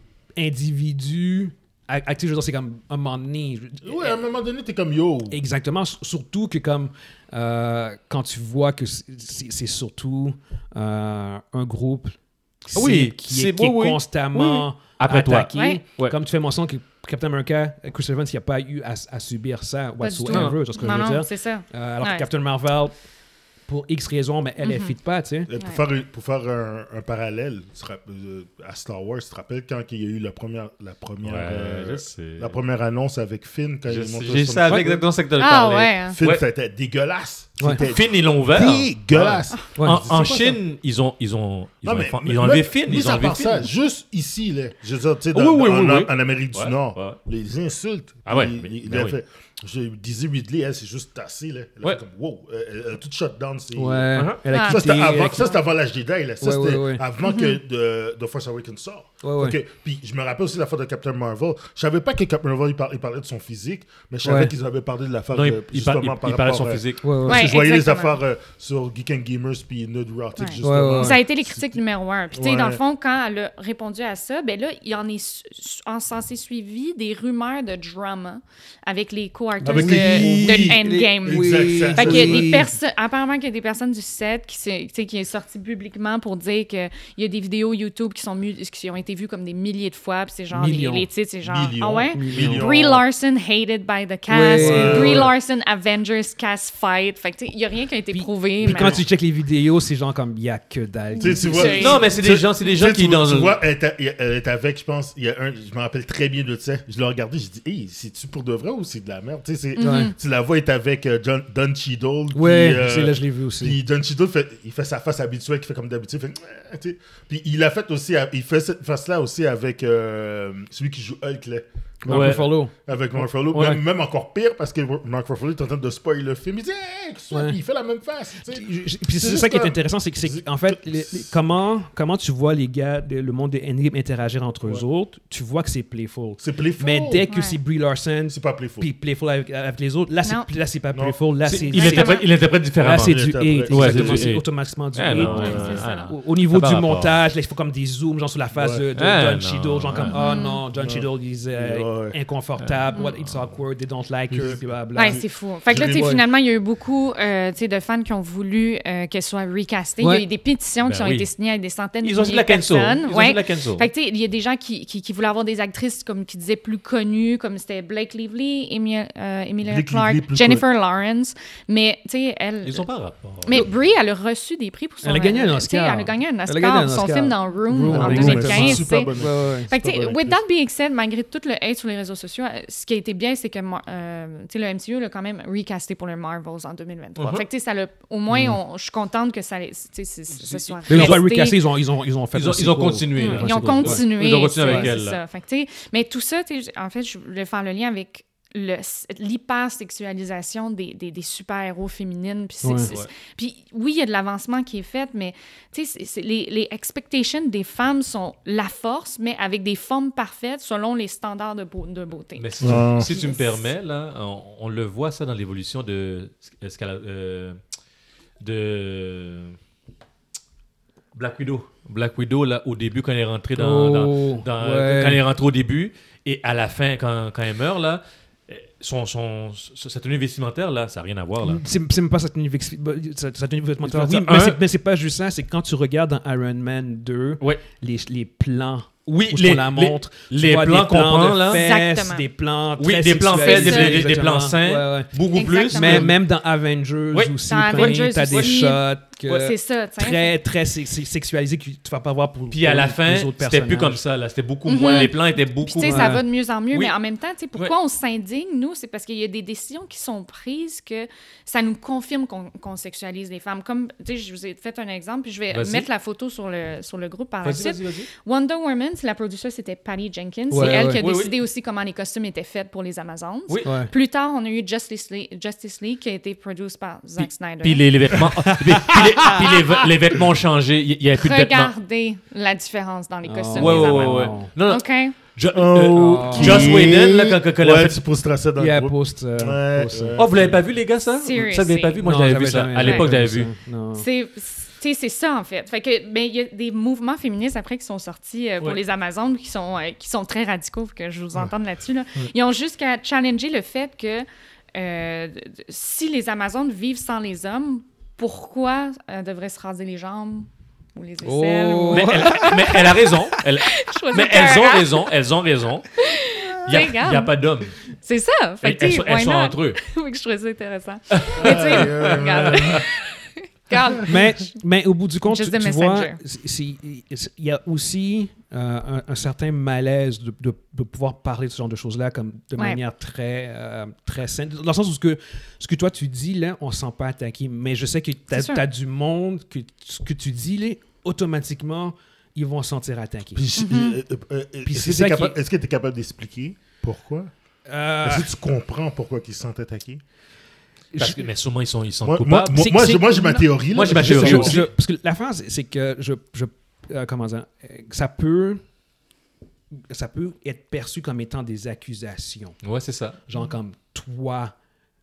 Speaker 1: individu, à- à- tu sais, je veux dire, c'est comme un moment donné. je-
Speaker 3: Ouais, à un moment donné, t'es comme yo.
Speaker 1: Exactement. s- Surtout que comme euh, quand tu vois que c'est- c'est c'est surtout euh, un groupe qui,
Speaker 2: Oui,
Speaker 1: qui
Speaker 2: c'est-
Speaker 1: est, qui est
Speaker 2: oui, oui.
Speaker 1: constamment
Speaker 2: Oui, oui. Après toi.
Speaker 1: attaqué.
Speaker 4: Ouais.
Speaker 2: Ouais.
Speaker 1: Comme tu fais mention que Captain America, Chris Evans, il n'y a pas eu à, à subir ça
Speaker 4: Pas du tout.
Speaker 1: whatsoever, tu vois ce que
Speaker 4: Non,
Speaker 1: je veux
Speaker 4: non,
Speaker 1: dire.
Speaker 4: c'est ça.
Speaker 1: Euh, alors
Speaker 4: Ouais.
Speaker 1: que Captain Marvel, pour X raisons, mais elle, elle
Speaker 4: Mhm.
Speaker 1: fit pas, tu sais.
Speaker 3: Euh, Pour,
Speaker 4: Ouais.
Speaker 3: faire, un- pour faire un, un parallèle, tu te rappelles, euh, à Star Wars, tu te rappelles quand il y a eu la première, la première,
Speaker 2: Ouais,
Speaker 3: euh,
Speaker 2: je sais.
Speaker 3: la première annonce avec Finn quand
Speaker 2: Je
Speaker 3: il
Speaker 2: sais-
Speaker 3: montait
Speaker 2: J'ai
Speaker 3: son-
Speaker 2: savais
Speaker 1: Ouais.
Speaker 2: exactement ce que tu
Speaker 4: Ah
Speaker 2: parlais.
Speaker 4: ouais. hein.
Speaker 3: Finn,
Speaker 2: Ouais.
Speaker 3: c'était dégueulasse.
Speaker 1: Ouais.
Speaker 3: C'était
Speaker 2: Finn, ils l'ont ouvert.
Speaker 3: dégueulasse.
Speaker 1: Ouais.
Speaker 2: En,
Speaker 3: C'est quoi
Speaker 2: en
Speaker 3: ça?
Speaker 2: Chine, ils ont, ils ont, ils
Speaker 3: Non,
Speaker 2: ont,
Speaker 3: mais,
Speaker 2: ils ont
Speaker 3: mais
Speaker 2: enlevé
Speaker 3: même-
Speaker 2: Finn.
Speaker 3: mis
Speaker 2: Ils ont
Speaker 3: à
Speaker 2: enlevé
Speaker 3: part ça,
Speaker 2: Finn.
Speaker 3: juste ici, là, je veux dire, tu sais,
Speaker 2: Oui,
Speaker 3: dans-
Speaker 2: oui,
Speaker 3: en,
Speaker 2: oui, oui.
Speaker 3: en Amérique
Speaker 2: Ouais,
Speaker 3: du Nord,
Speaker 2: ouais.
Speaker 3: les insultes.
Speaker 2: Ah ouais,
Speaker 3: il,
Speaker 2: mais-
Speaker 3: il
Speaker 2: ben
Speaker 3: a
Speaker 2: oui.
Speaker 3: fait, je disais Ridley, elle s'est juste tassée, là. Elle a
Speaker 2: Ouais.
Speaker 3: fait comme, wow, elle, elle a tout shut down. c'est-
Speaker 1: Ouais,
Speaker 2: Uh-huh.
Speaker 1: elle a
Speaker 4: Ah.
Speaker 1: quitté.
Speaker 3: Ça, c'était
Speaker 1: elle a
Speaker 3: avant,
Speaker 1: quitté.
Speaker 3: ça, c'était avant l'âge des Jedi, là. Ça,
Speaker 1: Ouais,
Speaker 3: c'était
Speaker 1: ouais, ouais.
Speaker 3: avant que The, The Force Awakens sort.
Speaker 1: Ouais, ouais.
Speaker 3: Ok. Puis je me rappelle aussi l'affaire de Captain Marvel. Je savais pas que Captain Marvel, il, par- il parlait de son physique, mais je savais
Speaker 1: Ouais.
Speaker 3: qu'ils avaient parlé de l'affaire
Speaker 2: Non, il,
Speaker 3: de,
Speaker 2: il, par-
Speaker 3: justement
Speaker 2: il-
Speaker 3: par
Speaker 2: il parlait de son
Speaker 3: rapport, euh,
Speaker 2: physique.
Speaker 1: Ouais, ouais.
Speaker 4: Ouais.
Speaker 3: parce que je voyais les
Speaker 4: exactement.
Speaker 3: affaires euh, sur Geek and Gamers puis Nerdrotic,
Speaker 4: Ouais.
Speaker 3: justement.
Speaker 1: Ouais, ouais,
Speaker 4: Ça a été les critiques numéro un. Puis, tu sais,
Speaker 3: Ouais.
Speaker 4: dans le fond, quand elle a répondu à ça, ben là, il en est su- su- en censé suivi des rumeurs de drama avec les co-artists
Speaker 3: Avec
Speaker 4: de,
Speaker 3: les-
Speaker 4: de
Speaker 3: oui,
Speaker 4: Endgame.
Speaker 3: les- Exact, ça,
Speaker 4: Fait qu'il y a
Speaker 1: oui.
Speaker 4: des personnes, apparemment qu'il y a des personnes du set qui, s'est- tu sais, qui est sorti publiquement pour dire qu'il y a des vidéos YouTube qui, sont mu- qui ont été vues comme des milliers de fois, puis c'est genre, les,
Speaker 1: Millions.
Speaker 4: les titres, c'est genre,
Speaker 3: Millions.
Speaker 4: ah ouais?
Speaker 3: Millions.
Speaker 4: Brie Larson hated by the cast,
Speaker 1: Ouais.
Speaker 4: Brie
Speaker 3: Ouais.
Speaker 4: Larson Avengers cast fight. Fait que, tu sais, il n'y a rien qui a été
Speaker 1: Puis-
Speaker 4: prouvé.
Speaker 1: Puis
Speaker 4: mais-
Speaker 1: quand tu checkes les vidéos, c'est genre comme, il y a que dalle.
Speaker 3: Tu sais, tu vois,
Speaker 4: C'est-
Speaker 2: Non, mais c'est des
Speaker 3: tu-
Speaker 2: gens, c'est des
Speaker 3: tu
Speaker 2: gens
Speaker 3: sais,
Speaker 2: qui
Speaker 3: tu,
Speaker 2: dans
Speaker 3: tu
Speaker 2: un-
Speaker 3: vois, elle est, elle est avec, je pense, il y a un, je me rappelle très bien de ça. Je l'ai regardé, j'ai dit, hey, c'est-tu pour de vrai ou c'est de la merde? Tu sais, c'est-
Speaker 1: Ouais.
Speaker 3: tu la vois, elle est avec euh, John, Don Cheadle. puis,
Speaker 1: Ouais,
Speaker 3: euh,
Speaker 1: c'est là, je l'ai vu aussi.
Speaker 3: Puis Don Cheadle, fait, il fait sa face habituelle qu'il fait comme d'habitude. il fait, tu sais. Puis il a fait aussi, il fait cette face-là aussi avec euh, celui qui joue Hulk, là.
Speaker 1: Mark
Speaker 2: Ouais.
Speaker 1: Ruffalo.
Speaker 3: Avec Mark Ruffalo.
Speaker 1: Ouais.
Speaker 3: Même, même encore pire parce que Mark Ruffalo est en train de spoiler le film. Il dit, hey, qu'est-ce que
Speaker 1: Ouais.
Speaker 3: Puis il fait la même face. Tu sais.
Speaker 1: J- j- Puis c'est
Speaker 3: juste
Speaker 1: ça qui est
Speaker 3: un-
Speaker 1: intéressant, c'est que, c'est
Speaker 3: c'est-
Speaker 1: en fait, les- les- comment, comment tu vois les gars, de- le monde de Endgame interagir entre eux
Speaker 3: Ouais.
Speaker 1: autres, tu vois que c'est playful.
Speaker 3: C'est playful.
Speaker 1: Mais dès que
Speaker 4: Ouais.
Speaker 1: c'est Brie Larson,
Speaker 3: C'est pas playful.
Speaker 1: puis playful avec, avec les autres, là, c'est,
Speaker 4: Non.
Speaker 1: là, c'est pas
Speaker 3: Non.
Speaker 1: playful, là,
Speaker 2: C'est-
Speaker 1: c'est...
Speaker 2: il,
Speaker 1: c'est-
Speaker 2: interprète, il interprète différemment.
Speaker 1: Là, c'est
Speaker 3: Il
Speaker 1: du hate.
Speaker 3: interprète.
Speaker 2: Ouais,
Speaker 1: Exactement,
Speaker 2: c'est du
Speaker 1: c'est
Speaker 2: hate.
Speaker 1: automatiquement du
Speaker 2: Ah,
Speaker 1: hate.
Speaker 2: non,
Speaker 4: Ouais,
Speaker 2: ouais,
Speaker 4: c'est
Speaker 2: ah,
Speaker 4: ça.
Speaker 2: non.
Speaker 1: Au, au niveau
Speaker 2: Ça
Speaker 1: du
Speaker 2: par rapport.
Speaker 1: montage, là, il faut comme des zooms genre sur la face
Speaker 3: Ouais.
Speaker 1: de, de
Speaker 2: Ah,
Speaker 1: Don
Speaker 2: non,
Speaker 1: Cheadle, genre comme,
Speaker 3: ouais.
Speaker 1: oh non, Don Cheadle, il est euh,
Speaker 3: Ouais.
Speaker 1: inconfortable, what, it's awkward, they don't like her, puis blablabla.
Speaker 4: Ouais, c'est fou. Fait que là, tu sais,
Speaker 1: Ouais.
Speaker 4: finalement, il y a eu beaucoup euh, tu sais, de fans qui ont voulu euh, qu'elle soit recastée. Il y
Speaker 1: Ouais.
Speaker 4: a eu des pétitions
Speaker 2: Ben
Speaker 4: qui ont
Speaker 2: oui.
Speaker 4: été signées avec des centaines
Speaker 2: Ils
Speaker 4: de
Speaker 2: ont dit
Speaker 4: milliers
Speaker 2: de la
Speaker 4: de
Speaker 2: cancel.
Speaker 4: personnes.
Speaker 2: Ils ont
Speaker 4: Ouais.
Speaker 2: dit de la cancel.
Speaker 4: Fait que, tu sais, il y a des gens qui, qui, qui voulaient avoir des actrices, comme qui disaient, plus connues, comme c'était Blake Lively, Emi- euh, Emilia
Speaker 3: Blake
Speaker 4: Clarke,
Speaker 3: Lively, plus
Speaker 4: Jennifer Lawrence. Mais, tu sais, elle...
Speaker 2: Ils ont pas rapport.
Speaker 4: Mais Brie, elle a reçu des prix pour son...
Speaker 1: Elle a gagné un
Speaker 4: euh,
Speaker 1: Oscar.
Speaker 4: tu sais, Elle a gagné un
Speaker 1: Elle a
Speaker 4: Oscar
Speaker 1: gagné un
Speaker 4: pour son
Speaker 1: Oscar.
Speaker 4: film dans Room,
Speaker 1: Room,
Speaker 4: en
Speaker 1: oui,
Speaker 4: deux mille
Speaker 1: oui,
Speaker 4: quinze.
Speaker 3: super
Speaker 4: tu sais.
Speaker 3: bonne.
Speaker 1: Ouais, ouais.
Speaker 4: Fait que, tu sais,
Speaker 3: Super bonne
Speaker 4: with that
Speaker 3: actrice.
Speaker 4: being said, malgré tout le hate sur les réseaux sociaux, euh, ce qui a été bien, c'est que euh, tu sais, le M C U l'a quand même recasté pour le Marvels en deux mille vingt-trois.
Speaker 2: Mhm.
Speaker 4: Fait que, tu sais, ça l'a- au moins, on- je suis contente que ça, l'ait- tu sais, c'est- ça soit
Speaker 1: Mais ils ont pas
Speaker 4: resté.
Speaker 1: recassé, ils ont, ils ont, ils ont fait
Speaker 2: Ils ont,
Speaker 1: un
Speaker 2: ils ont
Speaker 1: sequel.
Speaker 2: continué.
Speaker 4: Mm,
Speaker 2: là.
Speaker 4: Ils ont
Speaker 1: Ouais.
Speaker 4: continué.
Speaker 2: Ils ont continué
Speaker 4: c'est-
Speaker 2: avec elle,
Speaker 4: c'est
Speaker 2: là.
Speaker 4: ça. Fait que, tu sais, mais tout ça, tu sais, en fait, je voulais faire le lien avec le- l'hypersexualisation des, des, des super-héros féminines. Puis, c'est-
Speaker 1: Ouais.
Speaker 4: c'est-
Speaker 2: Ouais.
Speaker 4: puis oui, il y a de l'avancement qui est fait, mais tu sais, c'est- c'est- les, les expectations des femmes sont la force, mais avec des formes parfaites selon les standards de, beau- de beauté.
Speaker 2: Mais si,
Speaker 3: Ah.
Speaker 2: tu, si tu me permets, là, on, on le voit ça dans l'évolution de, ce qu'elle a- euh, de Black Widow. Black Widow, là, au début, quand elle est rentrée dans,
Speaker 1: Oh,
Speaker 2: dans- dans-
Speaker 1: ouais.
Speaker 2: quand elle est rentrée au début, et à la fin, quand, quand elle meurt, là, son, son, sa tenue vestimentaire, là, ça n'a rien à voir, là.
Speaker 1: C'est c'est même pas sa tenue vex- bah, sa- sa tenue vestimentaire.
Speaker 2: Ça,
Speaker 1: Oui,
Speaker 2: un-
Speaker 1: mais c'est- mais c'est pas juste ça, c'est que quand tu regardes dans Iron Man deux,
Speaker 2: Ouais.
Speaker 1: les, les plans
Speaker 2: Oui,
Speaker 1: où
Speaker 2: les,
Speaker 1: on la
Speaker 2: les-
Speaker 1: montre, tu
Speaker 2: les
Speaker 1: vois
Speaker 2: plans
Speaker 1: des
Speaker 2: qu'on prend,
Speaker 1: de
Speaker 2: là.
Speaker 1: fesses,
Speaker 4: Exactement.
Speaker 1: des plans
Speaker 2: Oui,
Speaker 1: très
Speaker 2: des plans
Speaker 1: sexualisés,
Speaker 2: faits, des, des- des
Speaker 1: exactement.
Speaker 2: plans sains,
Speaker 1: Ouais, ouais.
Speaker 2: beaucoup plus.
Speaker 4: Exactement.
Speaker 1: Mais
Speaker 2: Mais
Speaker 1: même dans Avengers
Speaker 2: Oui.
Speaker 1: aussi,
Speaker 4: Dans
Speaker 1: prenez,
Speaker 4: Avengers
Speaker 1: t'as des
Speaker 4: aussi.
Speaker 1: shots que
Speaker 2: Ouais,
Speaker 4: C'est ça, tu sais.
Speaker 1: très, très se- se- sexualisés que tu vas pas voir pour
Speaker 2: puis à la
Speaker 1: pour
Speaker 2: fin,
Speaker 1: les autres
Speaker 2: c'était plus
Speaker 1: personnages.
Speaker 2: comme ça, là. C'était beaucoup
Speaker 4: Mhm.
Speaker 2: moins. Les plans étaient
Speaker 4: Puis,
Speaker 2: beaucoup
Speaker 4: tu sais,
Speaker 2: moins.
Speaker 4: ça va de mieux en mieux,
Speaker 2: Oui.
Speaker 4: mais en même temps, tu sais, pourquoi on s'indigne, nous, c'est parce qu'il y a des décisions qui sont prises que ça nous confirme qu'on qu'on sexualise les femmes. Comme, tu sais, je vous ai fait un exemple, puis je vais
Speaker 2: Vas-y.
Speaker 4: mettre la photo sur le, sur le groupe par la
Speaker 2: Vas-y,
Speaker 4: suite.
Speaker 2: vas-y, vas-y.
Speaker 4: Wonder Woman, c'est la producer, c'était Patty Jenkins.
Speaker 1: Ouais,
Speaker 4: c'est elle
Speaker 1: ouais.
Speaker 4: qui a
Speaker 2: Oui,
Speaker 4: décidé aussi comment les costumes étaient faits pour les Amazones.
Speaker 2: Oui.
Speaker 1: Ouais.
Speaker 4: Plus tard, on a eu Justice League, Justice League qui a été produit par Zack
Speaker 2: Puis-
Speaker 4: Snyder.
Speaker 2: Puis les, les vêtements, puis, puis les, puis les v- les vêtements ont changé. Il n'y avait plus de vêtements.
Speaker 4: Regardez la différence dans les costumes
Speaker 2: Ouais,
Speaker 4: des
Speaker 2: ouais, ouais,
Speaker 4: Amazones.
Speaker 2: ouais. Non, non.
Speaker 4: OK?
Speaker 2: Jo-
Speaker 3: Oh,
Speaker 2: euh,
Speaker 3: ok.
Speaker 2: Joss Whedon, là, quand, quand, quand elle a
Speaker 3: Ouais,
Speaker 2: fait-
Speaker 3: tu posteras ça dans
Speaker 1: Il y a
Speaker 3: le groupe.
Speaker 1: post, euh,
Speaker 3: Ouais,
Speaker 1: post, euh,
Speaker 3: ouais.
Speaker 2: Oh, vous l'avez pas vu, les gars, ça?
Speaker 4: Seriously.
Speaker 2: Ça, vous l'avez pas vu? Moi,
Speaker 1: non,
Speaker 2: je l'avais
Speaker 1: j'avais
Speaker 2: vu, ça.
Speaker 1: jamais-
Speaker 2: À l'époque, j'avais
Speaker 1: jamais
Speaker 2: vu.
Speaker 1: ça. Non.
Speaker 4: C'est, tu sais, c'est ça, en fait. Fait que, ben, il y a des mouvements féministes après qui sont sortis euh, pour
Speaker 2: Ouais.
Speaker 4: les Amazones qui sont, euh, qui sont très radicaux, faut que je vous entende là-dessus. Là. Ils ont jusqu'à challenger le fait que euh, d- d- si les Amazones vivent sans les hommes, pourquoi elles devraient se raser les jambes ou les aisselles?
Speaker 1: Oh.
Speaker 4: ou-
Speaker 2: Mais elle, mais elle a raison. Elle-
Speaker 4: Je trouvais
Speaker 2: mais
Speaker 4: ça
Speaker 2: elles ont
Speaker 4: écœurant.
Speaker 2: raison. Elles ont raison. Il n'y a,
Speaker 4: Regarde.
Speaker 2: il y a pas d'hommes.
Speaker 4: C'est ça. Fait
Speaker 2: Elles,
Speaker 4: que, tu
Speaker 2: elles
Speaker 4: sais,
Speaker 2: sont, elles
Speaker 4: why
Speaker 2: sont
Speaker 4: not?
Speaker 2: entre eux.
Speaker 4: Oui, que je trouvais ça intéressant. Mais tu sais, regarde. Regarde.
Speaker 1: mais, mais au bout du compte, tu,
Speaker 4: Just the
Speaker 1: tu vois,
Speaker 4: messenger.
Speaker 1: c'est- c'est- il y a aussi euh, un, un certain malaise de, de, de pouvoir parler de ce genre de choses-là comme de
Speaker 4: Ouais.
Speaker 1: manière très, euh, très saine. Dans le sens où ce que, ce que toi tu dis, là, on ne se sent pas attaqué. Mais je sais que tu
Speaker 4: C'est sûr.
Speaker 1: as du monde, que ce que tu dis, là, automatiquement, ils vont se sentir attaqués.
Speaker 3: Puis,
Speaker 4: Mm-hmm.
Speaker 3: euh, euh, euh,
Speaker 1: Puis
Speaker 3: est-ce
Speaker 1: c'est
Speaker 3: que
Speaker 1: ça
Speaker 3: t'es
Speaker 1: qui-
Speaker 3: capable- est-ce que tu es capable d'expliquer pourquoi?
Speaker 1: Euh,
Speaker 3: Est-ce que tu comprends pourquoi ils se sentent attaqués?
Speaker 2: Parce
Speaker 1: je-
Speaker 2: que, mais sûrement, ils sont, ils sont
Speaker 3: Moi, moi,
Speaker 2: coupables.
Speaker 3: moi,
Speaker 1: C'est-
Speaker 3: moi,
Speaker 1: c'est-
Speaker 3: j'ai- moi, j'ai ma
Speaker 1: non.
Speaker 3: théorie. là.
Speaker 2: Moi, j'ai ma
Speaker 3: Je-
Speaker 2: théorie
Speaker 3: je-
Speaker 1: Je-
Speaker 2: aussi.
Speaker 1: je- parce que l'affaire, c'est c'est que je, je euh, comment dire, euh, ça peut, ça peut être perçu comme étant des accusations.
Speaker 2: Ouais, c'est ça.
Speaker 1: Genre comme toi,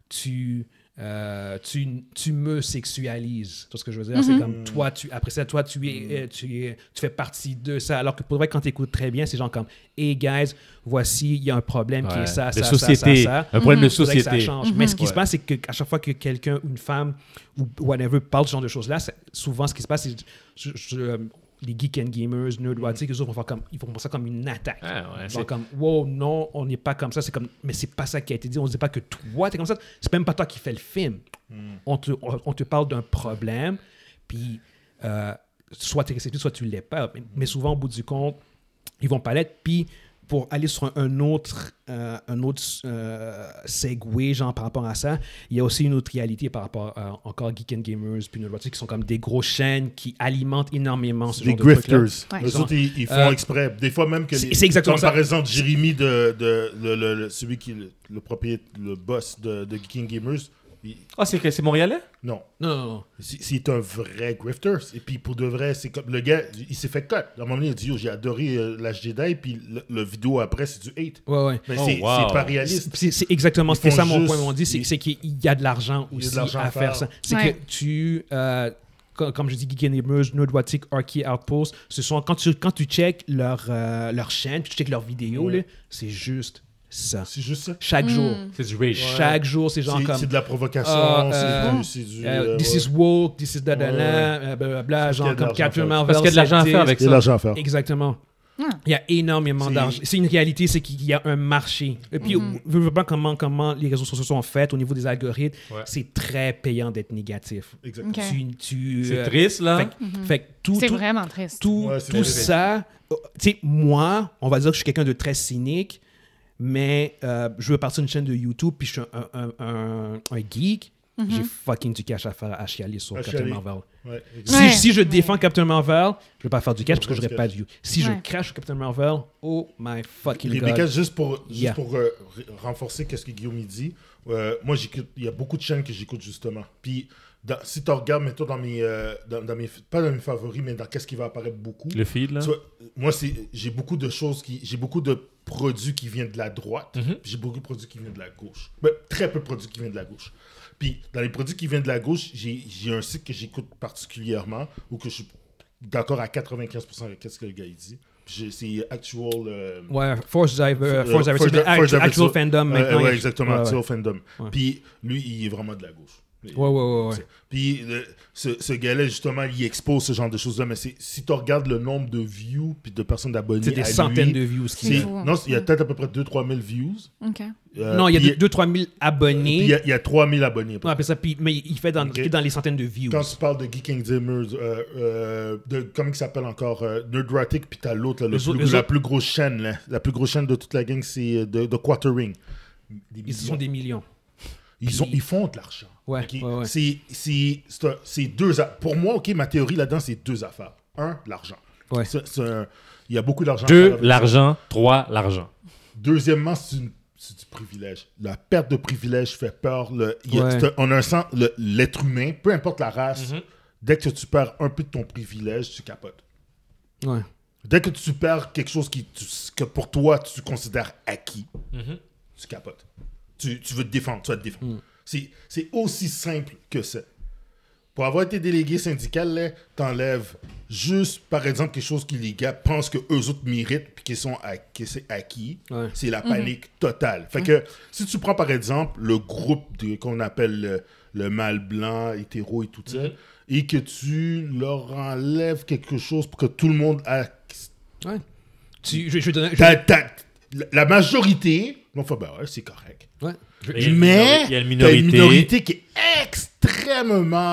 Speaker 1: tu, euh, tu, tu me sexualises. Tu vois ce que je veux dire? C'est comme toi, tu, après ça, toi, tu, es, euh, tu, es, tu fais partie de ça. Alors que pour vrai, quand tu écoutes très bien, c'est genre comme, hey guys, voici, il y a un problème qui
Speaker 2: Ouais.
Speaker 1: est ça,
Speaker 2: de
Speaker 1: ça,
Speaker 2: société.
Speaker 1: ça, ça, ça.
Speaker 2: Un problème de
Speaker 1: Faudrait que ça
Speaker 2: société.
Speaker 1: change. Mais ce qui
Speaker 2: Ouais.
Speaker 1: se passe, c'est qu'à chaque fois que quelqu'un, une femme ou whatever, parle de ce genre de choses-là, c'est- souvent, ce qui se passe, c'est je- je- euh, les geek and gamers, nerdwatiques, eux autres vont faire comme, ils vont voir ça comme une attaque.
Speaker 2: Ah, ouais,
Speaker 1: Genre
Speaker 2: c'est-
Speaker 1: comme, wow, non, on n'est pas comme ça. C'est comme, mais c'est pas ça qui a été dit. On ne dit pas que toi, t'es comme ça. C'est même pas toi qui fais le film. On, te, on, on te parle d'un problème, puis euh, soit tu es réceptif, soit tu ne l'es pas. Mais, mais souvent, au bout du compte, ils vont pas l'être. Puis, pour aller sur un, un autre, euh, un autre euh, segue, genre par rapport à ça, il y a aussi une autre réalité par rapport à encore Geek and Gamers, puis Nerdwatch, qui sont comme des grosses chaînes qui alimentent énormément ce
Speaker 3: Des
Speaker 1: genre de trucs-là.
Speaker 3: grifters.
Speaker 4: Ouais.
Speaker 3: Eux autres, ils, ils font
Speaker 1: Euh,
Speaker 3: exprès. Des fois même que
Speaker 1: c'est-
Speaker 3: les-
Speaker 1: c'est exactement
Speaker 3: comme
Speaker 1: ça.
Speaker 3: par exemple Jérémy, de, de, le, le- le- celui qui est le, le propriétaire, le boss de, de Geeking Gamers. il-
Speaker 2: Ah, c'est que c'est Montréalais?
Speaker 3: non,
Speaker 1: Non, non, non.
Speaker 3: c'est c'est un vrai grifter. Et puis pour de vrai, c'est comme le gars, il s'est fait cut. À un moment donné, il a dit, yo, j'ai adoré euh, l'H Jedi, puis le, le vidéo après, c'est du hate.
Speaker 1: Ouais, ouais.
Speaker 3: Mais
Speaker 2: Oh,
Speaker 3: c'est
Speaker 2: wow.
Speaker 3: c'est pas réaliste.
Speaker 1: C'est c'est exactement
Speaker 3: Ils
Speaker 1: c'était
Speaker 3: font
Speaker 1: ça mon
Speaker 3: juste-
Speaker 1: point. On dit, c'est
Speaker 3: ils-
Speaker 1: c'est qu'il y a de l'argent
Speaker 3: Il y a de
Speaker 1: aussi
Speaker 3: l'argent
Speaker 1: à
Speaker 3: à
Speaker 1: faire
Speaker 3: faire.
Speaker 1: ça. C'est
Speaker 4: Ouais.
Speaker 1: que tu, euh, co- comme je dis, Geek and Gamers, Nerdwattic, Archie Outpost, ce sont quand tu quand tu check leur euh, leur chaîne, puis tu check leurs vidéos
Speaker 3: Ouais.
Speaker 1: là, c'est juste ça.
Speaker 3: C'est juste ça.
Speaker 1: Chaque jour,
Speaker 2: C'est du rage.
Speaker 1: chaque jour, c'est genre
Speaker 3: C'est
Speaker 1: comme
Speaker 3: c'est de la provocation,
Speaker 1: Ah,
Speaker 3: c'est
Speaker 1: euh,
Speaker 3: du... c'est du,
Speaker 1: euh,
Speaker 3: euh,
Speaker 1: This
Speaker 3: ouais.
Speaker 1: is woke, this is dadana,
Speaker 3: Ouais.
Speaker 1: euh, blablabla,
Speaker 3: Parce qu'il y
Speaker 1: genre
Speaker 3: a de
Speaker 1: comme
Speaker 3: l'argent à
Speaker 1: Captain
Speaker 3: faire.
Speaker 1: Marvel.
Speaker 2: Parce qu'il y a de l'argent à faire avec
Speaker 3: Il y a de
Speaker 2: ça.
Speaker 3: l'argent à faire.
Speaker 1: Exactement.
Speaker 4: Ah.
Speaker 1: Il y a énormément
Speaker 3: C'est-
Speaker 1: d'argent. C'est une réalité, c'est qu'il y a un marché. Et puis,
Speaker 4: Mhm.
Speaker 1: je ne veux pas comment, comment les réseaux sociaux sont faits au niveau des algorithmes.
Speaker 2: Ouais.
Speaker 1: C'est très payant d'être négatif.
Speaker 3: Exactement.
Speaker 4: Ok.
Speaker 1: Tu, tu,
Speaker 2: C'est
Speaker 1: euh,
Speaker 2: triste, là.
Speaker 1: Fait, fait que tout,
Speaker 4: C'est
Speaker 1: tout,
Speaker 4: vraiment triste.
Speaker 1: tout,
Speaker 3: Ouais, c'est
Speaker 1: tout
Speaker 3: très
Speaker 1: ça, euh, tu sais, moi, on va dire que je suis quelqu'un de très cynique, mais euh, je veux partir d'une chaîne de YouTube, puis je suis un, un, un, un geek. J'ai fucking du cash à faire à chialer sur
Speaker 3: À
Speaker 1: Captain
Speaker 3: chialer.
Speaker 1: Marvel.
Speaker 3: Ouais,
Speaker 1: Si,
Speaker 3: exactement.
Speaker 4: Ouais.
Speaker 1: si je défends Captain Marvel, je vais pas faire du cash parce que
Speaker 3: pas
Speaker 1: je
Speaker 3: du
Speaker 1: n'aurai pas
Speaker 3: cash.
Speaker 1: de view. Si je
Speaker 4: Ouais.
Speaker 1: crache sur Captain Marvel, oh my fucking god.
Speaker 3: Rebecca, juste pour, juste
Speaker 1: Yeah.
Speaker 3: pour euh, r- renforcer ce que Guillaume il dit, euh, moi, j'écoute- il y a beaucoup de chaînes que j'écoute justement. Puis, dans- si tu regardes, mettons, dans mes, euh, dans, dans mes, pas dans mes favoris, mais dans qu'est-ce qui va apparaître beaucoup,
Speaker 2: Le feed, là.
Speaker 3: tu vois, moi, c'est, j'ai beaucoup de choses qui, j'ai beaucoup de produits qui viennent de la droite,
Speaker 2: Mhm.
Speaker 3: puis j'ai beaucoup de produits qui viennent de la gauche. Ben, très peu de produits qui viennent de la gauche. Puis, dans les produits qui viennent de la gauche, j'ai, j'ai un site que j'écoute particulièrement, ou que je suis d'accord à quatre-vingt-quinze pour cent avec ce que le gars il dit. Puis j'ai- c'est Actual... euh,
Speaker 1: Ouais, Force Diver,
Speaker 3: Euh,
Speaker 1: Force Diver,
Speaker 3: Force
Speaker 1: c'est
Speaker 3: Di- Force
Speaker 1: Actual,
Speaker 3: Diver,
Speaker 1: Actual
Speaker 3: c'est-
Speaker 1: Fandom
Speaker 3: Euh,
Speaker 1: maintenant.
Speaker 3: ouais,
Speaker 1: il-
Speaker 3: exactement,
Speaker 1: ouais,
Speaker 3: Actual
Speaker 1: ouais.
Speaker 3: Fandom.
Speaker 1: Ouais.
Speaker 3: Puis lui, il est vraiment de la gauche.
Speaker 1: Ouais, ouais, ouais, ouais.
Speaker 3: Puis le- ce, ce gars-là, justement, il expose ce genre de choses-là. Mais c'est, si tu regardes le nombre de views puis de personnes abonnées
Speaker 1: C'est des
Speaker 3: à
Speaker 1: centaines
Speaker 3: lui,
Speaker 1: de views. qui-
Speaker 3: c'est-
Speaker 4: C'est fou, hein.
Speaker 3: non, il y a peut-être à peu près deux à trois mille views.
Speaker 4: OK.
Speaker 3: Euh,
Speaker 1: Non, il y a
Speaker 3: puis
Speaker 1: deux à trois mille
Speaker 3: puis
Speaker 1: abonnés.
Speaker 3: il y a, il y a trois mille abonnés. à peu
Speaker 1: Ouais, après ça, puis- mais il fait dans,
Speaker 3: Ok.
Speaker 1: il fait dans les centaines de views.
Speaker 3: Quand tu parles de Geek and Gamers, euh, euh, de, comment il s'appelle encore euh, Nerdwriting, puis t'as l'autre, là, le
Speaker 1: Les
Speaker 3: plus-
Speaker 1: autres- les
Speaker 3: la
Speaker 1: autres-
Speaker 3: plus grosse chaîne, là, la plus grosse chaîne de toute la gang, c'est euh, de, de Quartering. Des
Speaker 1: Ils
Speaker 3: millions.
Speaker 1: sont des millions.
Speaker 3: Ils, ont,
Speaker 1: Puis-
Speaker 3: ils font de l'argent.
Speaker 1: Ouais,
Speaker 3: Ok?
Speaker 1: ouais, ouais.
Speaker 3: C'est, c'est, c'est, un- c'est deux... a- Pour moi, ok, ma théorie là-dedans, c'est deux affaires. Un, l'argent.
Speaker 1: Ouais.
Speaker 3: C'est- c'est un- il y a beaucoup d'argent. à
Speaker 2: Deux,
Speaker 3: faire avec ça.
Speaker 2: l'argent. Trois, l'argent.
Speaker 3: Deuxièmement, c'est, une- c'est du privilège. La perte de privilège fait peur. Le, il y a-
Speaker 1: Ouais.
Speaker 3: c'est un- on a un sens, le- l'être humain, peu importe la race,
Speaker 2: Mhm.
Speaker 3: dès que tu perds un peu de ton privilège, tu capotes.
Speaker 1: Ouais.
Speaker 3: Dès que tu perds quelque chose qui, tu- que pour toi, tu considères acquis,
Speaker 2: Mhm.
Speaker 3: tu capotes. Tu, tu veux te défendre, tu vas te défendre.
Speaker 1: Mm.
Speaker 3: C'est, c'est aussi simple que ça. Pour avoir été délégué syndical, là, t'enlèves juste, par exemple, quelque chose que les gars pensent que eux autres méritent puis qu'ils sont à- que c'est acquis.
Speaker 1: Ouais.
Speaker 3: C'est la panique totale. Fait que si tu prends, par exemple, le groupe de- qu'on appelle le, le mâle blanc, hétéro et tout ça,
Speaker 2: Mhm.
Speaker 3: et que tu leur enlèves quelque chose pour que tout le monde a...
Speaker 1: Ouais. Tu, je, je vais te donner- je-
Speaker 3: T'as- t'as- la- la majorité vont faire, ben ouais, c'est correct.
Speaker 1: ouais. Je-
Speaker 2: Il y a une
Speaker 3: Mais
Speaker 2: minori- il y a une
Speaker 3: t'as une
Speaker 2: minorité.
Speaker 3: minorité qui est extrêmement brutale.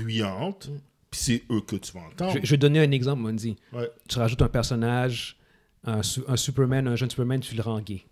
Speaker 3: bruyantes, puis c'est eux que tu vas entendre.
Speaker 1: Je, je vais donner un exemple, Mondi.
Speaker 3: Ouais.
Speaker 1: Tu rajoutes un personnage, un, su- un Superman, un jeune Superman, tu le rends gay.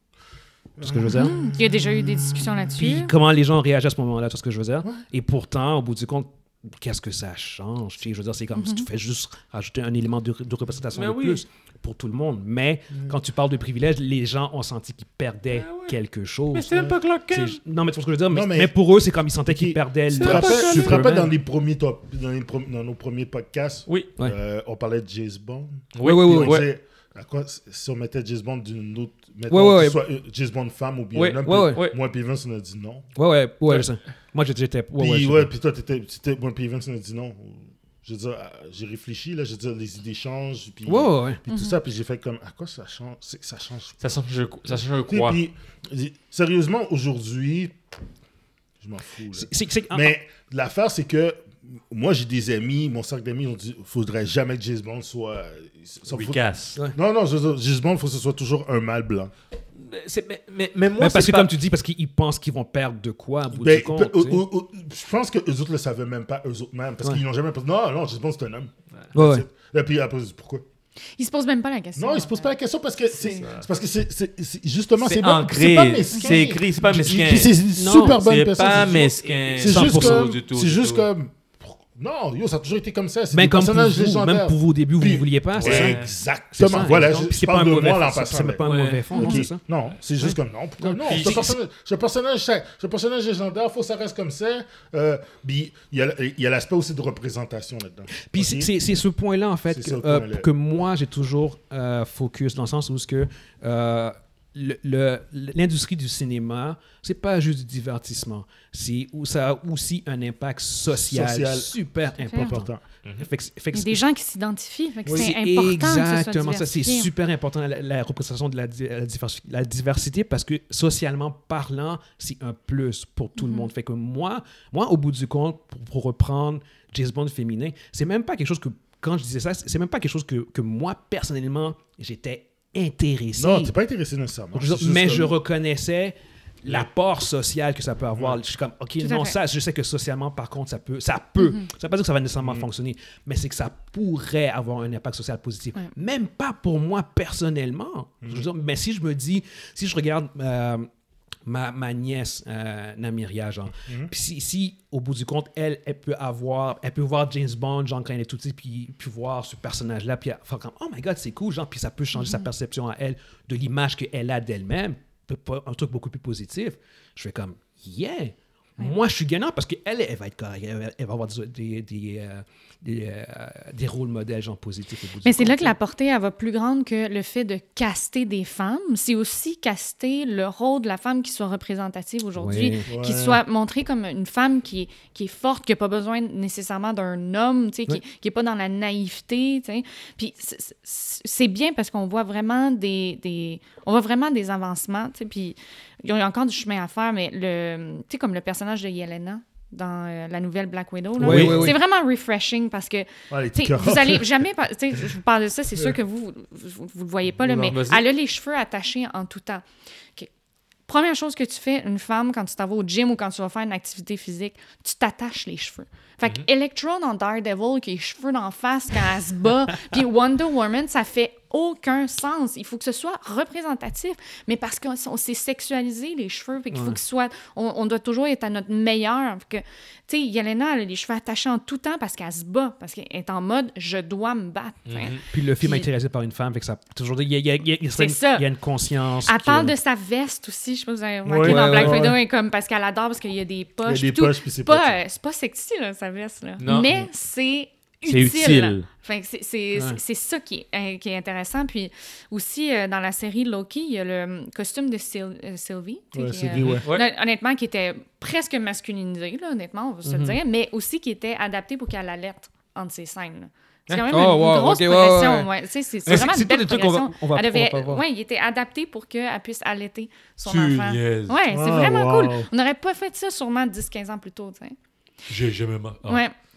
Speaker 1: Tu vois ce que je veux dire?
Speaker 4: Il y a déjà eu des discussions là-dessus.
Speaker 1: Puis comment les gens réagissent à ce moment-là, tu vois ce que je veux dire? Et pourtant, au bout du compte, qu'est-ce que ça change? Tu sais, je veux dire, c'est comme si tu fais juste rajouter un élément de, de représentation
Speaker 2: Mais
Speaker 1: de
Speaker 2: oui.
Speaker 1: plus pour tout le monde. Mais quand tu parles de privilèges, les gens ont senti qu'ils perdaient
Speaker 2: Mais oui.
Speaker 1: quelque chose.
Speaker 2: Mais c'est même pas Clark Kent.
Speaker 1: C'est- Non, mais tu vois ce que je veux dire? Mais,
Speaker 3: Non, mais-
Speaker 1: mais pour eux, c'est comme ils sentaient qu'ils
Speaker 3: Ok.
Speaker 1: perdaient
Speaker 3: Tu
Speaker 1: le
Speaker 3: te rappelles,
Speaker 2: pas
Speaker 3: tu te rappelles
Speaker 1: Superman.
Speaker 3: dans, les premiers top, dans, les prom- dans nos premiers podcasts,
Speaker 2: Oui.
Speaker 1: Ouais.
Speaker 3: euh, on parlait de James Bond.
Speaker 1: Oui, oui,
Speaker 3: Puis
Speaker 1: oui.
Speaker 3: on
Speaker 2: ouais.
Speaker 3: disait, à quoi, si on mettait James Bond d'une autre, mettons,
Speaker 1: Ouais, ouais,
Speaker 3: que ce
Speaker 1: ouais.
Speaker 3: soit euh, James Bond femme ou bien
Speaker 2: Ouais,
Speaker 3: un homme,
Speaker 1: ouais,
Speaker 3: puis
Speaker 2: ouais.
Speaker 3: moi et Vince, on a dit non.
Speaker 1: Ouais, ouais, ouais,
Speaker 2: Ouais.
Speaker 1: je sais. Moi, j'étais... j'étais- ouais,
Speaker 3: Puis
Speaker 1: ouais, je sais
Speaker 3: ouais,
Speaker 1: pas.
Speaker 3: puis toi, t'étais, t'étais, moi et Vince, on a dit non. Je veux dire, ah, j'ai réfléchi, là, je veux dire, les idées changent, puis,
Speaker 1: Ouais, ouais, ouais.
Speaker 3: puis tout ça, puis j'ai fait comme, à quoi ça change? C'est- Ça change.
Speaker 2: Ça change, ça change
Speaker 3: Tu sais,
Speaker 2: quoi?
Speaker 3: puis, j- sérieusement, aujourd'hui, je m'en fous, là.
Speaker 1: C'est- c'est- c'est-
Speaker 3: Mais l'affaire, c'est que moi, j'ai des amis, mon cercle d'amis ont dit faudrait jamais que James Bond soit. ça- faut-
Speaker 2: Recast.
Speaker 1: Ouais.
Speaker 3: Non, non, je veux dire, James Bond, il faut que ce soit toujours un mâle blanc.
Speaker 2: Mais, c'est- mais, mais, mais moi,
Speaker 1: Mais parce
Speaker 2: c'est
Speaker 1: que,
Speaker 2: pas...
Speaker 1: comme tu dis, parce qu'ils pensent qu'ils vont perdre de quoi, au bout
Speaker 3: Ben,
Speaker 1: du compte.
Speaker 3: pe-
Speaker 1: tu sais.
Speaker 3: ou- ou- ou- je pense que eux autres le savaient même pas, eux autres même, parce
Speaker 1: Ouais.
Speaker 3: qu'ils n'ont jamais pensé. Non, non, James Bond, c'est un homme.
Speaker 1: Ouais, ouais.
Speaker 3: Et puis après, je dis, pourquoi
Speaker 4: Ils se posent même pas la question.
Speaker 3: Non, ils se posent pas la question parce que c'est c'est parce que c'est c'est- c'est- justement,
Speaker 2: C'est
Speaker 3: c'est pas,
Speaker 2: ancré,
Speaker 3: c'est pas mesquin.
Speaker 2: c'est écrit, c'est pas mesquin.
Speaker 3: Puis c'est une
Speaker 1: Non,
Speaker 3: super bonne
Speaker 2: C'est
Speaker 3: personne.
Speaker 2: pas
Speaker 3: c'est
Speaker 2: mesquin.
Speaker 3: C'est
Speaker 2: cent
Speaker 3: juste
Speaker 2: pour cent
Speaker 3: comme.
Speaker 2: du tout,
Speaker 3: C'est
Speaker 2: du
Speaker 3: juste
Speaker 2: tout.
Speaker 3: comme. Non, yo, ça a toujours été comme ça. C'est
Speaker 1: Ben,
Speaker 3: des
Speaker 1: comme pour
Speaker 3: personnages
Speaker 1: vous,
Speaker 3: légendaires.
Speaker 1: même pour vous au début, vous
Speaker 3: Puis-
Speaker 1: ne vouliez pas, c'est
Speaker 2: Ouais.
Speaker 1: ça?
Speaker 3: Exactement.
Speaker 1: C'est ça,
Speaker 3: Voilà,
Speaker 1: donc,
Speaker 3: je,
Speaker 1: puis
Speaker 3: je
Speaker 1: c'est pas
Speaker 3: parle
Speaker 1: un
Speaker 3: de
Speaker 1: mauvais
Speaker 3: moi là en
Speaker 1: fond,
Speaker 3: passant.
Speaker 1: c'est
Speaker 3: mais-
Speaker 1: pas un
Speaker 2: Ouais.
Speaker 1: mauvais fond, non,
Speaker 3: Ok.
Speaker 1: c'est ça?
Speaker 3: Non, c'est juste comme non. Pourquoi non?
Speaker 2: Puis-
Speaker 3: Ce personnage, ce personnage, c'est ce personnage légendaire, faut que ça reste comme ça. Euh, puis il y a, il y a l'aspect aussi de représentation là-dedans.
Speaker 1: Puis
Speaker 3: Ok?
Speaker 1: c'est- c'est c'est ce point-là, en fait,
Speaker 3: C'est
Speaker 1: que,
Speaker 3: ça le
Speaker 1: euh,
Speaker 3: point-là.
Speaker 1: que moi, j'ai toujours euh, focus, dans le sens où ce que, euh, le- le- l'industrie du cinéma, c'est pas juste du divertissement. C'est, où ça a aussi un impact social,
Speaker 3: Social.
Speaker 1: super important.
Speaker 3: important.
Speaker 1: Fait que- fait que
Speaker 4: Il y a des gens qui s'identifient. Fait que
Speaker 3: Oui.
Speaker 4: c'est important
Speaker 1: exactement
Speaker 4: que ce
Speaker 1: ça.
Speaker 4: soit
Speaker 1: C'est
Speaker 4: diversifié.
Speaker 1: super important, la, la représentation de la, di- la diversi- la diversité, parce que socialement parlant, c'est un plus pour tout le monde. Fait que moi, moi, au bout du compte, pour, pour reprendre James Bond féminin, c'est même pas quelque chose que, quand je disais ça, c'est même pas quelque chose que, que moi, personnellement, j'étais intéressé.
Speaker 3: Non, t'es pas intéressé nécessairement.
Speaker 1: Donc, je veux
Speaker 3: C'est
Speaker 1: dire, mais
Speaker 3: juste
Speaker 1: je
Speaker 3: comme-
Speaker 1: reconnaissais l'apport social que ça peut avoir.
Speaker 3: Ouais.
Speaker 1: Je suis comme, OK,
Speaker 4: Tout à
Speaker 1: non,
Speaker 4: fait.
Speaker 1: ça, je sais que socialement, par contre, ça peut. Ça peut.
Speaker 4: Mm-hmm.
Speaker 1: Ça veut pas dire que ça va nécessairement
Speaker 3: Mhm.
Speaker 1: fonctionner, mais c'est que ça pourrait avoir un impact social positif.
Speaker 4: Ouais.
Speaker 1: Même pas pour moi personnellement. Je veux dire, mais si je me dis, si je regarde euh, ma, ma nièce, euh, Namiria, genre,
Speaker 3: Mhm.
Speaker 1: puis si, si, au bout du compte, elle, elle peut avoir, elle peut voir James Bond, genre, quand elle est toute petite, puis, puis voir ce personnage-là, puis elle faire comme, oh my god, c'est cool, genre, puis ça peut changer sa perception à elle de l'image qu'elle a d'elle-même, peut- pas- un truc beaucoup plus positif. Je fais comme, yeah! Moi, je suis gagnant parce qu'elle, elle va être correcte. Elle, elle va avoir des, des, des, euh, des, euh, des rôles modèles, genre, positifs. au bout du
Speaker 4: Mais c'est
Speaker 1: compte,
Speaker 4: là que
Speaker 1: tu
Speaker 4: la
Speaker 1: sais.
Speaker 4: portée elle va plus grande que le fait de caster des femmes. C'est aussi caster le rôle de la femme qui soit représentative aujourd'hui,
Speaker 1: Oui.
Speaker 4: qui
Speaker 3: Ouais.
Speaker 4: soit montrée comme une femme qui est, qui est forte, qui n'a pas besoin nécessairement d'un homme, tu sais,
Speaker 1: Oui.
Speaker 4: qui n'est pas dans la naïveté. Tu sais. Puis c'est- c'est c'est bien parce qu'on voit vraiment des, des, on voit vraiment des avancements. Tu sais, puis il y a encore du chemin à faire, mais le, tu sais, comme le personnage de Yelena dans euh, la nouvelle Black Widow, là,
Speaker 1: Oui, oui, oui.
Speaker 4: c'est vraiment refreshing parce que
Speaker 3: Ouais, elle est
Speaker 4: T'sais,
Speaker 3: écœurante.
Speaker 4: vous allez jamais. par- t'sais, je vous parle de ça, c'est sûr que vous, vous, vous le voyez pas, là,
Speaker 2: Non,
Speaker 4: mais
Speaker 2: vas-y.
Speaker 4: elle a les cheveux attachés en tout temps. OK. Première chose que tu fais, une femme, quand tu t'en vas au gym ou quand tu vas faire une activité physique, tu t'attaches les cheveux. Fait que Electro dans Daredevil, qui a les cheveux d'en face quand elle se bat, puis Wonder Woman, ça fait aucun sens. Il faut que ce soit représentatif, mais parce qu'on on s'est sexualisé les cheveux, fait qu'il faut que ce soit... On, on doit toujours être à notre meilleur. Fait que, tu sais, Yelena, elle a les cheveux attachés en tout temps parce qu'elle se bat, parce qu'elle est en mode « je dois me battre t'sais.
Speaker 1: Puis le film a
Speaker 4: Puis-
Speaker 1: été réalisé par une femme, fait que ça toujours il y a, il y a- il y a- il y a
Speaker 4: C'est
Speaker 1: une,
Speaker 4: ça.
Speaker 1: il y a une conscience.
Speaker 4: Elle
Speaker 1: que-
Speaker 4: parle de sa veste aussi, je sais pas si vous avez remarqué
Speaker 3: Ouais,
Speaker 4: dans
Speaker 3: ouais,
Speaker 4: Black
Speaker 3: ouais,
Speaker 4: Widow,
Speaker 3: ouais.
Speaker 4: et comme parce qu'elle adore parce qu'il y a des poches.
Speaker 3: Il y a des
Speaker 4: puis tout.
Speaker 3: poches, puis c'est
Speaker 4: pas,
Speaker 3: pratique.
Speaker 4: euh, c'est pas sexy là, sa veste là.
Speaker 2: Non.
Speaker 4: Mais c'est
Speaker 2: C'est
Speaker 4: utile.
Speaker 2: utile.
Speaker 4: Enfin, c'est, c'est,
Speaker 1: Ouais.
Speaker 4: c'est, c'est ça qui est, euh, qui est intéressant. Puis aussi, euh, dans la série Loki, il y a le costume de Syl- euh, Sylvie. tu sais,
Speaker 3: Ouais,
Speaker 4: qui,
Speaker 3: c'est
Speaker 4: euh,
Speaker 3: lui, ouais.
Speaker 2: Ouais.
Speaker 4: Là, honnêtement, qui était presque masculinisé, là, honnêtement, on va se le dire, mais aussi qui était adapté pour qu'elle alerte entre ses scènes. là. C'est quand même
Speaker 1: Oh,
Speaker 4: une,
Speaker 1: wow,
Speaker 4: une grosse
Speaker 1: ok, ouais,
Speaker 4: progression.
Speaker 1: ouais.
Speaker 4: Ouais. Tu sais, C'est, c'est
Speaker 1: Mais
Speaker 4: vraiment
Speaker 1: c'est-
Speaker 4: une
Speaker 1: c'est tous
Speaker 4: belle
Speaker 1: des trucs qu'on va-
Speaker 4: progression.
Speaker 1: on va-
Speaker 4: Elle devait-
Speaker 1: on va voir.
Speaker 4: ouais, il était adapté pour qu'elle puisse allaiter son
Speaker 2: Tu
Speaker 4: enfant.
Speaker 2: niaises.
Speaker 4: Ouais, c'est
Speaker 3: Ah,
Speaker 4: vraiment
Speaker 3: wow.
Speaker 4: cool. On n'aurait pas fait ça sûrement dix quinze ans plus tôt. Tu sais.
Speaker 2: J'ai jamais... mar- Ah.
Speaker 4: Ouais.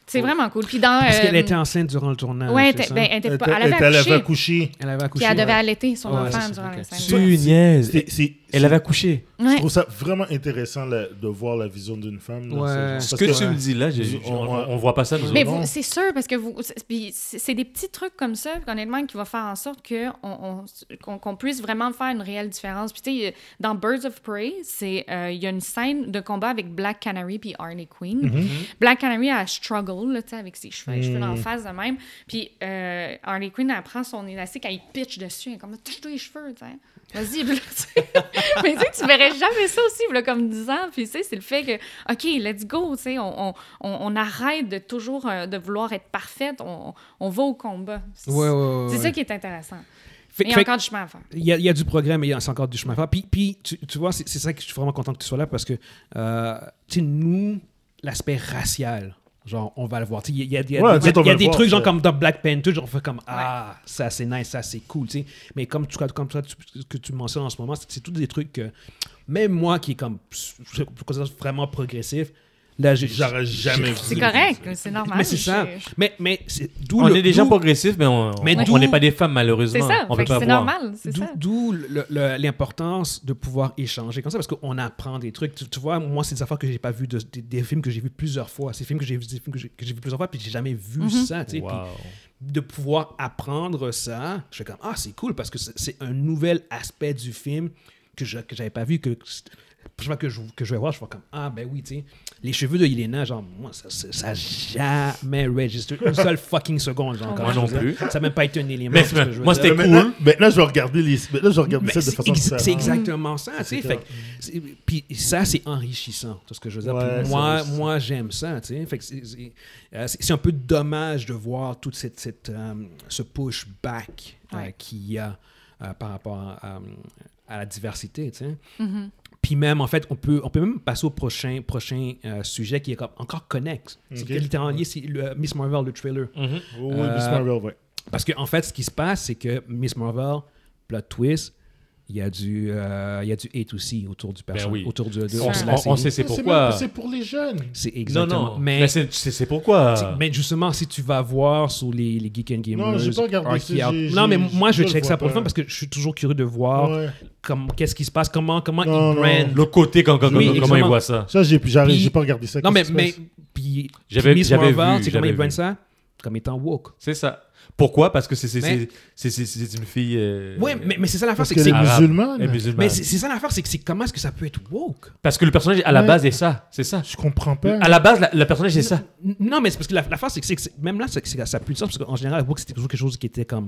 Speaker 4: C'est vraiment cool. Puis dans...
Speaker 1: Parce
Speaker 4: euh,
Speaker 1: qu'elle était enceinte durant le tournage.
Speaker 4: Ouais,
Speaker 1: c'est
Speaker 4: elle,
Speaker 1: ça?
Speaker 4: ben, elle, était
Speaker 3: Elle,
Speaker 4: pas,
Speaker 3: était-
Speaker 4: elle avait
Speaker 3: elle avait
Speaker 4: accouché.
Speaker 3: accouché.
Speaker 1: Elle avait accouché.
Speaker 4: Puis elle devait
Speaker 1: ouais.
Speaker 4: allaiter son
Speaker 1: Ouais,
Speaker 4: enfant
Speaker 1: c'est ça,
Speaker 4: durant
Speaker 1: ok.
Speaker 4: la scène.
Speaker 2: Tu niaises.
Speaker 3: C'est- c'est-
Speaker 2: Elle avait accouché.
Speaker 3: Je
Speaker 4: Ouais.
Speaker 3: trouve ça vraiment intéressant là, de voir la vision d'une femme. dans
Speaker 1: Ouais.
Speaker 3: ce genre.
Speaker 2: Ce
Speaker 3: Parce
Speaker 2: que
Speaker 3: que-
Speaker 2: tu me dis là, j'ai-
Speaker 3: on-
Speaker 2: on,
Speaker 3: on-
Speaker 2: on voit pas ça nous
Speaker 4: Mais
Speaker 2: autres.
Speaker 4: vous-
Speaker 3: non.
Speaker 4: c'est sûr, parce que vous, c'est, puis c'est c'est des petits trucs comme ça, honnêtement, qui vont faire en sorte que on, on- qu'on, qu'on puisse vraiment faire une réelle différence. Puis, tu sais, dans Birds of Prey, c'est, euh, il y a une scène de combat avec Black Canary puis Harley Quinn.
Speaker 3: Mm-hmm.
Speaker 4: Black Canary, elle struggle, là, tu sais, avec ses cheveux, les cheveux
Speaker 3: Mm.
Speaker 4: en face de même. Puis, euh, Harley Quinn, elle prend son élastique, elle y pitch dessus, elle est comme, touche-toi les cheveux, tu sais. Vas-y, puis là, tu sais. Mais tu sais, tu verrais jamais ça aussi, là, comme dix ans. Puis, tu sais, c'est le fait que, OK, let's go, tu sais, on, on, on, on arrête de toujours euh, de vouloir être parfaite, on, on va au combat. C'est,
Speaker 1: Ouais, ouais, ouais,
Speaker 4: c'est
Speaker 1: ouais.
Speaker 4: ça qui est intéressant.
Speaker 1: Fait-
Speaker 4: Mais il y a
Speaker 1: fait-
Speaker 4: encore du chemin à faire.
Speaker 1: Il y, a, il y a du progrès, mais il y a c'est encore du chemin à faire. Puis, puis tu, tu vois, c'est, c'est ça que je suis vraiment content que tu sois là parce que, euh, tu sais, nous, l'aspect racial, genre, on va le voir. Tu sais, il y a, il y a-
Speaker 3: Ouais,
Speaker 1: il y a-
Speaker 3: tu sais, on
Speaker 1: il y a
Speaker 3: va
Speaker 1: des
Speaker 3: le
Speaker 1: trucs,
Speaker 3: voir,
Speaker 1: genre,
Speaker 3: ça.
Speaker 1: comme dans Black Panther, genre, on fait comme, ah, ça, c'est nice, ça, c'est cool, tu sais. Mais comme, tu, comme toi, tu- ce que tu mentionnes en ce moment, c'est, c'est tous des trucs que, même moi qui est comme, je considère vraiment progressif, là, j'ai,
Speaker 3: J'aurais jamais vu.
Speaker 4: C'est correct, c'est normal.
Speaker 1: Mais c'est ça.
Speaker 4: Je-
Speaker 1: Mais, mais c'est d'où
Speaker 2: On
Speaker 1: le-
Speaker 2: est des gens
Speaker 1: d'où-
Speaker 2: progressifs, mais on
Speaker 1: Mais
Speaker 2: on-
Speaker 1: d'où-
Speaker 2: on n'est pas des femmes, malheureusement.
Speaker 4: C'est ça,
Speaker 2: On
Speaker 4: fait
Speaker 2: peut
Speaker 4: que
Speaker 2: pas
Speaker 4: c'est
Speaker 2: voir.
Speaker 4: normal, c'est
Speaker 1: D'où,
Speaker 4: ça.
Speaker 1: d'où le- le- l'importance de pouvoir échanger comme ça, parce qu'on apprend des trucs. Tu, tu vois, moi, c'est des affaires que j'ai pas vues, de, des, des films que j'ai vus plusieurs fois. C'est des films que j'ai vus, des films que j'ai, que j'ai vus plusieurs fois, puis j'ai jamais vu
Speaker 4: Mhm.
Speaker 1: ça. Tu sais.
Speaker 2: Wow.
Speaker 1: Puis de pouvoir apprendre ça, je suis comme, ah, c'est cool, parce que c'est, c'est un nouvel aspect du film que je que j'avais pas vu, que, je vois que je, que je vais voir, je vois comme, ah, ben oui, tu sais, les cheveux de Yelena, genre, moi, ça, ça, ça a jamais registré une seule fucking seconde. Genre,
Speaker 4: Moi
Speaker 1: quand
Speaker 2: non
Speaker 1: je veux
Speaker 2: plus.
Speaker 1: dire. Ça n'a même pas été un élément.
Speaker 2: Mais
Speaker 1: c'est ce que je veux
Speaker 2: moi,
Speaker 1: dire.
Speaker 2: c'était
Speaker 3: Mais
Speaker 2: cool.
Speaker 3: Maintenant, maintenant, je vais regarder les. Maintenant, je vais regarder
Speaker 1: Mais
Speaker 3: ça de
Speaker 1: c'est,
Speaker 3: façon
Speaker 1: ex-
Speaker 3: différente.
Speaker 1: c'est exactement ça, tu sais.
Speaker 3: C'est
Speaker 1: Fait
Speaker 3: clair.
Speaker 1: que c'est- Puis ça, c'est enrichissant, tout ce que je veux dire.
Speaker 3: Ouais,
Speaker 1: Puis
Speaker 3: ça
Speaker 1: moi,
Speaker 3: aussi.
Speaker 1: moi j'aime ça, tu sais. Fait que c'est, c'est, euh, c'est- c'est un peu dommage de voir toute cette, cette, euh, ce push-back euh,
Speaker 4: Ouais.
Speaker 1: qu'il y a euh, par rapport à, à- à la diversité, tu sais.
Speaker 4: Mhm.
Speaker 1: Puis même, en fait, on peut, on peut même passer au prochain, prochain euh, sujet qui est comme encore connexe. C'est
Speaker 3: Ok.
Speaker 1: que littéralement lié, c'est le, Miss Marvel, le trailer.
Speaker 2: Mhm.
Speaker 3: Oui,
Speaker 1: Euh,
Speaker 3: Miss Marvel, ouais.
Speaker 1: Parce qu'en en fait, ce qui se passe, c'est que Miss Marvel, plot twist, il y a du, euh, il y a du hate aussi autour du personnage,
Speaker 2: oui.
Speaker 1: autour de, de,
Speaker 2: On,
Speaker 1: de
Speaker 4: Ça.
Speaker 1: la
Speaker 2: on-
Speaker 1: série.
Speaker 2: on sait c'est
Speaker 3: Mais
Speaker 2: pourquoi.
Speaker 3: même- C'est pour les jeunes.
Speaker 1: C'est
Speaker 2: Non,
Speaker 1: exactement.
Speaker 2: non.
Speaker 1: Mais,
Speaker 2: Mais c'est c'est- c'est pourquoi.
Speaker 1: c'est- mais justement, si tu vas voir sur les, les Geek and Gamers,
Speaker 3: Non, j'ai pas regardé
Speaker 1: Archie
Speaker 3: ça,
Speaker 1: Out-
Speaker 3: j'ai-
Speaker 1: non, mais
Speaker 3: j'ai-
Speaker 1: moi, je
Speaker 3: je
Speaker 1: check
Speaker 3: le
Speaker 1: ça
Speaker 3: vois
Speaker 1: pour le
Speaker 3: pas.
Speaker 1: fun parce que je suis toujours curieux de voir
Speaker 3: Ouais.
Speaker 1: comme, qu'est-ce qui se passe, comment, comment
Speaker 3: Non,
Speaker 1: ils
Speaker 3: non.
Speaker 1: brandent.
Speaker 2: Le côté, quand, quand-
Speaker 1: Oui,
Speaker 2: comment
Speaker 1: exactement.
Speaker 2: ils voient ça.
Speaker 3: Ça, j'ai j'arrive-
Speaker 1: Puis-
Speaker 3: j'ai pas regardé ça.
Speaker 1: Non, mais,
Speaker 3: Qu'est-ce qui
Speaker 1: mais
Speaker 3: se passe?
Speaker 1: puis,
Speaker 2: J'avais-
Speaker 1: Miss
Speaker 2: j'avais
Speaker 1: Marvel,
Speaker 2: vu,
Speaker 1: c'est comment
Speaker 2: j'avais
Speaker 1: ils brandent
Speaker 2: vu.
Speaker 1: ça? Comme étant woke.
Speaker 2: C'est ça. Pourquoi? Parce que c'est c'est-
Speaker 1: Mais-
Speaker 2: c'est- c'est- c'est- c'est une fille. euh,
Speaker 1: Oui, mais, mais c'est ça l'affaire,
Speaker 3: Parce
Speaker 1: c'est
Speaker 3: que
Speaker 1: que
Speaker 3: les
Speaker 1: c'est...
Speaker 2: arabe.
Speaker 3: musulmanes,
Speaker 2: et musulmane.
Speaker 1: Mais c'est c'est ça l'affaire, c'est que c'est comment est-ce que ça peut être woke?
Speaker 2: Parce que le personnage, à la
Speaker 3: Ouais.
Speaker 2: base, est ça. C'est ça.
Speaker 3: je comprends pas.
Speaker 2: À la base, la- le personnage, c'est ça.
Speaker 1: N- Non, mais c'est parce que la- l'affaire, c'est que, c'est que c'est- même là, c'est que c'est- ça a plus de sens, parce qu'en général, woke, c'était toujours quelque chose qui était comme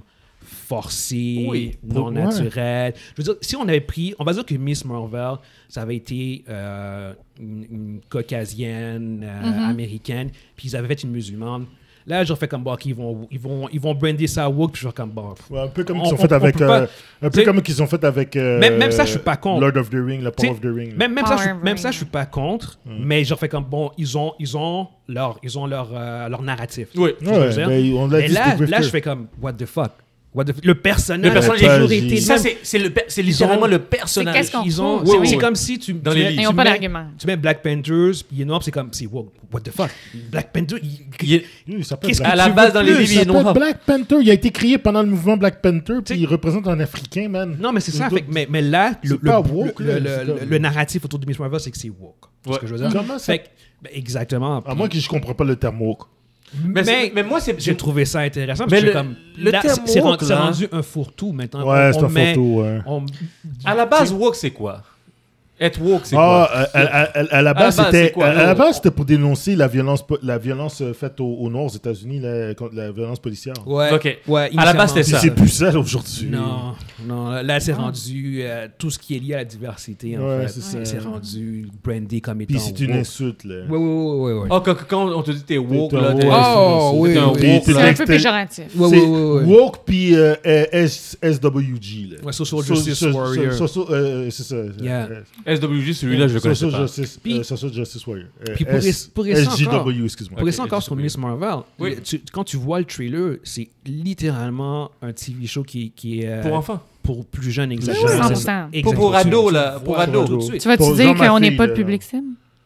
Speaker 1: forcé,
Speaker 2: Oui.
Speaker 1: non
Speaker 3: Ouais.
Speaker 1: naturel. Je veux dire, si on avait pris, on va dire que Miss Marvel, ça avait été euh, une, une caucasienne, euh,
Speaker 4: Mhm.
Speaker 1: américaine, puis ils avaient fait une musulmane. Là, j'aurais fait comme, bon, OK, ils vont, ils vont, ils vont brander ça woke, puis je vais comme, bon...
Speaker 3: Ouais, un peu comme
Speaker 1: On-
Speaker 3: qu'ils ont
Speaker 1: on-
Speaker 3: fait
Speaker 1: on
Speaker 3: avec.
Speaker 1: peut pas-
Speaker 3: euh, un peu
Speaker 1: t'sais,
Speaker 3: comme qu'ils ont fait avec. euh,
Speaker 1: même- même ça, je suis pas contre.
Speaker 3: Lord of the Ring, la Power
Speaker 1: T'sais,
Speaker 3: of the Ring. là.
Speaker 1: Même, même, ça, je,
Speaker 4: Power
Speaker 1: suis- même ça,
Speaker 4: Ring.
Speaker 1: je suis pas contre, mais j'aurais fait comme, bon, ils ont, ils ont leur, ils ont leur, euh, leur narratif.
Speaker 2: Oui.
Speaker 1: Tu vois ce que je veux
Speaker 3: Ouais,
Speaker 1: dire?
Speaker 3: ben, on l'a
Speaker 1: Mais
Speaker 3: dit,
Speaker 1: là,
Speaker 3: Steve
Speaker 1: là,
Speaker 3: Rifter.
Speaker 1: je fais comme, what the fuck? What the f- Le personnage,
Speaker 2: Le personnage
Speaker 1: a
Speaker 3: est-
Speaker 1: toujours
Speaker 3: J'ai-
Speaker 1: été
Speaker 2: Ça,
Speaker 1: là.
Speaker 2: c'est c'est le per- c'est littéralement
Speaker 1: ont-
Speaker 2: le personnage.
Speaker 4: qu'est-ce qu'on
Speaker 1: Ils ont,
Speaker 4: fout,
Speaker 1: c'est
Speaker 2: oui,
Speaker 1: c'est
Speaker 2: oui.
Speaker 1: comme si tu,
Speaker 2: Dans
Speaker 1: tu
Speaker 2: les
Speaker 1: mets,
Speaker 2: livres.
Speaker 4: Ils
Speaker 1: tu
Speaker 4: n'ont pas
Speaker 1: mets-
Speaker 4: d'argument.
Speaker 1: tu mets Black Panthers, puis il est noir, puis c'est comme, c'est what, what the fuck? Black Panther, il-
Speaker 2: Il est-
Speaker 3: Oui, il s'appelle
Speaker 1: Qu'est-ce
Speaker 3: Black
Speaker 2: à la
Speaker 3: Panther.
Speaker 2: base, dans les
Speaker 3: Il
Speaker 2: livres, il est
Speaker 3: s'appelle
Speaker 2: noir.
Speaker 3: Black Panther. Il a été créé pendant le mouvement Black Panther, puis
Speaker 1: T'sais-
Speaker 3: il représente un Africain, man.
Speaker 1: non, mais c'est ça.
Speaker 3: Il
Speaker 1: Fait, que- mais, mais là, le,
Speaker 3: C'est
Speaker 1: le,
Speaker 3: pas woke,
Speaker 1: le,
Speaker 3: là,
Speaker 1: le-
Speaker 3: c'est
Speaker 1: le-
Speaker 3: comme-
Speaker 1: le narratif autour de Miss Marvel, c'est que c'est woke. C'est
Speaker 2: Ouais.
Speaker 1: ce que je veux dire.
Speaker 3: Comment ça-
Speaker 1: Fait que, ben, exactement.
Speaker 3: À moins que je comprends pas le terme woke.
Speaker 2: Mais,
Speaker 1: Mais,
Speaker 2: c'est- mais moi, c'est.
Speaker 1: j'ai trouvé ça intéressant. Parce
Speaker 2: Mais
Speaker 1: que
Speaker 2: le-
Speaker 1: j'ai comme,
Speaker 2: le
Speaker 1: là,
Speaker 2: terme
Speaker 1: c'est, c'est
Speaker 2: woke,
Speaker 1: rendu, c'est
Speaker 2: là.
Speaker 1: rendu un fourre-tout maintenant.
Speaker 3: Ouais,
Speaker 1: On-
Speaker 3: c'est
Speaker 1: on
Speaker 3: un
Speaker 1: met-
Speaker 3: photo, ouais.
Speaker 1: on-
Speaker 2: À la base, woke, c'est quoi? Être woke, c'est
Speaker 3: Ah,
Speaker 2: quoi?
Speaker 3: euh, à, à- à- à la base,
Speaker 2: base,
Speaker 3: c'était
Speaker 2: c'est quoi,
Speaker 3: à la
Speaker 2: là?
Speaker 3: base, c'était pour dénoncer la violence, po- la violence euh, faite aux, aux Noirs aux États-Unis, la, contre la violence policière.
Speaker 1: Ouais,
Speaker 2: Ok.
Speaker 1: ouais,
Speaker 2: À la base, c'était
Speaker 3: Puis
Speaker 2: ça.
Speaker 3: c'est plus ça aujourd'hui.
Speaker 1: Non, non, là, c'est rendu euh, tout ce qui est lié à la diversité, en
Speaker 3: Ouais,
Speaker 1: fait.
Speaker 3: c'est
Speaker 1: C'est,
Speaker 3: ça.
Speaker 1: rendu brandé comme étant
Speaker 3: Puis c'est une
Speaker 1: woke.
Speaker 3: insulte là.
Speaker 1: Ouais, ouais, ouais, ouais, ouais.
Speaker 2: Oh, quand, quand on te dit t'es woke,
Speaker 3: T'es un
Speaker 2: là, t'es
Speaker 3: woke.
Speaker 1: Oh,
Speaker 2: t'es
Speaker 1: oui,
Speaker 2: un
Speaker 1: oui.
Speaker 2: woke,
Speaker 3: T'es-
Speaker 4: C'est
Speaker 3: t'es-
Speaker 2: là.
Speaker 4: un peu péjoratif.
Speaker 1: Ouais,
Speaker 3: C'est
Speaker 1: ouais, ouais, ouais.
Speaker 3: woke puis euh, euh, S- SWG là.
Speaker 1: Ouais, Social
Speaker 3: So-
Speaker 1: Justice
Speaker 3: so- so-
Speaker 1: Warrior.
Speaker 3: so- so- euh, c'est ça.
Speaker 1: Yeah.
Speaker 3: Euh,
Speaker 2: S W G, celui-là, je le connaissais
Speaker 3: Social
Speaker 2: pas.
Speaker 3: Justice,
Speaker 1: Puis-
Speaker 3: euh, Social Justice Warrior. Euh,
Speaker 1: Puis pour
Speaker 3: S-
Speaker 1: res- pour rester encore-
Speaker 3: S J W, excuse-moi.
Speaker 1: Pour rester
Speaker 2: Ok,
Speaker 1: encore
Speaker 2: je
Speaker 1: sur
Speaker 2: sais
Speaker 1: Miss Marvel,
Speaker 2: Oui.
Speaker 1: tu- quand tu vois le trailer, c'est littéralement un T V show qui, qui est euh,
Speaker 2: Pour enfants.
Speaker 1: pour plus jeunes,
Speaker 3: Oui,
Speaker 1: exactement.
Speaker 4: cent pour
Speaker 1: C'est ça.
Speaker 4: cent.
Speaker 1: Exactement.
Speaker 2: Pour
Speaker 1: Tu-
Speaker 2: ados,
Speaker 1: tu
Speaker 2: là,
Speaker 1: le
Speaker 2: pour
Speaker 1: vois
Speaker 2: ados.
Speaker 1: tout de suite.
Speaker 4: Tu vas-te
Speaker 3: Pour
Speaker 4: dire
Speaker 3: genre ma
Speaker 4: qu'on n'est
Speaker 3: fille,
Speaker 4: pas
Speaker 3: là.
Speaker 4: le public cible?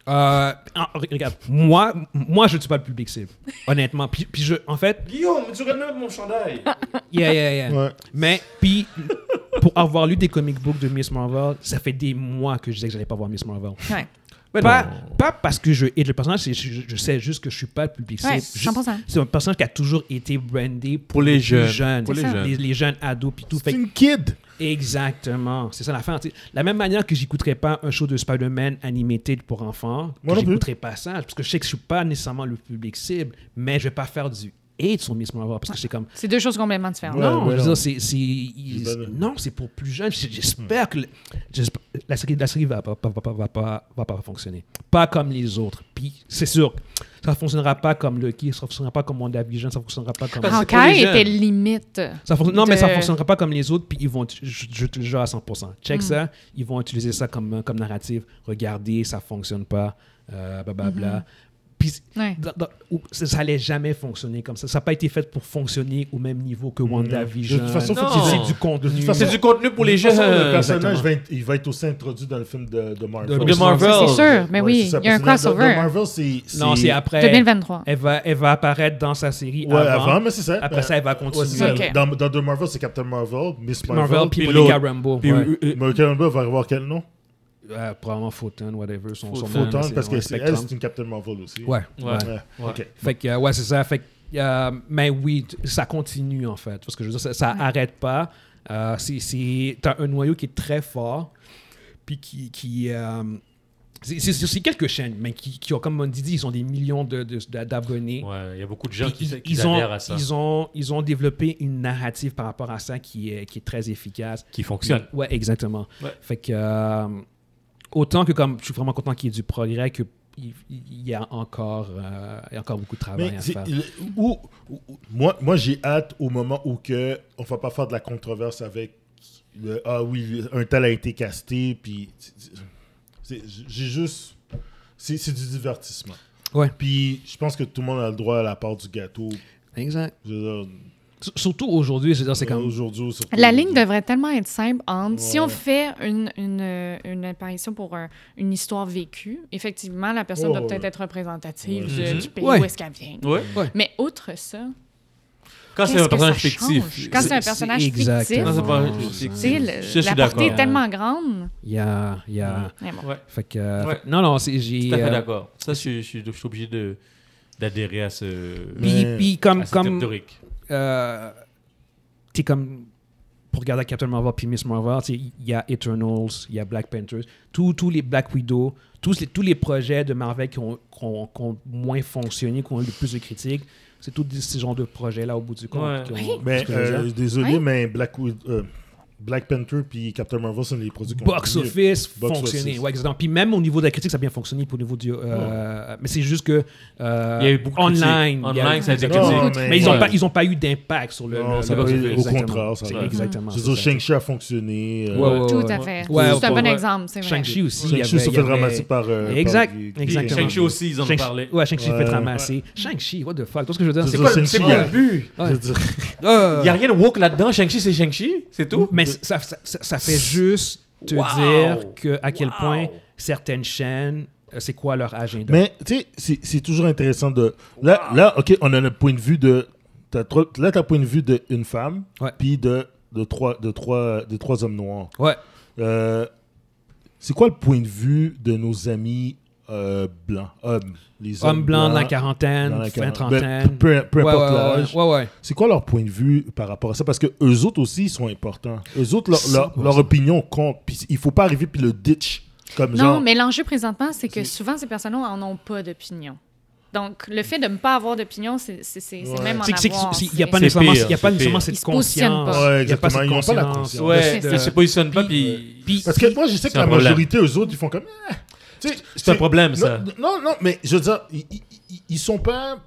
Speaker 1: Euh, en- regarde, moi, moi, je ne suis pas le public cible, honnêtement. Puis, puis je, en fait,
Speaker 2: Guillaume, tu regardes mon chandail.
Speaker 1: yeah, yeah, yeah.
Speaker 3: Ouais.
Speaker 1: Mais, puis, pour avoir lu des comic books de Miss Marvel, ça fait des mois que je disais que j'allais pas voir Miss Marvel.
Speaker 4: Ouais.
Speaker 1: Pas, pas parce que je hate le personnage, c'est- je, je sais juste que je suis pas le public cible.
Speaker 4: Ouais,
Speaker 1: Juste-
Speaker 4: cent pour cent.
Speaker 1: C'est un personnage qui a toujours été brandé pour,
Speaker 2: Pour les
Speaker 1: plus
Speaker 2: jeunes.
Speaker 1: jeunes,
Speaker 2: Pour
Speaker 4: les
Speaker 1: les,
Speaker 4: jeunes.
Speaker 1: les, les jeunes ados puis tout. Fait
Speaker 3: C'est
Speaker 1: que-
Speaker 3: une kid.
Speaker 1: exactement, c'est ça l'affaire. tu sais. La même manière que j'écouterais pas un show de Spider-Man animated pour enfants, que
Speaker 3: Moi non plus.
Speaker 1: j'écouterais pas ça, parce que je sais que je suis pas nécessairement le public cible, mais je vais pas faire du hate sur Miss Marvel parce que c'est comme
Speaker 4: C'est deux choses complètement différentes.
Speaker 3: Ouais,
Speaker 1: non,
Speaker 3: ouais,
Speaker 1: je veux
Speaker 3: non.
Speaker 1: dire, c'est, c'est- il-
Speaker 3: C'est pas-
Speaker 1: non, c'est pour plus jeunes. J- J'espère que le- j'espère- la série, la série va, pas- va, pas- va, pas, va pas fonctionner. Pas comme les autres. Puis, c'est sûr, ça ne fonctionnera pas comme Lucky, ça ne fonctionnera pas comme WandaVision, ça ne fonctionnera pas comme...
Speaker 2: Parce que-
Speaker 4: Hawkeye
Speaker 2: c'est pour les
Speaker 4: était limite.
Speaker 1: Ça fonctionne- Non, mais ça
Speaker 4: de-
Speaker 1: ne fonctionnera pas comme les autres, puis ils vont, je, je te le jure à cent pour cent. Check
Speaker 4: Mm.
Speaker 1: ça, ils vont utiliser ça comme, comme narrative. Regardez, ça ne fonctionne pas, euh, blablabla. Puis,
Speaker 4: Ouais.
Speaker 1: dans- dans- ou- ça n'allait jamais fonctionner comme ça. Ça n'a pas été fait pour fonctionner au même niveau que WandaVision.
Speaker 3: De toute façon, faut
Speaker 2: Non.
Speaker 3: qu'ils
Speaker 1: c'est
Speaker 3: aient
Speaker 1: du contenu.
Speaker 3: De toute façon,
Speaker 2: C'est du contenu pour les
Speaker 3: de toute façon,
Speaker 2: jeunes.
Speaker 3: Le personnage
Speaker 1: Exactement.
Speaker 3: va être, il va être aussi introduit dans le film de, de Marvel.
Speaker 1: De
Speaker 2: De Marvel.
Speaker 4: C'est sûr, mais
Speaker 3: Ouais,
Speaker 4: oui,
Speaker 3: c'est ça,
Speaker 4: il y a un
Speaker 3: parce que dans-
Speaker 4: crossover.
Speaker 3: Dans Marvel, c'est.
Speaker 1: Non, c'est après.
Speaker 4: deux mille vingt-trois.
Speaker 1: Elle va, elle va apparaître dans sa série
Speaker 3: Ouais,
Speaker 1: avant.
Speaker 3: avant, mais c'est ça.
Speaker 1: Après ça, elle va
Speaker 3: Ouais,
Speaker 1: continuer.
Speaker 3: c'est ça.
Speaker 4: Ok.
Speaker 3: Dans, dans The Marvel, c'est Captain Marvel, Miss Marvel.
Speaker 1: Marvel puis
Speaker 2: puis
Speaker 1: Monica
Speaker 2: l'autre.
Speaker 1: Rambeau.
Speaker 2: Puis,
Speaker 1: ouais.
Speaker 2: euh, euh,
Speaker 3: Monica Rambeau va avoir quel nom?
Speaker 1: Euh, probablement Photon, whatever. Son, son nom,
Speaker 3: Photon,
Speaker 1: c'est-
Speaker 3: parce que
Speaker 1: ouais,
Speaker 3: c'est-
Speaker 1: Spectrum.
Speaker 3: elle, c'est une Captain Marvel aussi.
Speaker 1: Ouais,
Speaker 2: Ouais.
Speaker 1: ouais.
Speaker 3: Ouais.
Speaker 2: Ouais.
Speaker 3: Ok.
Speaker 1: Fait que, euh, ouais, c'est ça. Fait que, euh, mais oui, t- ça continue, en fait. Parce que je veux dire, ça, ça arrête pas. Euh, c'est, c'est, t'as un noyau qui est très fort. Puis qui. qui euh, c'est, c'est, c'est quelques chaînes, mais qui, qui ont, comme on dit, ils ont des millions de, de- de- d'abonnés.
Speaker 2: Ouais, il y a beaucoup de gens
Speaker 1: Puis
Speaker 2: qui,
Speaker 1: ils,
Speaker 2: qui
Speaker 1: ils ont,
Speaker 2: adhèrent à ça.
Speaker 1: ils, ont, ils ont développé une narrative par rapport à ça qui est, qui est très efficace.
Speaker 2: Qui fonctionnent.
Speaker 1: Ouais, exactement.
Speaker 2: Ouais.
Speaker 1: Fait que euh, autant que comme je suis vraiment content qu'il y ait du progrès, que il, il y a encore, euh, il y a encore beaucoup de travail
Speaker 3: Mais
Speaker 1: à
Speaker 3: c'est-
Speaker 1: faire.
Speaker 3: le- où- où- moi, moi j'ai hâte au moment où que on va pas faire de la controverse avec le ah oui un tel a été casté puis c'est- c'est- j'ai juste c'est c'est du divertissement.
Speaker 1: Ouais.
Speaker 3: Puis je pense que tout le monde a le droit à la part du gâteau.
Speaker 1: Exact.
Speaker 3: Je veux dire,
Speaker 1: S- Surtout aujourd'hui, je veux dire, c'est comme.
Speaker 3: aujourd'hui surtout
Speaker 4: La ligne
Speaker 3: aujourd'hui.
Speaker 4: devrait tellement être simple entre si
Speaker 3: Ouais.
Speaker 4: on fait une, une, euh, une apparition pour un- une histoire vécue, effectivement, la personne
Speaker 3: Ouais,
Speaker 4: doit
Speaker 3: ouais,
Speaker 4: peut-être
Speaker 3: ouais.
Speaker 4: être représentative
Speaker 2: Ouais.
Speaker 4: du,
Speaker 2: Mhm.
Speaker 4: du pays
Speaker 1: Ouais.
Speaker 4: où est-ce qu'elle vient.
Speaker 2: Ouais.
Speaker 4: Mais outre ça,
Speaker 2: Quand c'est
Speaker 4: qu'est-ce
Speaker 2: un
Speaker 4: que
Speaker 2: personnage
Speaker 4: ça
Speaker 2: fictif.
Speaker 4: change? Quand c'est un
Speaker 1: C'est-
Speaker 4: personnage
Speaker 1: c'est
Speaker 4: fictif,
Speaker 1: exactement.
Speaker 2: Quand c'est pas un
Speaker 1: Tu
Speaker 2: fictif.
Speaker 4: tu sais, le-
Speaker 2: Je suis
Speaker 4: la
Speaker 2: d'accord.
Speaker 4: portée est tellement grande.
Speaker 1: Il y a. Il y a
Speaker 4: Mais bon.
Speaker 2: Ouais.
Speaker 1: fait que, euh,
Speaker 2: Ouais.
Speaker 1: fait que- non, non, c'est. J'ai,
Speaker 2: Tout à fait
Speaker 1: euh,
Speaker 2: d'accord. Ça, je, suis- je suis je suis obligé de d'adhérer à ce.
Speaker 1: Puis,
Speaker 3: Mais-
Speaker 1: puis comme.
Speaker 2: à cette
Speaker 1: comme
Speaker 2: théorique.
Speaker 1: euh, t'es comme pour regarder Captain Marvel puis Miss Marvel, tu sais, il y a Eternals, il y a Black Panthers, tous tous les Black Widow, tous les, tous les projets de Marvel qui ont, qui ont- qui ont moins fonctionné, qui ont eu le plus de critiques, c'est tous des- ces genres de projets-là au bout du compte.
Speaker 2: Ouais.
Speaker 1: qui ont-
Speaker 4: Oui.
Speaker 3: Mais
Speaker 1: ce que je veux
Speaker 3: euh,
Speaker 1: dire.
Speaker 3: désolé
Speaker 4: Ouais.
Speaker 3: mais Black Widow- euh, Black Panther puis Captain Marvel sont les produits qui ont
Speaker 1: Box
Speaker 3: le mieux.
Speaker 1: office
Speaker 3: Box
Speaker 1: fonctionné.
Speaker 3: office.
Speaker 1: Ouais, exactement. Puis même au niveau de la critique, ça a bien fonctionné. Puis au niveau du. euh, Mais c'est juste que. euh,
Speaker 2: Il y a eu beaucoup de
Speaker 1: online.
Speaker 2: critiques.
Speaker 1: il y a-
Speaker 2: Online, ça a été
Speaker 3: Non,
Speaker 2: critiqué.
Speaker 3: mais-
Speaker 1: Mais ils n'ont
Speaker 3: Ouais.
Speaker 1: pas, ils ont pas eu d'impact sur le.
Speaker 3: Non,
Speaker 1: le-
Speaker 3: ça
Speaker 1: le
Speaker 3: a pas
Speaker 1: box
Speaker 3: eu-
Speaker 1: office.
Speaker 3: au contraire, ça
Speaker 1: C'est
Speaker 3: a-
Speaker 1: exactement.
Speaker 3: Je veux
Speaker 1: c'est
Speaker 3: dire,
Speaker 1: ça.
Speaker 3: Shang-Chi a fonctionné. euh,
Speaker 1: Ouais, ouais,
Speaker 4: Tout
Speaker 1: ouais.
Speaker 4: à fait.
Speaker 1: Ouais,
Speaker 4: c'est un
Speaker 1: ouais,
Speaker 4: bon
Speaker 1: ouais.
Speaker 4: exemple, c'est vrai.
Speaker 1: Shang-Chi aussi. il y
Speaker 3: Shang-Chi
Speaker 1: avait-
Speaker 3: se
Speaker 1: il y
Speaker 3: fait
Speaker 1: avait-
Speaker 3: ramasser par. euh,
Speaker 1: Exact,
Speaker 3: par des-
Speaker 1: exactement.
Speaker 2: Shang-Chi aussi, ils en ont
Speaker 1: Shang-Chi-
Speaker 2: parlé.
Speaker 1: Ouais, Shang-Chi
Speaker 3: Ouais.
Speaker 1: fait ramasser. Shang-Chi, what the fuck? Tu vois ce que je veux dire?
Speaker 3: C'est
Speaker 1: C'est
Speaker 3: ça,
Speaker 1: pas.
Speaker 3: Shang-Chi,
Speaker 2: C'est
Speaker 3: il y
Speaker 2: pas
Speaker 3: a-
Speaker 2: le but.
Speaker 3: Je veux dire,
Speaker 1: Euh,
Speaker 2: Il n'y a rien de woke là-dedans. Shang-Chi, c'est Shang-Chi. C'est tout.
Speaker 1: Mais ça, ça, ça- ça fait juste te
Speaker 2: Wow.
Speaker 1: dire que, à quel
Speaker 2: Wow.
Speaker 1: point certaines chaînes, euh, c'est quoi leur agenda.
Speaker 3: Mais tu sais, c'est- c'est toujours intéressant de. Là, là, ok, on a le point de vue de. t'as trois- Là, tu as le point de vue d'une femme,
Speaker 1: Ouais.
Speaker 3: puis de, de, trois, de, trois, de trois hommes noirs.
Speaker 1: Ouais.
Speaker 3: Euh, c'est quoi le point de vue de nos amis euh, blancs, hommes, les hommes
Speaker 1: Hommes blancs dans la
Speaker 3: blancs,
Speaker 1: quarantaine,
Speaker 3: dans la
Speaker 1: fin
Speaker 3: quarantaine,
Speaker 1: trentaine.
Speaker 3: ben, peu, peu
Speaker 1: Ouais,
Speaker 3: importe
Speaker 1: ouais,
Speaker 3: l'âge.
Speaker 1: ouais, ouais, ouais.
Speaker 3: C'est quoi leur point de vue par rapport à ça? Parce que eux autres aussi, ils sont importants. Eux autres, leur, leur,
Speaker 1: cent pour cent.
Speaker 3: leur opinion compte. Puis il faut pas arriver puis le ditch comme
Speaker 4: Non,
Speaker 3: genre.
Speaker 4: mais l'enjeu présentement, c'est que
Speaker 3: C'est-
Speaker 4: souvent, ces personnes-là en ont pas d'opinion. Donc, le fait de ne pas avoir d'opinion, c'est c'est- c'est- c'est
Speaker 3: Ouais.
Speaker 4: même en
Speaker 1: C'est que- c'est que-
Speaker 4: avoir.
Speaker 1: c'est- Il n'y a
Speaker 4: c'est-
Speaker 1: pas
Speaker 2: C'est
Speaker 1: nécessairement,
Speaker 2: pire,
Speaker 1: il y a pas
Speaker 2: c'est
Speaker 1: nécessairement
Speaker 2: pire.
Speaker 1: cette
Speaker 4: Ils se positionnent
Speaker 1: conscience.
Speaker 4: pas.
Speaker 3: Ouais,
Speaker 1: Il y a pas cette
Speaker 3: exactement, ils n'ont pas la
Speaker 1: conscience.
Speaker 3: conscience.
Speaker 2: Ouais,
Speaker 4: C'est
Speaker 2: ils
Speaker 4: ça.
Speaker 2: se positionnent pas,
Speaker 1: Puis-
Speaker 2: puis.
Speaker 1: Puis,
Speaker 3: Parce que moi, je sais que
Speaker 2: C'est
Speaker 3: la
Speaker 2: un problème.
Speaker 3: majorité, eux autres, ils font comme. Ah! Tu sais,
Speaker 2: C'est un problème, ça.
Speaker 3: Non, non, non, mais je veux dire, ils, ils, ils- ils sont pas.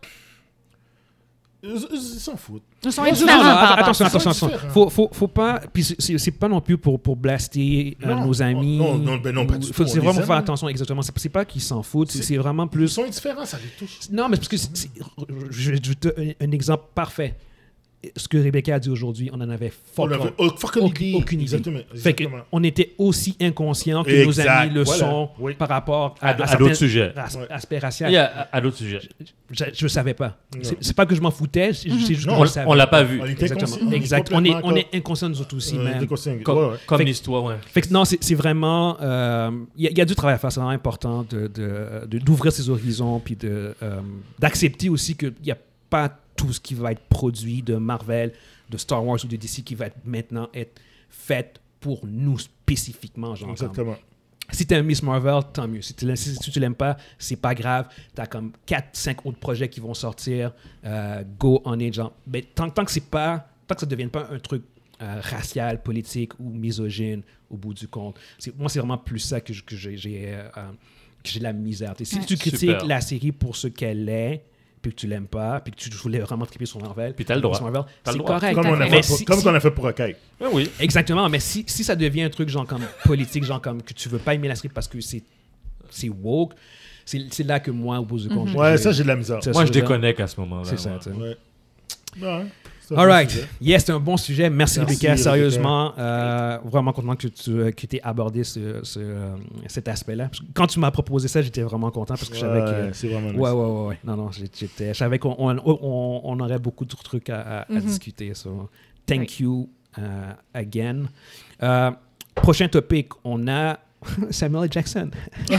Speaker 3: Ils ils s'en foutent.
Speaker 4: Ils sont
Speaker 3: Non, je-
Speaker 4: indifférents
Speaker 1: Non, non,
Speaker 4: par rapport à
Speaker 1: attention,
Speaker 4: ça.
Speaker 1: attention,
Speaker 3: sont
Speaker 1: attention.
Speaker 3: différents.
Speaker 1: Faut, faut, faut pas. Puis c'est- c'est c'est pas non plus pour, pour blaster euh,
Speaker 3: Non,
Speaker 1: nos amis.
Speaker 3: non, non, ben non, pas du
Speaker 1: Ou-
Speaker 3: tout,
Speaker 1: faut-
Speaker 3: on
Speaker 1: C'est
Speaker 3: les
Speaker 1: vraiment
Speaker 3: aime.
Speaker 1: faire attention, exactement. C'est c'est pas qu'ils s'en foutent, c'est
Speaker 3: C'est-
Speaker 1: c'est vraiment
Speaker 3: Ils
Speaker 1: plus.
Speaker 3: sont indifférents, ça les touche.
Speaker 1: Non, mais c'est parce que c'est- c'est- je je vais te un, un exemple parfait. ce que Rebecca a dit aujourd'hui, on en avait
Speaker 3: On
Speaker 1: fuck
Speaker 3: avait
Speaker 1: all-
Speaker 3: oh, fuck all
Speaker 1: aucune,
Speaker 3: idée.
Speaker 1: aucune idée.
Speaker 3: Exactement.
Speaker 1: Fait que
Speaker 3: exactement.
Speaker 1: on était aussi inconscients que nos
Speaker 3: Exact,
Speaker 1: amis le
Speaker 3: voilà.
Speaker 1: sont
Speaker 3: Oui.
Speaker 1: par rapport à,
Speaker 2: À d- à
Speaker 1: certains
Speaker 2: d'autres sujets.
Speaker 1: as-
Speaker 3: Ouais.
Speaker 1: aspects
Speaker 2: Il
Speaker 1: raciaux.
Speaker 2: y a à, à d'autres sujets.
Speaker 1: Je, je savais pas.
Speaker 3: Non.
Speaker 1: C'est, c'est pas que je m'en foutais, c'est, c'est juste
Speaker 3: Non,
Speaker 1: que
Speaker 2: On,
Speaker 1: je savais
Speaker 2: on l'a pas vu.
Speaker 3: On était
Speaker 1: Exactement.
Speaker 3: conscients, on est
Speaker 1: Exact. On est,
Speaker 3: complètement
Speaker 1: on est
Speaker 3: comme-
Speaker 1: inconscients nous autres aussi,
Speaker 3: Euh,
Speaker 1: man.
Speaker 3: on était conscients.
Speaker 2: Comme,
Speaker 3: Ouais, ouais.
Speaker 2: comme
Speaker 1: Fait-
Speaker 2: l'histoire, ouais.
Speaker 1: Fait que non, c'est, c'est vraiment... euh, Il y, a- il y a du travail à faire. C'est vraiment important de, de, de- d'ouvrir ses horizons puis de, euh, d'accepter aussi qu'il n'y a pas tout ce qui va être produit de Marvel, de Star Wars ou de D C qui va être maintenant être fait pour nous spécifiquement. Genre, comme-
Speaker 3: Exactement.
Speaker 1: si tu aimes Miss Marvel, tant mieux. Si tu l'aimes, si tu l'aimes pas, c'est pas grave. Tu as comme quatre cinq autres projets qui vont sortir. Euh, go on it, genre. Mais tant, tant que c'est pas... Tant que ça ne devienne pas un truc euh, racial, politique ou misogyne au bout du compte. C'est, moi, c'est vraiment plus ça que, je- que j'ai, j'ai, euh, euh, que j'ai de la misère. T'sais, si
Speaker 4: Ouais.
Speaker 1: tu critiques
Speaker 2: Super.
Speaker 1: la série pour ce qu'elle est, puis que tu l'aimes pas, puis que tu voulais vraiment triper sur Marvel,
Speaker 2: Puis t'as le droit.
Speaker 1: sur Marvel,
Speaker 2: T'as le
Speaker 1: c'est
Speaker 2: droit.
Speaker 1: correct.
Speaker 3: Comme on a
Speaker 1: Mais
Speaker 3: fait,
Speaker 1: si-
Speaker 3: pour- comme
Speaker 1: si-
Speaker 3: qu'on a fait pour Hawkeye.
Speaker 2: Ouais, oui.
Speaker 1: Exactement, mais si, si ça devient un truc genre comme politique, genre comme que tu veux pas aimer la série parce que c'est, c'est woke, c'est, c'est là que moi, au bout du compte,
Speaker 3: Ouais, ça, j'ai de la misère.
Speaker 1: Ça,
Speaker 2: Moi, je
Speaker 1: c'est-
Speaker 2: déconnecte à ce moment-là.
Speaker 1: C'est ça,
Speaker 2: ouais.
Speaker 1: tu sais.
Speaker 3: Ouais. Ouais. c'est un
Speaker 1: All
Speaker 3: bon
Speaker 1: right.
Speaker 3: sujet.
Speaker 1: Yes, c'est un bon sujet. Merci,
Speaker 3: Merci,
Speaker 1: Rebecca.
Speaker 3: Rebecca.
Speaker 1: Sérieusement, euh, vraiment content que tu euh, que aies abordé ce, ce, euh, cet aspect-là. Parce que quand tu m'as proposé ça, j'étais vraiment content parce que je savais
Speaker 3: Ouais,
Speaker 1: que...
Speaker 3: c'est vraiment nice.
Speaker 1: Ouais, ouais, ouais, ouais. Non, non, j'étais, je savais qu'on on, on- on aurait beaucoup de trucs à, à- à
Speaker 4: Mhm.
Speaker 1: discuter. So, thank you uh, again. Euh, prochain topic, on a Samuel L. Jackson.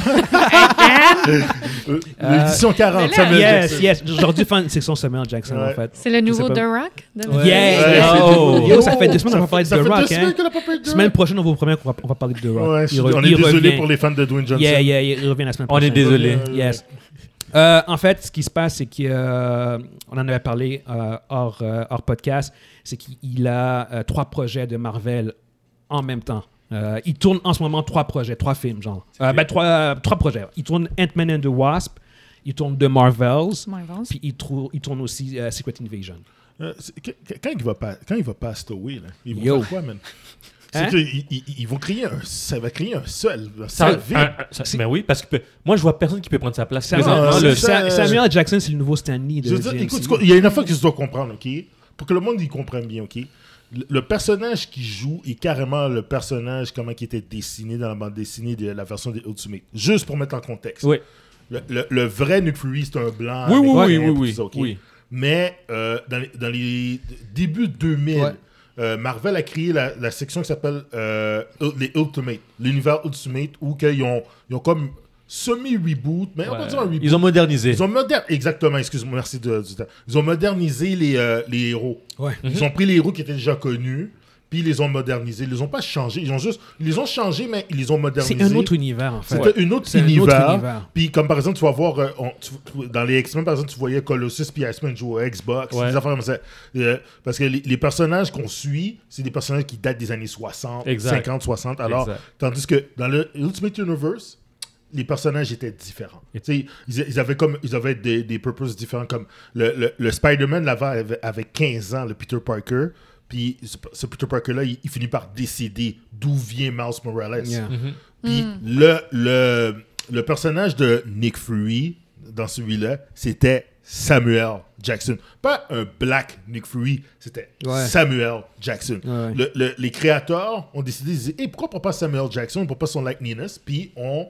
Speaker 3: Euh, L'édition quarante,
Speaker 4: mais là-
Speaker 3: Samuel
Speaker 1: yes,
Speaker 3: Jackson.
Speaker 1: yes. J'aurais dû faire une section Samuel Jackson,
Speaker 3: Ouais.
Speaker 1: en fait.
Speaker 4: C'est le nouveau
Speaker 1: sais
Speaker 4: The
Speaker 1: pas.
Speaker 4: Rock? de-
Speaker 1: Yeah,
Speaker 3: Ouais,
Speaker 1: yeah.
Speaker 3: c'est
Speaker 2: Oh.
Speaker 3: nouveau.
Speaker 1: Yo, ça fait deux semaines qu'on va
Speaker 3: Ça
Speaker 1: parler de
Speaker 3: fait
Speaker 1: The
Speaker 3: deux
Speaker 1: Rock,
Speaker 3: semaines
Speaker 1: hein.
Speaker 3: qu'on a pas parlé de The
Speaker 1: Semaine
Speaker 3: Rock.
Speaker 1: prochaine, on va, promet qu'on va, on va parler de The Rock.
Speaker 3: Ouais,
Speaker 1: Il
Speaker 3: je-
Speaker 1: re-
Speaker 3: on est
Speaker 1: il
Speaker 3: désolé
Speaker 1: revient.
Speaker 3: pour les fans de Dwayne Johnson.
Speaker 1: Yeah, yeah, il revient la semaine
Speaker 2: On est
Speaker 1: prochaine.
Speaker 2: désolé.
Speaker 3: Euh,
Speaker 1: Yes. Euh, en fait, ce qui se passe, c'est qu'on euh, en avait parlé euh, hors, euh, hors podcast, c'est qu'il a euh, trois projets de Marvel en même temps. Euh, il tourne en ce moment trois projets, trois films, genre. Euh, ben, trois, euh, trois projets. Il tourne Ant-Man and the Wasp, il tourne The Marvels,
Speaker 4: Marvels.
Speaker 1: puis il, trou- il tourne aussi euh, Secret Invasion.
Speaker 3: Euh, c'est- que- que- Quand il va pas, quand il va pas à Stowaway, là, ils vont
Speaker 1: Yo.
Speaker 3: faire quoi, man? C'est
Speaker 1: Hein?
Speaker 3: qu'ils ils, ils vont créer un, ça va créer un seul, un
Speaker 2: Ça,
Speaker 3: seul vide.
Speaker 2: un- un- ça- ben oui, parce que peut- moi, je vois personne qui peut prendre sa place.
Speaker 1: Samuel,
Speaker 2: Présentement,
Speaker 3: c'est
Speaker 2: le-
Speaker 3: ça.
Speaker 1: Sa- Samuel Jackson, c'est le nouveau Stan Lee de
Speaker 3: Je veux dire,
Speaker 1: D M C.
Speaker 3: écoute, écoute, il y a une affaire que je dois comprendre, ok? Pour que le monde y comprenne bien, ok? Le, le personnage qui joue est carrément le personnage comment qui était dessiné dans la bande dessinée de la version des Ultimate. Juste pour mettre en contexte.
Speaker 2: Oui.
Speaker 3: Le, le- le vrai Nick Fury, c'est un blanc.
Speaker 2: Oui, oui,
Speaker 3: américain,
Speaker 2: oui, oui,
Speaker 3: tout
Speaker 2: oui,
Speaker 3: ça, ok?
Speaker 2: oui.
Speaker 3: Mais euh, dans, les, dans les débuts deux mille,
Speaker 1: Ouais.
Speaker 3: euh, Marvel a créé la, la section qui s'appelle euh, les Ultimate, l'univers Ultimate, où que ils ont, ils ont comme semi-reboot, mais on va
Speaker 2: Ouais.
Speaker 3: dire un reboot.
Speaker 2: Ils ont modernisé.
Speaker 3: Ils ont moder- Exactement, excuse-moi, merci de, du temps. Ils ont modernisé les, euh, les héros.
Speaker 1: Ouais.
Speaker 3: Ils ont pris les héros qui étaient déjà connus, puis ils les ont modernisés. Ils les ont pas changés, ils ont juste, ils les ont changés, mais ils les ont modernisés.
Speaker 1: C'est un autre univers, en fait.
Speaker 3: C'était une autre
Speaker 1: C'est un autre
Speaker 3: univers.
Speaker 1: univers.
Speaker 3: Puis comme par exemple, tu vas voir, euh, on- tu- tu- dans les X-Men, par exemple, tu voyais Colossus puis Iceman jouer au Xbox,
Speaker 2: Ouais.
Speaker 3: des affaires comme ça. Euh, parce que les, les personnages qu'on suit, c'est des personnages qui datent des années soixante,
Speaker 2: Exact.
Speaker 3: cinquante, soixante. Alors,
Speaker 2: Exact.
Speaker 3: tandis que dans le Ultimate Universe, les personnages étaient différents. Tu sais, Ils, ils avaient comme ils avaient des, des purposes différents, comme le, le, le Spider-Man là-bas avait, avait quinze ans, le Peter Parker. Puis ce, ce Peter Parker-là, il, il finit par décéder d'où vient Miles Morales.
Speaker 1: Yeah.
Speaker 3: Puis le, le, le personnage de Nick Fury, dans celui-là, c'était Samuel Jackson. Pas un black Nick Fury, c'était
Speaker 1: Ouais.
Speaker 3: Samuel Jackson.
Speaker 1: Ouais.
Speaker 3: Le- le- les créateurs ont décidé, ils disaient, hey, pourquoi on prend pas Samuel Jackson, on prend pas son likeliness, puis on,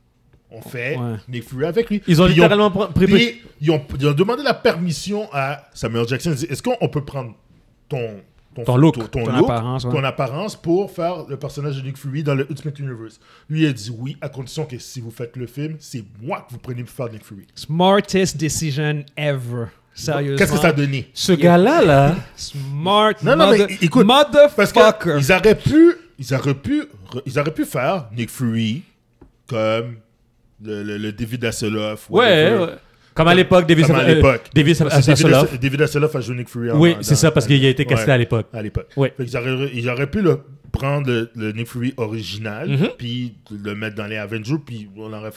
Speaker 3: on fait
Speaker 1: Ouais.
Speaker 3: Nick Fury avec lui.
Speaker 2: Ils ont
Speaker 3: Puis
Speaker 2: littéralement pr- pris-
Speaker 3: puis ils ont, ils ont demandé la permission à Samuel Jackson. Ils disaient, est-ce qu'on peut prendre ton,
Speaker 2: Ton look.
Speaker 3: ton, ton
Speaker 1: Ton
Speaker 3: look,
Speaker 1: apparence, ouais.
Speaker 3: ton apparence pour faire le personnage de Nick Fury dans le Ultimate Universe. Lui, il a dit oui, à condition que si vous faites le film, c'est moi que vous prenez pour faire Nick Fury.
Speaker 1: Smartest decision ever. Sérieusement.
Speaker 3: Qu'est-ce que ça a donné?
Speaker 2: Ce gars-là, là,
Speaker 1: Smart
Speaker 3: Non, non, mais
Speaker 1: mother-
Speaker 3: écoute, Parce
Speaker 1: motherfucker.
Speaker 3: qu'ils auraient pu, ils auraient pu, ils auraient pu faire Nick Fury comme le, le, le David Hasselhoff.
Speaker 2: ouais,
Speaker 3: whatever.
Speaker 2: ouais. Comme à l'époque, David
Speaker 3: Comme à
Speaker 2: euh,
Speaker 3: l'époque.
Speaker 2: David
Speaker 3: Parce que David
Speaker 2: Hasselhoff.
Speaker 3: Hass- David Hasselhoff a joué Nick Fury. en-
Speaker 2: Oui,
Speaker 3: dans-
Speaker 2: c'est ça, parce qu'il a été casté
Speaker 3: Ouais.
Speaker 2: à l'époque.
Speaker 3: À l'époque.
Speaker 2: Oui.
Speaker 3: Fait qu'ils auraient, ils auraient pu le, prendre le, le Nick Fury original,
Speaker 2: Mhm.
Speaker 3: puis le mettre dans les Avengers, puis on aurait fait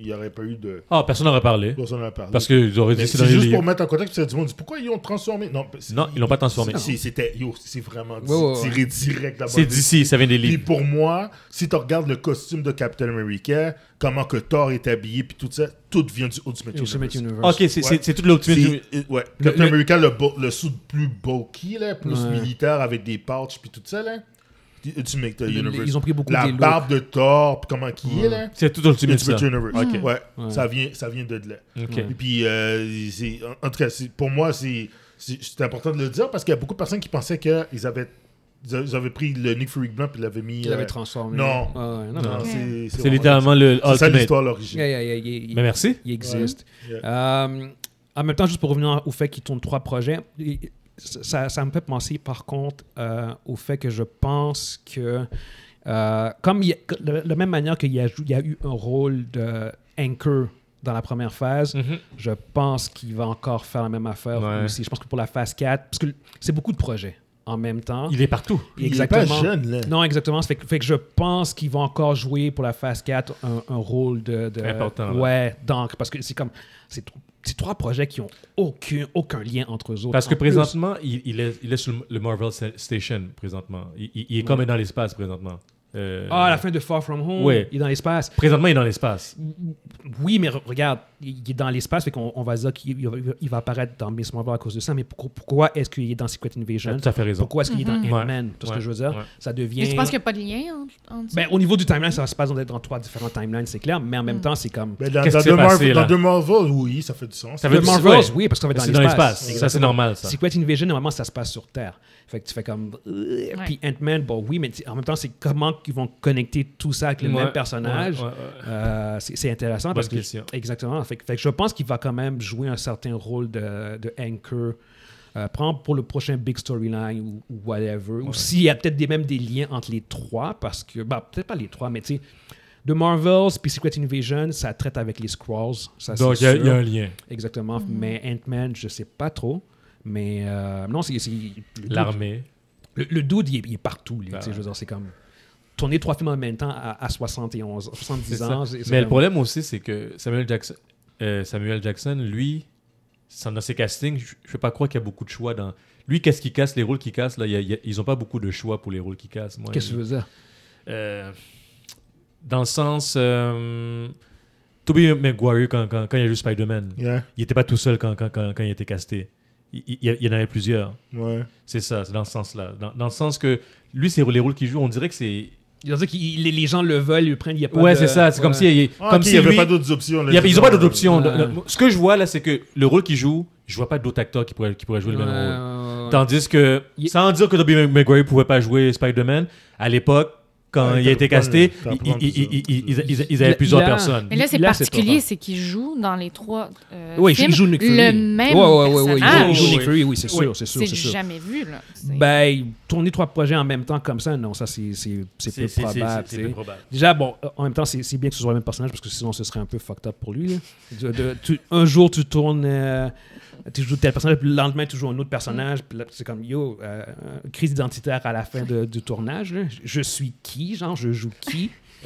Speaker 3: Il n'y aurait pas eu de...
Speaker 2: Ah, personne n'aurait parlé.
Speaker 3: Personne n'en a parlé.
Speaker 2: Parce qu'ils auraient dit
Speaker 3: Mais
Speaker 2: c'est
Speaker 3: c'est
Speaker 2: dans les
Speaker 3: juste
Speaker 2: livres.
Speaker 3: pour mettre en contexte, parce que du monde dit pourquoi ils ont transformé. Non, c'est-
Speaker 2: Non, ils l'ont pas transformé.
Speaker 3: c'est- C'était, yo, c'est vraiment
Speaker 1: Ouais, ouais, ouais.
Speaker 3: tiré direct là-bas.
Speaker 2: C'est d'ici, ça vient des
Speaker 3: Puis
Speaker 2: livres.
Speaker 3: pour moi, si tu regardes le costume de Captain America, comment que Thor est habillé, puis tout ça, tout vient du Ultimate
Speaker 1: Ultimate
Speaker 3: Universe.
Speaker 1: Universe.
Speaker 2: Ok, c'est
Speaker 3: Ouais.
Speaker 2: c'est- c'est tout l'ultimate.
Speaker 3: C'est- euh, ouais.
Speaker 1: Le-
Speaker 3: Captain
Speaker 1: le-
Speaker 3: America, le, bo- le suit plus bulky, là, plus
Speaker 1: Ouais.
Speaker 3: militaire, avec des pouches, puis tout ça, là. Ultimate
Speaker 1: Le-
Speaker 3: Universe.
Speaker 1: Ils ont pris beaucoup
Speaker 3: La
Speaker 1: des looks.
Speaker 3: barbe de Thor, puis comment qu'il est, là.
Speaker 2: C'est tout l'ultimate, ça.
Speaker 3: Ultimate Universe.
Speaker 2: Ok.
Speaker 3: Ouais,
Speaker 1: Ouais.
Speaker 3: Ça, vient, ça vient de là.
Speaker 2: Ok.
Speaker 3: Et puis, euh, c'est- en en tout cas, c'est- pour moi, c'est c'est- c'est important de le dire parce qu'il y a beaucoup de personnes qui pensaient qu'ils avaient, ils avaient pris le Nick Fury blanc puis l'avaient mis.
Speaker 1: Ils l'avaient
Speaker 3: euh,
Speaker 1: transformé.
Speaker 3: non.
Speaker 1: Ah ouais, non,
Speaker 3: non,
Speaker 1: non.
Speaker 4: Ok.
Speaker 3: c'est
Speaker 2: C'est
Speaker 3: vraiment-
Speaker 2: littéralement le
Speaker 3: C'est ça
Speaker 2: ultimate.
Speaker 3: l'histoire, l'origine.
Speaker 1: Yeah, yeah, yeah, yeah, yeah.
Speaker 2: Mais merci.
Speaker 1: Il existe.
Speaker 3: Ouais.
Speaker 1: Euh, en même temps, juste pour revenir au fait qu'il tourne trois projets, il- ça, ça me fait penser par contre euh, au fait que je pense que, euh, comme il y a- de la même manière qu'il y a, jou- il y a eu un rôle de anchor dans la première phase,
Speaker 2: Mhm.
Speaker 1: je pense qu'il va encore faire la même affaire
Speaker 2: Ouais.
Speaker 1: aussi. Je pense que pour la phase quatre, parce que c'est beaucoup de projets en même temps.
Speaker 2: Il est partout.
Speaker 3: Puis il est pas jeune, là.
Speaker 1: Non, exactement. Ça fait que, fait que je pense qu'ils vont encore jouer pour la phase quatre un, un rôle de, de-
Speaker 2: Important, là.
Speaker 1: Ouais, donc parce que c'est comme c'est tr- c'est trois projets qui ont aucun aucun lien entre eux autres.
Speaker 2: Parce que
Speaker 1: En plus.
Speaker 2: présentement, il, il est, il est sur le Marvel Sta- Station, présentement. Il, il- il est comme dans l'espace, présentement. Euh,
Speaker 1: Ah, à la fin de Far From Home,
Speaker 2: Ouais.
Speaker 1: il est dans l'espace.
Speaker 2: Présentement, il est dans l'espace.
Speaker 1: Oui, mais re- regarde, il il est dans l'espace, fait qu'on on va dire qu'il il va, il va apparaître dans Miss Marvel à cause de ça, mais pourquoi, pourquoi est-ce qu'il est dans Secret
Speaker 2: Tu
Speaker 1: Invasion?
Speaker 2: as tout à fait raison.
Speaker 1: Pourquoi est-ce qu'il est dans
Speaker 4: Mhm.
Speaker 1: Ant-Man? Tout ce
Speaker 2: Ouais.
Speaker 1: que je veux dire,
Speaker 2: Ouais.
Speaker 1: ça devient...
Speaker 4: Mais tu penses qu'il n'y a pas de lien entre, entre
Speaker 1: Ben,
Speaker 4: ça?
Speaker 1: au niveau du timeline, ça se passe dans trois différents timelines, c'est clair, mais en même
Speaker 4: Mm.
Speaker 1: temps, c'est comme...
Speaker 3: Ben, dans,
Speaker 2: Qu'est-ce
Speaker 3: dans
Speaker 2: qui
Speaker 3: The
Speaker 2: s'est passé,
Speaker 3: Marvel,
Speaker 2: là?
Speaker 3: dans The Marvel, oui, ça fait du sens.
Speaker 2: Ça
Speaker 1: The
Speaker 2: veut dire-
Speaker 1: Marvels,
Speaker 2: ouais.
Speaker 1: oui, parce que ça va être
Speaker 2: C'est
Speaker 1: dans
Speaker 2: dans
Speaker 1: l'espace.
Speaker 2: l'espace. Ça, c'est normal, ça.
Speaker 1: Secret Invasion, normalement, ça se passe sur Terre. Fait que tu fais comme... euh, Puis Ant-Man, bon, oui, mais t- en même temps, c'est comment ils vont connecter tout ça avec le
Speaker 2: Ouais,
Speaker 1: même personnage.
Speaker 2: ouais, ouais, ouais.
Speaker 1: Euh, c'est c'est intéressant
Speaker 2: Bonne
Speaker 1: parce que...
Speaker 2: question.
Speaker 1: Exactement. Fait, que- fait que je pense qu'il va quand même jouer un certain rôle de, de anchor. Euh, prendre pour le prochain big storyline ou, ou whatever. Ou s'il y a peut-être des, même des liens entre les trois, parce que... Bah, peut-être pas les trois, mais tu sais... The Marvels puis Secret Invasion, ça traite avec les Skrulls. Ça,
Speaker 2: Donc,
Speaker 1: c'est
Speaker 2: il y, a-
Speaker 1: sûr.
Speaker 2: il y a un lien.
Speaker 1: Exactement.
Speaker 4: Mhm.
Speaker 1: Mais Ant-Man, je sais pas trop. Mais euh, non, c'est... c'est- le dude-
Speaker 2: L'armée.
Speaker 1: Le, le dude, il est, il est partout. lui,
Speaker 2: Ah.
Speaker 1: tu sais, je veux dire, c'est comme... Tourner trois films en même temps à, à soixante et onze, soixante-dix
Speaker 2: C'est
Speaker 1: ans.
Speaker 2: ça.
Speaker 1: c'est- c'est
Speaker 2: Mais le
Speaker 1: comme-
Speaker 2: problème aussi, c'est que Samuel Jackson, euh, Samuel Jackson, lui, sans- dans ses castings, je ne peux pas croire qu'il y a beaucoup de choix dans. Lui, qu'est-ce qu'il casse, les rôles qu'il casse, là, il y a- il y a- ils n'ont pas beaucoup de choix pour les rôles qu'il casse. Moi,
Speaker 1: Qu'est-ce que tu
Speaker 2: il-
Speaker 1: veux dire?
Speaker 2: euh, dans le sens. Euh, Tobey Maguire, quand, quand, quand il y a eu Spider-Man,
Speaker 3: Yeah,
Speaker 2: il n'était pas tout seul quand, quand, quand, quand il était casté. Il, il- il y en avait plusieurs.
Speaker 3: ouais.
Speaker 2: C'est ça, c'est dans ce sens-là. Dans, dans le sens que lui, c'est les rôles qu'il joue, on dirait que c'est.
Speaker 1: Il veut dire que les, les gens le veulent, ils le prennent, il n'y a pas
Speaker 2: Ouais,
Speaker 1: de...
Speaker 2: c'est ça. C'est comme
Speaker 1: ouais.
Speaker 2: si. il-
Speaker 3: Ah,
Speaker 2: comme
Speaker 3: ok,
Speaker 2: si
Speaker 3: il n'y avait
Speaker 2: lui-
Speaker 3: pas d'autres options. là,
Speaker 2: Il y a- ils n'ont pas d'autres options.
Speaker 1: Ouais.
Speaker 2: Le- le- ce que je vois là, c'est que le rôle qu'il joue, je vois pas d'autres acteurs qui pourraient, qui pourraient jouer le même
Speaker 1: Ouais,
Speaker 2: rôle.
Speaker 1: ouais, ouais.
Speaker 2: Tandis que,
Speaker 1: Il-
Speaker 2: sans dire que Tobey Maguire pouvait pas jouer Spider-Man, à l'époque, quand
Speaker 3: Ouais,
Speaker 2: il a été
Speaker 3: t'as pas-
Speaker 2: casté,
Speaker 3: t'as
Speaker 2: ils,
Speaker 3: pas
Speaker 2: ils-
Speaker 3: plusieurs.
Speaker 2: ils- ils- ils- ils- ils
Speaker 1: Il
Speaker 2: avaient
Speaker 1: a-
Speaker 2: plusieurs
Speaker 1: il a-
Speaker 2: personnes.
Speaker 4: Mais là, c'est
Speaker 1: Il a cette
Speaker 4: particulier,
Speaker 1: aura.
Speaker 4: c'est qu'il joue dans les trois euh,
Speaker 1: Oui,
Speaker 4: films
Speaker 1: il joue Nick Fury.
Speaker 4: le même
Speaker 1: Ouais, ouais, ouais, ouais, il joue-
Speaker 4: personnage.
Speaker 1: il joue Nick
Speaker 2: Oui.
Speaker 1: Fury, oui, c'est
Speaker 2: Oui.
Speaker 1: sûr, c'est sûr,
Speaker 4: C'est
Speaker 1: c'est sûr.
Speaker 4: jamais vu, là. C'est-
Speaker 1: Ben, tourner trois projets en même temps comme ça, non, ça, c'est c'est- c'est peu
Speaker 2: C'est- c'est-
Speaker 1: probable.
Speaker 2: c'est-
Speaker 1: tu
Speaker 2: c'est peu
Speaker 1: sais.
Speaker 2: probable.
Speaker 1: Déjà, bon, euh, en même temps, c'est c'est bien que ce soit le même personnage parce que sinon, ce serait un peu fucked up pour lui. Là. De- de- tu- un jour, tu tournes, euh, tu joues tel personnage, puis le lendemain, tu joues un autre personnage, puis là, c'est comme, yo, euh, euh, crise identitaire à la fin de- du tournage. là. Je- Je suis qui, genre, je joue qui?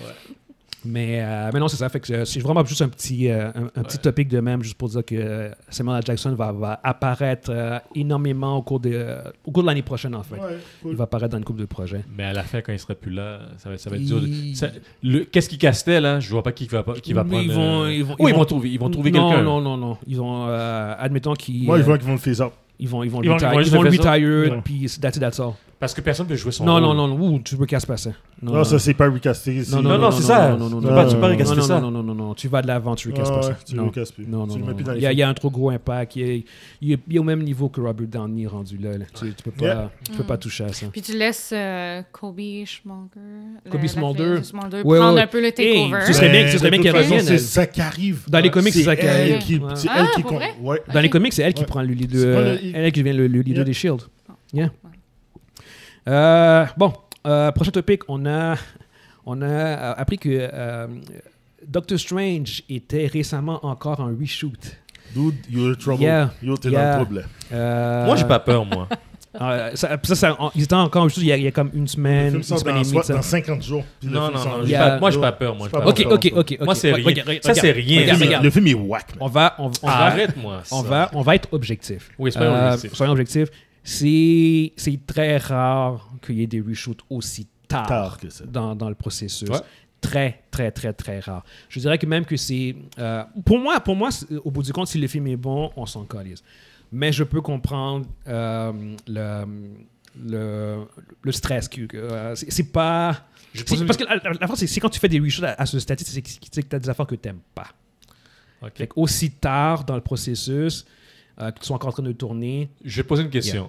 Speaker 1: Mais, euh, mais non, c'est ça. Fait que euh, c'est vraiment juste un petit, euh, un, un petit topic de même, juste pour dire que euh, Samuel L. Jackson va, va apparaître euh, énormément au cours de, euh, au cours de l'année prochaine, en fait.
Speaker 3: Ouais,
Speaker 1: Il
Speaker 3: cool.
Speaker 1: va apparaître dans une couple de projets.
Speaker 2: Mais à la fin, quand il sera plus là, ça va, ça va être
Speaker 1: Il-
Speaker 2: dur. de- ça- le- Qu'est-ce qu'il castait là? Je vois pas qui va, pas- qui va
Speaker 1: Mais
Speaker 2: prendre.
Speaker 1: ils vont-
Speaker 2: euh,
Speaker 1: ils vont-
Speaker 2: Oh,
Speaker 1: ils
Speaker 2: ils
Speaker 1: vont-
Speaker 2: vont trouver, ils vont trouver
Speaker 1: non,
Speaker 2: quelqu'un.
Speaker 1: Non, non, non. Ils vont, euh, admettons qu'ils
Speaker 3: Moi, je
Speaker 1: euh,
Speaker 3: vois qu'ils vont le faire ça.
Speaker 1: ils vont, ils vont
Speaker 2: Ils vont-
Speaker 1: le retire,
Speaker 2: ils vont
Speaker 1: ils
Speaker 2: juste
Speaker 1: vont le
Speaker 2: le faire ça.
Speaker 1: retire,
Speaker 3: Ouais.
Speaker 1: puis c'est- that's it, that's all.
Speaker 2: Parce que personne peut jouer son
Speaker 1: Non,
Speaker 2: rôle.
Speaker 1: non, non, non, ouh, tu veux casse pas ça.
Speaker 3: Non, ça, c'est pas recasté. c'est-
Speaker 1: non, non,
Speaker 2: Non,
Speaker 1: non,
Speaker 2: non,
Speaker 1: non,
Speaker 2: c'est
Speaker 1: non,
Speaker 2: ça.
Speaker 1: non, non, non,
Speaker 2: Tu
Speaker 1: non,
Speaker 2: peux pas-
Speaker 1: non,
Speaker 2: tu peux pas
Speaker 1: non,
Speaker 2: recaster
Speaker 1: non,
Speaker 2: ça.
Speaker 1: Non, non, non, non, tu vas de l'avant, tu recasses
Speaker 3: Ah,
Speaker 1: pas
Speaker 3: ouais,
Speaker 1: ça.
Speaker 3: tu le
Speaker 1: Non.
Speaker 3: recasses plus.
Speaker 1: Non, non,
Speaker 3: Tu le
Speaker 1: non.
Speaker 3: mets plus dans les
Speaker 1: Il y, a, il y
Speaker 3: films.
Speaker 1: a un trop gros impact. Il est, il est- il est au même niveau que Robert Downey rendu là. là. Tu, tu peux pas,
Speaker 3: Yeah.
Speaker 1: tu peux pas toucher à ça.
Speaker 4: Puis tu laisses euh, Kobe Schmolder, la-
Speaker 1: Kobe
Speaker 4: la
Speaker 1: Smolder.
Speaker 4: fille de Smolder,
Speaker 1: Ouais,
Speaker 4: prendre
Speaker 1: ouais.
Speaker 4: un peu le
Speaker 1: Hey,
Speaker 4: takeover.
Speaker 1: ce serait bien- ce serait
Speaker 3: de
Speaker 1: bien
Speaker 3: toute
Speaker 1: qu'elle
Speaker 3: façon,
Speaker 1: revienne,
Speaker 3: C'est
Speaker 1: elle.
Speaker 3: ça qui arrive.
Speaker 1: Dans les comics, c'est ça qui
Speaker 3: elle
Speaker 1: arrive.
Speaker 3: qui-
Speaker 1: Ouais.
Speaker 3: C'est
Speaker 4: Ah,
Speaker 3: elle qui
Speaker 4: pour
Speaker 3: con-
Speaker 4: vrai?
Speaker 3: ouais.
Speaker 1: Dans les comics, c'est elle qui
Speaker 3: Ouais.
Speaker 1: prend le
Speaker 3: C'est
Speaker 1: leader.
Speaker 3: pas
Speaker 1: euh,
Speaker 3: le-
Speaker 1: Elle qui devient le, le leader
Speaker 3: Yeah.
Speaker 1: des Shield. Yeah. Euh, bon, euh, prochain topic, on a, on a euh, appris que euh, Doctor Strange était récemment encore en reshoot.
Speaker 3: Dude, you're in trouble.
Speaker 1: Yeah.
Speaker 3: Yo, t'es
Speaker 1: Yeah.
Speaker 3: dans le trouble. là.
Speaker 1: Euh,
Speaker 2: Moi, j'ai pas peur, moi.
Speaker 1: Euh, ça, ça, ça, on- ils étaient encore il y, a, il y a comme une
Speaker 3: Le
Speaker 1: semaine,
Speaker 3: film
Speaker 1: une
Speaker 3: sort
Speaker 1: semaine
Speaker 3: dans,
Speaker 1: et demie. de
Speaker 3: soit-
Speaker 1: ça.
Speaker 3: dans cinquante jours. Puis le
Speaker 2: Non,
Speaker 3: film
Speaker 2: non,
Speaker 3: sort
Speaker 2: non.
Speaker 3: en
Speaker 1: Il y
Speaker 2: j'ai
Speaker 1: a-
Speaker 2: pas- Moi, j'ai pas peur. Moi, j'ai
Speaker 3: C'est
Speaker 2: pas
Speaker 3: pas
Speaker 2: peur.
Speaker 1: Ok,
Speaker 3: bon.
Speaker 1: ok, ok.
Speaker 2: Moi,
Speaker 1: ok.
Speaker 2: c'est
Speaker 1: Regarde,
Speaker 2: rien.
Speaker 1: regarde,
Speaker 2: Ça, c'est
Speaker 1: regarde,
Speaker 2: rien.
Speaker 1: regarde,
Speaker 3: Le film-
Speaker 1: regarde.
Speaker 3: Le film est whack, man.
Speaker 1: On va, on, on va,
Speaker 2: Arrête-moi.
Speaker 1: on
Speaker 2: ça.
Speaker 1: va, on va être objectif.
Speaker 2: Oui, soyons
Speaker 1: Euh,
Speaker 2: objectifs.
Speaker 1: Soyons objectifs. C'est, c'est très rare qu'il y ait des reshoots aussi tard,
Speaker 3: Tard que ça.
Speaker 1: dans, dans le processus.
Speaker 2: Ouais.
Speaker 1: Très, très, très, très rare. Je dirais que même que c'est... euh, pour moi, pour moi c'est- au bout du compte, si le film est bon, on s'en calisse. Mais je peux comprendre euh, le, le, le stress. Que, que, euh, c'est, c'est pas...
Speaker 2: Je
Speaker 1: c'est-
Speaker 2: pose une-
Speaker 1: Parce que la, la, la force, c'est, c'est quand tu fais des reshoots à, à ce stade, c'est que, c'est que tu as des affaires que tu n'aimes pas.
Speaker 2: Ok.
Speaker 1: Fait aussi tard dans le processus, euh, que tu sois encore en train de tourner...
Speaker 2: Je vais te poser une question.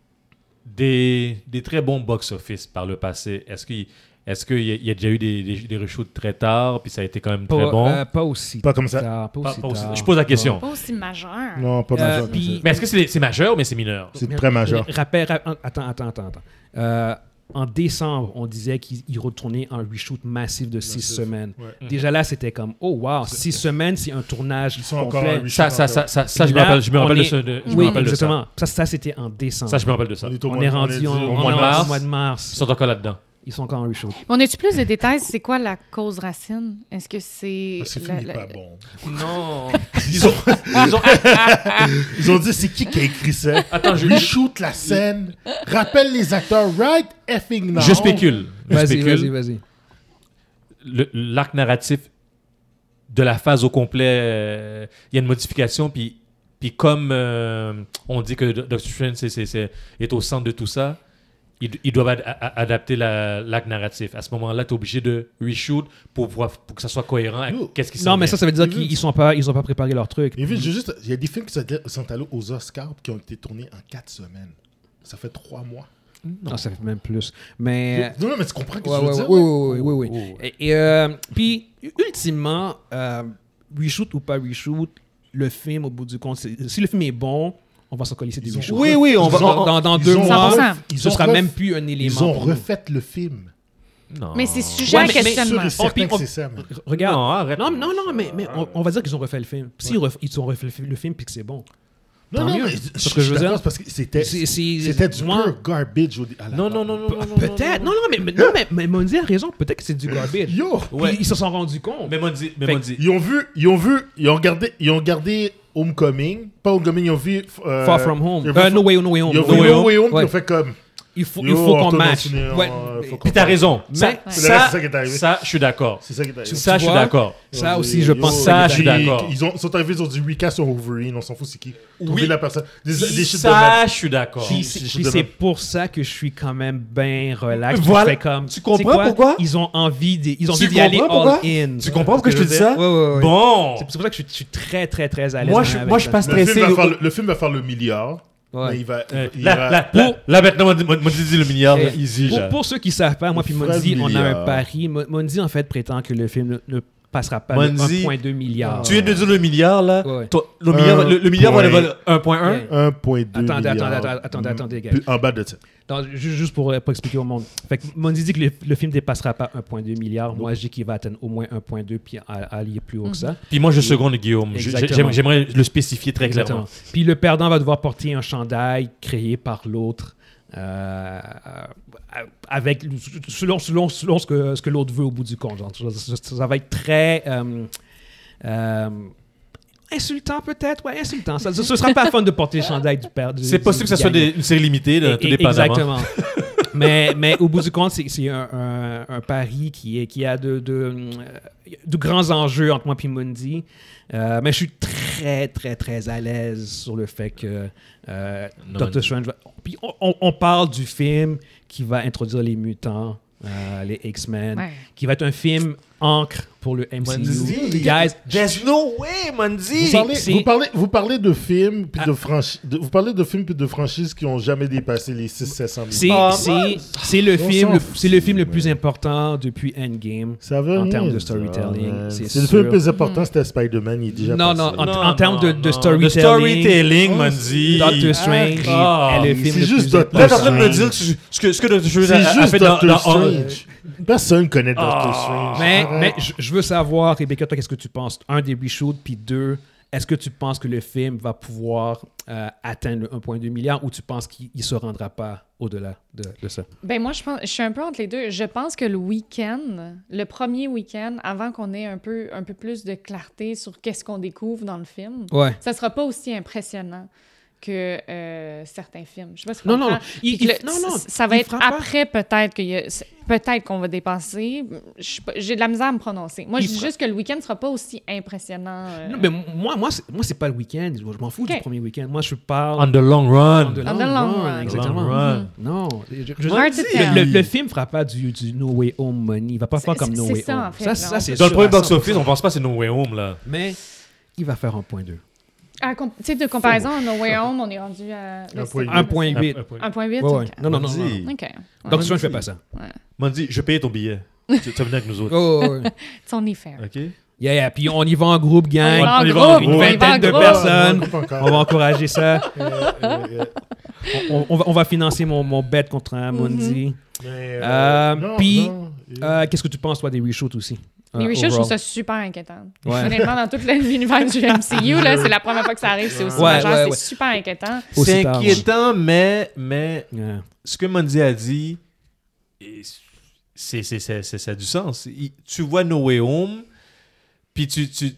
Speaker 2: Des, des très bons box-office par le passé, est-ce qu'il est-ce qu'il y, a- il y a déjà eu des, des, des reshoots très tard, puis ça a été quand même
Speaker 1: Pas,
Speaker 2: très bon?
Speaker 1: euh, pas aussi
Speaker 3: Pas comme ça.
Speaker 1: tard, pas
Speaker 2: Pas-
Speaker 1: aussi
Speaker 2: pas aussi-
Speaker 1: tard.
Speaker 2: Je pose la question.
Speaker 4: Pas aussi majeur.
Speaker 3: Non, pas
Speaker 1: Euh,
Speaker 3: majeur. comme
Speaker 1: puis-
Speaker 3: ça.
Speaker 2: Mais est-ce que c'est c'est majeur ou mais c'est mineur?
Speaker 3: C'est très majeur.
Speaker 1: Rappel, ra- attends, attends, attends. attends. Euh, en décembre, on disait qu'ils ils retournaient un reshoot massif de six
Speaker 3: Massif.
Speaker 1: semaines.
Speaker 3: Ouais.
Speaker 1: Déjà là, c'était comme, oh wow, six semaines, c'est un tournage
Speaker 3: Ils sont encore
Speaker 1: complet.
Speaker 3: en reshoot.
Speaker 2: Ça, ça, ça, ça, ça, je me
Speaker 1: Là,
Speaker 2: rappelle, je me
Speaker 1: on
Speaker 2: rappelle de
Speaker 1: est-
Speaker 2: ce- de- je me
Speaker 1: Oui,
Speaker 2: rappelle de ça.
Speaker 1: exactement. Ça, ça, c'était en décembre.
Speaker 2: Ça, je me rappelle de ça.
Speaker 3: On est, au
Speaker 1: on
Speaker 3: mois-
Speaker 1: est rendu
Speaker 3: dit
Speaker 1: en-
Speaker 3: au
Speaker 1: on
Speaker 2: mois
Speaker 1: est
Speaker 2: de
Speaker 1: rendu
Speaker 2: mars.
Speaker 1: au mois de mars.
Speaker 2: Ils sont encore là-dedans.
Speaker 1: Ils sont encore en reshoot.
Speaker 4: On a-tu plus de détails? C'est quoi la cause racine? Est-ce que c'est...
Speaker 3: Parce que le
Speaker 4: la-
Speaker 3: film n'est
Speaker 4: la-
Speaker 3: pas bon.
Speaker 2: Non.
Speaker 3: Ils ont, ils, ont, ils ont dit, c'est qui qui a écrit ça?
Speaker 2: Attends, je,
Speaker 3: Reshoot la scène. Rappelle les acteurs right effing now.
Speaker 2: je spécule. Je
Speaker 1: Vas-y,
Speaker 2: spécule.
Speaker 1: vas-y, vas-y.
Speaker 2: Le- L'arc narratif de la phase au complet, euh, il y a une modification, puis, puis comme euh, on dit que Doctor Strange c'est- c'est- c'est- est au centre de tout ça, ils, ils doivent ad- a- adapter la- l'arc narratif. À ce moment-là, tu es obligé de reshoot pour, pouvoir- pour que ça soit cohérent avec
Speaker 3: Yo.
Speaker 2: qu'est-ce qui s'en
Speaker 1: Non, mais
Speaker 2: vient.
Speaker 1: ça, ça veut dire
Speaker 3: J'ai
Speaker 1: qu'ils
Speaker 3: vu.
Speaker 1: ils sont pas, ils ont pas préparé leur truc.
Speaker 3: Et vite, j'ai juste, il y a des films qui sont sont allés aux Oscars qui ont été tournés en quatre semaines. Ça fait trois mois.
Speaker 1: Non, ça fait même plus. Mais...
Speaker 3: Non, non, mais tu comprends ce que
Speaker 1: Ouais,
Speaker 3: je veux
Speaker 1: ouais,
Speaker 3: dire?
Speaker 1: ouais,
Speaker 3: là?
Speaker 1: oui, oui, oui, oui.
Speaker 2: Oh.
Speaker 1: Et, et, euh, puis, ultimement, euh, reshoot ou pas reshoot, le film, au bout du compte, c'est- si le film est bon, on va s'en coller des
Speaker 3: Ils ont-
Speaker 1: reshoots.
Speaker 2: Oui, oui, on
Speaker 3: Ils
Speaker 2: va-
Speaker 3: ont-
Speaker 1: Dans, dans
Speaker 3: ils
Speaker 1: deux
Speaker 3: ont
Speaker 1: mois,
Speaker 4: cent pour cent.
Speaker 3: Ils
Speaker 1: ce
Speaker 3: ont
Speaker 1: sera
Speaker 3: ref-
Speaker 1: même plus un élément.
Speaker 3: Ils ont
Speaker 1: pour nous.
Speaker 3: refait le film.
Speaker 2: Non.
Speaker 4: Mais c'est sujet
Speaker 1: Ouais,
Speaker 4: à
Speaker 1: mais- mais-
Speaker 4: questionnement.
Speaker 3: Sûr et certain
Speaker 1: puis
Speaker 3: que
Speaker 1: on-
Speaker 3: c'est ça, man.
Speaker 1: Regarde.
Speaker 2: Non, arrête.
Speaker 1: Non, non, non, mais, mais on, on va dire qu'ils ont refait le film. S'ils ref- ils ont refait le film, le film puis que c'est bon.
Speaker 3: Non,
Speaker 1: Tant
Speaker 3: non,
Speaker 1: mieux.
Speaker 3: mais
Speaker 1: C'est
Speaker 3: je
Speaker 1: ce que je
Speaker 3: suis
Speaker 1: veux
Speaker 3: d'accord
Speaker 1: dire.
Speaker 3: parce que c'était
Speaker 1: C'est- c'est-
Speaker 3: c'était du
Speaker 1: moi-
Speaker 3: pur garbage au dé- à la
Speaker 2: Non,
Speaker 3: base.
Speaker 2: non, non, non, non, non, non,
Speaker 1: Peut-être. Non, non, mais, mais, non, mais, mais Mondi a raison. Peut-être que c'est du garbage.
Speaker 3: Yo!
Speaker 1: Puis
Speaker 2: Ouais.
Speaker 1: ils se sont rendus compte.
Speaker 2: Mais moi, dis, mais
Speaker 1: Fait
Speaker 2: moi,
Speaker 1: que-
Speaker 2: dis.
Speaker 3: Ils ont vu, ils ont vu, ils ont regardé, ils ont regardé Homecoming, pas Homecoming, ils ont vu euh,
Speaker 1: Far From Home.
Speaker 3: ils ont vu-
Speaker 1: Euh, no Way, No Way Home.
Speaker 3: Ils ont
Speaker 1: No
Speaker 3: vu
Speaker 1: Way
Speaker 3: No
Speaker 1: Home.
Speaker 3: Way Home, puis
Speaker 1: Ouais.
Speaker 3: ils ont fait comme.
Speaker 1: Il faut,
Speaker 3: Yo,
Speaker 1: il faut
Speaker 3: on
Speaker 1: qu'on
Speaker 3: retourne au
Speaker 1: match.
Speaker 3: cinéma,
Speaker 1: Ouais.
Speaker 3: euh, faut qu'on
Speaker 2: Puis t'as
Speaker 3: fasse.
Speaker 2: raison.
Speaker 1: Mais-
Speaker 2: Ça,
Speaker 4: Ouais.
Speaker 3: C'est ça
Speaker 2: ça,
Speaker 3: qui est arrivé.
Speaker 2: ça, je suis d'accord.
Speaker 3: C'est ça qui est arrivé.
Speaker 2: Ça, je suis
Speaker 1: vois?
Speaker 2: d'accord.
Speaker 1: Ça
Speaker 3: Ils ont
Speaker 1: aussi,
Speaker 3: dit,
Speaker 1: je
Speaker 3: yo,
Speaker 1: pense que
Speaker 2: ça,
Speaker 1: c'est
Speaker 2: je suis
Speaker 1: arrivé.
Speaker 2: d'accord.
Speaker 3: Ils ont, sont arrivés, ils ont dit recast sur Wolverine, on s'en fout, c'est qui. Trouver
Speaker 2: Oui.
Speaker 3: la personne. Des, des shit de
Speaker 2: Ça,
Speaker 3: merde.
Speaker 2: je suis d'accord.
Speaker 1: Puis
Speaker 3: Je-
Speaker 1: c'est-
Speaker 3: je
Speaker 1: puis
Speaker 3: devrais-
Speaker 1: c'est pour ça que je suis quand même bien relax.
Speaker 2: Voilà.
Speaker 1: Je fais comme,
Speaker 2: Tu comprends
Speaker 1: sais quoi?
Speaker 2: pourquoi?
Speaker 1: Ils ont envie d'y, ils ont
Speaker 2: Tu
Speaker 1: envie d'y aller
Speaker 2: comprends pourquoi?
Speaker 1: all in.
Speaker 2: Tu comprends pourquoi je te dis ça?
Speaker 1: Ouais, ouais, ouais.
Speaker 2: Bon.
Speaker 1: C'est pour ça que je suis, je suis très, très, très à l'aise.
Speaker 2: Moi, je,
Speaker 1: avec
Speaker 2: moi, je
Speaker 1: ça.
Speaker 2: passe
Speaker 3: Le film,
Speaker 2: stressé.
Speaker 3: va
Speaker 2: le-
Speaker 3: faire le, le film va faire le milliard.
Speaker 1: Ouais.
Speaker 3: Mais il va.
Speaker 2: Euh,
Speaker 3: il
Speaker 2: Là,
Speaker 3: ira-
Speaker 2: là, là, là, maintenant, moi, moi, moi, je dis le milliard, là,
Speaker 1: Eh,
Speaker 2: easy,
Speaker 1: Pour,
Speaker 2: là.
Speaker 1: pour ceux qui ne savent pas, moi puis
Speaker 3: Le frère
Speaker 1: Mondi, on a
Speaker 3: milliard.
Speaker 1: un pari. Mo- Mondi, en fait, prétend que le film ne, ne passera pas
Speaker 2: Mondi,
Speaker 1: le un virgule deux milliard.
Speaker 2: Tu viens de dire le milliard, là.
Speaker 1: Ouais.
Speaker 2: Toi, le, milliard,
Speaker 3: Un
Speaker 2: le, le milliard va
Speaker 3: point-
Speaker 2: aller un virgule un.
Speaker 1: Ouais.
Speaker 3: un virgule deux
Speaker 1: Attendez,
Speaker 3: milliards.
Speaker 1: attendez, attendez, attendez, attendez, gars.
Speaker 3: Puis en bas de ça.
Speaker 1: Donc, ju- juste pour, pour expliquer au monde. Fait que Mondi dit que le, le film ne dépassera pas un virgule deux milliard. Moi, je dis qu'il va atteindre au moins un virgule deux puis à- à aller plus haut que ça.
Speaker 2: Puis moi, je seconde Guillaume. Je-
Speaker 1: Exactement.
Speaker 2: j'aimerais- J'aimerais le spécifier très
Speaker 1: Exactement.
Speaker 2: clairement.
Speaker 1: Puis le perdant va devoir porter un chandail créé par l'autre. euh, avec selon, selon, selon ce que, ce que l'autre veut au bout du compte. Genre, ça, ça- ça va être très euh, euh, insultant peut-être, ouais, insultant. Ça, ce sera pas fun de porter le chandail du père. du-
Speaker 2: C'est
Speaker 1: du
Speaker 2: possible que ça soit
Speaker 1: gagnant.
Speaker 2: des- une série limitée, là, tout
Speaker 1: Et- et-
Speaker 2: dépendamment.
Speaker 1: Exactement. mais, mais au bout du compte, c'est, c'est un, un, un pari qui, est, qui a de, de, euh, de grands enjeux entre moi et Mundi. Euh, mais je suis très, très, très à l'aise sur le fait que euh,
Speaker 2: Non,
Speaker 1: Doctor
Speaker 2: mais-
Speaker 1: Strange va... Puis on, on- on parle du film qui va introduire les mutants, euh, les X-Men,
Speaker 4: Ouais.
Speaker 1: qui va être un film encre pour le M C U.
Speaker 2: Mondi,
Speaker 1: Guys,
Speaker 2: There's no way, Mondi.
Speaker 3: Vous parlez,
Speaker 1: c'est-
Speaker 3: vous, parlez, vous parlez de films puis
Speaker 1: Ah.
Speaker 3: de franchises. Vous parlez de films puis de franchises qui n'ont jamais dépassé les six cents sept cent
Speaker 1: c'est,
Speaker 3: mille.
Speaker 2: Ah,
Speaker 1: c'est,
Speaker 2: moi,
Speaker 1: c'est le
Speaker 3: on
Speaker 1: film,
Speaker 3: s'en
Speaker 1: le,
Speaker 3: fout,
Speaker 1: c'est le film le
Speaker 3: man.
Speaker 1: plus important depuis Endgame.
Speaker 3: Ça veut
Speaker 1: en
Speaker 3: rien
Speaker 1: termes de
Speaker 3: dire,
Speaker 1: storytelling,
Speaker 3: man.
Speaker 1: c'est
Speaker 3: C'est le
Speaker 1: sûr.
Speaker 3: film le plus important, c'était Spider-Man, il est déjà
Speaker 1: Non,
Speaker 3: passé.
Speaker 1: non, en-
Speaker 2: Non,
Speaker 1: en termes de-
Speaker 2: non,
Speaker 1: de
Speaker 2: non.
Speaker 1: storytelling.
Speaker 2: De storytelling,
Speaker 3: Oh,
Speaker 2: Mondi.
Speaker 1: Doctor Strange
Speaker 2: Ah,
Speaker 1: est le
Speaker 3: mais
Speaker 1: film
Speaker 3: c'est
Speaker 1: le
Speaker 3: juste
Speaker 1: plus
Speaker 3: Doctor
Speaker 2: Là,
Speaker 1: important.
Speaker 2: t'es en train de me
Speaker 3: Strange.
Speaker 2: dire que ce que, ce que Doctor Strange
Speaker 3: C'est
Speaker 2: a, a
Speaker 3: juste
Speaker 2: fait dans,
Speaker 3: Doctor
Speaker 2: dans-
Speaker 3: Strange. Personne connaît Doctor
Speaker 2: Ah.
Speaker 3: Strange.
Speaker 1: Mais,
Speaker 3: Arrête.
Speaker 1: mais je, je veux savoir, Rebecca, toi, qu'est-ce que tu penses? Un, des reshoots, puis deux, est-ce que tu penses que le film va pouvoir euh, atteindre le un virgule deux milliard ou tu penses qu'il ne se rendra pas au-delà de, de ça?
Speaker 4: Ben moi, je pense, je suis un peu entre les deux. Je pense que le week-end, le premier week-end, avant qu'on ait un peu, un peu plus de clarté sur qu'est-ce qu'on découvre dans le film,
Speaker 1: Ouais.
Speaker 4: ça sera pas aussi impressionnant que euh, certains films. Je sais pas si tu
Speaker 1: Non, non,
Speaker 4: comprends.
Speaker 1: non. Il-
Speaker 4: Puis que
Speaker 1: il-
Speaker 4: le-
Speaker 1: non, non,
Speaker 4: c- ça va
Speaker 1: il
Speaker 4: être
Speaker 1: fera pas.
Speaker 4: après, peut-être, qu'il y a- c'est- peut-être qu'on va dépasser. Je sais pas, j'ai de la misère à me prononcer. Moi,
Speaker 1: Il
Speaker 4: je dis
Speaker 1: fera-
Speaker 4: juste que le week-end sera pas aussi impressionnant. euh,
Speaker 1: Non, mais moi, moi, c'est, moi, c'est pas le week-end. Je m'en fous
Speaker 4: Ok.
Speaker 1: du premier week-end. Moi, je parle...
Speaker 2: On the long run.
Speaker 1: On the
Speaker 4: On the long run.
Speaker 1: Exactement.
Speaker 2: Long run.
Speaker 1: Non. Je, je-
Speaker 4: Hard to
Speaker 1: le,
Speaker 4: tell.
Speaker 1: le, le film fera pas du, du No Way Home money. Il va pas faire
Speaker 4: C'est-
Speaker 1: comme No
Speaker 4: c'est
Speaker 1: Way
Speaker 4: ça,
Speaker 1: Home.
Speaker 4: en fait,
Speaker 1: ça,
Speaker 4: là.
Speaker 1: ça, c'est
Speaker 2: Dans le
Speaker 1: sûr
Speaker 2: premier
Speaker 1: à cent pour cent.
Speaker 2: box-office, on pense pas que c'est No Way Home, là.
Speaker 1: Mais il va faire un point deux.
Speaker 4: À com- tu sais, de comparaison à No Way Home, on est rendu à...
Speaker 3: Un point
Speaker 1: un virgule huit.
Speaker 2: Un- un-
Speaker 4: un virgule huit?
Speaker 1: Ouais, ouais.
Speaker 4: ok.
Speaker 1: Non, non, non.
Speaker 2: Vas-y.
Speaker 1: non.
Speaker 4: OK.
Speaker 1: Donc,
Speaker 4: Ouais.
Speaker 1: je ne fais pas ça.
Speaker 2: Mondi, je paye ton billet. tu, tu vas venir avec nous autres.
Speaker 1: Oh, ouais, ouais.
Speaker 4: Tu sais, on est fair.
Speaker 2: OK?
Speaker 1: Yeah, yeah. Puis on y va en groupe,
Speaker 4: On y va
Speaker 1: gang.
Speaker 4: en
Speaker 2: on y va
Speaker 4: groupe,
Speaker 2: en
Speaker 4: on
Speaker 1: Une
Speaker 2: groupe.
Speaker 4: y va en
Speaker 1: vingtaine de
Speaker 4: groupe.
Speaker 1: personnes.
Speaker 3: Non, pas encore.
Speaker 1: On va encourager ça.
Speaker 3: Euh, euh, euh,
Speaker 1: On, on va, on va financer mon, mon bet contre
Speaker 4: Mm-hmm.
Speaker 1: Mundi.
Speaker 3: mais,
Speaker 1: Euh,
Speaker 3: euh, non,
Speaker 1: puis,
Speaker 3: non,
Speaker 1: Euh, qu'est-ce que tu penses, toi, des reshoots aussi?
Speaker 4: Les
Speaker 1: Euh,
Speaker 4: reshoots, je trouve
Speaker 1: overall?
Speaker 4: ça super inquiétant.
Speaker 1: Ouais.
Speaker 4: Honnêtement, dans tout l'univers du M C U, là, c'est la première fois que ça arrive, c'est aussi
Speaker 1: Ouais,
Speaker 4: majeur,
Speaker 1: ouais,
Speaker 4: c'est
Speaker 1: ouais.
Speaker 4: super inquiétant.
Speaker 1: Aussi
Speaker 2: C'est
Speaker 1: tard,
Speaker 2: inquiétant, mais, mais
Speaker 1: ouais.
Speaker 2: ce que Mondi a dit, et c'est, c'est, c'est, c'est- ça a du sens. Il- tu vois No Way Home, puis tu, tu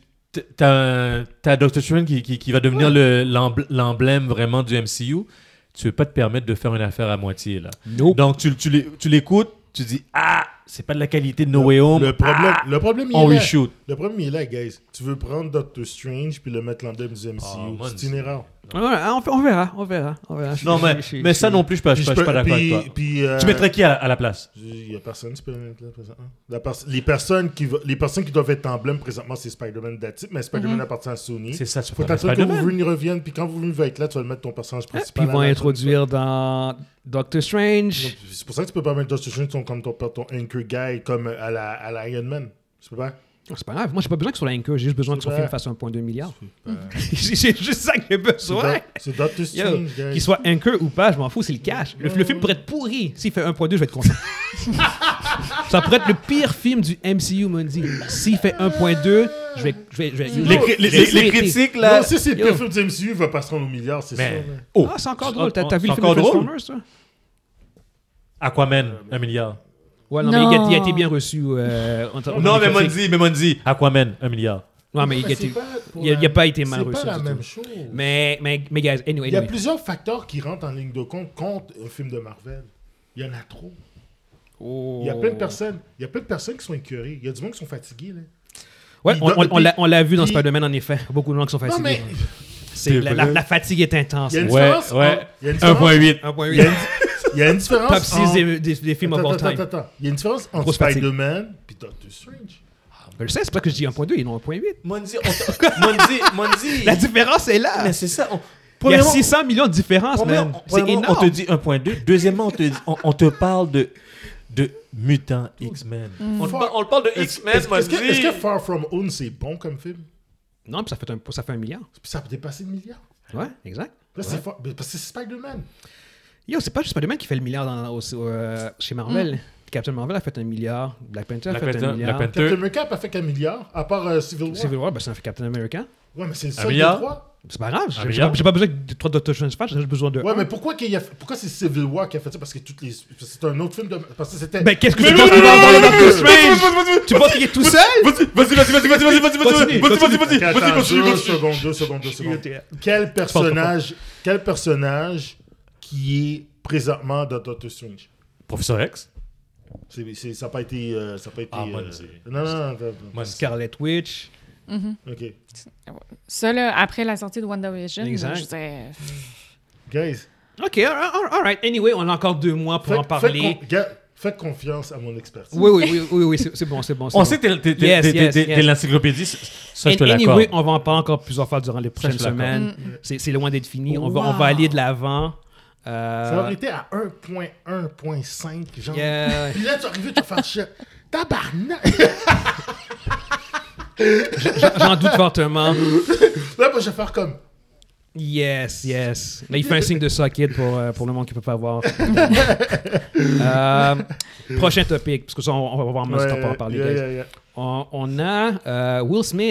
Speaker 2: t'as, t'as Doctor Strange qui, qui, qui va devenir le, l'embl- l'emblème vraiment du M C U. Tu veux pas te permettre de faire une affaire à moitié, là.
Speaker 1: Nope.
Speaker 2: Donc, tu, tu, l'é- tu l'écoutes, tu dis « Ah, c'est pas de la qualité de No Way Home.
Speaker 3: Le problème,
Speaker 2: Ah,
Speaker 3: le problème il
Speaker 2: on
Speaker 3: est là.
Speaker 2: reshoot.
Speaker 3: Le problème, il est là, guys. Tu veux prendre Doctor Strange puis le mettre l'emblème du M C U.
Speaker 2: Ah, moi,
Speaker 3: c'est une erreur.
Speaker 1: Ouais, on, on verra, on verra, on verra. »
Speaker 2: Non, mais,
Speaker 1: Je- je-
Speaker 2: mais
Speaker 1: je-
Speaker 2: ça non plus, je suis pas, je
Speaker 3: Puis
Speaker 2: suis pas- je suis pas d'accord
Speaker 3: puis-
Speaker 2: avec toi.
Speaker 3: puis, euh,
Speaker 2: Tu mettrais qui à, à la place?
Speaker 3: Il n'y a personne qui peut le mettre là présentement. La pers- les, personnes qui va- les personnes qui doivent être emblèmes présentement, c'est Spider-Man that's it, mais Spider-Man appartient à Sony.
Speaker 2: C'est ça, tu
Speaker 3: Faut
Speaker 2: peux pas
Speaker 3: t'attendre que
Speaker 2: Spider-Man.
Speaker 3: Wolverine revienne, puis quand Wolverine va être là, tu vas le mettre ton personnage
Speaker 1: Puis
Speaker 3: principal.
Speaker 1: ils
Speaker 3: à
Speaker 1: vont
Speaker 3: la-
Speaker 1: introduire dans Doctor Strange.
Speaker 3: C'est pour ça que tu peux pas mettre Doctor Strange ton- comme ton, ton anchor guy, comme à la, à la Iron Man. Tu peux pas?
Speaker 1: Oh, c'est pas grave, moi j'ai pas besoin que sur l'anchor, j'ai juste besoin que son
Speaker 3: Ouais.
Speaker 1: film fasse un virgule deux milliard.
Speaker 3: Euh,
Speaker 1: J'ai j'ai juste ça que j'ai
Speaker 3: c'est
Speaker 1: besoin.
Speaker 3: Doc- C'est Doctor
Speaker 1: Yo,
Speaker 3: Strange, guys.
Speaker 1: qu'il soit anchor ou pas, je m'en fous, c'est le cash. Le, le film pourrait être pourri. S'il fait un virgule deux, je vais être content. Ça pourrait être le pire film du M C U, Mundi. S'il fait un virgule deux, je vais. Je vais, je vais
Speaker 2: Les, cri- les-
Speaker 1: je vais
Speaker 2: les- les
Speaker 1: souhaiter.
Speaker 2: critiques, là...
Speaker 3: Non, si c'est le
Speaker 1: Yo.
Speaker 3: pire film du M C U, il va pas se rendre au milliard, c'est
Speaker 2: Mais-
Speaker 3: sûr. là.
Speaker 2: Oh,
Speaker 1: Ah, c'est encore drôle. T'as t'as vu
Speaker 2: c'est
Speaker 1: le film
Speaker 2: encore
Speaker 1: de
Speaker 2: drôle?
Speaker 1: Transformers, toi?
Speaker 2: Aquaman, un milliard.
Speaker 1: Ouais, non, mais il a, il a
Speaker 4: Non.
Speaker 1: été bien reçu. euh, en- en-
Speaker 2: Non,
Speaker 1: en
Speaker 2: mais
Speaker 1: critique.
Speaker 2: Mondi, mais Mondi, Aquaman, un milliard.
Speaker 1: Non, mais il a
Speaker 3: Mais
Speaker 1: été.
Speaker 3: c'est pas pour
Speaker 1: il a-
Speaker 3: la-
Speaker 1: il a pas été mal
Speaker 3: C'est
Speaker 1: reçu
Speaker 3: pas la
Speaker 1: du
Speaker 3: même
Speaker 1: tout.
Speaker 3: chose.
Speaker 1: Mais, mais, mais, guys, anyway.
Speaker 3: Il y a
Speaker 1: anyway.
Speaker 3: plusieurs facteurs qui rentrent en ligne de compte contre un film de Marvel. Il y en a trop.
Speaker 1: Oh.
Speaker 3: Il y a plein de personnes. Il y a plein de personnes qui sont écœurées. Il y a du monde qui sont fatigués. Là.
Speaker 1: Ouais,
Speaker 3: Puis
Speaker 1: on,
Speaker 3: dans-
Speaker 1: on- on l'a- on l'a vu dans
Speaker 3: puis-
Speaker 1: Spider-Man, en effet. Beaucoup de gens qui sont
Speaker 3: Non,
Speaker 1: fatigués.
Speaker 3: mais
Speaker 1: C'est- la, la- la fatigue est intense.
Speaker 3: il y a une
Speaker 2: Ouais,
Speaker 3: différence.
Speaker 2: ouais.
Speaker 3: entre- il y a une
Speaker 2: un
Speaker 3: différence-
Speaker 2: virgule huit.
Speaker 1: un virgule
Speaker 3: Il y a
Speaker 1: huit.
Speaker 3: une- il y a une différence.
Speaker 1: Top six
Speaker 3: entre-
Speaker 1: des, des, des films of
Speaker 3: Attends,
Speaker 1: all
Speaker 3: attends,
Speaker 1: time.
Speaker 3: attends, attends. Il y a une différence entre
Speaker 1: Grosse fatigue.
Speaker 3: Spider-Man et Doctor Strange.
Speaker 1: Je sais, c'est pas que je dis un virgule deux et non un virgule huit.
Speaker 2: Mondi, on t- Mondi, Mondi.
Speaker 1: La différence est là.
Speaker 2: Mais c'est ça. on-
Speaker 1: Il y a
Speaker 2: premièrement,
Speaker 1: six cents millions de différence,
Speaker 2: premièrement,
Speaker 1: man. C'est
Speaker 2: premièrement,
Speaker 1: énorme.
Speaker 2: on te dit un virgule deux. Deuxièmement, on te, dit- on, on te parle de, de mutants X-Men. On, te
Speaker 3: Fuck.
Speaker 2: parle- on te parle de
Speaker 3: Est-ce
Speaker 2: X-Men,
Speaker 3: est-ce que, est-ce que-
Speaker 2: Mondi.
Speaker 3: est-ce que Far From Home, c'est bon comme film?
Speaker 1: Non, puis ça fait un, ça fait un milliard.
Speaker 3: Puis ça a dépassé le milliard.
Speaker 1: Ouais, exact.
Speaker 3: Là, c'est fort- mais parce que c'est Spider-Man.
Speaker 1: Yo, c'est pas juste Spider-Man qui fait le milliard dans, au- au- euh, chez Marvel. Captain Marvel a fait un milliard. Black Panther a
Speaker 2: Black
Speaker 1: fait
Speaker 2: Panther-
Speaker 1: un milliard.
Speaker 2: Black Panther.
Speaker 3: Captain America a fait qu'un milliard, à part euh, Civil War.
Speaker 1: Civil War, ben, ça en fait Captain America.
Speaker 3: Ouais, mais c'est le
Speaker 2: Un
Speaker 3: seul des
Speaker 2: milliard?
Speaker 3: trois.
Speaker 1: C'est pas grave. J'ai- J'ai
Speaker 2: milliard?
Speaker 1: pas, j'ai pas besoin de trois Doctor Strange, j'ai juste besoin de.
Speaker 3: Ouais,
Speaker 1: un.
Speaker 3: mais pourquoi, qu'il y a... pourquoi c'est Civil War qui a fait ça? Parce que toutes les... parce que c'est un autre film de... Parce que c'était...
Speaker 1: Ben, qu'est-ce que
Speaker 3: Mais
Speaker 1: tu
Speaker 3: non,
Speaker 1: penses
Speaker 3: non,
Speaker 1: qu'il va
Speaker 3: non,
Speaker 1: avoir
Speaker 3: non,
Speaker 1: dans
Speaker 3: non,
Speaker 1: Doctor
Speaker 3: non,
Speaker 1: Strange?
Speaker 3: vas-y, vas-y, vas-y.
Speaker 1: Tu penses qu'il est tout seul?
Speaker 2: Vas-y, vas-y, vas-y, vas-y, vas-y, vas-y, vas-y,
Speaker 1: Continue,
Speaker 2: vas-y, vas-y,
Speaker 1: continue.
Speaker 2: vas-y, vas-y,
Speaker 3: Attends,
Speaker 2: vas-y, continue,
Speaker 3: deux
Speaker 2: continue.
Speaker 3: secondes, deux secondes, deux secondes. Quel personnage, quel personnage qui est présentement dans Doctor Strange?
Speaker 2: Professeur X.
Speaker 3: C'est, c'est, ça n'a pas été... euh, ça a pas été
Speaker 2: Ah,
Speaker 3: euh,
Speaker 2: moi, c'est-
Speaker 3: non, non, non, attends, attends.
Speaker 2: Moi, c'est-
Speaker 1: Scarlet Witch.
Speaker 3: OK.
Speaker 4: Ça, là, après la sortie de WandaVision,
Speaker 1: Exact.
Speaker 4: je disais...
Speaker 3: Guys,
Speaker 1: Ok, all right, all right. Anyway, on a encore deux mois pour
Speaker 3: faites,
Speaker 1: en parler.
Speaker 3: Faites, con- gars, faites confiance à mon expertise.
Speaker 1: Oui, oui, oui, oui, oui, c'est c'est bon, c'est bon. c'est
Speaker 2: On
Speaker 1: bon.
Speaker 2: sait que t'es- t'es t'es-
Speaker 1: Yes,
Speaker 2: t'es-
Speaker 1: yes,
Speaker 2: t'es-
Speaker 1: yes.
Speaker 2: t'es l'encyclopédie, ça ça, je te
Speaker 1: And-
Speaker 2: l'accorde.
Speaker 1: Anyway, on va en parler encore plusieurs fois durant les prochaines
Speaker 2: je te l'accorde.
Speaker 1: semaines. C'est c'est loin d'être fini. On, va, on
Speaker 3: Wow.
Speaker 1: va aller de l'avant. Euh,
Speaker 3: Ça aurait été à un virgule un, un virgule cinq, genre.
Speaker 1: yeah.
Speaker 3: Puis là, tu arrives, tu vas faire shit. Tabarnak!
Speaker 1: J'en doute fortement.
Speaker 3: Là, moi, je vais faire comme...
Speaker 1: Yes, yes. Là, il fait un signe de socket pour, euh, pour le monde qui ne peut pas voir. Euh, prochain topic, parce que ça, on, on va voir Must
Speaker 3: Ouais,
Speaker 1: pour en parler.
Speaker 3: yeah,
Speaker 1: guys.
Speaker 3: yeah, yeah.
Speaker 1: On, on a euh, Will Smith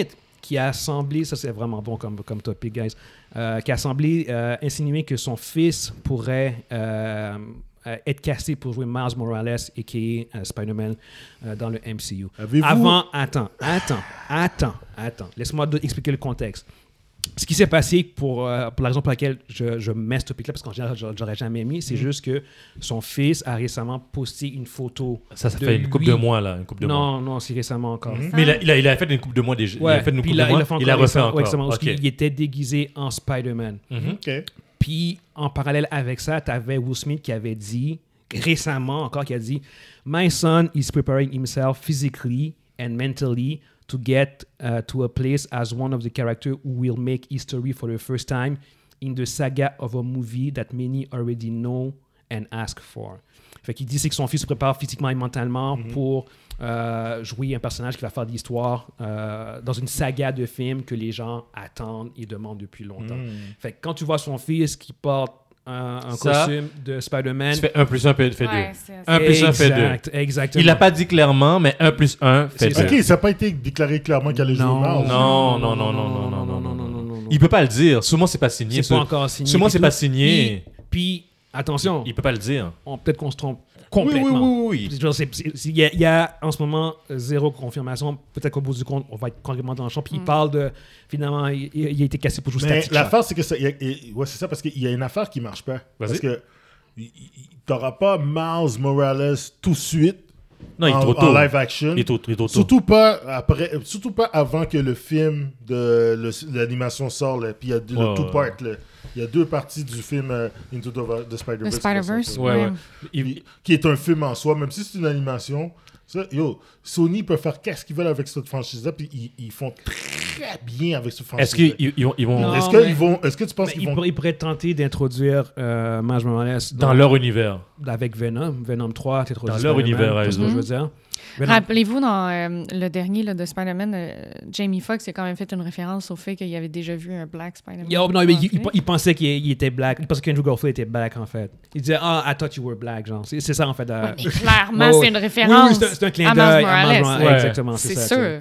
Speaker 1: qui a semblé, ça c'est vraiment bon comme, comme topic, guys, euh, qui a semblé euh, insinuer que son fils pourrait euh, euh, être casté pour jouer Miles Morales et qui est euh, Spider-Man euh, dans le M C U.
Speaker 3: Avez-vous-
Speaker 1: Avant, attends, attends, attends, attends. Laisse-moi do- expliquer le contexte. Ce qui s'est passé pour, euh, pour la raison pour laquelle je, je mets ce topic-là, parce qu'en général, je l'aurais jamais mis, c'est juste que son fils a récemment posté une photo.
Speaker 2: Ça, ça
Speaker 1: de
Speaker 2: fait une couple
Speaker 1: lui.
Speaker 2: de mois, là. Une couple de mois.
Speaker 1: Non, non, c'est récemment encore.
Speaker 3: Mhm.
Speaker 2: Mais il a, il, a, il a fait une couple de mois déjà.
Speaker 1: Ouais,
Speaker 2: il a fait une
Speaker 1: puis
Speaker 2: couple
Speaker 1: là,
Speaker 2: de mois.
Speaker 1: il a fait
Speaker 2: Il a
Speaker 1: encore
Speaker 2: refait
Speaker 1: récemment,
Speaker 2: encore.
Speaker 1: ouais, récemment, parce
Speaker 2: Ok.
Speaker 1: qu'il était déguisé en Spider-Man.
Speaker 2: Mhm.
Speaker 3: OK.
Speaker 1: Puis, en parallèle avec ça, tu avais Will Smith qui avait dit, récemment encore, qui a dit « My son is preparing himself physically and mentally to get uh, to a place as one of the characters who will make history for the first time in the saga of a movie that many already know and ask for. » Fait qu'il dit c'est que son fils se prépare physiquement et mentalement
Speaker 3: Mhm.
Speaker 1: pour euh, jouer un personnage qui va faire de l'histoire euh, dans une saga de films que les gens attendent et demandent depuis longtemps.
Speaker 3: Mm.
Speaker 1: Fait que quand tu vois son fils qui porte un, un
Speaker 2: Ça,
Speaker 1: costume de Spider-Man...
Speaker 2: Tu fais un plus un fait deux.
Speaker 4: Ouais, c'est-
Speaker 2: Un plus un fait deux.
Speaker 1: Exact, exactement.
Speaker 2: Il l'a pas dit clairement, mais un plus un fait
Speaker 1: C'est
Speaker 2: deux.
Speaker 3: OK, ça n'a pas été déclaré clairement qu'elle allait jouer
Speaker 1: Non,
Speaker 3: Miles.
Speaker 2: Non, non, non, non, non, non, non, non, non, non. Il peut pas le dire. Souvent, c'est pas signé.
Speaker 1: C'est pas encore signé.
Speaker 2: Souvent,
Speaker 1: Puis
Speaker 2: c'est
Speaker 1: tout.
Speaker 2: pas signé.
Speaker 1: Puis, puis, attention,
Speaker 2: Il peut pas le dire.
Speaker 1: on, peut-être qu'on se trompe
Speaker 2: Oui,
Speaker 1: complètement.
Speaker 2: oui, oui, oui.
Speaker 1: Puis, genre, c'est- c'est- c'est- Il y, a- il y a en ce moment zéro confirmation. Peut-être qu'au bout du compte, on va être complètement dans le champ. Puis il parle de, finalement, il, il a été cassé pour jouer
Speaker 3: Mais
Speaker 1: Static Shock.
Speaker 3: l'affaire, c'est que ça, il y a- il- ouais, c'est ça, parce qu'il y a une affaire qui marche pas. Parce que tu n'auras pas Miles Morales tout de suite
Speaker 2: Non, il est
Speaker 3: en,
Speaker 2: trop tôt.
Speaker 3: en live action.
Speaker 2: Il est trop, il est trop tôt.
Speaker 3: Surtout pas après, surtout pas avant que le film de le- l'animation sort. là. Puis il y a deux-
Speaker 2: Ouais,
Speaker 3: le two
Speaker 2: ouais.
Speaker 3: part. là. Il y a deux parties du film euh, Into the, the
Speaker 4: Le
Speaker 3: Spider-Verse.
Speaker 4: Spider-Verse.
Speaker 2: Ouais, ouais.
Speaker 4: ouais.
Speaker 2: Il-
Speaker 3: Qui, qui est un film en soi, même si c'est une animation. Ça, yo, Sony peut faire qu'est-ce qu'ils veulent avec cette franchise-là, puis ils, ils font très bien avec cette franchise.
Speaker 2: Est-ce qu'ils ils- ils vont, ils vont
Speaker 1: Non.
Speaker 3: Est-ce
Speaker 1: mais-
Speaker 3: qu'ils vont, est-ce que tu penses
Speaker 1: Mais
Speaker 3: qu'ils
Speaker 1: il,
Speaker 3: vont
Speaker 1: pourrait, il pourrait tenter d'introduire euh, Miles Morales
Speaker 2: dans leur univers?
Speaker 1: avec Venom. Venom trois, c'est trop
Speaker 2: Dans leur univers,
Speaker 1: c'est ce que
Speaker 2: eux
Speaker 1: je veux
Speaker 4: autres.
Speaker 1: dire. Venom-
Speaker 4: Rappelez-vous, dans euh, le dernier là, de Spider-Man, euh, Jamie Foxx a quand même fait une référence au fait qu'il avait déjà vu un Black Spider-Man.
Speaker 1: Yo, non, mais il, il-
Speaker 4: Ok.
Speaker 1: il pensait qu'il il était black. Il pensait qu'Andrew Garfield était black, en fait. Il disait, ah, I thought you were black, genre. C'est c'est ça, en fait. euh,
Speaker 4: Ouais, mais clairement,
Speaker 1: Ouais, ouais.
Speaker 4: c'est une
Speaker 1: Oui,
Speaker 4: référence
Speaker 1: oui, c'est un, c'est un clin
Speaker 4: à
Speaker 1: d'œil
Speaker 4: Miles Morales.
Speaker 1: Morales.
Speaker 2: Ouais.
Speaker 1: Exactement, c'est
Speaker 4: C'est
Speaker 1: ça.
Speaker 4: sûr.
Speaker 1: tu sais.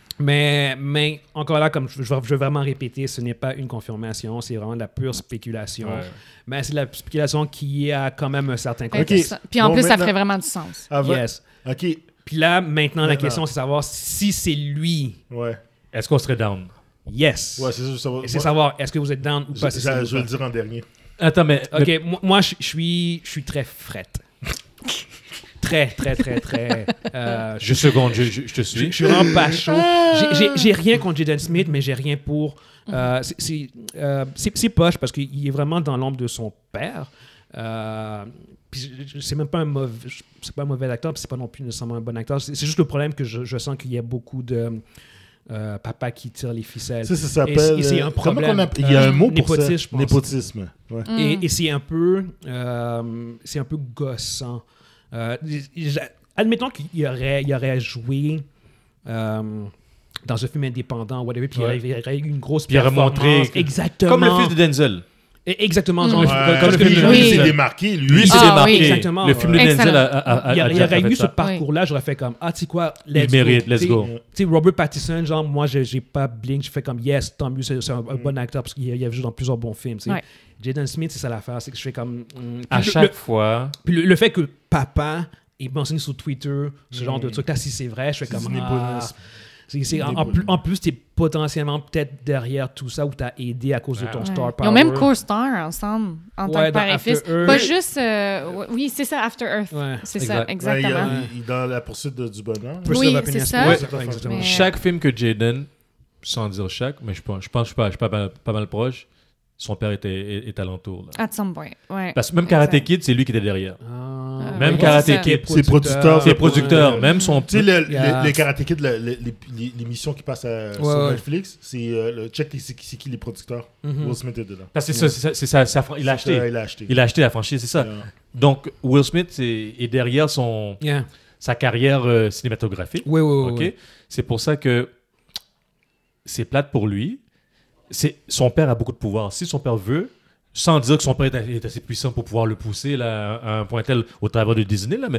Speaker 1: Mais, mais encore là, comme je, je veux je veux vraiment répéter, ce n'est pas une confirmation, c'est vraiment de la pure spéculation.
Speaker 2: Ouais.
Speaker 1: Mais c'est de la spéculation qui a quand même un certain
Speaker 3: Ok.
Speaker 1: contexte.
Speaker 4: Puis en
Speaker 3: Bon,
Speaker 4: plus, ça
Speaker 3: maintenant-
Speaker 4: ferait vraiment du sens.
Speaker 3: avant-
Speaker 1: Yes.
Speaker 3: Ok,
Speaker 1: Puis là, maintenant, la
Speaker 3: Maintenant.
Speaker 1: question, c'est de savoir si c'est lui.
Speaker 3: ouais.
Speaker 2: Est-ce qu'on serait down?
Speaker 1: Yes.
Speaker 3: Ouais, c'est ça. ça va-
Speaker 1: Et c'est
Speaker 3: moi,
Speaker 1: savoir, est-ce que vous êtes down ou
Speaker 3: je,
Speaker 1: pas? si
Speaker 3: je-
Speaker 1: c'est lui ou
Speaker 3: je vais
Speaker 1: pas.
Speaker 3: le dire en dernier.
Speaker 2: Attends, mais.
Speaker 1: OK, moi, moi, je je suis, je suis très frette. Très, très, très, très... euh,
Speaker 2: Je seconde, je, je, je te
Speaker 1: Je,
Speaker 2: suis.
Speaker 1: je suis vraiment pas chaud. J'ai- J'ai j'ai rien contre Jaden Smith, mais j'ai rien pour. euh, c'est- c'est euh, c'est- c'est poche parce qu'il est vraiment dans l'ombre de son père. Euh, puis je- je- c'est même pas un mauvais, je- c'est pas un mauvais acteur, puis c'est pas non plus nécessairement un bon acteur. C'est c'est juste le problème que je, je sens qu'il y a beaucoup de euh, papa qui tire les ficelles.
Speaker 3: Ça, ça s'appelle.
Speaker 1: Et c'est un
Speaker 3: euh, comment
Speaker 1: problème.
Speaker 3: qu'on appelle- Il y a un
Speaker 1: Euh,
Speaker 3: mot pour ça.
Speaker 1: népotisme, je pense.
Speaker 3: Népotisme. Ouais.
Speaker 4: Mm.
Speaker 1: Et, et c'est un peu, euh, c'est un peu gossant. Euh, j- admettons qu'il aurait, il aurait joué euh, dans un film indépendant, whatever, puis
Speaker 2: Ouais.
Speaker 1: il aurait, il aurait eu une grosse
Speaker 2: Puis il aurait
Speaker 1: performance.
Speaker 2: montré que-
Speaker 1: Exactement.
Speaker 2: Comme le fils de Denzel.
Speaker 1: Et- Exactement. Genre,
Speaker 4: Mm.
Speaker 1: comme-
Speaker 3: Ouais,
Speaker 1: comme le
Speaker 3: parce
Speaker 1: film
Speaker 3: que
Speaker 1: de
Speaker 3: lui,
Speaker 4: Oui.
Speaker 3: il s'est
Speaker 1: Denzel.
Speaker 3: démarqué. Lui,
Speaker 2: Lui,
Speaker 3: il
Speaker 2: c'est
Speaker 4: Ah,
Speaker 2: démarqué.
Speaker 4: oui.
Speaker 1: Exactement.
Speaker 2: Le film de
Speaker 4: Ouais.
Speaker 2: Denzel
Speaker 4: Excellent.
Speaker 2: a, a, a,
Speaker 1: Il y
Speaker 2: a-
Speaker 1: aurait- il y
Speaker 2: a-
Speaker 1: aurait
Speaker 2: a fait
Speaker 1: eu ce
Speaker 2: ça.
Speaker 1: parcours-là, j'aurais fait comme, ah, tu sais quoi, let's
Speaker 2: Il mérite,
Speaker 1: go.
Speaker 2: let's
Speaker 1: Tu sais,
Speaker 2: go.
Speaker 1: Tu sais, Robert Pattinson, genre, moi, j'ai j'ai pas blink, je fais comme, yes, tant mieux, c'est c'est un, un bon acteur, parce qu'il il a joué dans plusieurs bons films, tu sais.
Speaker 4: Ouais.
Speaker 1: Jaden Smith, c'est ça l'affaire, c'est que je fais comme... hum,
Speaker 2: À
Speaker 1: puis le-
Speaker 2: chaque
Speaker 1: le-
Speaker 2: fois.
Speaker 1: Puis le, le fait que papa est mentionné sur Twitter, ce genre de
Speaker 3: Mm.
Speaker 1: truc là, si c'est vrai, je fais
Speaker 3: C'est
Speaker 1: comme...
Speaker 3: du
Speaker 1: Ah,
Speaker 3: népotisme.
Speaker 1: c'est- c'est- en, en
Speaker 3: Népotisme.
Speaker 1: plus, en plus, t'es potentiellement peut-être derrière tout ça ou t'as aidé à cause de ton
Speaker 2: Ouais.
Speaker 1: star
Speaker 4: Ouais.
Speaker 1: power.
Speaker 4: Ils ont même co-star ensemble en tant
Speaker 1: Ouais,
Speaker 4: que
Speaker 1: dans
Speaker 4: père et
Speaker 1: After
Speaker 4: fils.
Speaker 1: Earth.
Speaker 4: Pas juste. euh, oui, c'est ça, After Earth.
Speaker 1: Ouais.
Speaker 4: C'est
Speaker 2: Exact.
Speaker 4: ça,
Speaker 3: Ouais, il y
Speaker 4: exactement.
Speaker 3: a- il- il- dans la poursuite de- du bonheur.
Speaker 1: Pursuit
Speaker 4: Oui,
Speaker 1: of
Speaker 4: c'est
Speaker 1: Happiness.
Speaker 4: ça.
Speaker 1: Ouais,
Speaker 3: Ouais.
Speaker 1: exactement.
Speaker 4: Mais-
Speaker 2: Chaque film que Jaden, sans dire chaque, mais je pense, je pense, je suis pas, je suis pas, mal, pas mal proche, son père était est, est alentour. Là.
Speaker 4: At some point, ouais.
Speaker 2: Parce que même Karate
Speaker 4: Exact.
Speaker 2: Kid, c'est lui qui était derrière.
Speaker 1: Ah,
Speaker 2: Même
Speaker 4: ouais,
Speaker 2: Karate
Speaker 4: c'est ça.
Speaker 2: Kid,
Speaker 3: C'est producteur.
Speaker 2: c'est producteur. Même son.
Speaker 3: Tu sais, le-
Speaker 1: Yeah.
Speaker 3: le- les Karate Kid, le- le- les- les- l'émission qui passe à- sur
Speaker 1: ouais.
Speaker 3: Netflix, c'est euh, le check, c'est qui, c'est qui les producteurs.
Speaker 1: Mhm.
Speaker 3: Will Smith est dedans.
Speaker 2: Parce que c'est ça, c'est ça, c'est ça, sa fran- il a
Speaker 3: C'est ça,
Speaker 2: acheté.
Speaker 3: Il a acheté.
Speaker 2: Il a acheté la franchise, c'est ça.
Speaker 3: Yeah.
Speaker 2: Donc, Will Smith est, est derrière son,
Speaker 1: Yeah.
Speaker 2: sa carrière euh, cinématographique.
Speaker 1: Oui, oui, oui.
Speaker 2: OK?
Speaker 1: oui.
Speaker 2: C'est pour ça que c'est plate pour lui. C'est, son père a beaucoup de pouvoir. Si son père veut, sans dire que son père est, est assez puissant pour pouvoir le pousser là, à un point tel au travers de Disney, là, mais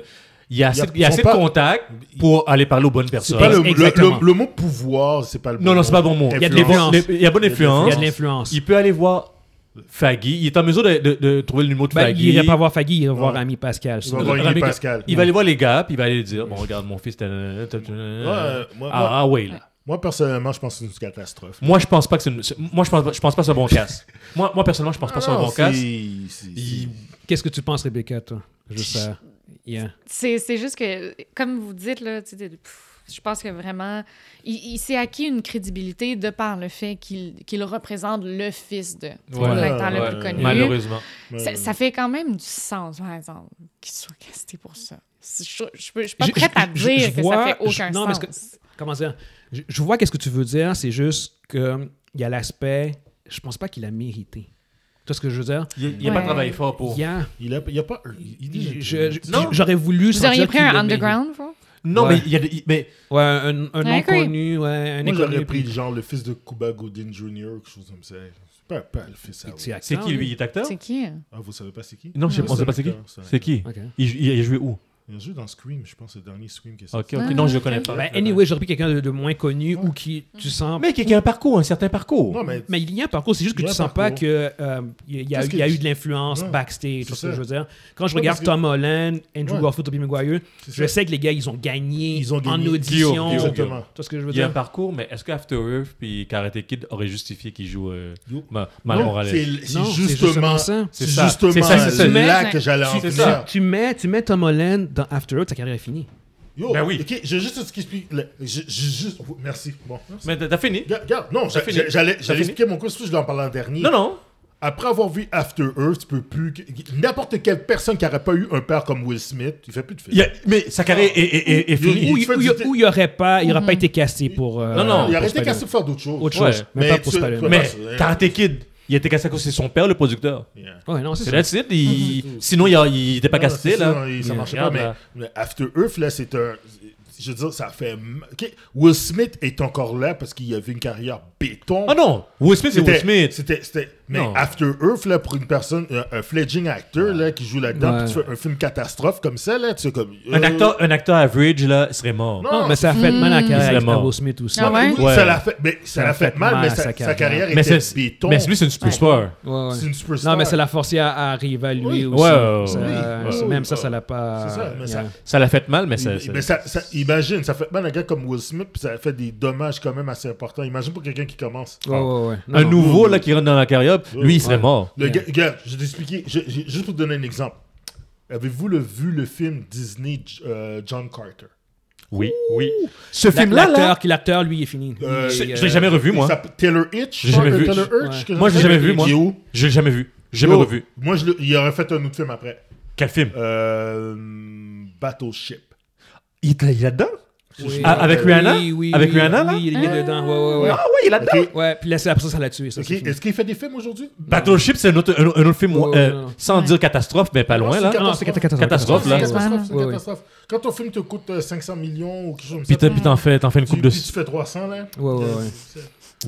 Speaker 2: il y a
Speaker 3: Il y a-
Speaker 2: assez, il y a
Speaker 3: sont
Speaker 2: assez
Speaker 3: pas-
Speaker 2: de contacts pour aller parler aux bonnes
Speaker 3: C'est
Speaker 2: personnes.
Speaker 3: pas le, le,
Speaker 1: Exactement.
Speaker 3: le- le mot pouvoir, c'est pas le bon
Speaker 2: Non, non,
Speaker 3: mot.
Speaker 2: c'est pas le bon mot.
Speaker 1: Il y a de
Speaker 3: Influence.
Speaker 1: l'influence.
Speaker 2: Il y a bonne
Speaker 1: Il y a
Speaker 2: influence.
Speaker 1: de l'influence.
Speaker 2: Il peut aller voir Faggy. Il est en mesure de, de- de trouver le numéro de
Speaker 1: Ben,
Speaker 2: Faggy.
Speaker 1: il irait pas voir Faggy, il irait voir
Speaker 3: Ouais.
Speaker 1: Ami Pascal.
Speaker 3: Il va voir
Speaker 2: Rami-
Speaker 3: Rémi Pascal.
Speaker 2: Il va aller voir les gars, puis il va aller dire bon, regarde, mon fils. t'as- t'as- t'as-
Speaker 3: Ouais, moi,
Speaker 2: ah,
Speaker 3: moi-
Speaker 2: ah, ouais, là.
Speaker 3: moi, personnellement, je pense que c'est une catastrophe.
Speaker 2: Moi, je pense pas que c'est une... c'est- Moi, je pense, pas- je pense pas que c'est un bon casse. moi, moi, personnellement, je pense pas que c'est un
Speaker 3: Non,
Speaker 2: bon casse.
Speaker 3: c'est- c'est-
Speaker 2: Il-
Speaker 1: Qu'est-ce que tu penses, Rebecca, toi? Juste ça. Yeah.
Speaker 4: C'est c'est juste que, comme vous dites, là, tu sais, de- pff, je pense que vraiment, il, il s'est acquis une crédibilité de par le fait qu'il qu'il représente le fils de
Speaker 2: Ouais,
Speaker 4: l'acteur
Speaker 3: ouais,
Speaker 4: le plus connu.
Speaker 2: Malheureusement.
Speaker 4: Ça, ça fait quand même du sens, par exemple, qu'il soit casté pour ça. Je, je, je, peux- je suis pas
Speaker 1: Je-
Speaker 4: prête à
Speaker 1: je-
Speaker 4: dire
Speaker 1: je
Speaker 4: que
Speaker 1: vois-
Speaker 4: ça fait
Speaker 1: je-
Speaker 4: aucun
Speaker 1: non,
Speaker 4: sens.
Speaker 1: parce que- Comment dire? Je, je vois qu'est-ce que tu veux dire, c'est juste qu'il y a l'aspect... Je pense pas qu'il a mérité. Tu vois ce que je veux dire?
Speaker 2: Il il a
Speaker 4: Ouais.
Speaker 2: pas travaillé fort pour.
Speaker 1: Il y a...
Speaker 3: Il a, il a pas. Il, il-
Speaker 1: je- je-
Speaker 2: Non.
Speaker 1: J'aurais voulu
Speaker 4: Vous
Speaker 1: sentir
Speaker 4: auriez pris
Speaker 1: qu'il
Speaker 4: un
Speaker 1: le
Speaker 4: underground, vous?
Speaker 2: Non,
Speaker 1: Ouais.
Speaker 2: mais il y a. des- Mais
Speaker 1: Ouais, un, un nom
Speaker 4: agree.
Speaker 1: connu, ouais, un
Speaker 3: Moi,
Speaker 1: inconnu.
Speaker 3: j'aurais pris
Speaker 1: puis-
Speaker 3: genre le fils de Cuba Gooding junior, quelque chose comme ça. C'est pas, pas le fils à
Speaker 1: C'est
Speaker 2: c'est
Speaker 1: acteur,
Speaker 2: qui lui? Il est acteur?
Speaker 4: C'est qui? hein?
Speaker 3: Ah, vous savez pas c'est qui?
Speaker 2: Non, je sais pas, on sait pas c'est qui.
Speaker 3: acteur, un
Speaker 2: C'est qui?
Speaker 1: Ok.
Speaker 2: Il, il a joué où?
Speaker 3: Il a joué dans Scream, je pense, le dernier Scream qui est
Speaker 2: Ok,
Speaker 3: sorti.
Speaker 2: ok.
Speaker 4: Ah,
Speaker 2: Non, je le
Speaker 4: ok.
Speaker 2: connais pas.
Speaker 1: Ben, anyway, j'aurais pris quelqu'un de, de moins connu ou qui, tu sens...
Speaker 2: Mais qui qui a un parcours, un certain parcours.
Speaker 3: Non, mais.
Speaker 1: Mais il y a un parcours, c'est juste que
Speaker 3: Il y
Speaker 1: tu
Speaker 3: a un
Speaker 1: sens pas
Speaker 3: parcours.
Speaker 1: que euh, il y a, il y a-
Speaker 3: Qu'est-ce
Speaker 1: il y a
Speaker 3: que-
Speaker 1: eu de l'influence
Speaker 3: Ouais,
Speaker 1: backstage, tu vois
Speaker 3: c'est
Speaker 1: ce que
Speaker 3: ça.
Speaker 1: je veux dire. Quand je
Speaker 3: Ouais,
Speaker 1: regarde
Speaker 3: parce que-
Speaker 1: Tom Holland, Andrew
Speaker 3: Ouais.
Speaker 1: Garfield, Tobey Maguire,
Speaker 3: C'est
Speaker 1: je
Speaker 3: ça.
Speaker 1: sais que les gars, ils ont gagné,
Speaker 3: Ils ont
Speaker 1: en
Speaker 3: gagné.
Speaker 1: audition.
Speaker 2: Guillaume,
Speaker 1: Tu
Speaker 3: Exactement.
Speaker 1: vois ce que je veux
Speaker 2: Il y a un
Speaker 1: dire.
Speaker 2: parcours, mais est-ce que After Earth puis Karate Kid auraient justifié qu'il joue euh,
Speaker 3: Yo.
Speaker 2: Ma- Miles
Speaker 3: Non,
Speaker 2: Morales?
Speaker 3: c'est c'est
Speaker 1: Non, c'est
Speaker 3: justement
Speaker 1: justement ça.
Speaker 3: C'est
Speaker 2: C'est ça.
Speaker 3: justement
Speaker 2: C'est ça, c'est ça.
Speaker 3: là
Speaker 4: Mais-
Speaker 3: que j'allais en
Speaker 2: C'est
Speaker 3: venir.
Speaker 2: ça.
Speaker 1: Tu mets, tu mets Tom Holland dans After Earth, sa carrière est finie.
Speaker 3: Yo,
Speaker 2: Ben oui.
Speaker 3: ok, j'ai juste ce qui explique. le- j'ai- j'ai juste- Merci. Bon. merci.
Speaker 2: Mais t'as t'as fini?
Speaker 3: Regarde, regarde, non, j'a-
Speaker 2: fini.
Speaker 3: j'a- j'allais
Speaker 2: T'as
Speaker 3: j'allais
Speaker 2: fini.
Speaker 3: expliquer mon coup, c'est pour ça que je l'en parlais en dernier.
Speaker 2: Non, non.
Speaker 3: Après avoir vu After Earth, tu peux plus. que- N'importe quelle personne qui n'aurait pas eu un père comme Will Smith, il fait plus de films.
Speaker 2: Il y a- Mais sa carrière est, est- est- est
Speaker 3: Il-
Speaker 2: finie.
Speaker 1: Où
Speaker 3: il
Speaker 1: il
Speaker 3: fait
Speaker 1: où
Speaker 3: du
Speaker 1: il-
Speaker 3: thé-
Speaker 1: où il aurait pas, il aurait pas été casté pour. euh,
Speaker 2: Non, non.
Speaker 3: Il
Speaker 1: pour
Speaker 3: aurait été
Speaker 1: Spider-Man.
Speaker 3: cassé pour faire d'autres choses.
Speaker 1: Autre
Speaker 2: Ouais.
Speaker 1: chose, mais,
Speaker 3: Mais
Speaker 1: pas pour
Speaker 3: tu-
Speaker 1: Spider-Man.
Speaker 3: mais-
Speaker 2: Mais
Speaker 3: Ouais.
Speaker 2: Karate Kid, il a été cassé à cause de son père, le producteur.
Speaker 3: Yeah.
Speaker 1: Ouais, non, c'est
Speaker 2: C'est
Speaker 1: ça.
Speaker 2: that's it. Il... Sinon, il, a- il était pas
Speaker 3: Non,
Speaker 2: casté,
Speaker 3: c'est ça,
Speaker 2: là.
Speaker 3: il- Ça
Speaker 1: Yeah.
Speaker 3: marchait pas,
Speaker 2: Regarde,
Speaker 3: mais,
Speaker 2: là.
Speaker 3: mais After Earth, là, c'est un. Je veux dire, ça fait. m- ok, Will Smith est encore là parce qu'il avait une carrière béton.
Speaker 2: Ah non! Will Smith, c'est Will
Speaker 3: C'était-
Speaker 2: Smith.
Speaker 3: C'était, c'était, mais
Speaker 2: Non.
Speaker 3: After Earth, là, pour une personne, un, un fledgling acteur là, qui joue là-dedans,
Speaker 1: Ouais.
Speaker 3: puis tu fais un film catastrophe comme ça, là, tu sais, comme.
Speaker 2: Un
Speaker 3: euh,
Speaker 2: acteur, un acteur average, là, serait mort.
Speaker 3: Non,
Speaker 1: Non, mais ça a fait mal à la
Speaker 2: Il
Speaker 1: carrière
Speaker 2: serait
Speaker 1: avec
Speaker 2: mort.
Speaker 1: Will Smith aussi.
Speaker 4: Ah
Speaker 3: non, mais
Speaker 4: ouais?
Speaker 3: oui,
Speaker 2: Ouais.
Speaker 3: ça l'a fait, mais ça,
Speaker 1: Ça
Speaker 3: l'a
Speaker 1: a
Speaker 3: fait
Speaker 1: fait
Speaker 3: mal,
Speaker 1: mal
Speaker 3: mais
Speaker 1: à
Speaker 3: sa,
Speaker 1: sa
Speaker 3: sa
Speaker 1: carrière.
Speaker 3: carrière
Speaker 2: Mais
Speaker 3: était
Speaker 2: c'est
Speaker 3: béton.
Speaker 2: mais lui, c'est une superstar.
Speaker 1: Ouais, ouais.
Speaker 3: C'est une superstar.
Speaker 1: Non, mais ça l'a forcé à, à réévaluer
Speaker 3: Oui.
Speaker 1: aussi.
Speaker 2: Ouais, ouais,
Speaker 1: Ça-
Speaker 3: ouais.
Speaker 1: c'est-
Speaker 3: Oui,
Speaker 1: même
Speaker 3: oui,
Speaker 1: ça,
Speaker 3: ouais.
Speaker 1: ça l'a pas.
Speaker 3: C'est ça, mais ça-
Speaker 1: yeah.
Speaker 2: Ça l'a fait mal, mais ça.
Speaker 3: Mais
Speaker 2: ça-
Speaker 3: mais ça, ça- imagine, ça fait mal à un gars comme Will Smith, puis ça fait des dommages quand même assez importants. Imagine pour quelqu'un qui commence.
Speaker 1: Ouais, ouais, ouais. Non,
Speaker 2: Un
Speaker 1: non.
Speaker 2: nouveau, là, qui rentre dans la carrière, lui, il serait
Speaker 1: Ouais.
Speaker 2: mort.
Speaker 3: Le
Speaker 1: Yeah.
Speaker 3: gars, gars, je vais t'expliquer, je- je- juste pour te donner un exemple. Avez-vous le, vu le film Disney euh, John Carter?
Speaker 2: Oui, oui. Ce
Speaker 1: La-
Speaker 2: film-là,
Speaker 1: L'acteur,
Speaker 2: là,
Speaker 1: qui l'acteur, lui, est fini.
Speaker 3: Euh,
Speaker 1: Il-
Speaker 2: je
Speaker 1: il-
Speaker 2: je l'ai jamais revu,
Speaker 3: Il
Speaker 2: moi.
Speaker 3: s'appelle Taylor Hitch.
Speaker 2: J'ai jamais
Speaker 3: euh,
Speaker 2: vu.
Speaker 3: Taylor
Speaker 1: Ouais.
Speaker 3: Hitch, que
Speaker 2: Moi, je l'ai
Speaker 3: sais
Speaker 2: jamais
Speaker 3: pas,
Speaker 2: vu, moi.
Speaker 3: il est où?
Speaker 2: Je l'ai jamais vu. Jamais
Speaker 3: Yo,
Speaker 2: revu.
Speaker 3: Moi, je le- il aurait fait un autre film après.
Speaker 2: Quel film?
Speaker 3: Euh, Battleship.
Speaker 2: Il est là- il est là-dedans?
Speaker 1: Oui.
Speaker 2: Ah, avec Rihanna?
Speaker 1: Oui, oui,
Speaker 2: Avec
Speaker 1: oui,
Speaker 2: Rihanna, là?
Speaker 1: Oui, il est dedans. Ouais, ouais, ouais.
Speaker 2: Ah ouais, il est là-dedans.
Speaker 3: Ok.
Speaker 1: Ouais, puis là, c'est après ça, ça l'a tué. Ça,
Speaker 3: Ok,
Speaker 1: c'est fini.
Speaker 3: est-ce qu'il fait des films aujourd'hui?
Speaker 2: Battleship, c'est un autre, un, un autre film,
Speaker 1: Ouais, ouais,
Speaker 2: euh,
Speaker 1: non, non.
Speaker 2: sans dire catastrophe, mais pas
Speaker 3: Non,
Speaker 2: loin,
Speaker 3: c'est
Speaker 2: là.
Speaker 3: catastrophe.
Speaker 1: Non, c'est catastrophe.
Speaker 2: Catastrophe, là.
Speaker 3: C'est une catastrophe, c'est une
Speaker 1: Ouais, ouais.
Speaker 3: catastrophe. Quand ton film te coûte euh, cinq cents millions ou quelque chose comme
Speaker 2: Puis
Speaker 3: ça,
Speaker 2: t'as- puis t'en fais, t'en fais une
Speaker 3: tu,
Speaker 2: coupe de...
Speaker 3: puis tu fais trois cents, là.
Speaker 1: Ouais, ouais,
Speaker 3: euh,
Speaker 1: ouais.
Speaker 3: c'est-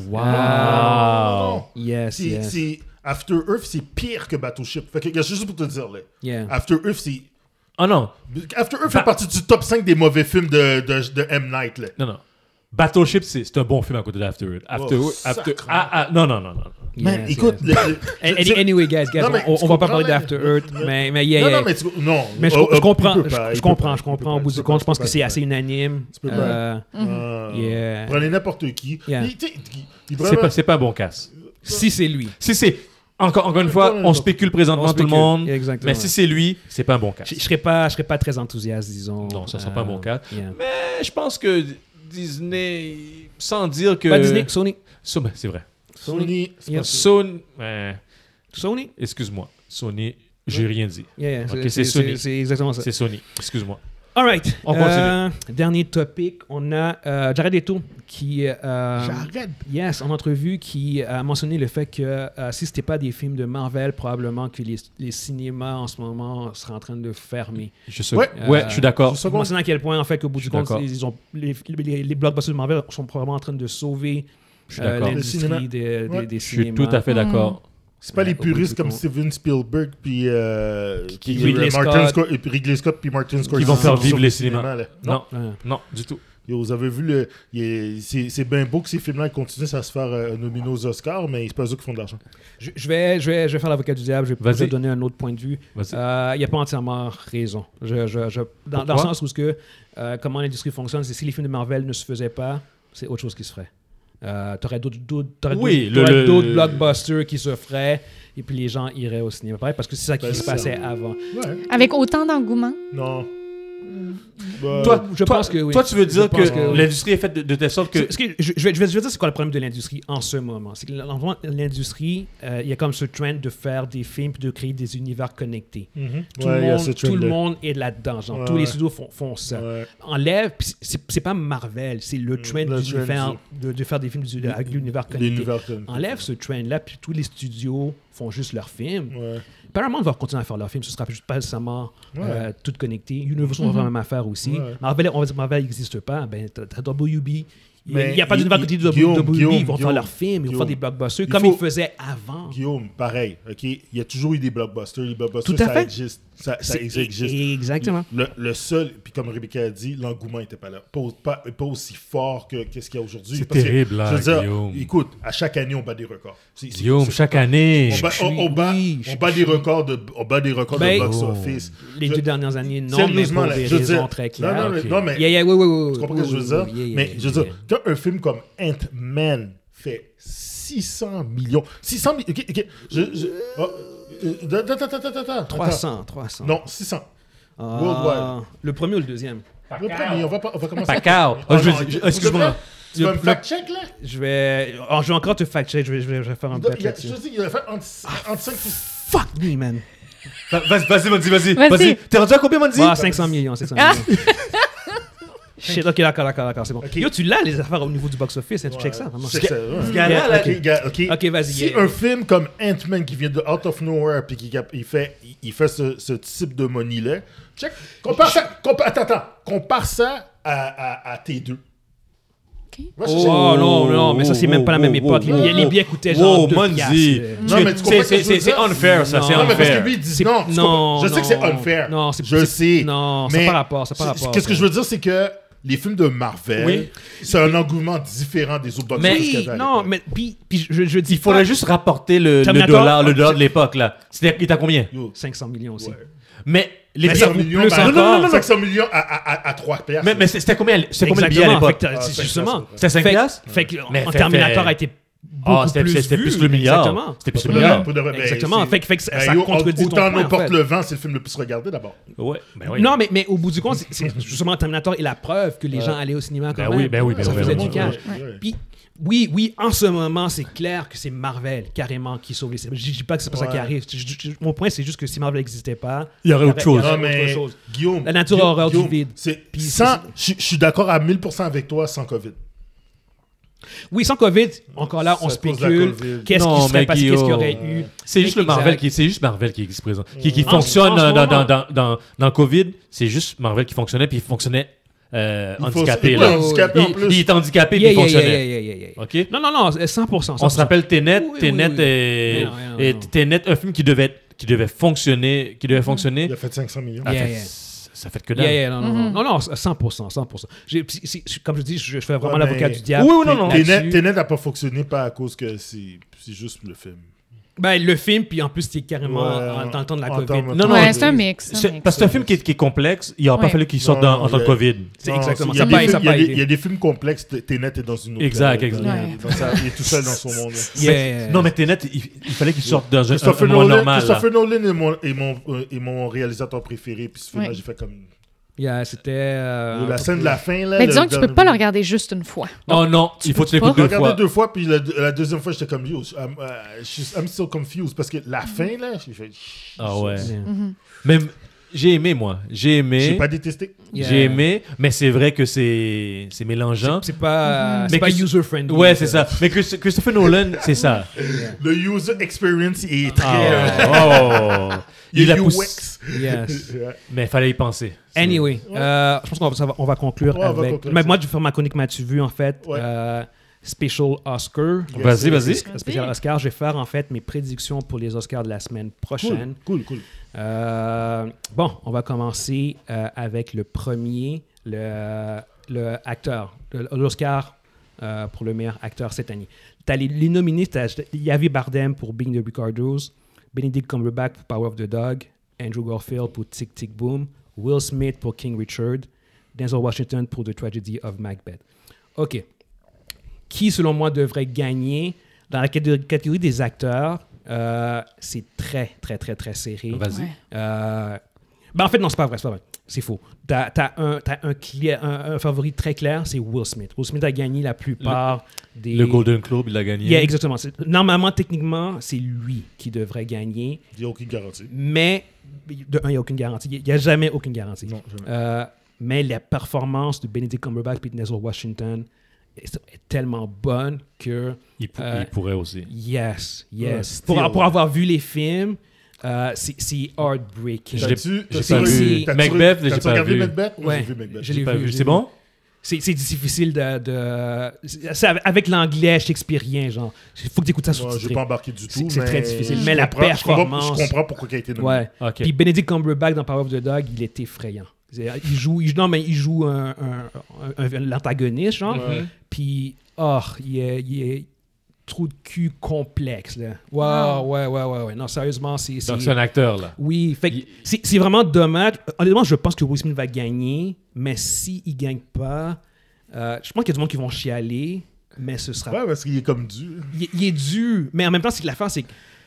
Speaker 2: Wow!
Speaker 1: Yes,
Speaker 3: C'est,
Speaker 1: yes.
Speaker 3: c'est- After Earth, c'est pire que Battleship. Fait que, regarde, juste pour te dire, là.
Speaker 1: Yeah.
Speaker 3: After Earth, c'est.
Speaker 2: Oh non,
Speaker 3: After Earth
Speaker 2: Ba-
Speaker 3: fait partie du top cinq des mauvais films de, de, de M. Night, là.
Speaker 2: non, non. Battleship, c'est c'est un bon film à côté d'After Earth. After,
Speaker 3: Oh,
Speaker 2: After,
Speaker 3: sacrement.
Speaker 2: ah, ah, non, non, non, non.
Speaker 3: Man,
Speaker 1: Yes,
Speaker 3: écoute,
Speaker 1: yes.
Speaker 3: le- le-
Speaker 1: Any-
Speaker 3: c'est-
Speaker 1: Anyway, guys, guys,
Speaker 3: Non, mais
Speaker 1: on,
Speaker 3: tu
Speaker 1: on va pas
Speaker 3: comprends,
Speaker 1: parler
Speaker 3: là?
Speaker 1: d'After Earth, mais, mais yeah,
Speaker 3: Non,
Speaker 1: yeah.
Speaker 3: non, mais tu, non.
Speaker 1: Mais je,
Speaker 3: Oh,
Speaker 1: je
Speaker 3: oh,
Speaker 1: comprends,
Speaker 3: il peut
Speaker 1: je,
Speaker 3: pas,
Speaker 1: je
Speaker 3: il peut
Speaker 1: comprends,
Speaker 3: pas,
Speaker 1: je
Speaker 3: il peut
Speaker 1: comprends.
Speaker 3: pas,
Speaker 1: Au bout
Speaker 3: il
Speaker 1: du
Speaker 3: peut
Speaker 1: compte,
Speaker 3: pas,
Speaker 1: je pense
Speaker 3: il
Speaker 1: que
Speaker 3: peut
Speaker 1: c'est
Speaker 3: pas.
Speaker 1: assez unanime.
Speaker 3: Tu peux pas.
Speaker 1: Euh,
Speaker 3: Euh,
Speaker 1: Yeah.
Speaker 3: Prenez n'importe qui.
Speaker 1: Yeah.
Speaker 3: Il- tu sais, il- il
Speaker 2: C'est
Speaker 3: vraiment-
Speaker 2: pas, c'est pas un bon casse.
Speaker 1: Si c'est lui.
Speaker 2: Si c'est... Encore, encore une fois, on spécule présentement
Speaker 1: On
Speaker 2: tout le
Speaker 1: spécule,
Speaker 2: monde.
Speaker 1: exactement.
Speaker 2: Mais si c'est lui, c'est pas un bon casse.
Speaker 1: Je, je serais pas, je serais pas très enthousiaste, disons.
Speaker 2: Non, ça sera pas un bon cas.
Speaker 1: Yeah.
Speaker 2: Mais je pense que Disney, sans dire que...
Speaker 1: Pas Disney, Sony.
Speaker 2: So- ben, c'est vrai.
Speaker 3: Sony, c'est
Speaker 1: Yeah.
Speaker 3: pas ça.
Speaker 2: Sony... ouais,
Speaker 1: Sony?
Speaker 2: excuse-moi. Sony, j'ai rien dit.
Speaker 1: Yeah, yeah,
Speaker 2: Ok,
Speaker 1: c'est-
Speaker 2: c'est
Speaker 1: c'est
Speaker 2: Sony.
Speaker 1: c'est exactement ça.
Speaker 2: C'est Sony. Excuse-moi.
Speaker 1: All right.
Speaker 2: On continue.
Speaker 1: Euh, dernier topic, on a euh, Jared Leto qui, euh,
Speaker 3: J'arrête.
Speaker 1: yes, en entrevue, qui a mentionné le fait que euh, si c'était pas des films de Marvel, probablement que les, les cinémas en ce moment seraient en train de fermer.
Speaker 2: Je sais.
Speaker 3: Ouais.
Speaker 2: Ouais,
Speaker 1: Euh,
Speaker 2: je suis d'accord.
Speaker 3: je
Speaker 1: Il mentionne à quel point, en fait, qu'au bout
Speaker 2: Je
Speaker 1: du
Speaker 2: suis
Speaker 1: compte,
Speaker 2: d'accord.
Speaker 1: ils ont, les, les, les blockbusters de Marvel sont probablement en train de sauver
Speaker 2: Je suis
Speaker 1: euh,
Speaker 2: d'accord.
Speaker 3: Le cinéma.
Speaker 1: l'industrie des, des,
Speaker 3: Ouais.
Speaker 1: des
Speaker 2: Je suis
Speaker 1: cinémas.
Speaker 2: tout à fait d'accord.
Speaker 3: C'est pas
Speaker 1: Ouais,
Speaker 3: les
Speaker 1: au bout
Speaker 3: puristes
Speaker 1: du
Speaker 3: comme
Speaker 1: compte.
Speaker 3: Steven Spielberg puis euh,
Speaker 1: Qui-
Speaker 3: puis,
Speaker 1: Ridley
Speaker 3: euh, Martin
Speaker 1: Scott.
Speaker 3: Scott et puis Ridley Scott puis Martin Scorsese
Speaker 2: vont faire
Speaker 3: sur
Speaker 2: vivre
Speaker 3: le
Speaker 2: les
Speaker 3: cinéma,
Speaker 2: cinémas.
Speaker 3: là.
Speaker 2: Non,
Speaker 1: Ouais.
Speaker 2: non, du tout.
Speaker 3: Yo, vous avez vu le il est- c'est c'est bien beau que ces films-là continuent à se faire euh, nominer aux Oscars, mais c'est pas eux qui font de l'argent.
Speaker 1: Je, je vais, je, vais, je vais faire l'avocat du diable, je vais
Speaker 2: Vas-y.
Speaker 1: peut-être donner un autre point de vue.
Speaker 2: Vas-y.
Speaker 1: Euh, Il n'y a pas entièrement raison. Je, je, je, dans, dans le
Speaker 2: Pourquoi?
Speaker 1: sens où ce que, euh, comment l'industrie fonctionne, c'est si les films de Marvel ne se faisaient pas, c'est autre chose qui se ferait. Euh, tu aurais d'autres, d'autres, t'aurais
Speaker 2: Oui,
Speaker 1: d'autres,
Speaker 2: le-
Speaker 1: t'aurais d'autres
Speaker 2: le-
Speaker 1: blockbusters qui se feraient et puis les gens iraient au cinéma. Pareil, parce que c'est ça qui
Speaker 3: Ben,
Speaker 1: se
Speaker 3: c'est
Speaker 1: passait
Speaker 3: ça.
Speaker 1: avant.
Speaker 3: Ouais.
Speaker 4: Avec autant d'engouement.
Speaker 3: Non. Bah,
Speaker 2: Toi,
Speaker 1: je
Speaker 2: toi,
Speaker 1: pense que oui.
Speaker 2: Toi, tu veux
Speaker 1: Je
Speaker 2: dire
Speaker 1: pense
Speaker 2: que,
Speaker 1: que oui.
Speaker 2: l'industrie est faite de, de telle sorte que...
Speaker 1: C'est- ce que je, je vais, je, vais, je vais dire c'est quoi le problème de l'industrie en ce moment. C'est que l'en- l'industrie, euh, il y a comme ce trend de faire des films puis de créer des univers connectés.
Speaker 3: mhm.
Speaker 1: Tout,
Speaker 3: Ouais,
Speaker 1: le,
Speaker 3: il y a
Speaker 1: monde,
Speaker 3: ce
Speaker 1: tout le
Speaker 3: trend-là.
Speaker 1: monde est là-dedans. Genre,
Speaker 3: Ouais,
Speaker 1: tous les
Speaker 3: ouais.
Speaker 1: studios font, font ça.
Speaker 3: Ouais.
Speaker 1: Enlève, puis c'est c'est pas Marvel, c'est le trend,
Speaker 3: le
Speaker 1: du-
Speaker 3: trend
Speaker 1: faire- de, de faire des films du- avec l'univers connecté.
Speaker 3: L'univers connecté.
Speaker 1: Enlève ce trend-là, puis tous les studios font juste leurs films.
Speaker 3: Ouais.
Speaker 1: Paramount va continuer à faire leurs films, ce sera juste pas nécessairement
Speaker 3: Ouais.
Speaker 1: euh, tout connecté. Universal va faire la même affaire aussi.
Speaker 3: Ouais.
Speaker 1: Marvel, on va dire Marvel n'existe pas, ben t'as t'as W B. Il
Speaker 3: Mais
Speaker 1: n'y a pas d'univers
Speaker 3: il-
Speaker 1: connecté de
Speaker 3: Guillaume,
Speaker 1: W B,
Speaker 3: Guillaume,
Speaker 1: ils vont faire
Speaker 3: Guillaume,
Speaker 1: leurs films, ils vont
Speaker 3: Guillaume.
Speaker 1: faire des blockbusters
Speaker 3: Il
Speaker 1: comme
Speaker 3: faut-
Speaker 1: ils faisaient avant.
Speaker 3: Guillaume, pareil, ok? Il y a toujours eu des blockbusters. Les blockbusters,
Speaker 1: Tout à
Speaker 3: ça
Speaker 1: fait.
Speaker 3: existe. Ça, ça
Speaker 1: C'est-
Speaker 3: existe.
Speaker 1: Exactement.
Speaker 3: Le, le seul, puis comme Rebecca a dit, l'engouement n'était pas là. Pas, pas, pas aussi fort que qu'est-ce qu'il y a aujourd'hui.
Speaker 2: C'est
Speaker 3: Parce que,
Speaker 2: terrible, là,
Speaker 3: je veux dire,
Speaker 2: Guillaume.
Speaker 3: écoute, à chaque année, on bat des records. C'est- c'est-
Speaker 2: Guillaume,
Speaker 3: c'est-
Speaker 2: chaque année...
Speaker 3: On bat, on, on bat,
Speaker 1: Oui,
Speaker 3: on
Speaker 1: je-
Speaker 3: bat des records de, on bat des records
Speaker 1: Ben,
Speaker 3: de box
Speaker 2: oh.
Speaker 3: office.
Speaker 1: Les
Speaker 3: Je-
Speaker 1: deux dernières années, non, mais
Speaker 3: Sérieusement,
Speaker 1: pour
Speaker 3: là,
Speaker 1: des
Speaker 3: je veux
Speaker 1: raisons
Speaker 3: dire,
Speaker 1: très
Speaker 3: non,
Speaker 1: claires.
Speaker 3: non, mais,
Speaker 2: Ok.
Speaker 3: non, mais
Speaker 1: Yeah, yeah, oui, oui, oui.
Speaker 3: tu comprends
Speaker 1: oui,
Speaker 3: ce que je
Speaker 1: oui,
Speaker 3: veux dire?
Speaker 1: oui, yeah, yeah,
Speaker 3: Mais
Speaker 1: yeah,
Speaker 3: je veux dire,
Speaker 1: yeah.
Speaker 3: quand un film comme Ant-Man fait six cents millions, six cents millions, ok, ok, je, je, oh, euh, attends, attends, attends, attends, attends.
Speaker 1: trois cents, trois cents.
Speaker 3: Non, six cents.
Speaker 1: Ah,
Speaker 3: Worldwide.
Speaker 1: le premier ou le deuxième?
Speaker 3: Le premier, on va, pas- on va commencer.
Speaker 2: Pacao.
Speaker 3: Oh,
Speaker 2: Oh, je
Speaker 3: non,
Speaker 2: veux- je-
Speaker 3: pour
Speaker 2: excuse-moi.
Speaker 3: de vrai, Tu
Speaker 1: Le-
Speaker 3: vas me
Speaker 1: le-
Speaker 3: fact-check, là?
Speaker 1: Je vais... oh, je vais encore te fact-check, je vais, je vais, je vais faire un
Speaker 3: Il doit-
Speaker 1: bet
Speaker 3: il a-
Speaker 1: là-dessus.
Speaker 3: Je te dis, il a fait entre entre cinq et
Speaker 1: Fuck me, man.
Speaker 2: Va- Vas-y, vas-y, Mondi, vas-y.
Speaker 4: Vas-y.
Speaker 2: Vas-y. T'es rendu à combien, Mondi?
Speaker 1: Ah, cinq cents millions, cinq cents
Speaker 4: Ah!
Speaker 1: millions. Shit, ok, d'accord, d'accord, d'accord, c'est bon.
Speaker 3: Ok.
Speaker 1: Yo, tu l'as, les affaires au niveau du box-office, hein, tu
Speaker 3: Ouais,
Speaker 1: check ça, vraiment.
Speaker 3: check ça, ouais.
Speaker 2: Ce gars-là, là,
Speaker 3: Ok, gars, ok.
Speaker 1: Ok, vas-y,
Speaker 3: Si
Speaker 1: yeah.
Speaker 3: un film comme Ant-Man qui vient de Out of Nowhere puis qui cap- il fait, il- il fait ce, ce type de money-là, check. Compare ça, compare, attends, attends. Compare ça à, à, à T deux. Va chercher-
Speaker 1: Oh non, non, mais ça, c'est même pas la même époque. Les
Speaker 2: wow,
Speaker 1: billets,
Speaker 2: wow.
Speaker 1: les billets coûtaient genre
Speaker 2: Wow,
Speaker 1: deux
Speaker 2: Monzi.
Speaker 1: piastres.
Speaker 3: Non, mais tu comprends
Speaker 2: C'est-
Speaker 3: ce que
Speaker 2: c'est-
Speaker 3: je veux
Speaker 2: c'est- c'est
Speaker 3: dire?
Speaker 2: unfair, ça,
Speaker 1: Non.
Speaker 2: c'est
Speaker 3: Non, mais parce que
Speaker 2: unfair.
Speaker 3: lui, il dit
Speaker 1: C'est-
Speaker 3: non. tu
Speaker 1: non,
Speaker 3: comprends? Je sais que c'est
Speaker 1: non.
Speaker 3: unfair.
Speaker 1: Non, c'est-
Speaker 3: Je
Speaker 1: c'est-
Speaker 3: sais.
Speaker 1: non, ça
Speaker 3: mais
Speaker 1: n'a pas rapport, ça n'a pas
Speaker 3: c'est-
Speaker 1: rapport.
Speaker 3: Qu'est-ce que je veux dire, c'est que les films de Marvel,
Speaker 2: Oui.
Speaker 3: c'est un engouement différent des autres box
Speaker 2: Mais-
Speaker 3: office qu'il y
Speaker 1: Oui,
Speaker 3: avait à
Speaker 1: non,
Speaker 3: l'époque.
Speaker 1: mais puis, puis je, je dis
Speaker 2: Il faudrait
Speaker 1: pas
Speaker 2: juste rapporter le, le
Speaker 1: Terminator,
Speaker 2: dollar, le
Speaker 3: ah,
Speaker 2: dollar
Speaker 3: c'est-
Speaker 2: de l'époque, là. C'était, il était à combien?
Speaker 3: Yo,
Speaker 1: cinq cents millions aussi.
Speaker 3: ouais.
Speaker 2: Mais les
Speaker 3: cinq
Speaker 2: billets...
Speaker 3: cents millions,
Speaker 1: plus
Speaker 3: ben,
Speaker 1: encore.
Speaker 3: non, non, non, cinq cents millions à, à, à, à trois piastres.
Speaker 2: Mais, mais c'était combien, c'était combien de billets à
Speaker 1: Exactement,
Speaker 2: l'époque?
Speaker 1: fait que t'as-
Speaker 3: Ah,
Speaker 1: c'est
Speaker 3: cinq
Speaker 1: justement.
Speaker 3: piastres,
Speaker 2: C'était cinq
Speaker 1: Fait,
Speaker 2: piastres?
Speaker 1: fait que
Speaker 2: Mais
Speaker 1: en
Speaker 2: fait-
Speaker 1: Terminator
Speaker 2: fait-
Speaker 1: a été
Speaker 2: Ah,
Speaker 1: beaucoup
Speaker 2: c'était,
Speaker 1: plus
Speaker 2: c'était
Speaker 1: vu.
Speaker 2: plus le milliard.
Speaker 1: Exactement.
Speaker 2: C'était plus le
Speaker 3: Pour de vrai,
Speaker 2: milliard.
Speaker 3: pour de vrai, ben,
Speaker 1: Exactement.
Speaker 3: c'est-
Speaker 1: Fait que- fait que ça-
Speaker 3: ben,
Speaker 1: ça
Speaker 3: yo,
Speaker 1: contredit ton
Speaker 3: Autant
Speaker 1: point, en
Speaker 3: n'importe
Speaker 1: fait.
Speaker 3: le vent, c'est le film le plus regardé d'abord.
Speaker 2: Ouais, ben oui.
Speaker 1: Non, mais, mais au bout du compte, c'est- c'est justement Terminator est la preuve que les gens allaient au cinéma quand
Speaker 2: Ben
Speaker 1: même.
Speaker 2: oui, ben oui, ben
Speaker 1: ça
Speaker 2: oui,
Speaker 1: faisait
Speaker 2: ben
Speaker 1: du
Speaker 2: oui,
Speaker 1: cash.
Speaker 3: ouais, ouais.
Speaker 1: Puis, oui, oui, en ce moment, c'est clair que c'est Marvel, carrément, qui sauve les cinémas. Je dis pas que c'est pas ça
Speaker 3: Ouais.
Speaker 1: qui arrive. Je- je- je- Mon point, c'est juste que si Marvel n'existait pas,
Speaker 2: Il y aurait autre chose.
Speaker 1: il y aurait
Speaker 3: Non, mais
Speaker 1: autre chose.
Speaker 3: Guillaume,
Speaker 1: La nature
Speaker 3: Guillaume,
Speaker 1: horreur du
Speaker 3: Guillaume,
Speaker 1: vide.
Speaker 3: c'est-
Speaker 1: Puis
Speaker 3: sans- Je je suis d'accord à mille pour cent avec toi sans COVID.
Speaker 1: Oui, sans COVID, encore là, on
Speaker 3: C'est à cause de la
Speaker 1: spécule.
Speaker 3: COVID.
Speaker 1: Qu'est-ce
Speaker 2: Non,
Speaker 1: qui serait
Speaker 2: mais
Speaker 1: passé, qu'est-ce qu'il y aurait
Speaker 2: Guillaume,
Speaker 1: eu.
Speaker 2: C'est juste le
Speaker 1: Exact.
Speaker 2: Marvel qui, c'est juste Marvel qui, qui se présente, qui, qui
Speaker 1: En-
Speaker 2: fonctionne
Speaker 1: en ce
Speaker 2: dans, dans,
Speaker 1: moment.
Speaker 2: dans, dans, dans le Covid. C'est juste Marvel qui fonctionnait, puis il fonctionnait euh,
Speaker 3: Il faut-
Speaker 2: handicapé.
Speaker 3: il
Speaker 2: là.
Speaker 3: est handicapé en
Speaker 2: Il,
Speaker 3: plus.
Speaker 2: il est handicapé,
Speaker 1: Yeah,
Speaker 2: puis il
Speaker 1: yeah, yeah,
Speaker 2: fonctionnait.
Speaker 1: yeah, yeah, yeah, yeah.
Speaker 2: OK?
Speaker 1: Non, non, non, cent pour cent.
Speaker 2: On se rappelle Tenet.
Speaker 1: Oui, oui,
Speaker 2: Tenet
Speaker 1: oui, oui.
Speaker 2: est,
Speaker 1: Non, non, non,
Speaker 2: est-
Speaker 1: non.
Speaker 2: Tenet, un film qui devait, qui devait fonctionner, qui devait fonctionner.
Speaker 3: Il a fait cinq cents millions.
Speaker 2: a
Speaker 1: Yeah,
Speaker 2: fait-
Speaker 1: yeah.
Speaker 2: Ça fait que dalle.
Speaker 1: Yeah, yeah, non, non, non,
Speaker 4: Mhm.
Speaker 1: non, non, cent pour cent, cent pour cent. J'ai- c'est- c'est- Comme je dis, je, je fais vraiment
Speaker 3: Ouais,
Speaker 1: l'avocat
Speaker 3: mais-
Speaker 1: du diable.
Speaker 2: Oui, oui, non, non.
Speaker 1: là-dessus.
Speaker 3: Tenet Tenet n'a pas fonctionné pas à cause que c'est c'est juste le film.
Speaker 1: Ben, le film, puis en plus, c'était carrément
Speaker 3: Ouais,
Speaker 1: en- dans le temps de la
Speaker 3: en
Speaker 1: COVID.
Speaker 3: termes-
Speaker 2: Non, non,
Speaker 4: Ouais,
Speaker 2: de-
Speaker 4: c'est un mix. un
Speaker 2: C'est-
Speaker 4: mix.
Speaker 2: Parce que c'est un film qui est, qui est complexe. Il n'aurait pas
Speaker 4: Ouais.
Speaker 2: fallu qu'il sorte
Speaker 3: Non,
Speaker 2: dans- en temps de
Speaker 3: il y a-
Speaker 2: COVID.
Speaker 1: C'est
Speaker 3: Non,
Speaker 1: exactement
Speaker 3: il y
Speaker 1: ça.
Speaker 3: a
Speaker 1: n'a
Speaker 3: des
Speaker 1: pas-
Speaker 3: films-
Speaker 1: ça a
Speaker 3: il y a
Speaker 1: pas
Speaker 3: des-
Speaker 1: aidé.
Speaker 3: Il y a des films complexes, Tenet est dans une autre
Speaker 2: Exact,
Speaker 3: planète,
Speaker 2: exact.
Speaker 3: là. Dans sa- Il est tout seul dans son monde. là.
Speaker 1: Yeah.
Speaker 2: Non, mais Tenet, il, il fallait qu'il sorte dans un, un,
Speaker 3: Christopher
Speaker 2: un moment
Speaker 3: Nolan,
Speaker 2: normal. là.
Speaker 3: Christopher Nolan est mon, est mon, euh, est mon réalisateur préféré. Puis ce film-là,
Speaker 4: Ouais.
Speaker 3: j'ai fait comme.
Speaker 1: Yeah, c'était... euh,
Speaker 3: la
Speaker 1: un
Speaker 3: scène
Speaker 1: peu-
Speaker 3: de la fin, là.
Speaker 4: Mais
Speaker 3: le
Speaker 4: disons que tu peux
Speaker 3: dernier-
Speaker 4: pas le regarder juste une fois.
Speaker 2: Oh non, il faut que tu
Speaker 4: peux
Speaker 2: l'écoutes
Speaker 3: J'ai
Speaker 2: deux
Speaker 3: regardé
Speaker 2: fois.
Speaker 3: deux fois, puis la, la deuxième fois, j'étais comme, yo, I'm, uh, she's- I'm still confused. Parce que la fin, là, j'ai fait.
Speaker 2: Ah ouais.
Speaker 1: Yeah.
Speaker 2: Même, j'ai aimé, moi. J'ai
Speaker 3: J'ai
Speaker 2: aimé.
Speaker 3: pas détesté.
Speaker 1: Yeah.
Speaker 2: J'ai aimé, mais c'est vrai que c'est c'est mélangeant.
Speaker 1: C'est pas, c'est
Speaker 2: Mais
Speaker 1: pas
Speaker 2: que-
Speaker 1: user-friendly.
Speaker 2: Ouais, c'est ça. Mais Christ- Christopher Nolan, c'est ça.
Speaker 3: Le user experience est très.
Speaker 2: Ah, oh.
Speaker 3: Il
Speaker 2: Il
Speaker 3: est
Speaker 2: a
Speaker 3: U
Speaker 2: poussé.
Speaker 3: X.
Speaker 1: Yes.
Speaker 3: Ouais.
Speaker 2: Mais il fallait y penser.
Speaker 1: Anyway, euh, je pense qu'on va, ça va- on va conclure
Speaker 3: Ouais, on va
Speaker 1: avec...
Speaker 3: conclure
Speaker 1: Mais
Speaker 3: ça.
Speaker 1: moi, je vais faire ma chronique M'as-tu vu, en fait.
Speaker 3: Ouais.
Speaker 1: Euh, Special Oscar.
Speaker 3: Yes,
Speaker 2: Vas-y,
Speaker 3: yes,
Speaker 2: vas-y.
Speaker 3: yes.
Speaker 1: Un spécial Oscar. Je vais faire en fait mes prédictions pour les Oscars de la semaine prochaine.
Speaker 3: Cool, cool, cool.
Speaker 1: Euh, bon, on va commencer euh, avec le premier, le, le acteur, le- l'Oscar euh, pour le meilleur acteur cette année. T'as les, les nominés, t'as Javier Bardem pour Being the Ricardos, Benedict Cumberbatch pour Power of the Dog, Andrew Garfield pour Tick Tick Boom, Will Smith pour King Richard, Denzel Washington pour The Tragedy of Macbeth. OK. Qui, selon moi, devrait gagner dans la catégorie catégorie des acteurs? Euh, c'est très, très, très, très serré.
Speaker 2: Vas-y.
Speaker 4: Ouais.
Speaker 1: Euh, ben en fait, non, c'est pas vrai, c'est pas vrai. C'est faux. T'as, t'as un, t'as un, clia- un, un favori très clair, c'est Will Smith. Will Smith a gagné la plupart des...
Speaker 2: Le Golden Globe, il a gagné.
Speaker 1: Yeah, exactement. C'est- Normalement, techniquement, c'est lui qui devrait gagner.
Speaker 3: Il n'y a aucune garantie.
Speaker 1: Mais, de un, il n'y a aucune garantie. Il n'y a jamais aucune garantie.
Speaker 3: Non, jamais.
Speaker 1: Euh, mais la performance de Benedict Cumberbatch et de Denzel Washington est, est tellement bonne que...
Speaker 2: Il, pou-
Speaker 1: Euh,
Speaker 2: il pourrait aussi.
Speaker 1: Yes,
Speaker 3: Ouais,
Speaker 1: yes.
Speaker 3: still,
Speaker 1: pour, pour
Speaker 3: ouais.
Speaker 1: avoir vu les films, euh, c'est, c'est heartbreaking.
Speaker 2: Je l'ai-
Speaker 3: T'as-tu-
Speaker 2: j'ai
Speaker 3: t'as-tu
Speaker 1: pas
Speaker 3: re-
Speaker 1: vu.
Speaker 3: t'as-tu
Speaker 2: Macbeth,
Speaker 3: re-
Speaker 2: j'ai
Speaker 3: t'as-tu
Speaker 2: pas
Speaker 3: regardé
Speaker 2: vu.
Speaker 3: Macbeth? Moi,
Speaker 1: Ouais,
Speaker 3: j'ai vu Macbeth.
Speaker 1: je
Speaker 2: J'ai
Speaker 1: l'ai
Speaker 2: pas
Speaker 1: vu,
Speaker 2: vu.
Speaker 1: je
Speaker 2: C'est
Speaker 1: l'ai
Speaker 2: bon?
Speaker 1: C'est, c'est difficile de... de c'est avec l'anglais shakespearien, genre. Il faut que tu écoutes ça
Speaker 3: Moi,
Speaker 1: sous-titré.
Speaker 3: j'ai pas embarqué du tout.
Speaker 1: C'est- c'est
Speaker 3: mais
Speaker 1: très difficile.
Speaker 3: je
Speaker 1: Mais la
Speaker 3: comprends- je comprends-
Speaker 1: performance-
Speaker 3: Je comprends pourquoi il a été nommé.
Speaker 1: Ouais.
Speaker 2: OK.
Speaker 1: Puis Benedict Cumberbatch dans Power of the Dog, il est effrayant. C'est- Il joue, il, non, mais il joue un, un- un- un- l'antagoniste, genre.
Speaker 3: Ouais.
Speaker 1: Puis, oh, il est, il est trou de cul complexe, là. Wow,
Speaker 4: Wow.
Speaker 1: ouais, ouais, ouais, ouais. Non, sérieusement, c'est... c'est-
Speaker 2: Donc, c'est un acteur, là.
Speaker 1: Oui, fait que
Speaker 2: Il-
Speaker 1: c'est, c'est vraiment dommage. Honnêtement, je pense que Will Smith va gagner, mais s'il ne gagne pas, euh, je pense qu'il y a du monde qui vont chialer, mais ce sera...
Speaker 3: Ouais, parce qu'il est comme dû.
Speaker 1: Il, il est dû, mais en même temps, c'est que l'affaire, c'est que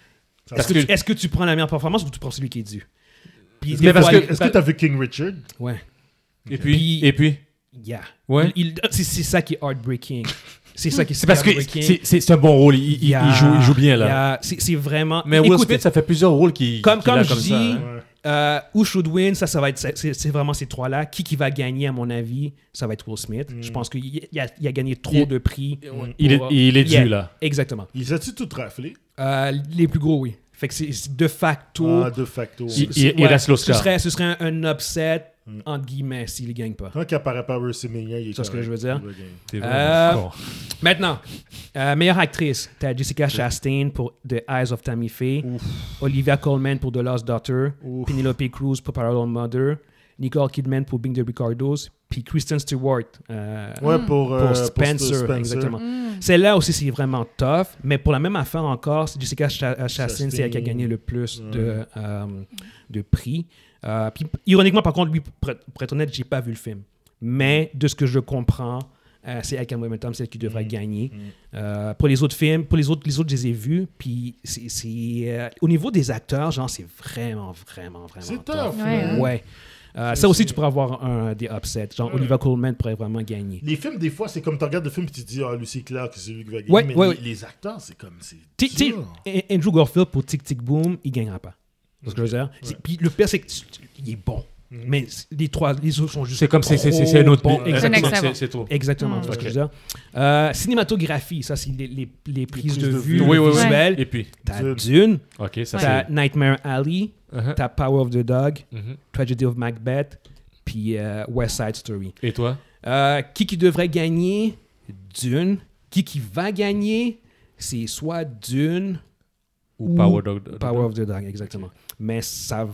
Speaker 3: Ça
Speaker 1: est-ce
Speaker 3: va.
Speaker 1: que, tu, est-ce que tu prends la meilleure performance ou tu prends celui qui est dû? Puis,
Speaker 3: Est-ce
Speaker 1: des
Speaker 3: que-
Speaker 1: fois,
Speaker 3: est-ce que-
Speaker 1: il-
Speaker 3: est-ce que tu as vu King Richard?
Speaker 1: Ouais,
Speaker 2: Et puis,
Speaker 1: Puis-
Speaker 2: et puis,
Speaker 1: yeah.
Speaker 2: ouais.
Speaker 1: Il- il- c'est, c'est ça qui est heartbreaking. C'est ça qui est
Speaker 2: C'est parce que
Speaker 1: heartbreaking.
Speaker 2: c'est, c'est, c'est un bon rôle. Il, il-
Speaker 1: Yeah,
Speaker 2: il joue, il joue bien, là.
Speaker 1: yeah. C'est, c'est vraiment...
Speaker 2: Mais Will
Speaker 1: Écoute,
Speaker 2: Smith, ça fait plusieurs rôles qu'il
Speaker 1: Comme-
Speaker 2: qu'il a
Speaker 1: comme je
Speaker 2: comme
Speaker 1: dis,
Speaker 2: ça. hein.
Speaker 3: Ouais.
Speaker 1: Euh, Who Should Win, ça, ça va être, c'est, c'est vraiment ces trois-là. Qui qui va gagner, à mon avis, ça va être Will Smith.
Speaker 3: Mm.
Speaker 1: Je pense qu'il il a, il a gagné trop
Speaker 2: Il-
Speaker 1: de prix.
Speaker 2: Il est,
Speaker 1: pour-
Speaker 2: il est dû,
Speaker 1: Yeah,
Speaker 2: là.
Speaker 1: Exactement.
Speaker 3: Ils ont-tu tout raflé?
Speaker 1: Euh, les plus gros, oui. Fait que c'est, c'est de facto...
Speaker 3: Ah, de facto.
Speaker 2: Il-
Speaker 1: c'est-
Speaker 2: il reste l'Oscar.
Speaker 1: Ce serait, ce serait un, un upset,
Speaker 3: Mm.
Speaker 1: entre guillemets, s'il ne gagne pas.
Speaker 3: Quand il apparaît pas à WrestleMania, il est
Speaker 1: C'est ce que
Speaker 3: correct.
Speaker 1: je veux dire.
Speaker 3: Il va gagner.
Speaker 2: C'est
Speaker 1: Euh,
Speaker 2: vraiment con.
Speaker 1: Maintenant, euh, meilleure actrice, t'as Jessica Chastain pour The Eyes of Tammy Faye,
Speaker 3: Ouf.
Speaker 1: Olivia Colman pour The Lost Daughter,
Speaker 3: Ouf.
Speaker 1: Penelope Cruz pour Parallel Mother, Nicole Kidman pour Being the Ricardos, puis Kristen Stewart euh,
Speaker 3: Ouais, pour, euh,
Speaker 1: pour
Speaker 3: pour
Speaker 1: Spencer,
Speaker 3: Spencer.
Speaker 1: exactement.
Speaker 4: Mm.
Speaker 1: Celle-là aussi, c'est vraiment tough, mais pour la même affaire encore, c'est Jessica Cha- euh, Chastain, c'est elle qui a
Speaker 3: Chastain.
Speaker 1: gagné le plus
Speaker 3: Ouais.
Speaker 1: de, euh, de prix. Euh, puis, ironiquement, par contre, lui, pour être, pour être honnête, j'ai pas vu le film. Mais de ce que je comprends, euh, c'est elle qui a momentum, celle qui devrait
Speaker 3: Mm.
Speaker 1: gagner.
Speaker 3: Mm.
Speaker 1: Euh, pour les autres films, pour les autres, les autres, je les ai vus. Puis c'est, c'est, euh, au niveau des acteurs, genre, c'est vraiment, vraiment, vraiment
Speaker 3: C'est
Speaker 1: tough.
Speaker 3: tough.
Speaker 4: Ouais,
Speaker 3: hein.
Speaker 1: Ouais. Euh,
Speaker 3: C'est-
Speaker 1: ça aussi,
Speaker 3: c'est-
Speaker 1: tu pourrais avoir un, des upsets. Genre,
Speaker 3: Ouais.
Speaker 1: Olivia Colman pourrait vraiment gagner.
Speaker 3: Les films, des fois, c'est comme tu regardes le film et tu te dis, ah, Lucy Clark, c'est lui qui va gagner.
Speaker 1: Ouais,
Speaker 3: mais
Speaker 1: ouais,
Speaker 3: les,
Speaker 1: ouais.
Speaker 3: les acteurs, c'est comme. C'est
Speaker 1: Tu sais,
Speaker 3: dur.
Speaker 1: Andrew Garfield pour Tic Tic Boom, il gagnera pas. C'est ce que je veux dire.
Speaker 3: Ouais.
Speaker 1: C'est- Puis le pire, c'est qu'il est bon.
Speaker 3: Mhm.
Speaker 1: Mais c- les trois, les autres sont juste.
Speaker 2: C'est comme c'est, c'est, c'est,
Speaker 1: trop
Speaker 2: c'est un autre
Speaker 1: bons.
Speaker 2: bit.
Speaker 3: C'est
Speaker 1: Exactement.
Speaker 4: excellent.
Speaker 2: C'est, c'est tout.
Speaker 1: Exactement,
Speaker 4: Mm.
Speaker 1: c'est ce que
Speaker 2: Ok.
Speaker 1: je veux dire. Euh, cinématographie, ça, c'est les, les, les prises
Speaker 3: prises
Speaker 1: de,
Speaker 3: de
Speaker 1: vue
Speaker 3: vue.
Speaker 2: Oui, oui, oui.
Speaker 1: visuelles.
Speaker 2: Et puis,
Speaker 1: T'as
Speaker 3: Dune.
Speaker 1: Dune,
Speaker 2: OK, ça
Speaker 1: t'as
Speaker 2: c'est...
Speaker 1: Nightmare Alley,
Speaker 2: Uh-huh.
Speaker 1: t'as Power of the Dog,
Speaker 2: Mhm.
Speaker 1: Tragedy of Macbeth, puis euh, West Side Story.
Speaker 2: Et toi?
Speaker 1: Euh, qui qui devrait gagner? Dune. Qui qui va gagner? C'est soit Dune
Speaker 2: Ou
Speaker 1: ou
Speaker 2: Power Dog?
Speaker 1: Power of the Dog, exactement. Mais ça...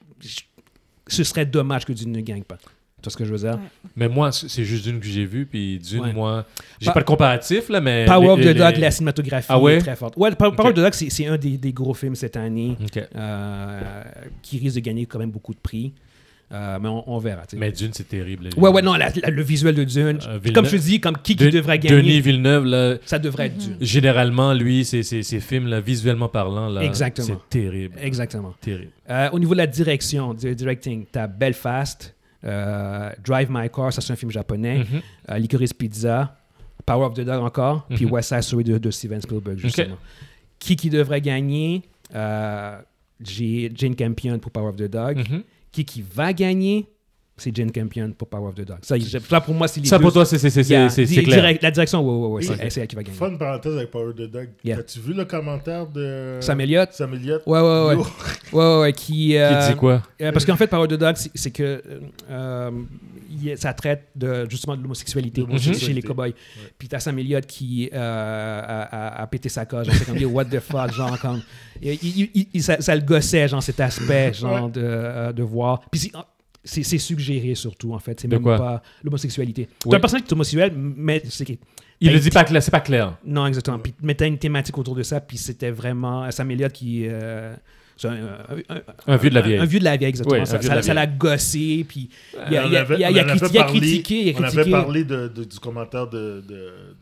Speaker 1: Ce serait dommage que Dune ne gagne pas. Tu vois ce que je veux dire?
Speaker 4: Ouais.
Speaker 2: Mais moi, c'est c'est juste Dune que j'ai vu, puis Dune,
Speaker 1: Ouais.
Speaker 2: moi... J'ai
Speaker 1: Pa-
Speaker 2: pas de comparatif, là, mais...
Speaker 1: Power
Speaker 2: les-
Speaker 1: of the
Speaker 2: les-
Speaker 1: Dog,
Speaker 2: les-
Speaker 1: la cinématographie
Speaker 2: Ah ouais?
Speaker 1: est très forte. Ouais, Power
Speaker 2: Ok.
Speaker 1: of the Dog, c'est c'est un des, des gros films cette année
Speaker 2: OK.
Speaker 1: euh, qui risque de gagner quand même beaucoup de prix. Euh, mais on, on verra. tu sais.
Speaker 2: Mais Dune, c'est terrible.
Speaker 1: Ouais, ouais, non, la- la- le visuel de Dune,
Speaker 2: Euh, Villeneuve-
Speaker 1: comme je te dis, comme qui, qui
Speaker 2: De-
Speaker 1: devrait gagner,
Speaker 2: Denis Villeneuve, là,
Speaker 1: ça devrait être Dune.
Speaker 2: généralement, lui, ses, ses, ses films, là, visuellement parlant, là,
Speaker 1: Exactement.
Speaker 2: c'est terrible.
Speaker 1: Exactement.
Speaker 2: Terrible.
Speaker 1: Euh, au niveau de la direction, du directing, t'as Belfast, euh, Drive My Car, ça c'est un film japonais,
Speaker 2: Mhm.
Speaker 1: euh, Licorice Pizza, Power of the Dog encore, puis
Speaker 2: Mhm.
Speaker 1: West Side Story de, de Steven Spielberg, justement. Qui qui devrait gagner? Euh, j'ai Jane Campion pour Power of the Dog.
Speaker 2: Mhm.
Speaker 1: Qui qui va gagner? c'est Jane Campion pour Power of the Dog. Ça, il- ça, pour moi, c'est les
Speaker 2: Ça
Speaker 1: deux.
Speaker 2: pour toi, c'est c'est- c'est-
Speaker 1: Yeah,
Speaker 2: c'est- c'est
Speaker 1: di-
Speaker 2: clair.
Speaker 1: direct- la direction, ouais, ouais, ouais, c'est,
Speaker 3: Oui.
Speaker 1: c'est elle qui va gagner.
Speaker 3: Fun parenthèse avec Power of the Dog.
Speaker 1: Yeah.
Speaker 3: As-tu vu le commentaire de
Speaker 1: Sam Elliott?
Speaker 3: Sam Elliott?
Speaker 1: Ouais, ouais, ouais.
Speaker 3: Yo.
Speaker 1: ouais, ouais, ouais, qui, euh,
Speaker 2: Qui dit quoi?
Speaker 1: euh, parce qu'en fait, Power of the Dog, c'est, c'est que euh, il y a- ça traite de, justement de l'homosexualité
Speaker 3: L'homosexualité.
Speaker 1: chez les cowboys. Puis t'as Sam Elliott qui euh, a, a- a pété sa coche. Genre, c'est comme dire what the fuck, genre comme. Il, il- il- il- ça, ça le gossait, genre cet aspect, genre
Speaker 3: Ouais.
Speaker 1: de, euh, de voir. Puis c'est, c'est, c'est suggéré surtout, en fait. C'est
Speaker 2: De
Speaker 1: même
Speaker 2: quoi?
Speaker 1: pas l'homosexualité.
Speaker 2: Oui.
Speaker 1: C'est un personnage qui est homosexuel, mais c'est.
Speaker 2: Il le
Speaker 1: T'as-
Speaker 2: dit pas clair, c'est pas clair.
Speaker 1: Non, exactement. Puis, mais t'as une thématique autour de ça, puis c'était vraiment Sam Elliott qui. euh, c'est un, un- un-
Speaker 2: Un vieux de la vieille.
Speaker 1: Un, un vieux de la vieille, exactement.
Speaker 2: Ouais, un
Speaker 1: ça,
Speaker 2: vieux de la
Speaker 1: ça, ça l'a
Speaker 2: vieille.
Speaker 1: gossé, puis il a,
Speaker 3: On
Speaker 1: il a-
Speaker 3: avait-
Speaker 1: il a-
Speaker 3: on
Speaker 1: il a
Speaker 3: en avait
Speaker 1: criti- il a
Speaker 3: parlé-
Speaker 1: critiqué. Il a
Speaker 3: On avait
Speaker 1: critiqué.
Speaker 3: parlé de, de- du commentaire de, de,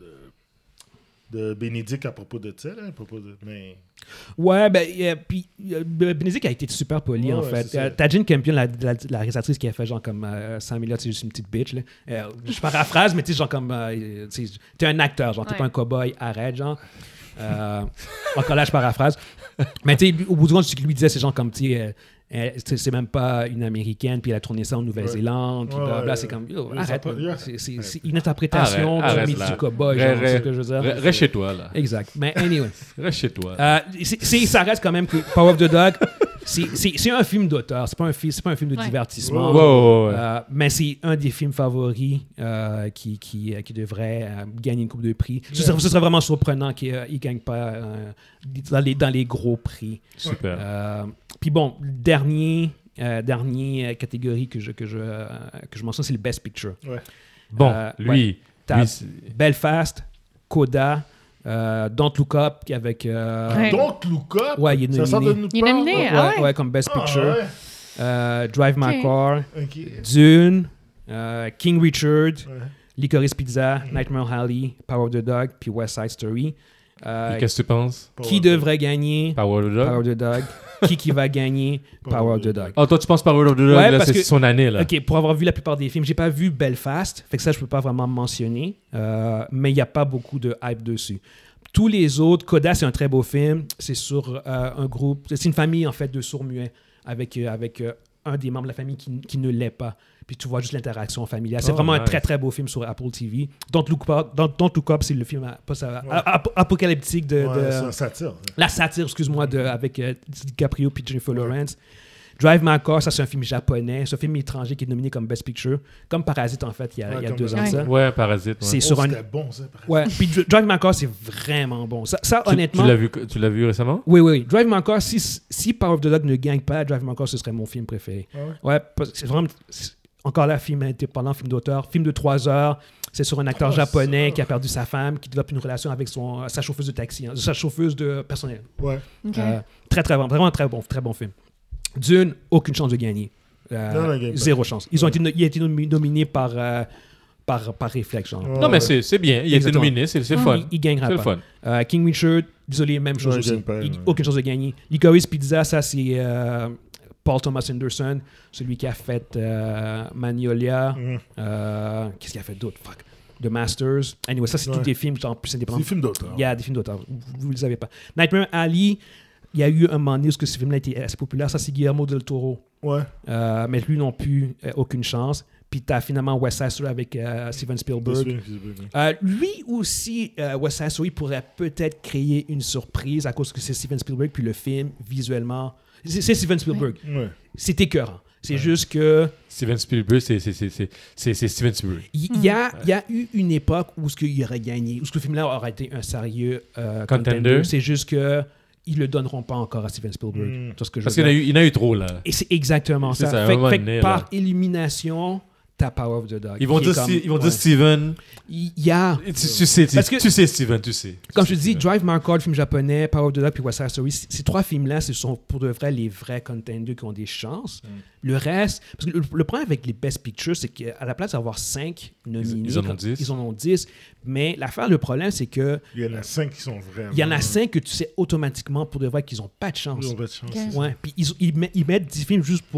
Speaker 3: de, de Bénédicte à propos de ça, là, à propos de... Mais...
Speaker 1: Ouais, ben, euh, puis euh, Bénédicte a été super poli,
Speaker 3: Ouais,
Speaker 1: en
Speaker 3: ouais,
Speaker 1: fait.
Speaker 3: c'est ça.
Speaker 1: Euh, T'as Jane Campion, la, la, la réalisatrice qui a fait genre comme euh, Sam Elliott, c'est juste une petite bitch, là. Euh, je paraphrase, mais tu sais, genre comme. euh, tu sais, t'es un acteur, genre, t'es
Speaker 4: Ouais.
Speaker 1: pas un cow-boy, arrête, genre. Euh, encore là, je paraphrase. Mais tu sais, lui- au bout du compte, ce qu'il lui disait, c'est genre comme, tu sais, euh, euh, c'est c'est même pas une américaine, puis elle a tourné ça en Nouvelle-Zélande, puis
Speaker 3: Ouais,
Speaker 1: blablabla,
Speaker 3: ouais,
Speaker 1: c'est comme, yo,
Speaker 3: ouais,
Speaker 1: arrête,
Speaker 3: ça peut-
Speaker 1: man.
Speaker 3: yeah.
Speaker 1: c'est c'est- c'est une interprétation
Speaker 2: Arrête,
Speaker 1: du
Speaker 2: arrête,
Speaker 1: mythe
Speaker 2: là.
Speaker 1: du cow-boy,
Speaker 2: Reste-
Speaker 1: genre, c'est ce que je veux dire.
Speaker 2: Reste reste chez toi, là.
Speaker 1: Exact. Mais anyway.
Speaker 2: Reste chez toi.
Speaker 1: Euh, c'est, c'est- ça reste quand même que Power of the Dog, c'est, c'est, c'est un film d'auteur, c'est pas un, fi- c'est pas un film de
Speaker 4: Ouais.
Speaker 1: divertissement.
Speaker 2: Ouais, ouais, ouais.
Speaker 1: Euh, mais c'est un des films favoris euh, qui, qui, euh, qui devrait euh, gagner une coupe de prix. Ce, serait, ce serait vraiment surprenant qu'il ne gagne pas euh, dans, les, dans les gros prix.
Speaker 2: Super.
Speaker 1: Euh, Puis bon, dernier, euh, dernier euh, catégorie que je, que, je, euh, que je mentionne, c'est le Best Picture.
Speaker 2: Bon,
Speaker 1: euh,
Speaker 2: lui,
Speaker 1: T'as
Speaker 2: lui, c'est-
Speaker 1: Belfast, Coda, euh, Don't Look Up avec... euh,
Speaker 4: Ouais.
Speaker 3: Don't Look Up?
Speaker 1: Ouais, il est
Speaker 3: Ça sort de
Speaker 1: nominé.
Speaker 3: nous
Speaker 4: Il est nominé,
Speaker 1: Ouais,
Speaker 4: ah ouais?
Speaker 1: ouais, comme Best
Speaker 3: Ah,
Speaker 1: Picture.
Speaker 3: ouais.
Speaker 1: Euh, Drive My
Speaker 4: Ok.
Speaker 1: Car,
Speaker 3: Ok.
Speaker 1: Dune, euh, King Richard,
Speaker 3: Ouais.
Speaker 1: Licorice Pizza, Nightmare Alley, Power of the Dog, puis West Side Story. Euh,
Speaker 2: et qu'est-ce que tu penses?
Speaker 1: qui devrait gagner
Speaker 2: Power of the Dog?
Speaker 1: Power of the Dog? Qui qui va gagner Power of the Dog?
Speaker 2: Oh, toi, tu penses Power of the Dog,
Speaker 1: Ouais,
Speaker 2: là,
Speaker 1: parce
Speaker 2: c'est
Speaker 1: que-
Speaker 2: son année, là.
Speaker 1: Ok, pour avoir vu la plupart des films, j'ai pas vu Belfast, fait que ça je peux pas vraiment mentionner, euh, mais il y a pas beaucoup de hype dessus. Tous les autres, Coda c'est un très beau film, c'est sur euh, un groupe, c'est une famille en fait de sourds-muets avec euh, avec euh, un des membres de la famille qui, qui ne l'est pas. Puis tu vois juste l'interaction familiale. C'est
Speaker 2: Oh,
Speaker 1: vraiment un
Speaker 2: nice.
Speaker 1: très très beau film sur Apple T V. Don't Look Up, Don't, Don't Look Up, c'est le film à- pas ça- a- ap- apocalyptique de,
Speaker 3: Ouais,
Speaker 1: de-
Speaker 3: c'est un satire. ça.
Speaker 1: la satire, excuse-moi, de, avec euh, DiCaprio puis Jennifer Lawrence. Drive My Car, ça c'est un film japonais, c'est un film étranger qui est nominé comme Best Picture, comme Parasite en fait, il y a,
Speaker 3: Ouais,
Speaker 1: il y a
Speaker 3: comme
Speaker 1: deux ans de
Speaker 3: Parasite.
Speaker 1: ça.
Speaker 2: Ouais, Parasite. Ouais.
Speaker 1: C'est
Speaker 3: Oh,
Speaker 1: sur un...
Speaker 3: c'était bon, ça. par
Speaker 1: Ouais, puis Dr- Drive My Car, c'est vraiment bon. Ça, ça
Speaker 2: Tu-
Speaker 1: honnêtement...
Speaker 2: Tu l'as vu, tu l'as vu récemment?
Speaker 1: Oui, oui, oui. Drive My Car, si, si Power of the Dog ne gagne pas, Drive My Car, ce serait mon film préféré.
Speaker 3: Ah ouais?
Speaker 1: Ouais, parce que c'est vraiment... c'est- Encore là, film indépendant, film d'auteur, film de trois heures. C'est sur un acteur
Speaker 3: Oh,
Speaker 1: japonais
Speaker 3: ça.
Speaker 1: qui a perdu sa femme, qui développe une relation avec son, sa chauffeuse de taxi, hein, sa chauffeuse de personnel.
Speaker 3: Ouais.
Speaker 4: Ok.
Speaker 1: Euh, très, très bon. Vraiment un très bon, très bon film. Dune, aucune chance de gagner. Euh,
Speaker 3: Non, non, il gagne pas.
Speaker 1: zéro chance. Ils ont été, no- il a été nomi- nominé par, euh, par, par réflexe. genre.
Speaker 3: Ouais,
Speaker 2: Non, mais
Speaker 3: ouais.
Speaker 2: c'est c'est bien. Il a été
Speaker 1: Exactement.
Speaker 2: nominé, c'est c'est le
Speaker 1: Il-
Speaker 2: fun.
Speaker 1: Il, gagnera
Speaker 2: C'est le
Speaker 1: pas.
Speaker 2: fun.
Speaker 1: Euh, King Richard, désolé, même chose
Speaker 3: Ouais, il
Speaker 1: aussi.
Speaker 3: gagne pas,
Speaker 1: Il-
Speaker 3: ouais.
Speaker 1: Aucune chance de gagner. Licorice Pizza, ça c'est euh, Paul Thomas Anderson, celui qui a fait euh, Magnolia.
Speaker 3: Mhm.
Speaker 1: Euh, Qu'est-ce qu'il a fait d'autre? Fuck. The Masters. Anyway, ça c'est
Speaker 3: Ouais.
Speaker 1: tous des films genre plus
Speaker 3: C'est
Speaker 1: indépendants.
Speaker 3: des films d'auteur.
Speaker 1: Il y a des films d'auteur. Vous ne le savez pas. Nightmare Alley, il y a eu un moment donné où ce film-là était assez populaire. Ça, c'est Guillermo del Toro.
Speaker 3: Ouais.
Speaker 1: Euh, mais lui non plus, euh, aucune chance. Puis tu as finalement West Side Story avec euh, Steven Spielberg.
Speaker 3: Spielberg, Spielberg.
Speaker 1: Euh, lui aussi, euh, West Side Story pourrait peut-être créer une surprise à cause que c'est Steven Spielberg. Puis le film, visuellement, c'est c'est Steven Spielberg.
Speaker 3: Ouais.
Speaker 1: C'est écœurant. C'est juste que
Speaker 2: Steven Spielberg, c'est c'est- c'est- c'est- c'est- c'est Steven Spielberg.
Speaker 1: il y, a, il y a eu une époque où ce qu'il aurait gagné, où ce que le film-là aurait été un sérieux euh,
Speaker 2: Contender.
Speaker 1: contender. C'est juste que ils le donneront pas encore à Steven Spielberg.
Speaker 3: Mm.
Speaker 1: C'est ce que je
Speaker 2: Parce
Speaker 1: veux
Speaker 2: qu'il y en a
Speaker 1: dire.
Speaker 2: eu, il y en a eu trop, là.
Speaker 1: Et c'est exactement
Speaker 2: C'est
Speaker 1: ça.
Speaker 2: ça, à un
Speaker 1: Fait,
Speaker 2: moment
Speaker 1: fait
Speaker 2: donné,
Speaker 1: que par
Speaker 2: là.
Speaker 1: élimination, t'as Power of the Dog.
Speaker 2: Ils vont
Speaker 1: qui est
Speaker 2: dire,
Speaker 1: comme-
Speaker 2: Sti- ils vont
Speaker 1: ouais.
Speaker 2: dire Steven.
Speaker 1: Il y a,
Speaker 2: Tu, tu sais, tu,
Speaker 1: Parce que-
Speaker 2: tu sais, Steven, tu sais.
Speaker 1: comme
Speaker 2: Tu
Speaker 1: je te
Speaker 2: sais,
Speaker 1: dis,
Speaker 2: Steven.
Speaker 1: Drive My Car, le film japonais, Power of the Dog puis West Side Story, c- ces trois films-là, ce sont pour de vrai les vrais contenders qui ont des chances. Le reste, parce que le, le problème avec les Best Pictures, c'est qu'à la place d'avoir cinq nominés,
Speaker 2: ils en ont
Speaker 1: comme-
Speaker 2: dix.
Speaker 1: Ils en ont dix. Mais l'affaire, le problème, c'est que
Speaker 3: Il y en a cinq qui sont vraiment.
Speaker 1: il y en a cinq que tu sais automatiquement pour de vrai qu'ils n'ont pas de chance.
Speaker 3: Ils ont pas de chance.
Speaker 4: Ok.
Speaker 1: Ouais. Puis ils, ils, met- ils mettent dix films juste pour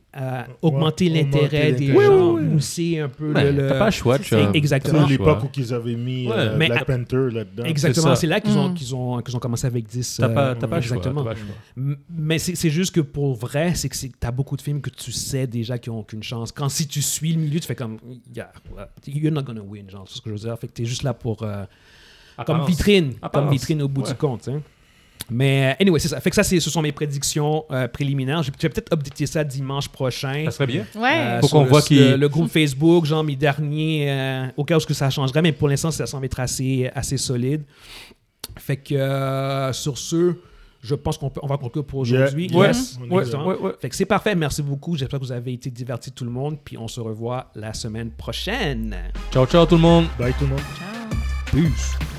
Speaker 1: euh, augmenter
Speaker 3: Ouais,
Speaker 1: l'intérêt
Speaker 3: augmenter
Speaker 1: des
Speaker 3: l'intérêt.
Speaker 1: gens,
Speaker 2: Oui, oui, oui.
Speaker 1: pousser un peu
Speaker 2: Ben,
Speaker 1: le... le-
Speaker 2: t'as pas le choix,
Speaker 1: c'est-
Speaker 2: tu vois.
Speaker 1: Exactement.
Speaker 3: C'est l'époque
Speaker 2: choix.
Speaker 3: où ils avaient mis
Speaker 2: Ouais.
Speaker 3: euh,
Speaker 1: Mais
Speaker 3: Black
Speaker 1: à-
Speaker 3: Panther là-dedans.
Speaker 1: Exactement,
Speaker 2: C'est ça.
Speaker 1: c'est là qu'ils ont,
Speaker 4: Mm.
Speaker 1: qu'ils ont, qu'ils ont commencé avec dix.
Speaker 2: T'as pas,
Speaker 1: euh,
Speaker 2: t'as pas le choix.
Speaker 1: exactement.
Speaker 2: T'as pas le choix.
Speaker 1: M- Mais c'est c'est juste que pour vrai, c'est que c'est- t'as beaucoup de films que tu sais déjà qui ont aucune chance. Quand si tu suis le milieu, tu fais comme, yeah, you're not gonna win, genre, c'est ce que je veux dire. Fait que t'es juste là pour, euh, comme
Speaker 2: Apparence.
Speaker 1: vitrine, comme
Speaker 2: Apparence.
Speaker 1: vitrine au bout
Speaker 2: Ouais.
Speaker 1: du compte, hein. Mais anyway, c'est ça. Fait que ça, c'est- ce sont mes prédictions euh, préliminaires. Je je vais peut-être updater ça dimanche prochain.
Speaker 2: Ça serait bien.
Speaker 4: Ouais.
Speaker 1: Euh,
Speaker 2: Pour
Speaker 1: sur
Speaker 2: qu'on
Speaker 1: le,
Speaker 2: voit qui-
Speaker 1: le, le groupe Facebook, genre mes derniers, euh, au cas où que ça changerait, mais pour l'instant, ça semble être assez, assez solide. Fait que euh, sur ce, je pense qu'on peut, on va conclure pour aujourd'hui.
Speaker 3: Yeah.
Speaker 2: Ouais.
Speaker 1: Yes.
Speaker 3: On est
Speaker 2: Ouais,
Speaker 1: Excellent.
Speaker 2: ouais, ouais.
Speaker 1: Fait que c'est parfait. Merci beaucoup. J'espère que vous avez été divertis tout le monde. Puis on se revoit la semaine prochaine.
Speaker 2: Ciao, ciao tout le monde.
Speaker 3: Bye tout le monde.
Speaker 4: Ciao.
Speaker 1: Peace.